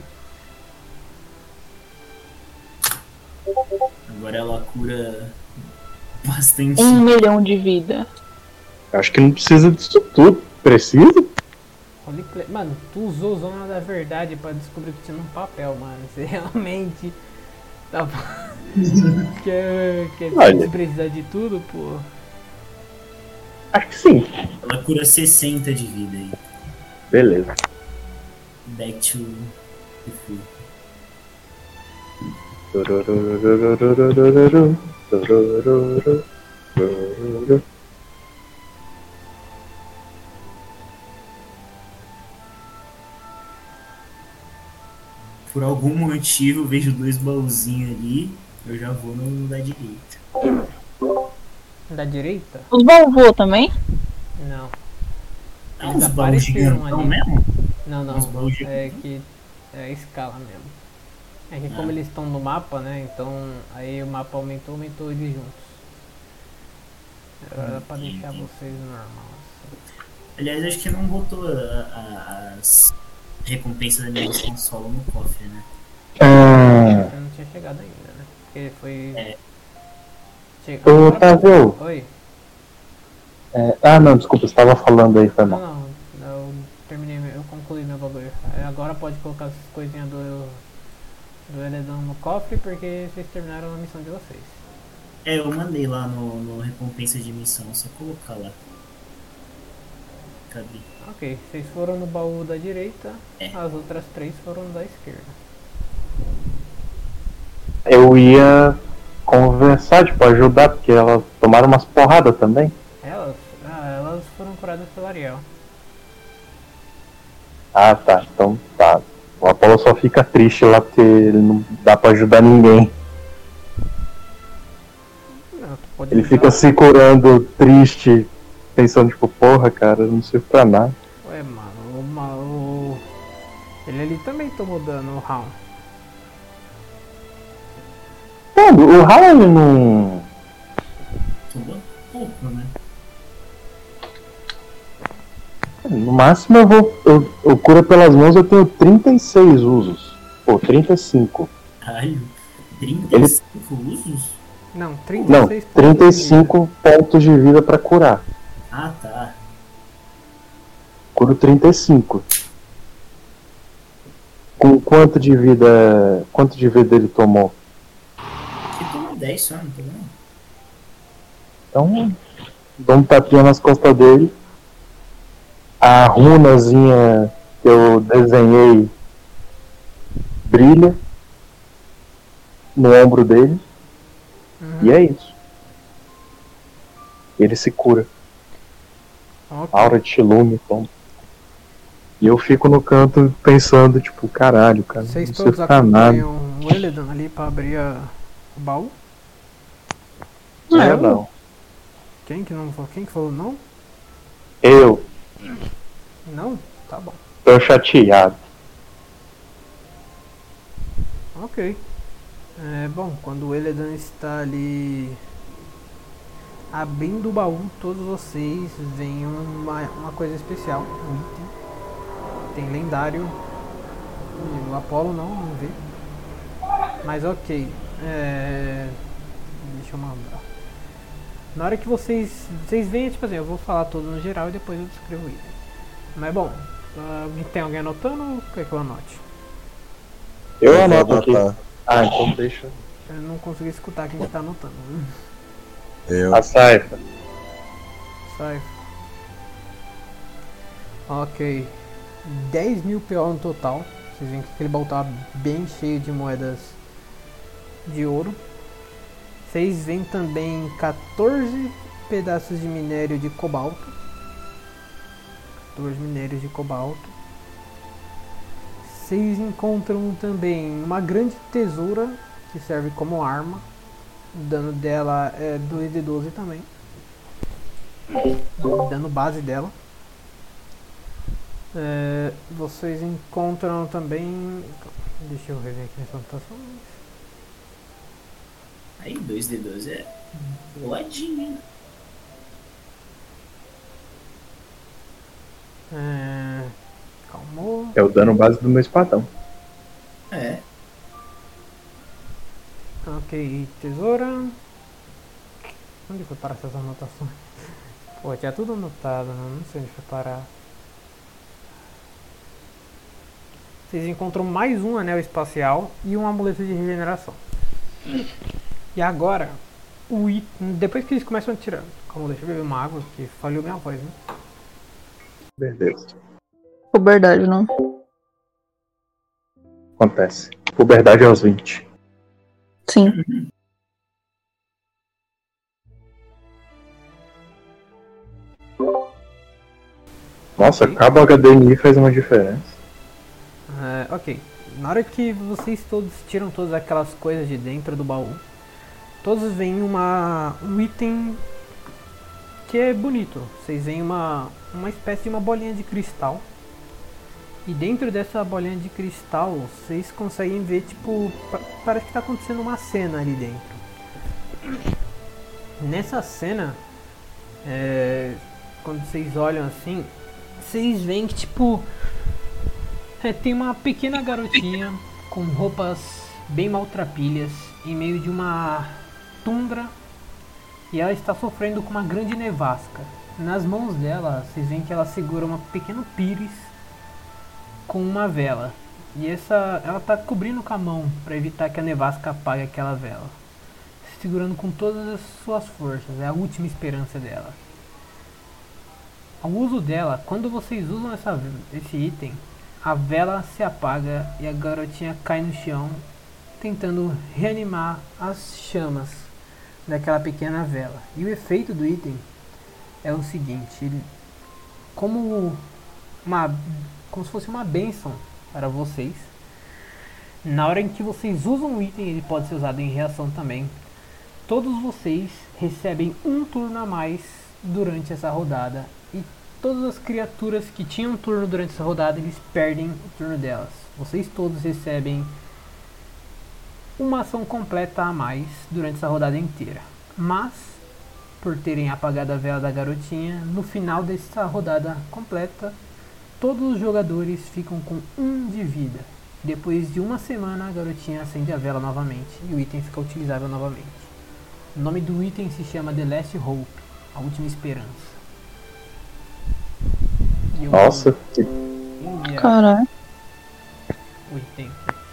Agora ela cura bastante. 1 milhão de vida. Acho que não precisa disso tudo. Precisa? Mano, tu usou Zona da Verdade pra descobrir que tinha um papel, mano. Você realmente tava... quer precisar de tudo, pô? Acho que sim. Ela cura 60 de vida aí. Beleza. Back to the full. Por algum motivo vejo 2 baúzinhos ali, eu já vou no da direita. Da direita? Os baús voam também? Não. É uns baús gigantão ali. mesmo? Não. Baús É que é a escala mesmo. É que como eles estão no mapa, né? Então aí o mapa aumentou eles juntos. Era pra deixar vocês normal. Assim. Aliás, acho que não botou as recompensas da minha missão solo no cofre, né? Você não tinha chegado ainda, né? Porque foi... Ô, Otávio. Oi? Não, desculpa, você tava falando aí, foi mal. Não, eu terminei, eu concluí meu bagulho. Agora pode colocar as coisinhas do Eledão no cofre, porque vocês terminaram a missão de vocês. Eu mandei lá no recompensa de missão, só colocar lá. Cadê? Ok, vocês foram no baú da direita, as outras 3 foram da esquerda. Eu ia conversar, tipo, ajudar, porque elas tomaram umas porradas também. Elas foram curadas pelo Ariel. Ah, tá. Então tá. O Apolo só fica triste lá porque ele não dá pra ajudar ninguém. Não, ele fica se curando triste, pensando tipo, porra, cara, eu não serve pra nada. Ué, mano, ele ali também tomou dano, o Raul. O Raul ele não... Tomou pouco, né? No máximo eu curo pelas mãos, eu tenho 36 usos. Pô, 35. Caralho, 35 usos? Não, 35 pontos de vida pra curar. Ah, tá. Curo 35. Com quanto de vida ele tomou? Ele tomou 10 só, não tomou? Então, dou um tapinha nas costas dele. A runazinha que eu desenhei brilha no ombro dele. E é isso. Ele se cura. Okay. Aura de Shilume, então. E eu fico no canto pensando, tipo, caralho, cara. Vocês não todos acompanham o Eledon ali pra abrir o baú? Não. Quem que falou não? Eu. Não? Tá bom. Tô chateado. Ok. Bom, quando o Eledon está ali abrindo o baú, todos vocês veem uma coisa especial, um item. Tem lendário. O Apolo não vê. Mas ok. Deixa eu mandar. Na hora que vocês veem, tipo assim, eu vou falar tudo no geral e depois eu descrevo o item. Mas bom, tem alguém anotando ou quer que eu anote? Eu anoto aqui. Ah, então deixa. Eu não consegui escutar quem está anotando. Eu. A Saifa. Ok. 10.000 PO no total. Vocês veem que aquele baú tá bem cheio de moedas de ouro. Vocês veem também 14 pedaços de minério de cobalto. 14 minérios de cobalto. Vocês encontram também uma grande tesoura que serve como arma. O dano dela é 2d12 também. O dano base dela. Vocês encontram também... Deixa eu rever aqui nessas anotações. Aí 2d12 é boladinho, hein? Calmou. É o dano base do meu espadão. É. Ok, tesoura. Onde foi parar essas anotações? Pô, tinha tudo anotado, não sei onde foi parar. Vocês encontram mais um anel espacial e um amuleto de regeneração. E agora, o item, depois que eles começam a tirar. Calma, deixa eu beber uma água, que falhou minha voz, né? Beleza. Puberdade, não. Acontece. Puberdade aos 20. Sim. Nossa, acaba o HDMI faz uma diferença. Ok. Na hora que vocês todos tiram todas aquelas coisas de dentro do baú, todos veem um item que é bonito. Vocês veem uma espécie de uma bolinha de cristal. E dentro dessa bolinha de cristal, vocês conseguem ver, tipo, parece que está acontecendo uma cena ali dentro. Nessa cena, quando vocês olham assim, vocês veem que, tipo, tem uma pequena garotinha com roupas bem maltrapilhas em meio de uma tundra e ela está sofrendo com uma grande nevasca. Nas mãos dela, vocês veem que ela segura uma pequena pires com uma vela. E ela está cobrindo com a mão para evitar que a nevasca apague aquela vela. Segurando com todas as suas forças, é a última esperança dela. Ao uso dela, quando vocês usam esse item, a vela se apaga e a garotinha cai no chão, tentando reanimar as chamas daquela pequena vela. E o efeito do item é o seguinte, ele, como se fosse uma bênção para vocês. Na hora em que vocês usam o item, ele pode ser usado em reação também. Todos vocês recebem um turno a mais durante essa rodada. E todas as criaturas que tinham turno durante essa rodada, eles perdem o turno delas. Vocês todos recebem uma ação completa a mais durante essa rodada inteira. Mas, por terem apagado a vela da garotinha, no final dessa rodada completa, todos os jogadores ficam com 1 de vida. Depois de uma semana, a garotinha acende a vela novamente e o item fica utilizável novamente. O nome do item se chama The Last Hope, a última esperança. Nossa, Caralho. O item.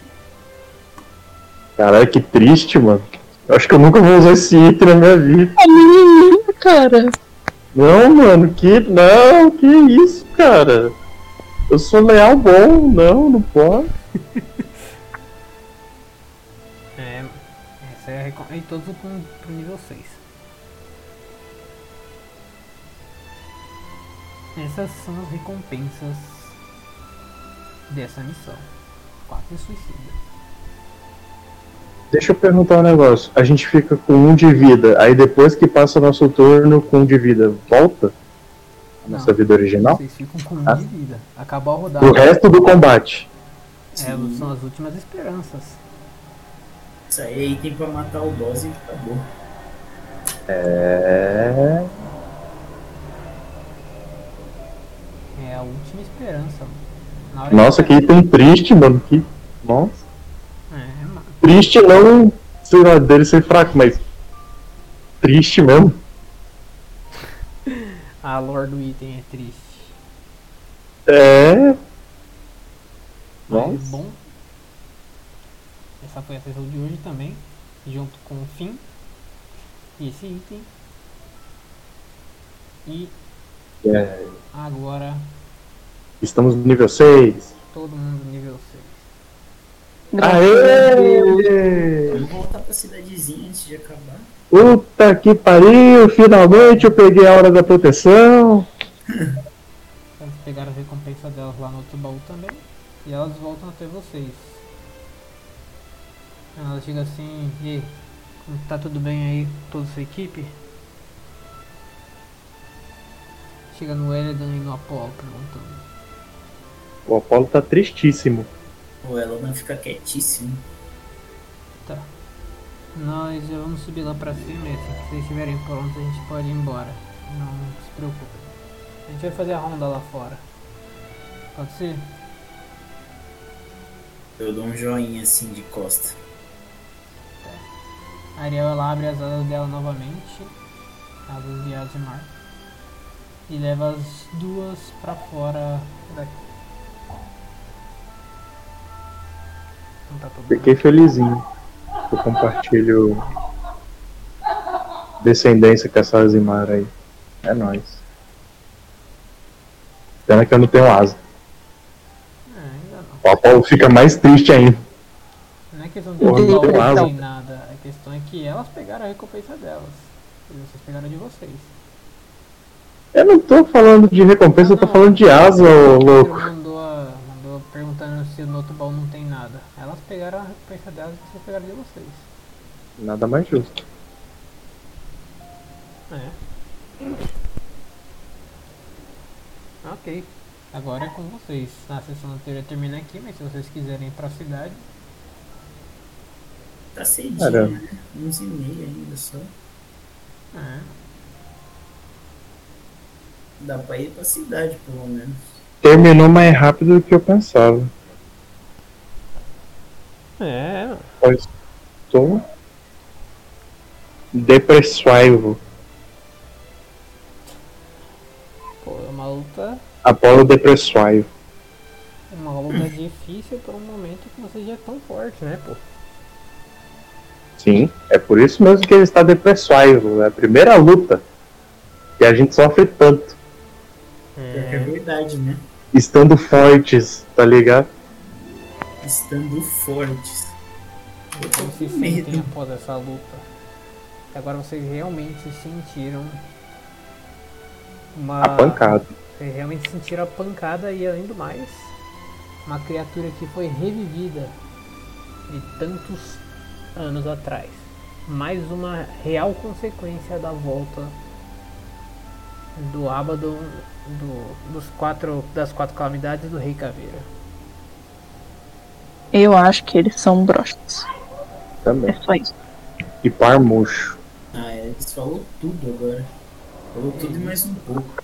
Caralho, que triste, mano. Eu acho que eu nunca vou usar esse item na minha vida. É menino, cara. Não, mano, que isso, cara? Eu sou leal bom, não pode. Essa é e todos pro nível 6. Essas são as recompensas dessa missão. 4 suicida. Deixa eu perguntar um negócio. A gente fica com 1 de vida, aí depois que passa o nosso turno com 1 de vida, volta? A nossa vida original? Vocês ficam com 1 de vida. Acabou a rodada. O resto do combate. São as últimas esperanças. Isso aí tem pra matar o boss e acabou. É a última esperança, mano. Nossa, que item triste, mano. Nossa. Mano. Triste não, sei lá, dele ser fraco, mas triste mesmo. A lore do item é triste. É. Mas bom. Essa foi a sessão de hoje também. Junto com o fim. E esse item. E agora estamos no nível 6. Todo mundo nível 6. Aê! Vamos voltar pra cidadezinha antes de acabar. Puta que pariu! Finalmente eu peguei a hora da proteção. Elas pegaram a recompensa delas lá no outro baú também. E elas voltam até vocês. Ela chega assim, e aí, tá tudo bem aí, toda a sua equipe? Chega no Elidan e no Apollo perguntando. O Apollo tá tristíssimo. O Elidan fica quietíssimo. Tá. Nós vamos subir lá pra cima e assim que vocês estiverem prontos a gente pode ir embora. Não se preocupem. A gente vai fazer a ronda lá fora. Pode ser? Eu dou um joinha assim de costa. A Ariel ela abre as asas dela novamente. Asas de Azimar. E leva as duas pra fora daqui. Então tá todo Fiquei felizinho. Eu compartilho descendência com essa Azimar aí. É nóis. Pena que eu não tenho asa. ainda não. O Apollo fica mais triste ainda. Não é questão de Porra, não não tem asa. tem nada. A questão é que elas pegaram a recompensa delas. E vocês pegaram de vocês. Eu não tô falando de recompensa, eu tô falando de asa, ô louco. Mandou perguntando se no outro baú não tem nada. Elas pegaram a recompensa delas e vocês pegaram de vocês. Nada mais justo. Ok. Agora é com vocês. A sessão anterior termina aqui, mas se vocês quiserem ir pra cidade. Tá cedinho, Caramba. né? 11h30 ainda só. Dá pra ir pra cidade, pelo menos. Terminou mais rápido do que eu pensava. Pois estou depressivo. Pô, é uma luta. Apollo depressivo. Uma luta difícil por um momento que você já é tão forte, né, pô? Sim, é por isso mesmo que ele está depressivo. É a primeira luta que a gente sofre tanto. É verdade, né? Estando fortes, tá ligado? Estando fortes. Como se sentem após essa luta? Agora vocês realmente sentiram A pancada. Vocês realmente sentiram a pancada e, além do mais, uma criatura que foi revivida de tantos anos atrás. Mais uma real consequência da volta do Abaddon, das quatro calamidades do Rei Caveira. Eu acho que eles são broxas. Também. É só isso. E par murcho. Eles falou tudo agora. Falou tudo e mais um pouco.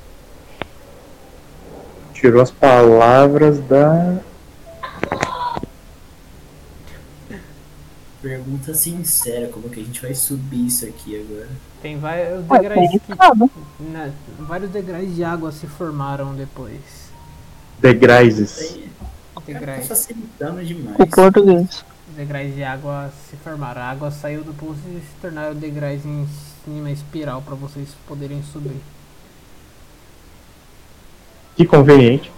Tirou as palavras da... Pergunta sincera, como que a gente vai subir isso aqui agora? Tem vários degraus vários degraus de água se formaram depois. Degraises. Tá facilitando demais. O português. Degraus de água se formaram. A água saiu do poço e se tornaram degraus em cima espiral para vocês poderem subir. Que conveniente.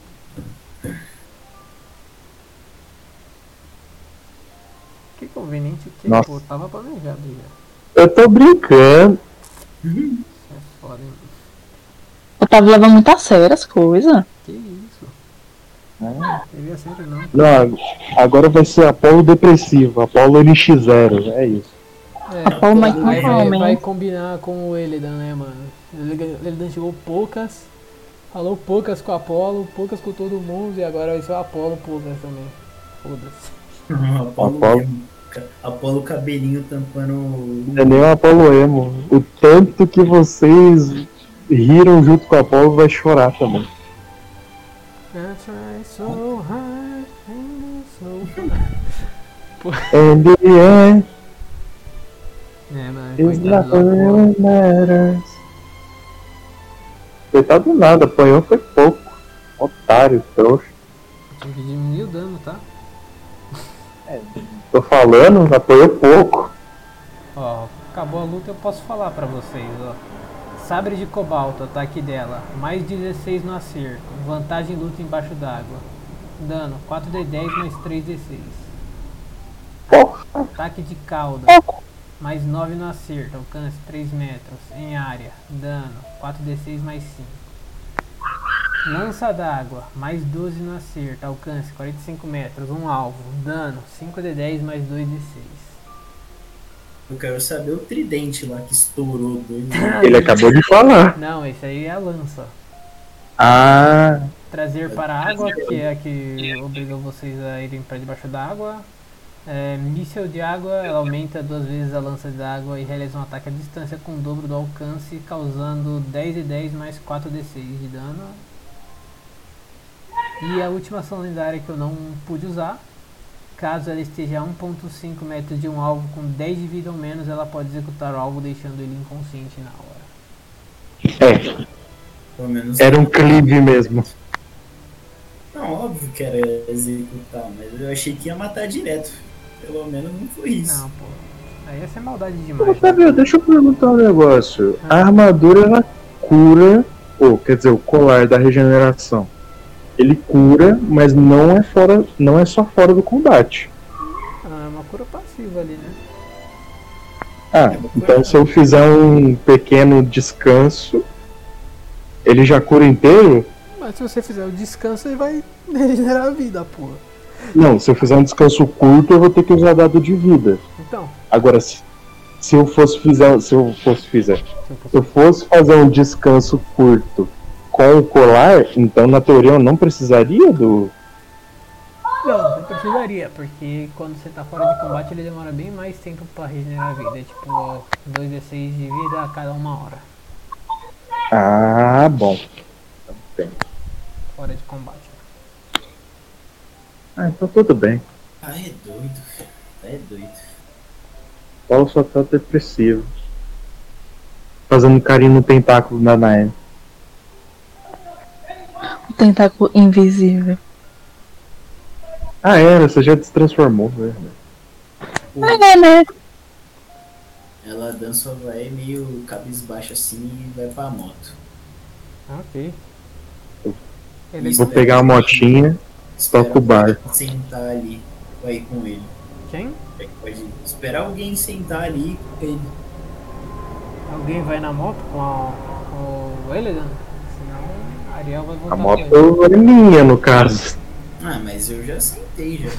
Que conveniente que Nossa. pô, tava planejado já. Eu tô brincando. Isso é foda, hein? Eu tava levando muito a sério as coisas. Que isso? Devia ser não. Não, agora vai ser Apollo depressivo, Apollo NX0, é isso. Apollo mais Vai combinar com o Elidan, né, mano? O Elidan chegou poucas, falou poucas com o Apollo, poucas com todo mundo, e agora vai ser o Apollo poucas também. Foda-se. Apollo cabelinho tampando o... É nem o Apollo emo. O tanto que vocês riram junto com o Apollo vai chorar também. I try so hard and so far. And the end mano, is coitado not do Apoio. what matters. Coitado do nada, apanhou foi pouco. Otário, trouxa. Tinha que diminuir o dano, tá? Tô falando, apoiou pouco. Ó, acabou a luta, eu posso falar pra vocês, ó. Sabre de cobalto, ataque dela, mais 16 no acerto, vantagem luta embaixo d'água. Dano, 4d10 mais 3d6. Ataque de cauda, mais 9 no acerto, alcance 3 metros, em área. Dano, 4d6 mais 5. Lança d'água, mais 12 no acerto, alcance 45 metros, um alvo. Dano, 5d10 mais 2d6. Eu quero saber o tridente lá que estourou dois. Ele acabou de falar. Não, esse aí é a lança. Ah, Trazer para a água, que é a que obriga vocês a irem para debaixo d'água. Míssel de água, ela aumenta 2 vezes a lança de água e realiza um ataque à distância com o dobro do alcance, causando 10 e 10 mais 4d6 de dano. E a última ação lendária que eu não pude usar, caso ela esteja a 1.5 metros de um alvo com 10 de vida ou menos, ela pode executar o alvo deixando ele inconsciente na hora. Pelo menos era um clive mesmo. Não, óbvio que era executar, mas eu achei que ia matar direto. Pelo menos não foi isso. Não, pô. Aí ia ser maldade demais. Fabio, deixa eu perguntar um negócio. A armadura ela cura, ou quer dizer, o colar da regeneração. Ele cura, mas não é só fora do combate. É uma cura passiva ali, né? Então se eu fizer um pequeno descanso, ele já cura inteiro? Mas se você fizer o descanso, ele vai regenerar a vida, porra. Não, se eu fizer um descanso curto, eu vou ter que usar dado de vida. Então. Agora, se eu fosse fazer um descanso curto com o colar, então na teoria eu não precisaria do... Não precisaria, porque quando você tá fora de combate ele demora bem mais tempo pra regenerar a vida. É tipo 2d6 de vida a cada 1 hora. Ah, bom. Fora de combate. Então tudo bem. É doido. É doido. Paulo só tá depressivo. Fazendo carinho no tentáculo da Nae. O tentáculo invisível. Você já destransformou, velho. Né? Ela dança, vai meio cabisbaixa assim e vai pra moto. Ok. Vou pegar a motinha, toca o bar. Sentar ali, vai com ele. Quem? Pode esperar alguém sentar ali com ele. Alguém vai na moto com o Elidan? Senão a Ariel vai voltar. A moto é minha, no caso. Mas eu já sentei já.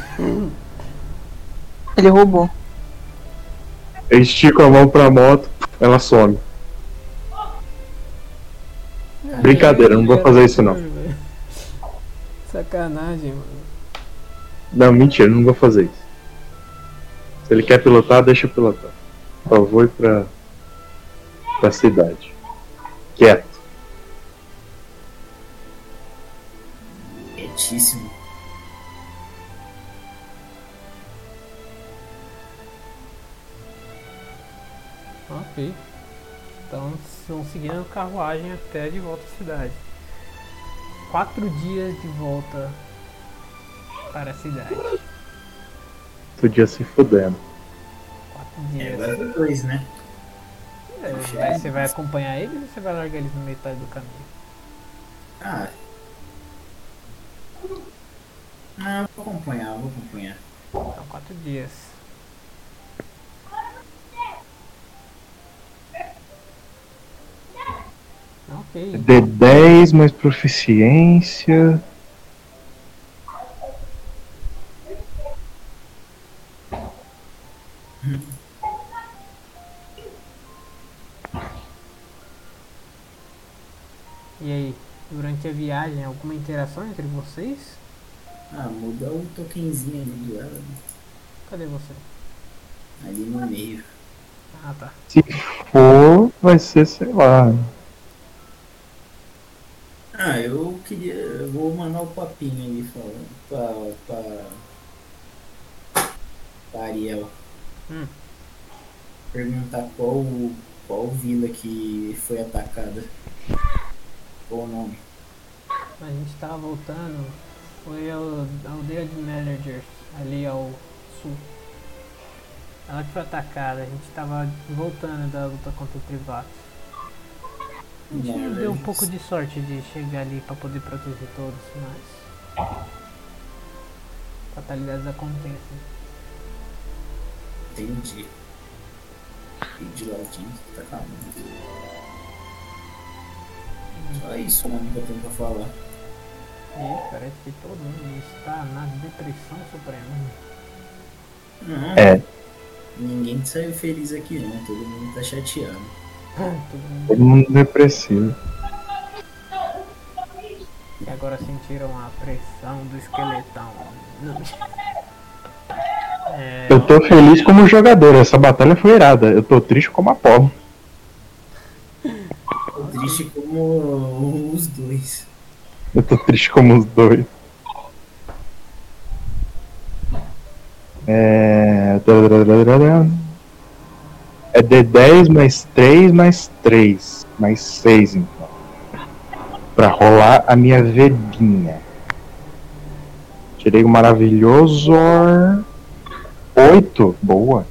Ele roubou. Eu estico a mão pra moto, ela some. Brincadeira, não vou fazer isso não. Sacanagem, mano. Não, mentira, não vou fazer isso. Se ele quer pilotar, deixa eu pilotar. Só vou ir pra cidade. Quieto. Quietíssimo. Ok. Então vão seguindo a carruagem até de volta à cidade. 4 dias de volta para a cidade. Podia se fudendo. 4 dias. Agora 2, né? Você vai acompanhar eles ou você vai largar eles no metade do caminho? Vou acompanhar. Então 4 dias. Ok. D10 mais proficiência. E aí, durante a viagem, alguma interação entre vocês? Muda o tokenzinho ali do ela. Cadê você? Ali no meio. Tá. Se for, vai ser, sei lá. Eu vou mandar o papinho ali falando Ariel. Perguntar qual vila que foi atacada. Qual o nome? A gente tava voltando, foi a aldeia de Melagers, ali ao sul. Ela que foi atacada, a gente tava voltando da luta contra o Privato. A gente deu um pouco de sorte de chegar ali pra poder proteger todos, mas fatalidades acontecem. Entendi. E de latim, tá calmo. Só isso, mano, que eu tenho pra falar. E parece que todo mundo está na depressão suprema. Não. Ninguém saiu feliz aqui não, todo mundo tá chateado. Todo mundo depressivo. E agora sentiram a pressão do esqueletão. Eu tô feliz como jogador, essa batalha foi irada. Eu tô triste como a pobre. Tô triste como os dois. Eu tô triste como os dois. É D10 mais 3 mais 3. Mais 6 então. Pra rolar a minha vedinha. Tirei o maravilhoso 8. Boa.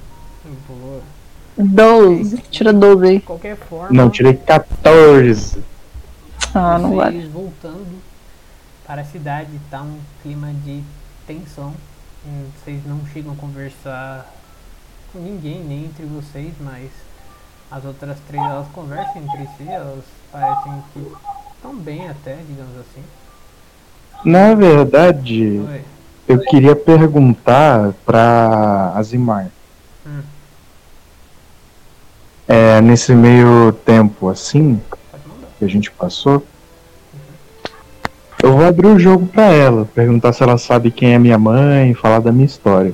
12. Tira 12 aí. De qualquer forma. Não, tirei 14. Ah, não vale. Vocês voltando para a cidade, tá um clima de tensão. Vocês não chegam a conversar com ninguém, nem entre vocês, mas as outras três elas conversam entre si, elas parecem que estão bem até, digamos assim. Na verdade, eu queria perguntar pra Azimar. Nesse meio tempo assim que a gente passou, eu vou abrir o jogo pra ela, perguntar se ela sabe quem é minha mãe, falar da minha história.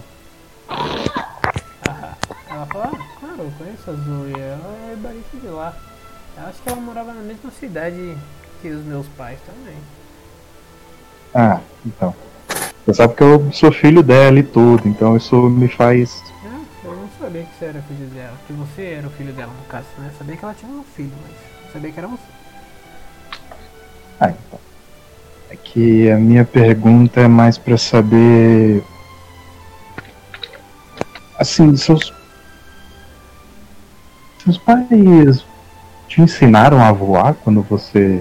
Ela fala, claro, eu conheço a Zoe, ela é barista de lá. Eu acho que ela morava na mesma cidade que os meus pais também. Ah, então. Você sabe que eu sou filho dela e tudo, então isso me faz... Eu não sabia que você era filho dela, que você era o filho dela no caso, né? Eu sabia que ela tinha um filho, mas não sabia que era você. Ah, então. É que a minha pergunta é mais pra saber... Assim, seus pais te ensinaram a voar quando você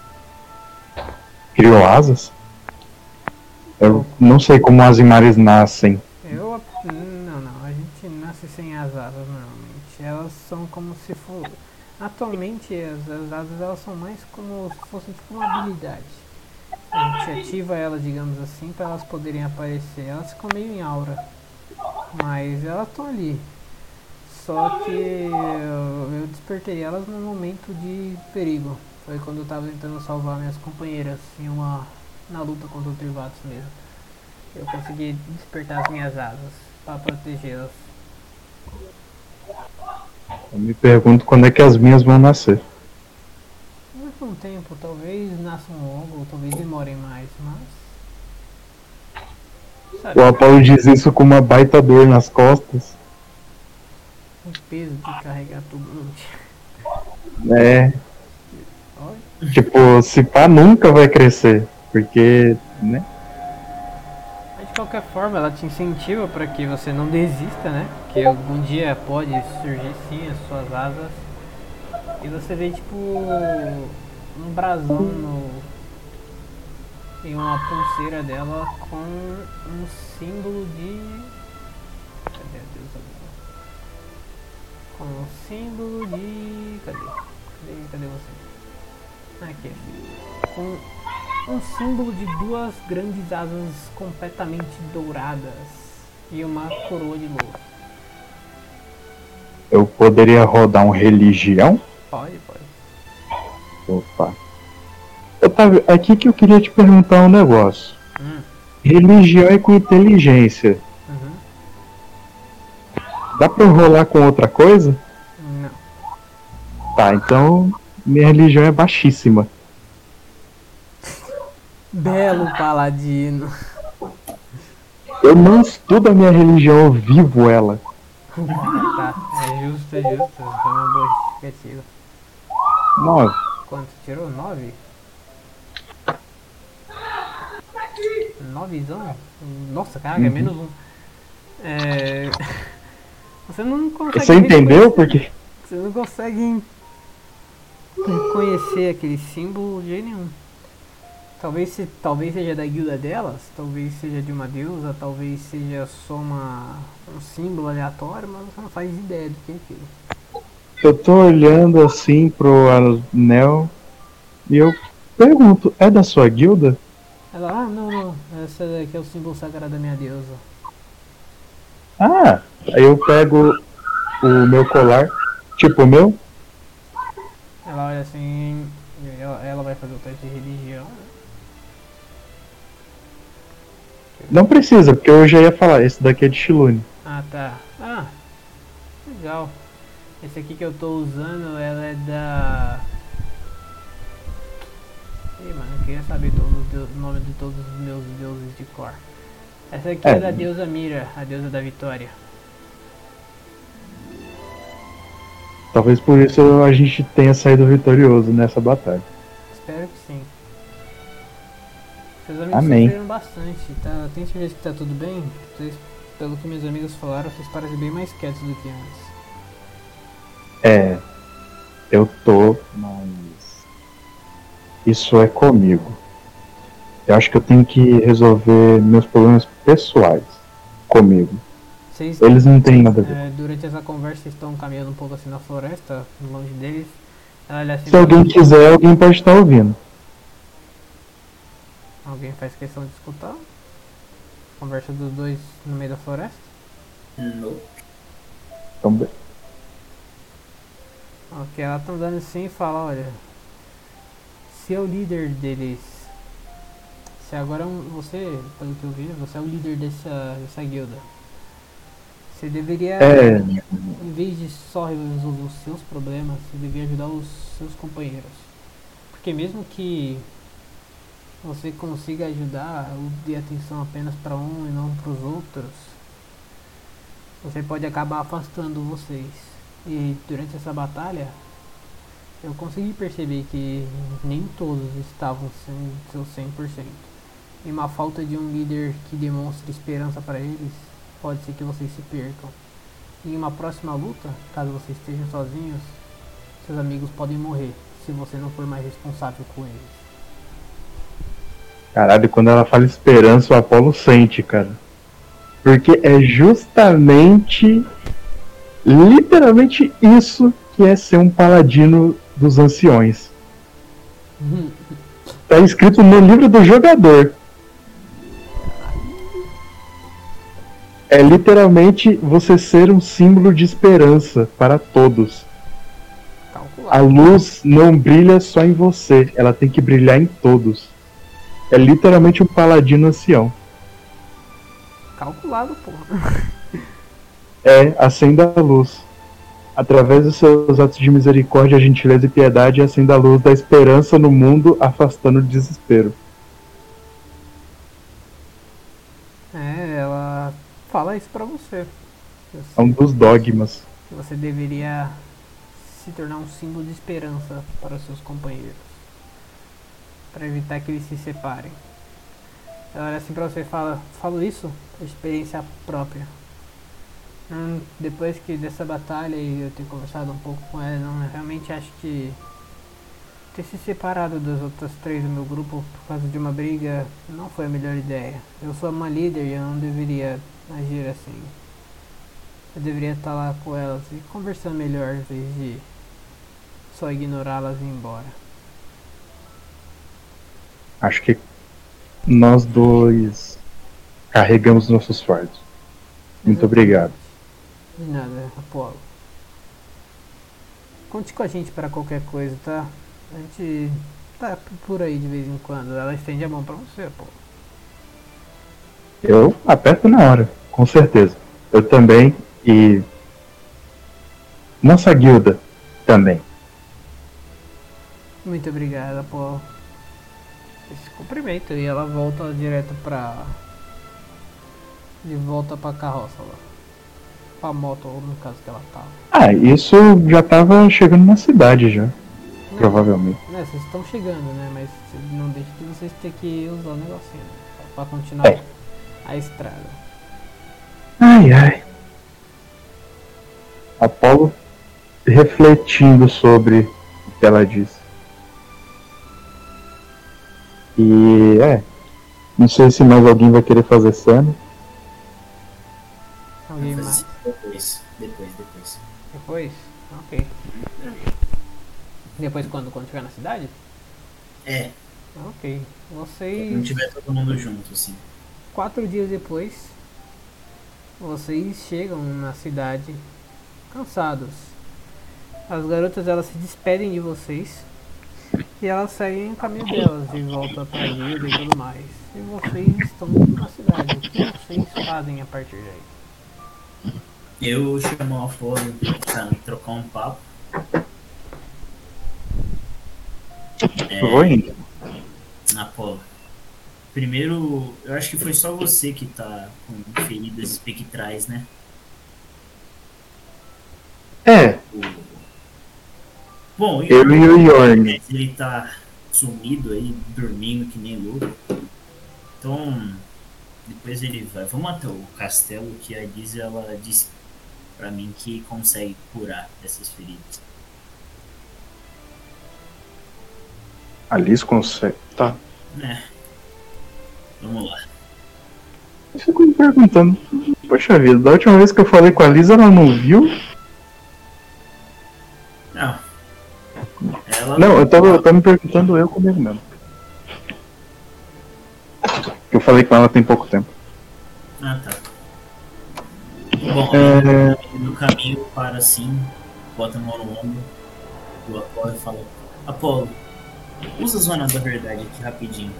criou asas? Eu não sei como as imares nascem. Não, a gente nasce sem as asas normalmente. Elas são como se fosse... Atualmente as asas elas são mais como se fossem tipo uma habilidade. A gente ativa elas, digamos assim, para elas poderem aparecer. Elas ficam meio em aura, mas elas estão ali. Só que eu despertei elas num momento de perigo. Foi quando eu estava tentando salvar minhas companheiras na luta contra o Privatos mesmo. Eu consegui despertar as minhas asas para protegê-las. Eu me pergunto quando é que as minhas vão nascer. Com o tempo, talvez nasçam logo, ou talvez demorem mais, mas... Sabe, O Apolo diz isso com uma baita dor nas costas. o peso de carregar tudo. Tipo, se pá nunca vai crescer, porque, né? Mas de qualquer forma, ela te incentiva para que você não desista, né? Que algum dia pode surgir sim as suas asas. E você vê tipo um brasão em uma pulseira dela com um símbolo de... Cadê a deusa? Com um símbolo de... Cadê você? Aqui. Com um símbolo de duas grandes asas completamente douradas e uma coroa de louro. Eu poderia rodar um religião? Pode. Opa. Otávio, aqui que eu queria te perguntar um negócio. Religião é com inteligência. Dá pra eu rolar com outra coisa? Não. Tá, então minha religião é baixíssima. Belo paladino. Eu não estudo a minha religião, eu vivo ela. Tá, é justo. Foi uma boa justificativa. 9. Quanto? Tirou? 9? 9zão? Nossa, caraca, é menos 1. Você não consegue. Você entendeu por quê? Você não consegue reconhecer aquele símbolo de jeito nenhum. Talvez seja da guilda delas, talvez seja de uma deusa, talvez seja só um símbolo aleatório, mas você não faz ideia do que é aquilo. Eu tô olhando assim pro anel e eu pergunto, é da sua guilda? Ela, não, essa daqui é o símbolo sagrado da minha deusa. Ah, aí eu pego o meu colar, tipo o meu. Ela olha assim, ela vai fazer o teste de religião. Não precisa, porque eu já ia falar, esse daqui é de Shilune. Ah, tá. Ah, legal. Esse aqui que eu tô usando, ela é da... Ih, mano, eu queria saber o nome de todos os meus deuses de cor. Essa aqui é da deusa Mira, a deusa da vitória. Talvez por isso a gente tenha saído vitorioso nessa batalha. Espero que sim. Seus amigos sofreram bastante, tá? Tem certeza que tá tudo bem? Vocês, pelo que meus amigos falaram, vocês parecem bem mais quietos do que antes. Eu tô, mas isso é comigo. Eu acho que eu tenho que resolver meus problemas pessoais comigo. Eles não têm nada a ver. Durante essa conversa, vocês estão caminhando um pouco assim na floresta, longe deles. Assim, se alguém quiser, alguém pode estar ouvindo. Alguém faz questão de escutar? Conversa dos dois no meio da floresta? Não. Também. Ok, ela tá andando assim e fala, olha, se é o líder deles, se agora você, pelo que eu vi, você é o líder dessa guilda, você deveria, em vez de só resolver os seus problemas, você deveria ajudar os seus companheiros. Porque mesmo que você consiga ajudar ou dê atenção apenas para um e não para os outros, você pode acabar afastando vocês. E durante essa batalha, eu consegui perceber que nem todos estavam sendo seu 100%. E uma falta de um líder que demonstre esperança para eles, pode ser que vocês se percam. Em uma próxima luta, caso vocês estejam sozinhos, seus amigos podem morrer, se você não for mais responsável com eles. Caralho, quando ela fala esperança, o Apolo sente, cara. Porque é justamente, literalmente isso que é ser um paladino dos anciões. Tá escrito no livro do jogador. É literalmente você ser um símbolo de esperança para todos. A luz não brilha só em você, ela tem que brilhar em todos. É literalmente um paladino ancião. Calculado, porra. Acenda a luz. Através dos seus atos de misericórdia, gentileza e piedade, acenda a luz da esperança no mundo, afastando o desespero. Ela fala isso pra você. É um dos dogmas. Você deveria se tornar um símbolo de esperança para os seus companheiros, para evitar que eles se separem. Ela olha assim pra você e falo isso por experiência própria. Depois dessa batalha e eu ter conversado um pouco com ela, eu realmente acho que ter se separado das outras 3 do meu grupo por causa de uma briga não foi a melhor ideia. Eu sou uma líder e eu não deveria agir assim. Eu deveria estar lá com elas e conversar melhor em vez de só ignorá-las e ir embora. Acho que nós dois carregamos nossos fardos. Muito obrigado. De nada, Apolo. Conte com a gente para qualquer coisa, tá? A gente tá por aí de vez em quando. Ela estende a mão pra você, Apolo. Eu aperto na hora, com certeza. Eu também e nossa guilda também. Muito obrigado, Apolo. Esse cumprimento e ela volta direto pra De volta pra carroça lá. Pra moto, ou no caso que ela tava. Ah, isso já tava chegando na cidade já. Não, provavelmente. Né, vocês estão chegando, né? Mas não deixa de vocês ter que usar o negocinho, né? Pra continuar a estrada. Ai, ai. Apolo refletindo sobre o que ela disse. E não sei se mais alguém vai querer fazer cena. Alguém mais? Depois. Depois? Ok. Depois quando chegar na cidade? É. Ok. Vocês... Não tiver todo mundo junto, assim. 4 dias depois, vocês chegam na cidade cansados. As garotas, elas se despedem de vocês e elas seguem o caminho delas de volta pra guilda e tudo mais. E vocês estão na cidade. O que vocês fazem a partir daí? Eu chamo a Apolo pra trocar um papo. Vou indo. Apolo. Primeiro, eu acho que foi só você que tá com feridas espectrais, né? Bom, eu e o Yorn. Ele tá sumido aí, dormindo que nem louco. Então, depois ele vai. Vamos até o castelo, que a Liz, ela disse pra mim que consegue curar essas feridas. A Liz consegue? Tá. Vamos lá. Eu fico me perguntando, poxa vida, da última vez que eu falei com a Liz, ela não viu? Não, eu tava me perguntando eu comigo mesmo. Eu falei com ela tem pouco tempo. Ah, tá. Bom, no caminho para assim, bota a mão no ombro, o Apolo fala: Apolo, usa a zona da verdade aqui rapidinho.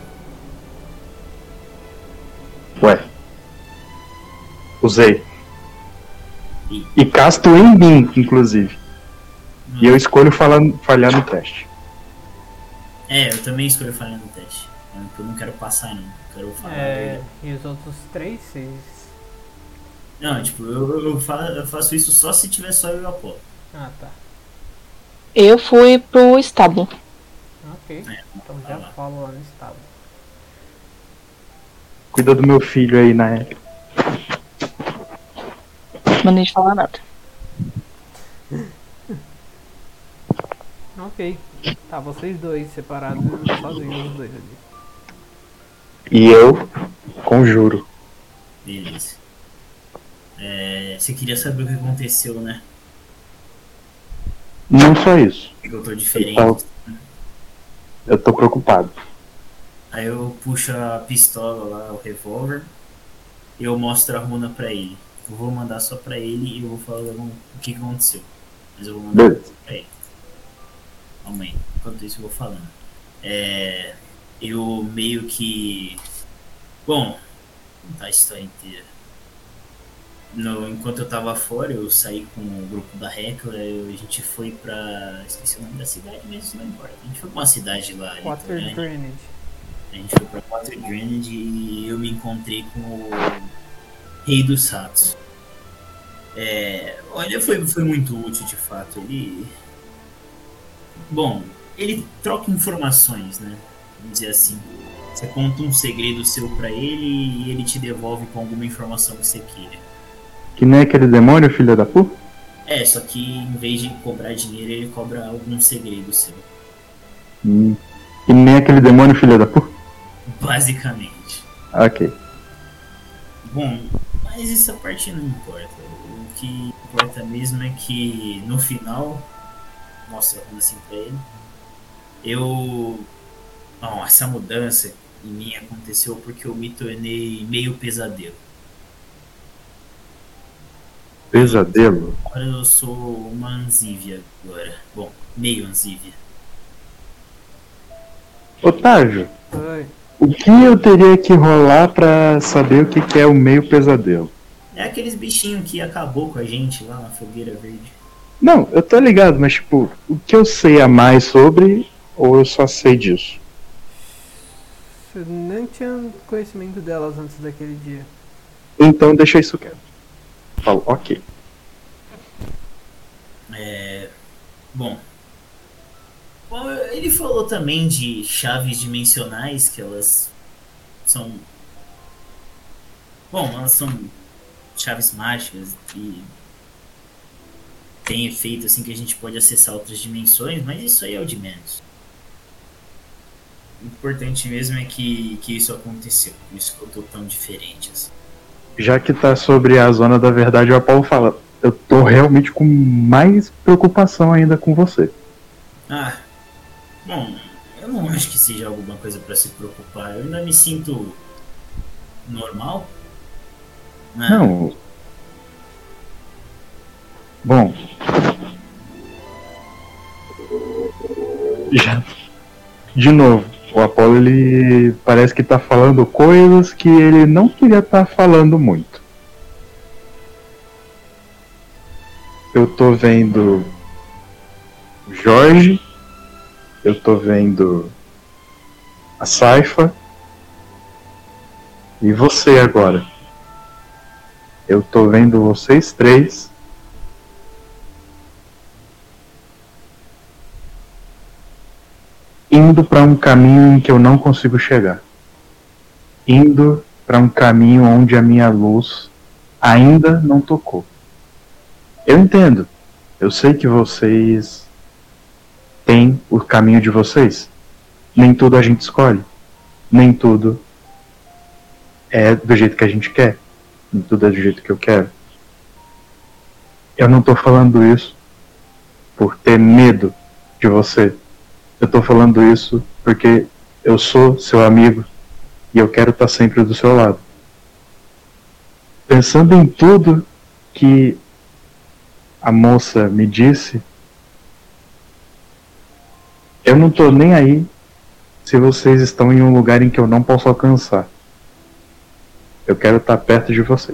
Ué. Usei. E casto em mim, inclusive. E eu escolho falhar no teste. Eu também escolho falhar no teste. Eu não quero passar, não. Eu quero falar. E os outros 3, vocês... Não, tipo, eu faço isso só se tiver só eu e o Apolo. Ah, tá. Eu fui pro estábulo. Ok. Então já falo lá no estábulo. Cuida do meu filho aí, né? Não nem de falar nada. Ok. Tá, vocês dois separados, sozinhos os dois ali. E eu conjuro. Beleza. Você queria saber o que aconteceu, né? Não só isso. Eu tô diferente. Eu tô preocupado. Aí eu puxo a pistola lá, o revólver, e eu mostro a runa pra ele. Eu vou mandar só pra ele e eu vou falar o que aconteceu. Mas eu vou mandar pra ele. Calma aí, enquanto isso eu vou falando. Eu meio que... Bom, vou contar a história inteira. Enquanto eu tava fora, eu saí com o grupo da Hecla, a gente foi pra... Esqueci o nome da cidade, mas isso não importa. A gente foi pra uma cidade lá. Water Drainage. A gente foi pra Water Drainage e eu me encontrei com o Rei dos Ratos. Olha, foi muito útil de fato. Ele troca informações, né? Vamos dizer assim. Você conta um segredo seu pra ele e ele te devolve com alguma informação que você queira. Que nem aquele demônio, filho da puta? Só que em vez de cobrar dinheiro, ele cobra algum segredo seu. Que nem aquele demônio, filho da puta? Basicamente. Ok. Bom, mas essa parte não importa. O que importa mesmo é que no final, mostra assim pra ele, essa mudança em mim aconteceu porque eu me tornei meio pesadelo. Pesadelo? Agora eu sou uma Anzívia agora. Bom, meio Anzívia. Otávio, Oi. O que eu teria que rolar pra saber o que é o meio pesadelo? É aqueles bichinhos que acabou com a gente lá na fogueira verde. Não, eu tô ligado, mas tipo, o que eu sei a mais sobre, ou eu só sei disso? Você nem tinha conhecimento delas antes daquele dia. Então deixa isso quieto. Falo, ok. Bom, ele falou também de chaves dimensionais, que elas são... Bom, elas são chaves mágicas e tem efeito assim que a gente pode acessar outras dimensões, mas isso aí é o de menos. O importante mesmo é que isso aconteceu, por isso que eu tô tão diferente assim. Já que tá sobre a zona da verdade, o Apolo fala, eu tô realmente com mais preocupação ainda com você. Bom, eu não acho que seja alguma coisa pra se preocupar. Eu ainda me sinto normal. Não. Bom. De novo, o Apolo ele parece que tá falando coisas que ele não queria estar falando muito. Eu tô vendo Jorge, eu tô vendo a Saifa e você agora. Eu tô vendo vocês três indo para um caminho em que eu não consigo chegar. Indo para um caminho onde a minha luz ainda não tocou. Eu entendo. Eu sei que vocês têm o caminho de vocês. Nem tudo a gente escolhe. Nem tudo é do jeito que a gente quer. Nem tudo é do jeito que eu quero. Eu não tô falando isso por ter medo de você. Eu tô falando isso porque eu sou seu amigo e eu quero estar sempre do seu lado. Pensando em tudo que a moça me disse, eu não tô nem aí se vocês estão em um lugar em que eu não posso alcançar. Eu quero estar perto de vocês.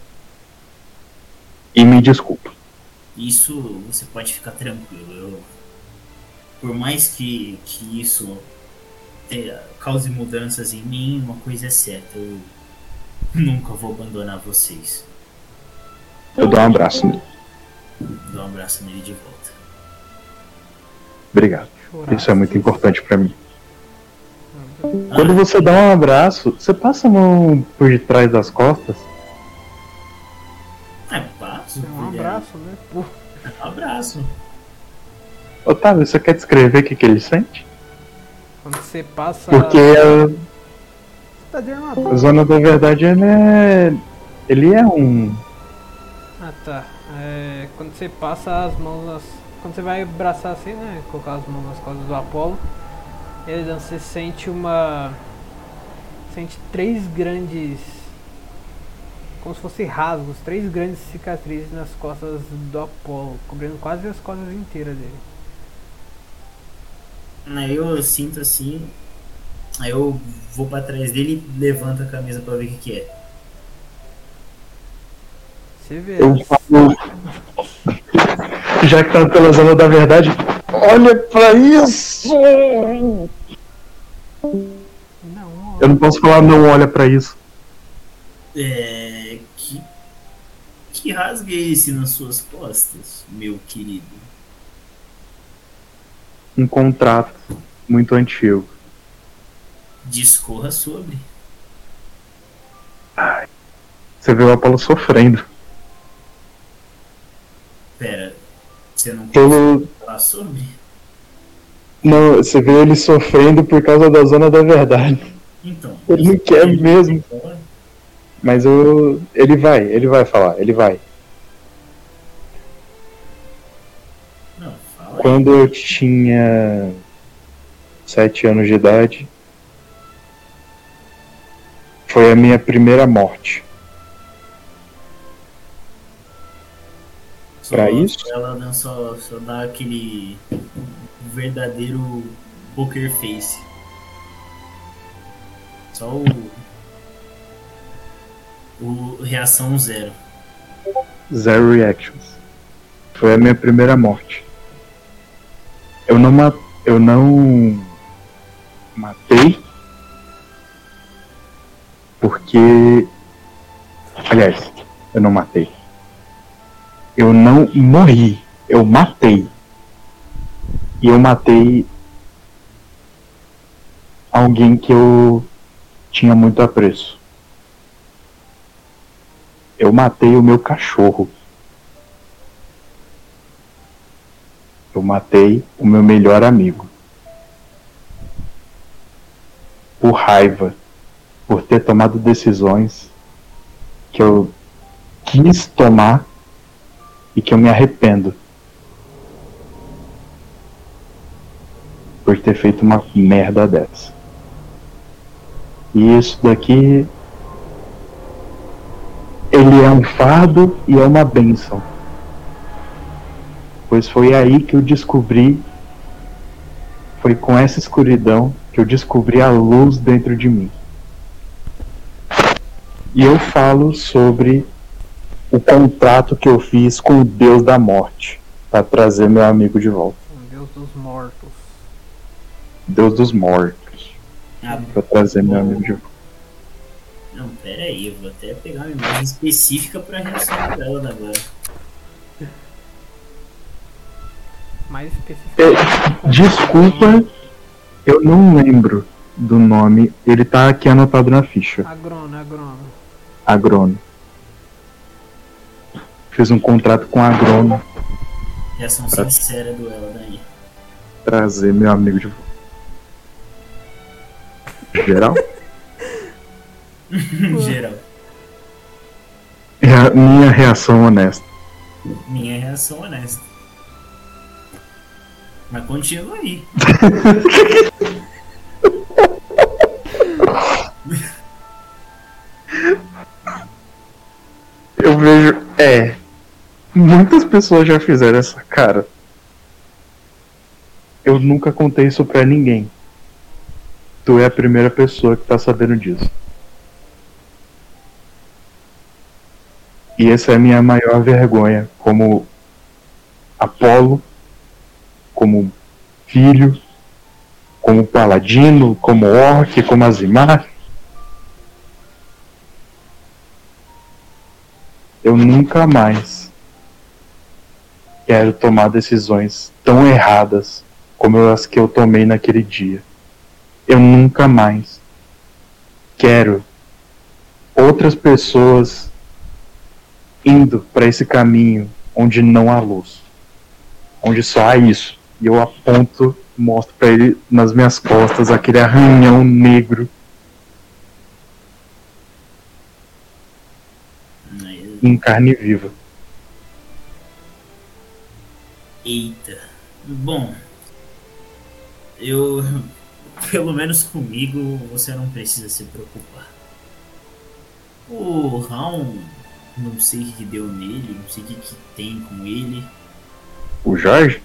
E me desculpa. Isso você pode ficar tranquilo. Por mais que isso cause mudanças em mim, uma coisa é certa. Eu nunca vou abandonar vocês. Eu dou um abraço nele. Dou um abraço nele de volta. Obrigado. Isso é muito importante pra mim. Quando você dá um abraço, você passa a mão por detrás das costas? Passo. Um abraço, né? Um abraço. Otávio, você quer descrever o que ele sente? Quando você passa... Porque Você tá de armadura. a zona da verdade, ele é um... Tá. Quando você passa as mãos... Quando você vai abraçar assim, né? Colocar as mãos nas costas do Apolo, você sente Sente três grandes... Como se fossem rasgos, três grandes cicatrizes nas costas do Apolo, cobrindo quase as costas inteiras dele. Aí eu sinto assim, aí eu vou pra trás dele e levanto a camisa pra ver o que é. Você vê. Eu falo, já que tá pela zona da verdade, olha pra isso! Não, eu não posso falar não olha pra isso. Que rasgo é esse nas suas costas, meu querido? Um contrato muito antigo. Discorra sobre. Ai, você vê o Apolo sofrendo. Pera, você não consegue falar sobre? Não, você vê ele sofrendo por causa da zona da verdade. Então. Ele não quer mesmo. Mas ele vai falar, ele vai. Não, fala. Quando eu tinha 7 anos de idade, foi a minha primeira morte. Pra isso? Ela só dá aquele verdadeiro poker face. Só o reação 0. Zero reactions. Foi a minha primeira morte. Eu não matei porque Aliás, eu não matei. Eu não morri. Eu matei. E eu matei alguém que eu tinha muito apreço. Eu matei o meu cachorro. Eu matei o meu melhor amigo. Por raiva. Por ter tomado decisões que eu quis tomar e que eu me arrependo. Por ter feito uma merda dessa. E isso daqui, ele é um fardo e é uma bênção. Pois foi aí que eu descobri, foi com essa escuridão que eu descobri a luz dentro de mim. E eu falo sobre o contrato que eu fiz com o Deus da Morte para trazer meu amigo de volta. O Deus dos Mortos. Deus dos Mortos. Para trazer meu amigo de volta. Não, pera aí, eu vou até pegar uma imagem específica pra reação dela agora. Mais específico. Desculpa, eu não lembro do nome. Ele tá aqui anotado na ficha. Agrono. Fiz um contrato com a Agrono. Reação sincera do ela daí. Trazer meu amigo de volta. Geral? Geral. Minha reação honesta. Minha reação honesta. Mas continua aí. Eu vejo. Muitas pessoas já fizeram essa cara. Eu nunca contei isso pra ninguém. Tu é a primeira pessoa que tá sabendo disso. E essa é a minha maior vergonha como Apolo, como filho, como paladino, como orc, como Azimar. Eu nunca mais quero tomar decisões tão erradas como as que eu tomei naquele dia. Eu nunca mais quero outras pessoas indo para esse caminho onde não há luz, onde só há isso. E eu aponto, mostro para ele nas minhas costas aquele arranhão negro em carne viva. Eita. Bom, pelo menos comigo, você não precisa se preocupar. O Raul, não sei o que deu nele, não sei o que tem com ele. O Jorge?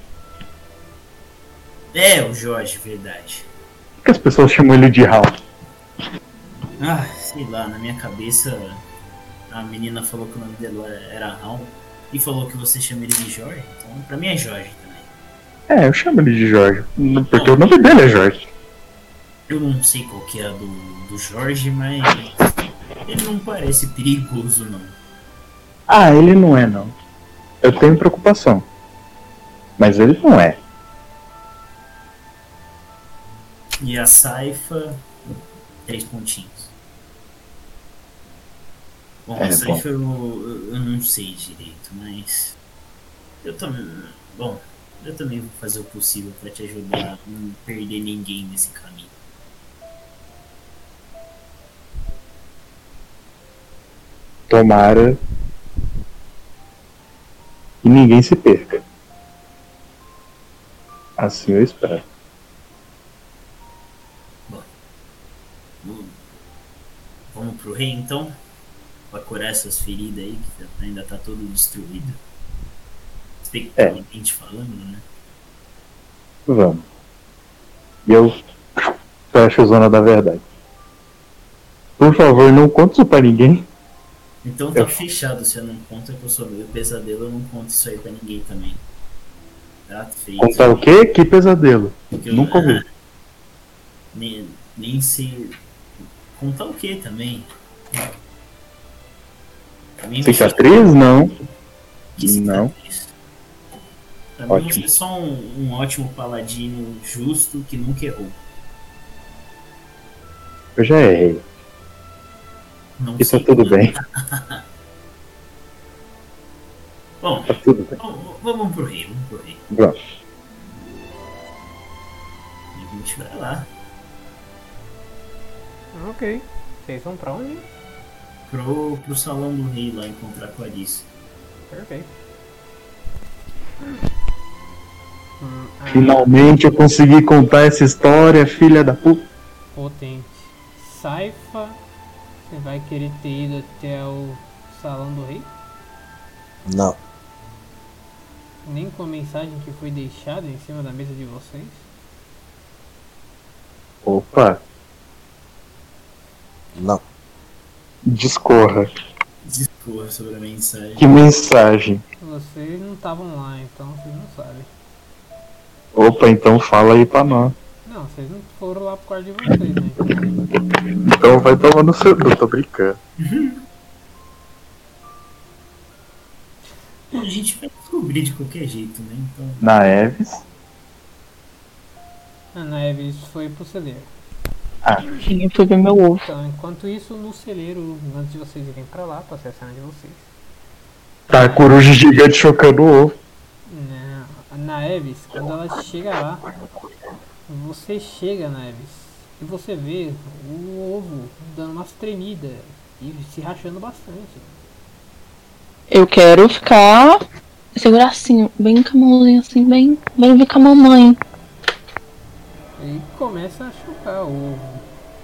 O Jorge, verdade. Por que as pessoas chamam ele de Raul? Sei lá, na minha cabeça a menina falou que o nome dela era Raul e falou que você chama ele de Jorge, então pra mim é Jorge também. Eu chamo ele de Jorge, porque o nome dele é Jorge. Eu não sei qual que é a do Jorge, mas ele não parece perigoso, não. Ele não é, não. Eu tenho preocupação. Mas ele não é. E a Saifa, 3 pontinhos. Bom, a Saifa eu não sei direito, mas eu também vou fazer o possível pra te ajudar a não perder ninguém nesse caminho. Tomara que ninguém se perca. Assim eu espero. Bom, vamos pro rei então? Pra curar essas feridas aí, que ainda tá todo destruído. Especialmente falando, né? Vamos. E eu fecho a zona da verdade. Por favor, não conte isso pra ninguém. Então tá fechado, você não conta que eu sou meio pesadelo, eu não conto isso aí pra ninguém também. Tá feito. Contar o quê? Que pesadelo? Nunca ouvi. Nem sei. Contar o quê também? Cicatriz? Não. Não. Pra mim você é só um ótimo paladino justo que nunca errou. Eu já errei. Não e tá tudo bem. Bom, tá tudo bem. Vamos pro rei. Vamos. E a gente vai lá. Ok. Vocês vão pra onde? Pro salão do rei lá encontrar a Clarice. Perfeito. Finalmente eu consegui contar essa história, filha da puta. Potente. Saifa, você vai querer ter ido até o salão do rei? Não. Nem com a mensagem que foi deixada em cima da mesa de vocês? Opa. Não. Discorra sobre a mensagem. Que mensagem? Vocês não estavam lá, então vocês não sabem. Opa, então fala aí pra nós. Não, vocês não foram lá por causa de vocês, né? Então vai tomar no seu... Eu tô brincando. A gente vai descobrir de qualquer jeito, né? Então... Na Eves. A Neves foi pro celeiro. Sim, foi ver meu ovo. Então, enquanto isso, no celeiro, antes de vocês irem pra lá, pra ser a cena de vocês. Tá a coruja gigante chocando o ovo. Não, a Naeves, quando ela chega lá, você chega, Naeves, e você vê o ovo dando umas tremidas e se rachando bastante. Eu quero ficar. Segurar assim, bem com a mãozinha assim, bem vir com a mamãe. E começa a chocar o ovo.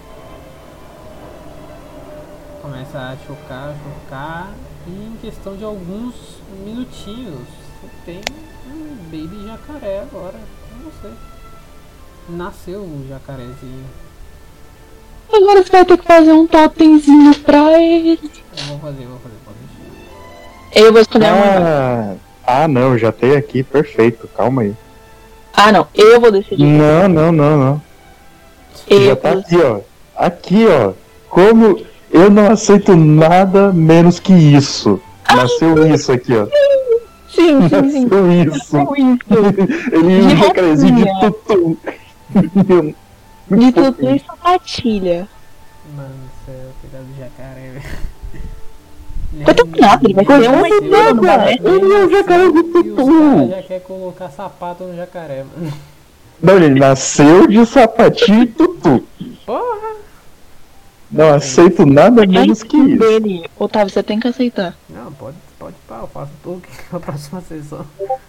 Começa a chocar, e em questão de alguns minutinhos, você tem um baby jacaré agora com você. Nasceu o jacarezinho. Agora você vai ter que fazer um totemzinho pra ele. Eu vou fazer, pode deixar. Eu vou escolher a mãe. Ah, não, já tem aqui, perfeito, calma aí. Ah, não, eu vou decidir. Não. Já tá aqui, ó. Aqui, ó. Como eu não aceito nada menos que isso. Nasceu isso aqui, ó. Sim. Nasceu isso. Ele é um jacarezinho de tutu. De tutu e sapatilha. Mano do céu, cuidado do jacaré, velho. Coitado nada, ele vai correr uma ideia no balé. Ele é um jacaré de tutu. O cara já quer colocar sapato no jacaré, mano. Não, ele nasceu de sapatinho e tutu. Porra! Não aceito nada menos que isso. Dele. Otávio, você tem que aceitar. Não, pode pá, eu faço tudo na próxima sessão.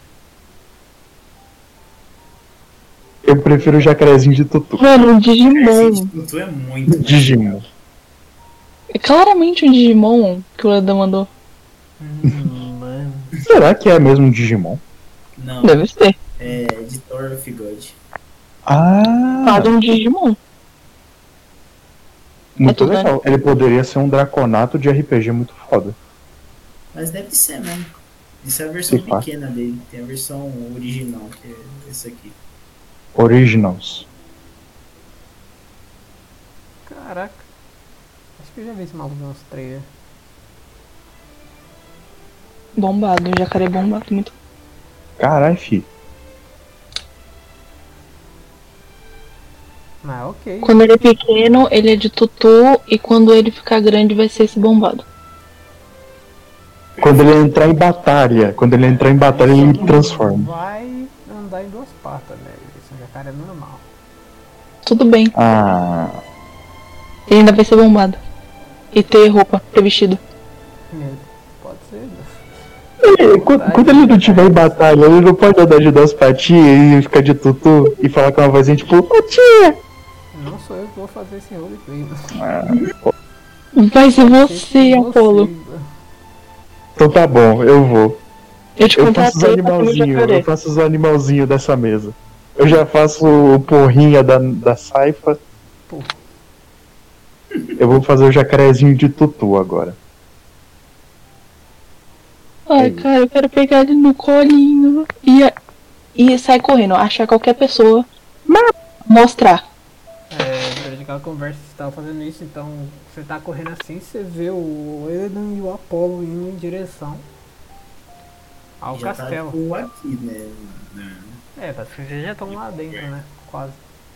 Eu prefiro o jacarezinho de tutu. Mano, um Digimon. Esse tutu é muito. Digimon. É claramente um Digimon que o Leandro mandou. Mano. Será que é mesmo um Digimon? Não. Deve ser. É de Thor of God. Faz um Digimon. Muito legal. Ele poderia ser um Draconato de RPG muito foda. Mas deve ser mesmo. Isso é a versão pequena dele. Tem a versão original, que é essa aqui. Originals. Caraca. Acho que eu já vi esse maluco nos trailers. Bombado, o jacaré bombado muito. Caralho, fi. Ah, ok. Quando ele é pequeno, ele é de tutu, e quando ele ficar grande vai ser esse bombado. Quando ele entrar em batalha, ele transforma. Vai andar em duas patas, velho. Esse é um jacaré normal. Tudo bem. Ele ainda vai ser bombado. E ter roupa, ter vestido. Pode ser, né? Quando ele não tiver em batalha, ele não pode andar de duas patinhas e ficar de tutu e falar com uma vozinha tipo, ô tia! Não sou eu que vou fazer esse roleplay. Vai ser você, Apolo. Então tá bom, eu vou. Eu faço os animalzinhos dessa mesa. Eu já faço o porrinha da Saifa. Eu vou fazer o jacarezinho de tutu agora. Ai, cara, eu quero pegar ele no colinho e sair correndo, achar qualquer pessoa, mostrar. Dor de naquela conversa que você tava fazendo isso, então você tá correndo assim, você vê o Edan e o Apollo indo em direção ao castelo. Tá, tipo, aqui, né? Vocês já estão lá dentro, né? Quase.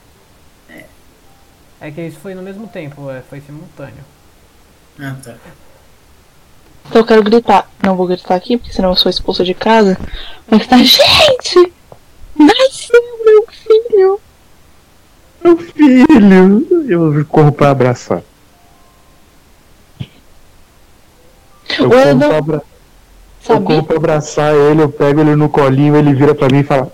É que isso foi no mesmo tempo, foi simultâneo. Ah, tá. Então eu quero gritar. Não vou gritar aqui, porque senão eu sou expulsa de casa. Mas tá, gente! Nasceu meu filho! Meu filho! Eu corro pra abraçar. Eu corro pra abraçar ele, eu pego ele no colinho, ele vira pra mim e fala...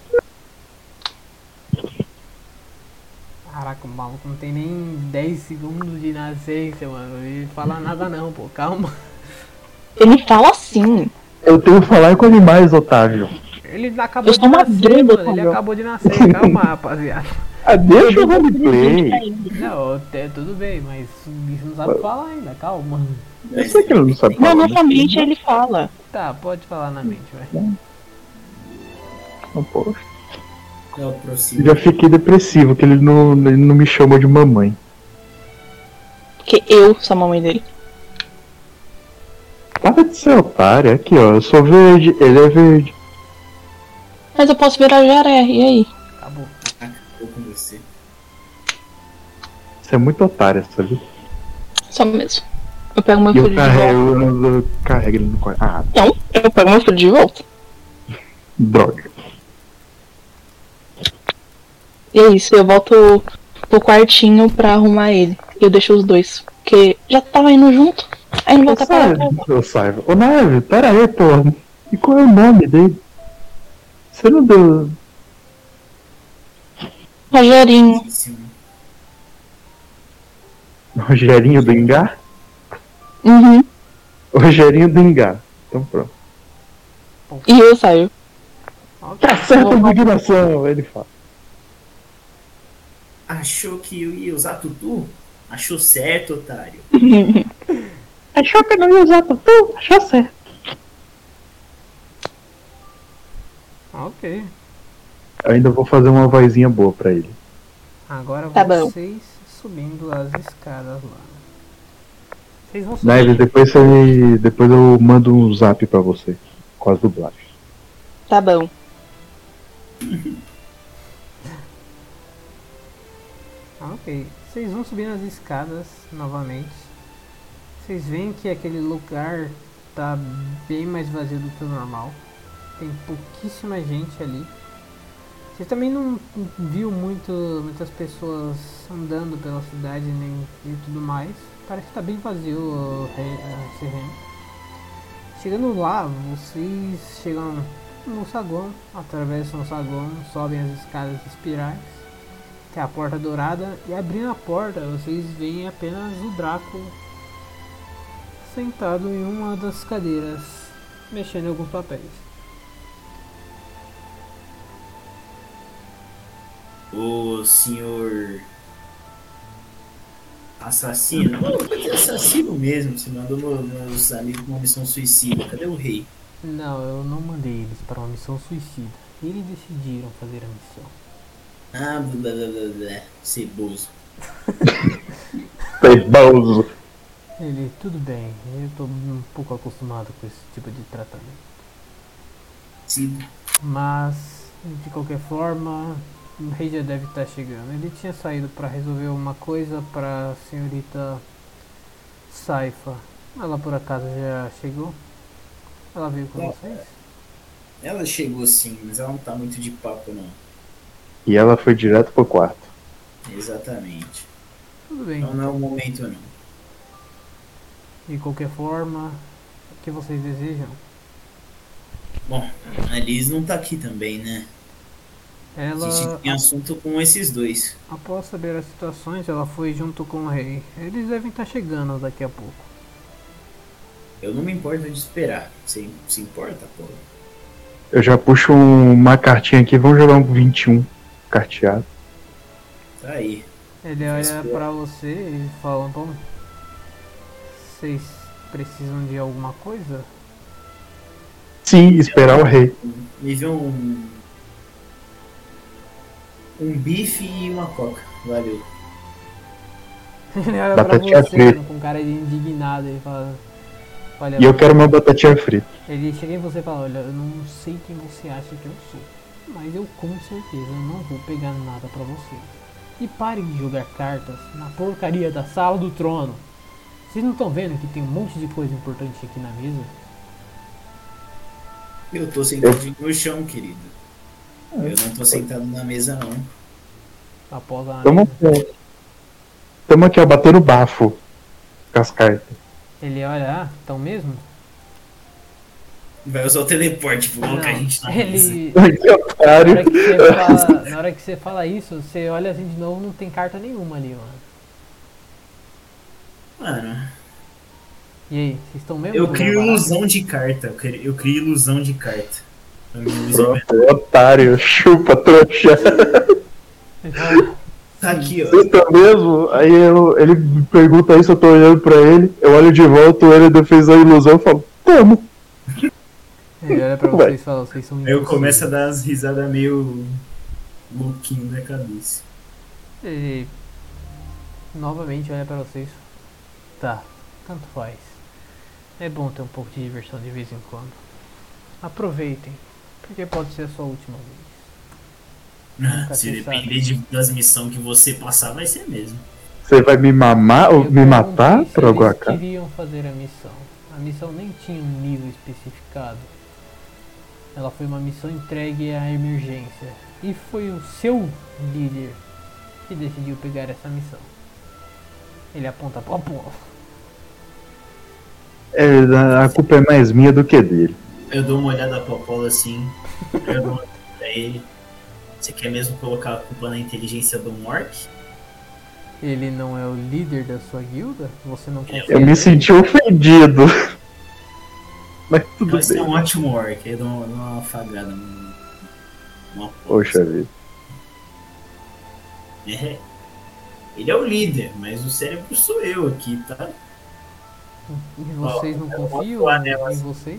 Caraca, o maluco não tem nem 10 segundos de nascença, mano. Ele fala nada não, pô, calma. Ele fala assim. Eu tenho que falar com animais, Otávio. Ele acabou de nascer, mano. Ele acabou de nascer, calma, rapaziada. Deixa o roleplay. Não, tudo bem, mas o bicho não sabe falar ainda, calma. Eu sei que ele não sabe falar. Não, na mente ele fala. Tá, pode falar na mente, velho. Não, poxa. Eu já fiquei depressivo, que ele não me chamou de mamãe. Porque eu sou a mamãe dele. Para de ser otário, aqui ó, eu sou verde, ele é verde. Mas eu posso virar jaré, e aí? Acabou. Acabou com você. Você é muito otário, sabe? Só mesmo. Eu pego meu filho de volta. Eu carrego ele no quarto. Não, eu pego meu filho de volta. Droga. E é isso, eu volto pro quartinho pra arrumar ele. E eu deixo os dois. Porque já tava indo junto. Aí não volta pra lá. Eu saiba. Ô Neve, pera aí, porra. E qual é o nome dele? Você não deu. Rogerinho. Rogerinho do Engar? Uhum. Rogerinho do Engar. Então pronto. E eu saio. Tá certo a indignação, ele fala. Achou que eu ia usar tutu? Achou certo, otário. Achou que eu não ia usar tutu? Achou certo. Ok. Eu ainda vou fazer uma vozinha boa pra ele. Agora tá vocês subindo as escadas lá. Vocês vão subir. Neve, depois eu mando um zap pra você. Com as dublagens. Tá bom. Ok, vocês vão subindo as escadas novamente. Vocês veem que aquele lugar tá bem mais vazio do que o normal. Tem pouquíssima gente ali. Você também não viu muitas pessoas andando pela cidade nem e tudo mais. Parece que tá bem vazio esse reino. Chegando lá, vocês chegam no saguão, atravessam o saguão, sobem as escadas espirais até a porta dourada, e abrindo a porta vocês veem apenas o Draco sentado em uma das cadeiras, mexendo em alguns papéis. O senhor assassino? Assassino mesmo, você mandou meus amigos pra uma missão suicida. Cadê o rei? Não, eu não mandei eles para uma missão suicida. Eles decidiram fazer a missão. Ah, blá blá blá blá. Ceboso. Ceboso. Ele, tudo bem, eu tô um pouco acostumado com esse tipo de tratamento. Sim. Mas, de qualquer forma, o rei já deve estar chegando. Ele tinha saído para resolver uma coisa para a senhorita Saifa. Ela por acaso já chegou? Ela veio com vocês? Ela chegou sim, mas ela não tá muito de papo não. E ela foi direto pro quarto. Exatamente. Tudo bem. Então não é o momento não. De qualquer forma, o que vocês desejam? Bom, a Liz não tá aqui também, né? Ela, a gente tem assunto com esses dois. Após saber as situações, ela foi junto com o rei. Eles devem estar chegando daqui a pouco. Eu não me importo de esperar. Você se importa, pô? Eu já puxo uma cartinha aqui, vamos jogar um 21 carteado. Tá aí. Ele olha pra você e fala, bom, vocês precisam de alguma coisa? Sim, esperar o rei. Me vê um bife e uma coca. Valeu. Ele olha batatinha pra você, frita. Com cara de indignado, ele fala... Olha, e eu quero uma batatinha frita. Ele chega em você e fala, olha, eu não sei quem você acha que eu sou, mas eu com certeza não vou pegar nada pra você. E parem de jogar cartas na porcaria da sala do trono. Vocês não estão vendo que tem um monte de coisa importante aqui na mesa? Eu tô sentadinho no chão, querido. Eu não tô sentado na mesa, não. Após a Tamo aqui, ó, batendo bafo com as cartas. Ele olha, então mesmo? Vai usar o teleporte pra colocar a gente na mesa. Na hora que você fala isso, você olha assim de novo, não tem carta nenhuma ali, mano. E aí, vocês estão mesmo? Eu crio ilusão de carta. Eu crio ilusão de carta. Otário, chupa, trouxa. Tá aqui, ó. Você tá mesmo? Aí ele pergunta isso, eu tô olhando pra ele, eu olho de volta, ele fez a ilusão e falo, tamo. Ele olha pra vocês e fala, vocês são impossíveis. Eu começo a dar as risadas meio louquinho na cabeça. Ele novamente olha pra vocês. Tá, tanto faz. É bom ter um pouco de diversão de vez em quando. Aproveitem, porque pode ser a sua última vez. Se depender das missões que você passar, vai ser mesmo. Você vai me mamar ou me matar por alguma coisa? Eles queriam fazer a missão. A missão nem tinha um nível especificado. Ela foi uma missão entregue à emergência. E foi o seu líder que decidiu pegar essa missão. Ele aponta pro Apolo. A culpa é mais minha do que dele. Eu dou uma olhada pro Apolo assim. Eu dou uma olhada pra ele. Você quer mesmo colocar a culpa na inteligência do Mork? Ele não é o líder da sua guilda? Você não confia? Eu me senti ofendido. Mas tudo bem. Você é um ótimo Orc. Eu dou uma afagada no Poxa vida. É. Ele é o líder, mas o cérebro sou eu aqui, tá? E vocês não confiam em vocês?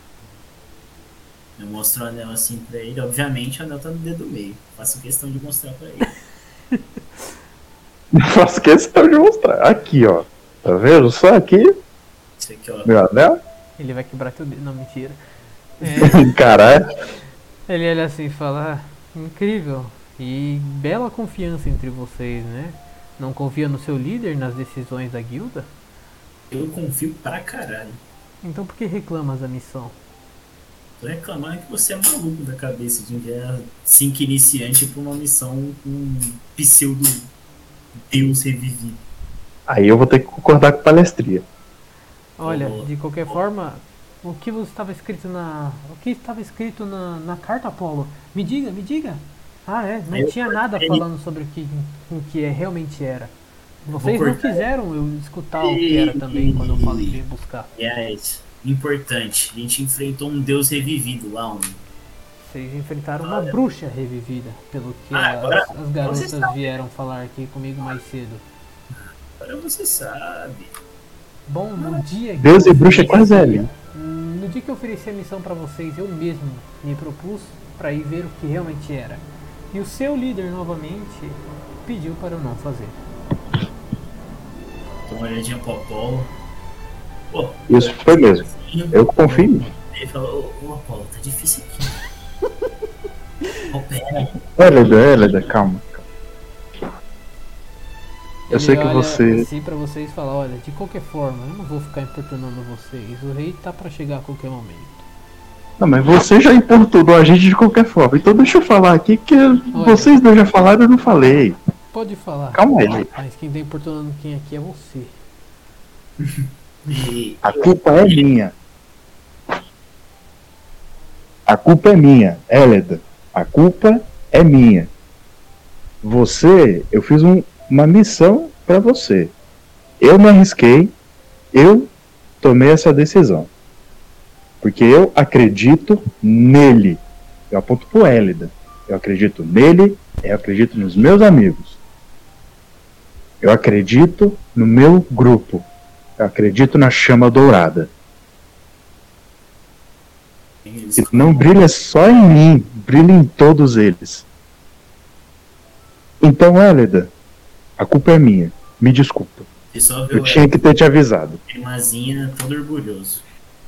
Eu mostro o anel assim pra ele. Obviamente o anel tá no dedo meio. Faço questão de mostrar pra ele. Faço questão de mostrar. Aqui, ó. Tá vendo? Só aqui. Isso aqui, ó. Meu anel? Ele vai quebrar teu dedo. Não, mentira. Caralho. Ele olha assim e fala, incrível. E bela confiança entre vocês, né? Não confia no seu líder nas decisões da guilda? Eu confio pra caralho. Então por que reclamas da missão? Tô reclamando que você é maluco da cabeça de enviar 5 iniciantes pra uma missão com um pseudo Deus revivido. Aí eu vou ter que concordar com palestria. Olha, de qualquer forma, o que estava escrito na carta, Apolo? Me diga. Ah, é, não tinha nada falando sobre o que realmente era. Vocês não quiseram eu escutar o que era também quando eu falei de buscar. Importante, a gente enfrentou um deus revivido lá. Vocês enfrentaram uma bruxa revivida, pelo que as garotas vieram falar aqui comigo mais cedo. Agora você sabe. Bom, no dia que Deus e bruxa é quase ali. No dia que eu ofereci a missão pra vocês, eu mesmo me propus pra ir ver o que realmente era. E o seu líder novamente pediu para eu não fazer. Dá uma olhadinha pro Apolo. Isso foi mesmo. Eu confio em mim. Ele falou, Apolo, tá difícil aqui. Elida, calma. Eu sei que você... assim pra vocês e fala, olha, de qualquer forma, eu não vou ficar importunando vocês. O rei tá pra chegar a qualquer momento. Não, mas você já importunou a gente de qualquer forma. Então deixa eu falar aqui que vocês dois já falaram, eu não falei. Pode falar. Calma aí. Mas quem tá importunando quem aqui é você. A culpa é minha. A culpa é minha, Elida. A culpa é minha. Eu fiz uma missão pra você. Eu me arrisquei, eu tomei essa decisão. Porque eu acredito nele. Eu aponto pro Elida. Eu acredito nele, eu acredito nos meus amigos. Eu acredito no meu grupo. Eu acredito na chama dourada. E não brilha só em mim, brilha em todos eles. Então, Elida, a culpa é minha. Me desculpa. Você só viu eu tinha que ter te avisado. Irmãzinha todo orgulhoso.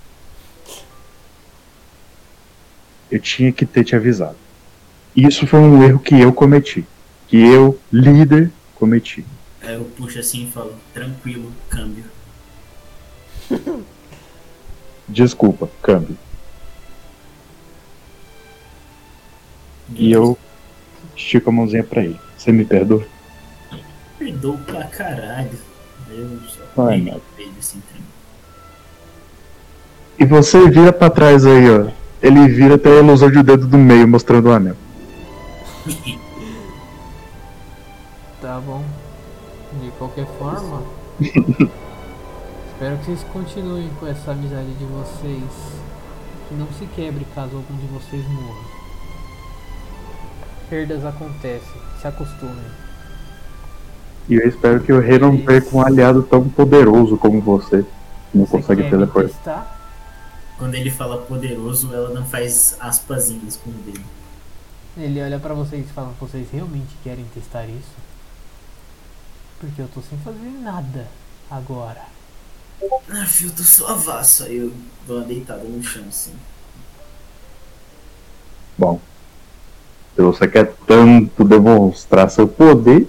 Eu tinha que ter te avisado. Isso foi um erro que eu cometi. Que eu, líder, cometi. Aí eu puxo assim e falo, tranquilo, câmbio. Desculpa, câmbio. E eu estico a mãozinha pra ele. Você me perdoa? Perdoa pra caralho. Eu só ele assim, tranquilo. E você vira pra trás aí, ó. Ele vira até a ilusão de dedo do meio, mostrando o anel. Tá bom. De qualquer forma, espero que vocês continuem com essa amizade de vocês. Que não se quebre caso algum de vocês morra. Perdas acontecem, se acostumem. E eu espero que o rei não perca um aliado tão poderoso como você. Não consegue teleportar. Quando ele fala poderoso, ela não faz aspasinhas com o dedo. Ele olha pra vocês e fala, vocês realmente querem testar isso? Porque eu tô sem fazer nada agora. Ah, filho, eu tô suavaço. Aí eu dou uma deitada no chão, assim. Bom, se você quer tanto demonstrar seu poder...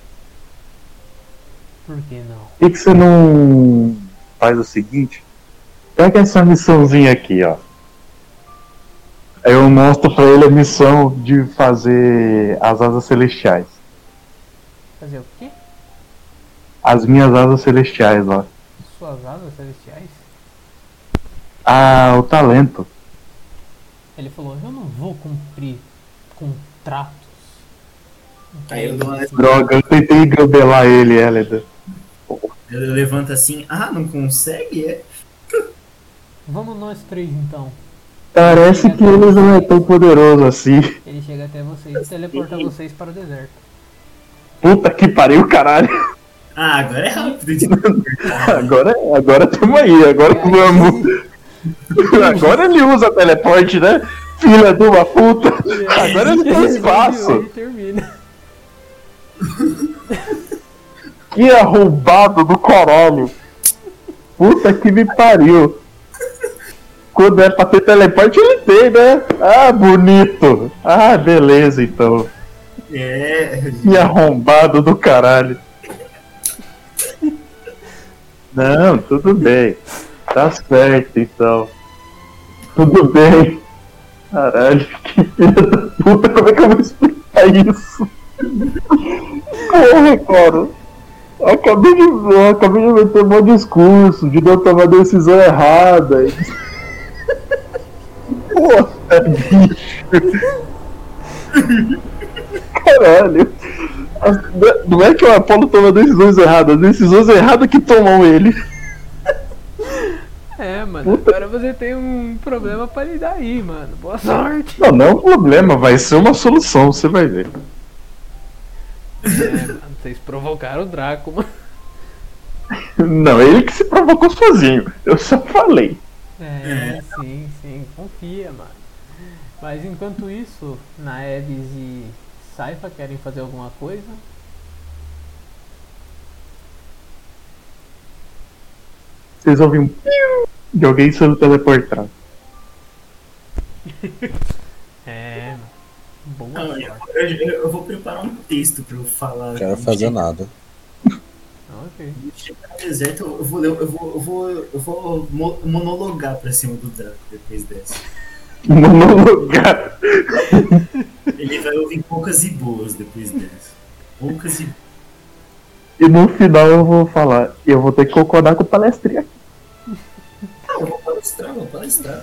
Por que não? Por que você não faz o seguinte? Pega essa missãozinha aqui, ó. Aí eu mostro pra ele a missão de fazer as asas celestiais. Fazer o quê? As minhas asas celestiais, ó. Suas asas celestiais? Ah, o talento. Ele falou, eu não vou cumprir contratos. Aí eu dou uma... Droga, eu tentei engambelar ele, Hélida. Eu levanto assim, não consegue? É? Vamos nós três então. Parece que ele não é tão poderoso assim. Ele chega até vocês e teleporta vocês para o deserto. Puta que pariu, caralho. Agora é rápido de agora tamo aí, agora vamos. Agora ele usa teleporte, né? Filha de uma puta. Agora ele tem espaço. Ele termina. Que arrombado do caralho. Puta que me pariu. Quando é pra ter teleporte, ele tem, né? Ah, bonito. Ah, beleza, então. Que arrombado do caralho. Não, tudo bem. Tá certo, então. Tudo bem. Caralho, que filha da puta. Como é que eu vou explicar isso? Porra, cara. Eu acabei de meter um bom discurso de não tomar decisão errada. Porra, bicho. Caralho. Não é que o Apolo toma decisões erradas, as decisões erradas que tomam ele. Mano, agora você tem um problema pra lidar aí, mano. Boa sorte. Não é um problema, vai ser uma solução, você vai ver. Mano, vocês provocaram o Draco, mano. Não, ele que se provocou sozinho, eu só falei. Sim, confia, mano. Mas enquanto isso, Naeves e Saifa querem fazer alguma coisa? Vocês ouvem um piu de alguém sendo teleportado. Boa. Eu vou preparar um texto pra eu falar. Não quero fazer nada. Ok. Chegar no deserto, eu vou monologar pra cima do Draco depois dessa. Monologar. Ele vai ouvir poucas e boas depois dessa. Poucas e boas. E no final eu vou falar, eu vou ter que concordar com o palestrinha. Eu vou palestrar.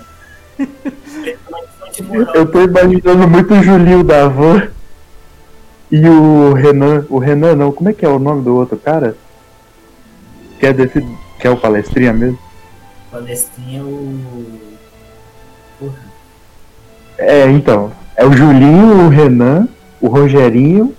Eu tô imaginando muito o Julinho da Van e o Renan não, como é que é o nome do outro cara? Que é o palestrinha mesmo? Palestrinha é o... Porra. Então, é o Julinho, o Renan, o Rogerinho...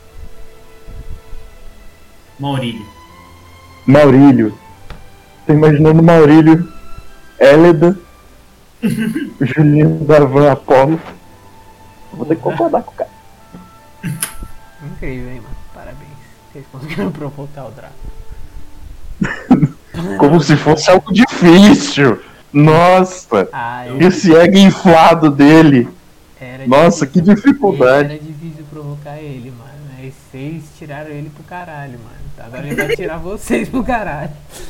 Maurílio. Tô imaginando Maurílio, Hélida, Julinho da Van Apolo. Vou ter que concordar com o cara. Incrível, hein, mano. Parabéns. Vocês conseguiram provocar o Draco. Como se fosse algo difícil. Nossa, esse ego inflado dele. Nossa, que dificuldade. Era difícil provocar ele, mano. Aí vocês tiraram ele pro caralho, mano. Agora ele vai tirar vocês pro caralho.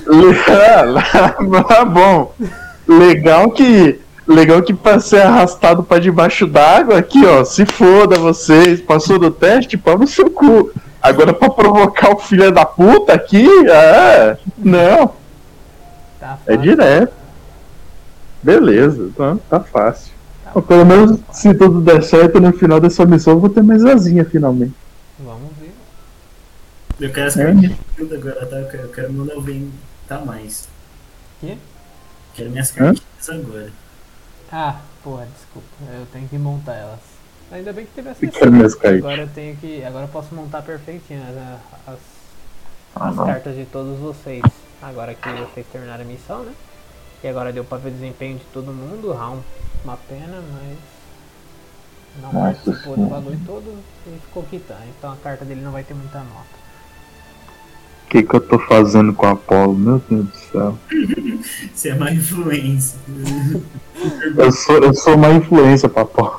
Bom, legal que pra ser arrastado pra debaixo d'água, aqui ó, se foda vocês, passou do teste, pau no seu cu. Agora pra provocar o filho da puta aqui, não. Tá é direto. Beleza, então tá fácil. Tá pelo menos se tudo der certo no final dessa missão eu vou ter mais asinha finalmente. Vamos ver. Eu quero essa cartinha agora, tá? Eu quero mandar alguém tá mais. Quê? Quero minhas cartinhas agora. Porra, desculpa. Eu tenho que montar elas. Ainda bem que teve essa sessão. Agora eu tenho que. Agora eu posso montar perfeitinho as cartas de todos vocês. Agora que vocês terminaram a missão, né? E agora deu pra ver o desempenho de todo mundo. Uma pena, mas não participou do bagulho todo e ficou quitando. Então a carta dele não vai ter muita nota. O que eu tô fazendo com a Apollo? Meu Deus do céu. Você é má influência. eu sou má influência pra Apollo.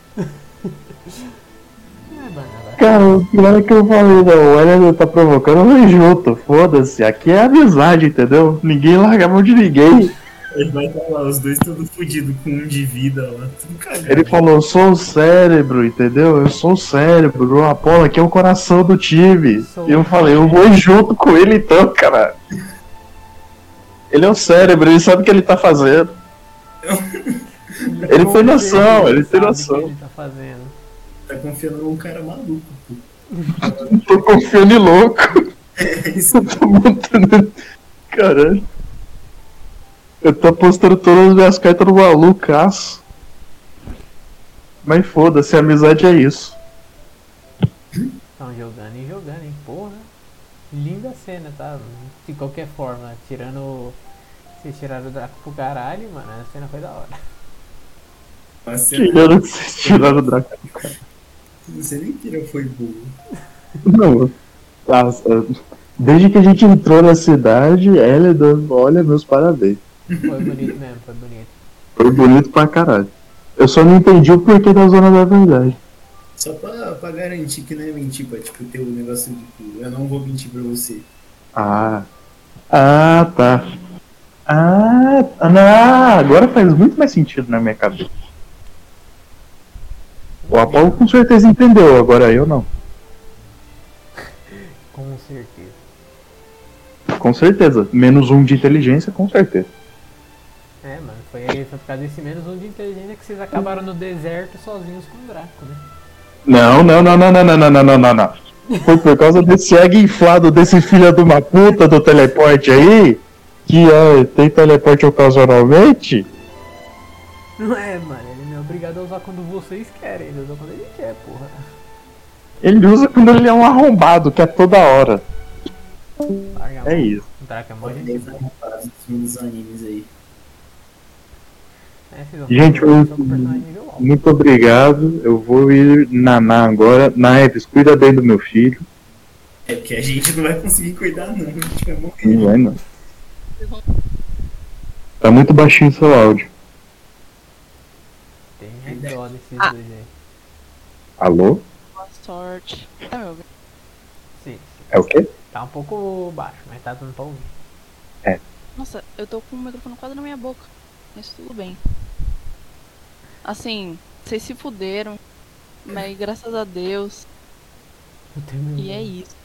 Cara, o pior é que eu falei, o Elliot tá provocando, eu vou junto, foda-se, aqui é amizade, entendeu? Ninguém larga a mão de ninguém. Ele vai estar lá, os dois todos fodidos com um de vida lá, tudo cagado. Ele falou, eu sou o cérebro, entendeu? Eu sou o cérebro, o Apollo aqui é o coração do time. E eu falei, eu vou junto com ele então, cara. Ele é o cérebro, ele sabe o que ele tá fazendo. Ele tem noção, ele tem noção. Ele tá fazendo. Tá confiando num cara maluco, pô. Tô confiando em louco. Eu tô montando. Caralho. Eu tô apostando todas as minhas cartas no malucaço. Mas foda-se, a amizade é isso. Estão jogando e jogando, hein? Porra. Linda cena, tá? De qualquer forma, vocês tiraram o Draco pro caralho, mano. A cena foi da hora. Vocês tiraram o Draco pro caralho. Você nem tirou, foi burro. Não. Desde que a gente entrou na cidade, olha, meus parabéns. Foi bonito mesmo, foi bonito. Foi bonito pra caralho. Eu só não entendi o porquê da zona da verdade. Só pra garantir que não é mentir, pra tipo, ter o negócio de que eu não vou mentir pra você. Tá. Agora faz muito mais sentido na minha cabeça. O Apollo com certeza entendeu, agora eu não. Com certeza. Com certeza. Menos um de inteligência, com certeza. Mano, foi por causa desse menos um de inteligência que vocês acabaram no deserto sozinhos com o Draco, né? Não. Foi por causa desse ego inflado desse filho de uma puta do teleporte aí, que tem teleporte ocasionalmente. Não é, mano, ele não é obrigado a usar quando vocês querem, ele usa quando ele quer, porra. Ele usa quando ele é um arrombado, que é toda hora. É isso. O Draco é mó nos animes aí. Gente, muito obrigado. Eu vou ir nanar agora. Naeves, cuida bem do meu filho. É porque a gente não vai conseguir cuidar, não. A gente vai morrer. Não vai, não. Tá muito baixinho o seu áudio. Tem dó desses dois aí. Alô? Boa sorte. Tá me ouvindo? Sim. É o quê? Tá um pouco baixo, mas tá dando pra ouvir. Nossa, eu tô com o microfone quase na minha boca. Mas tudo bem. Assim, vocês se fuderam. Mas graças a Deus. E é isso.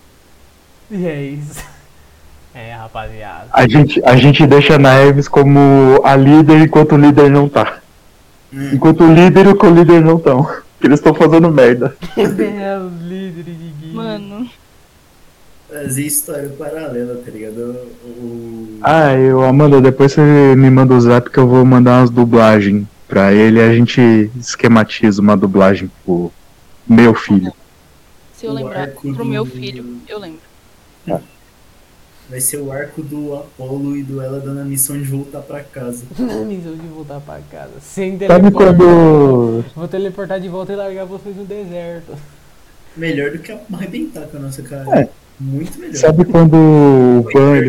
Rapaziada. A gente deixa a Naeves como a líder enquanto o líder não tá. Enquanto o líder e o co-líder não estão. Porque eles estão fazendo merda. Os líderes de game. Mano. Fazer história paralela, tá ligado? Amanda, depois você me manda o zap que eu vou mandar umas dublagens pra ele e a gente esquematiza uma dublagem pro meu filho. Se eu lembrar pro meu filho, eu lembro. Vai ser o arco do Apollo e do ela dando a missão de voltar pra casa. A missão de voltar pra casa. Sem Sabe quando... Vou teleportar de volta e largar vocês no deserto. Melhor do que arrebentar com a nossa cara. Muito melhor. Sabe quando o Burn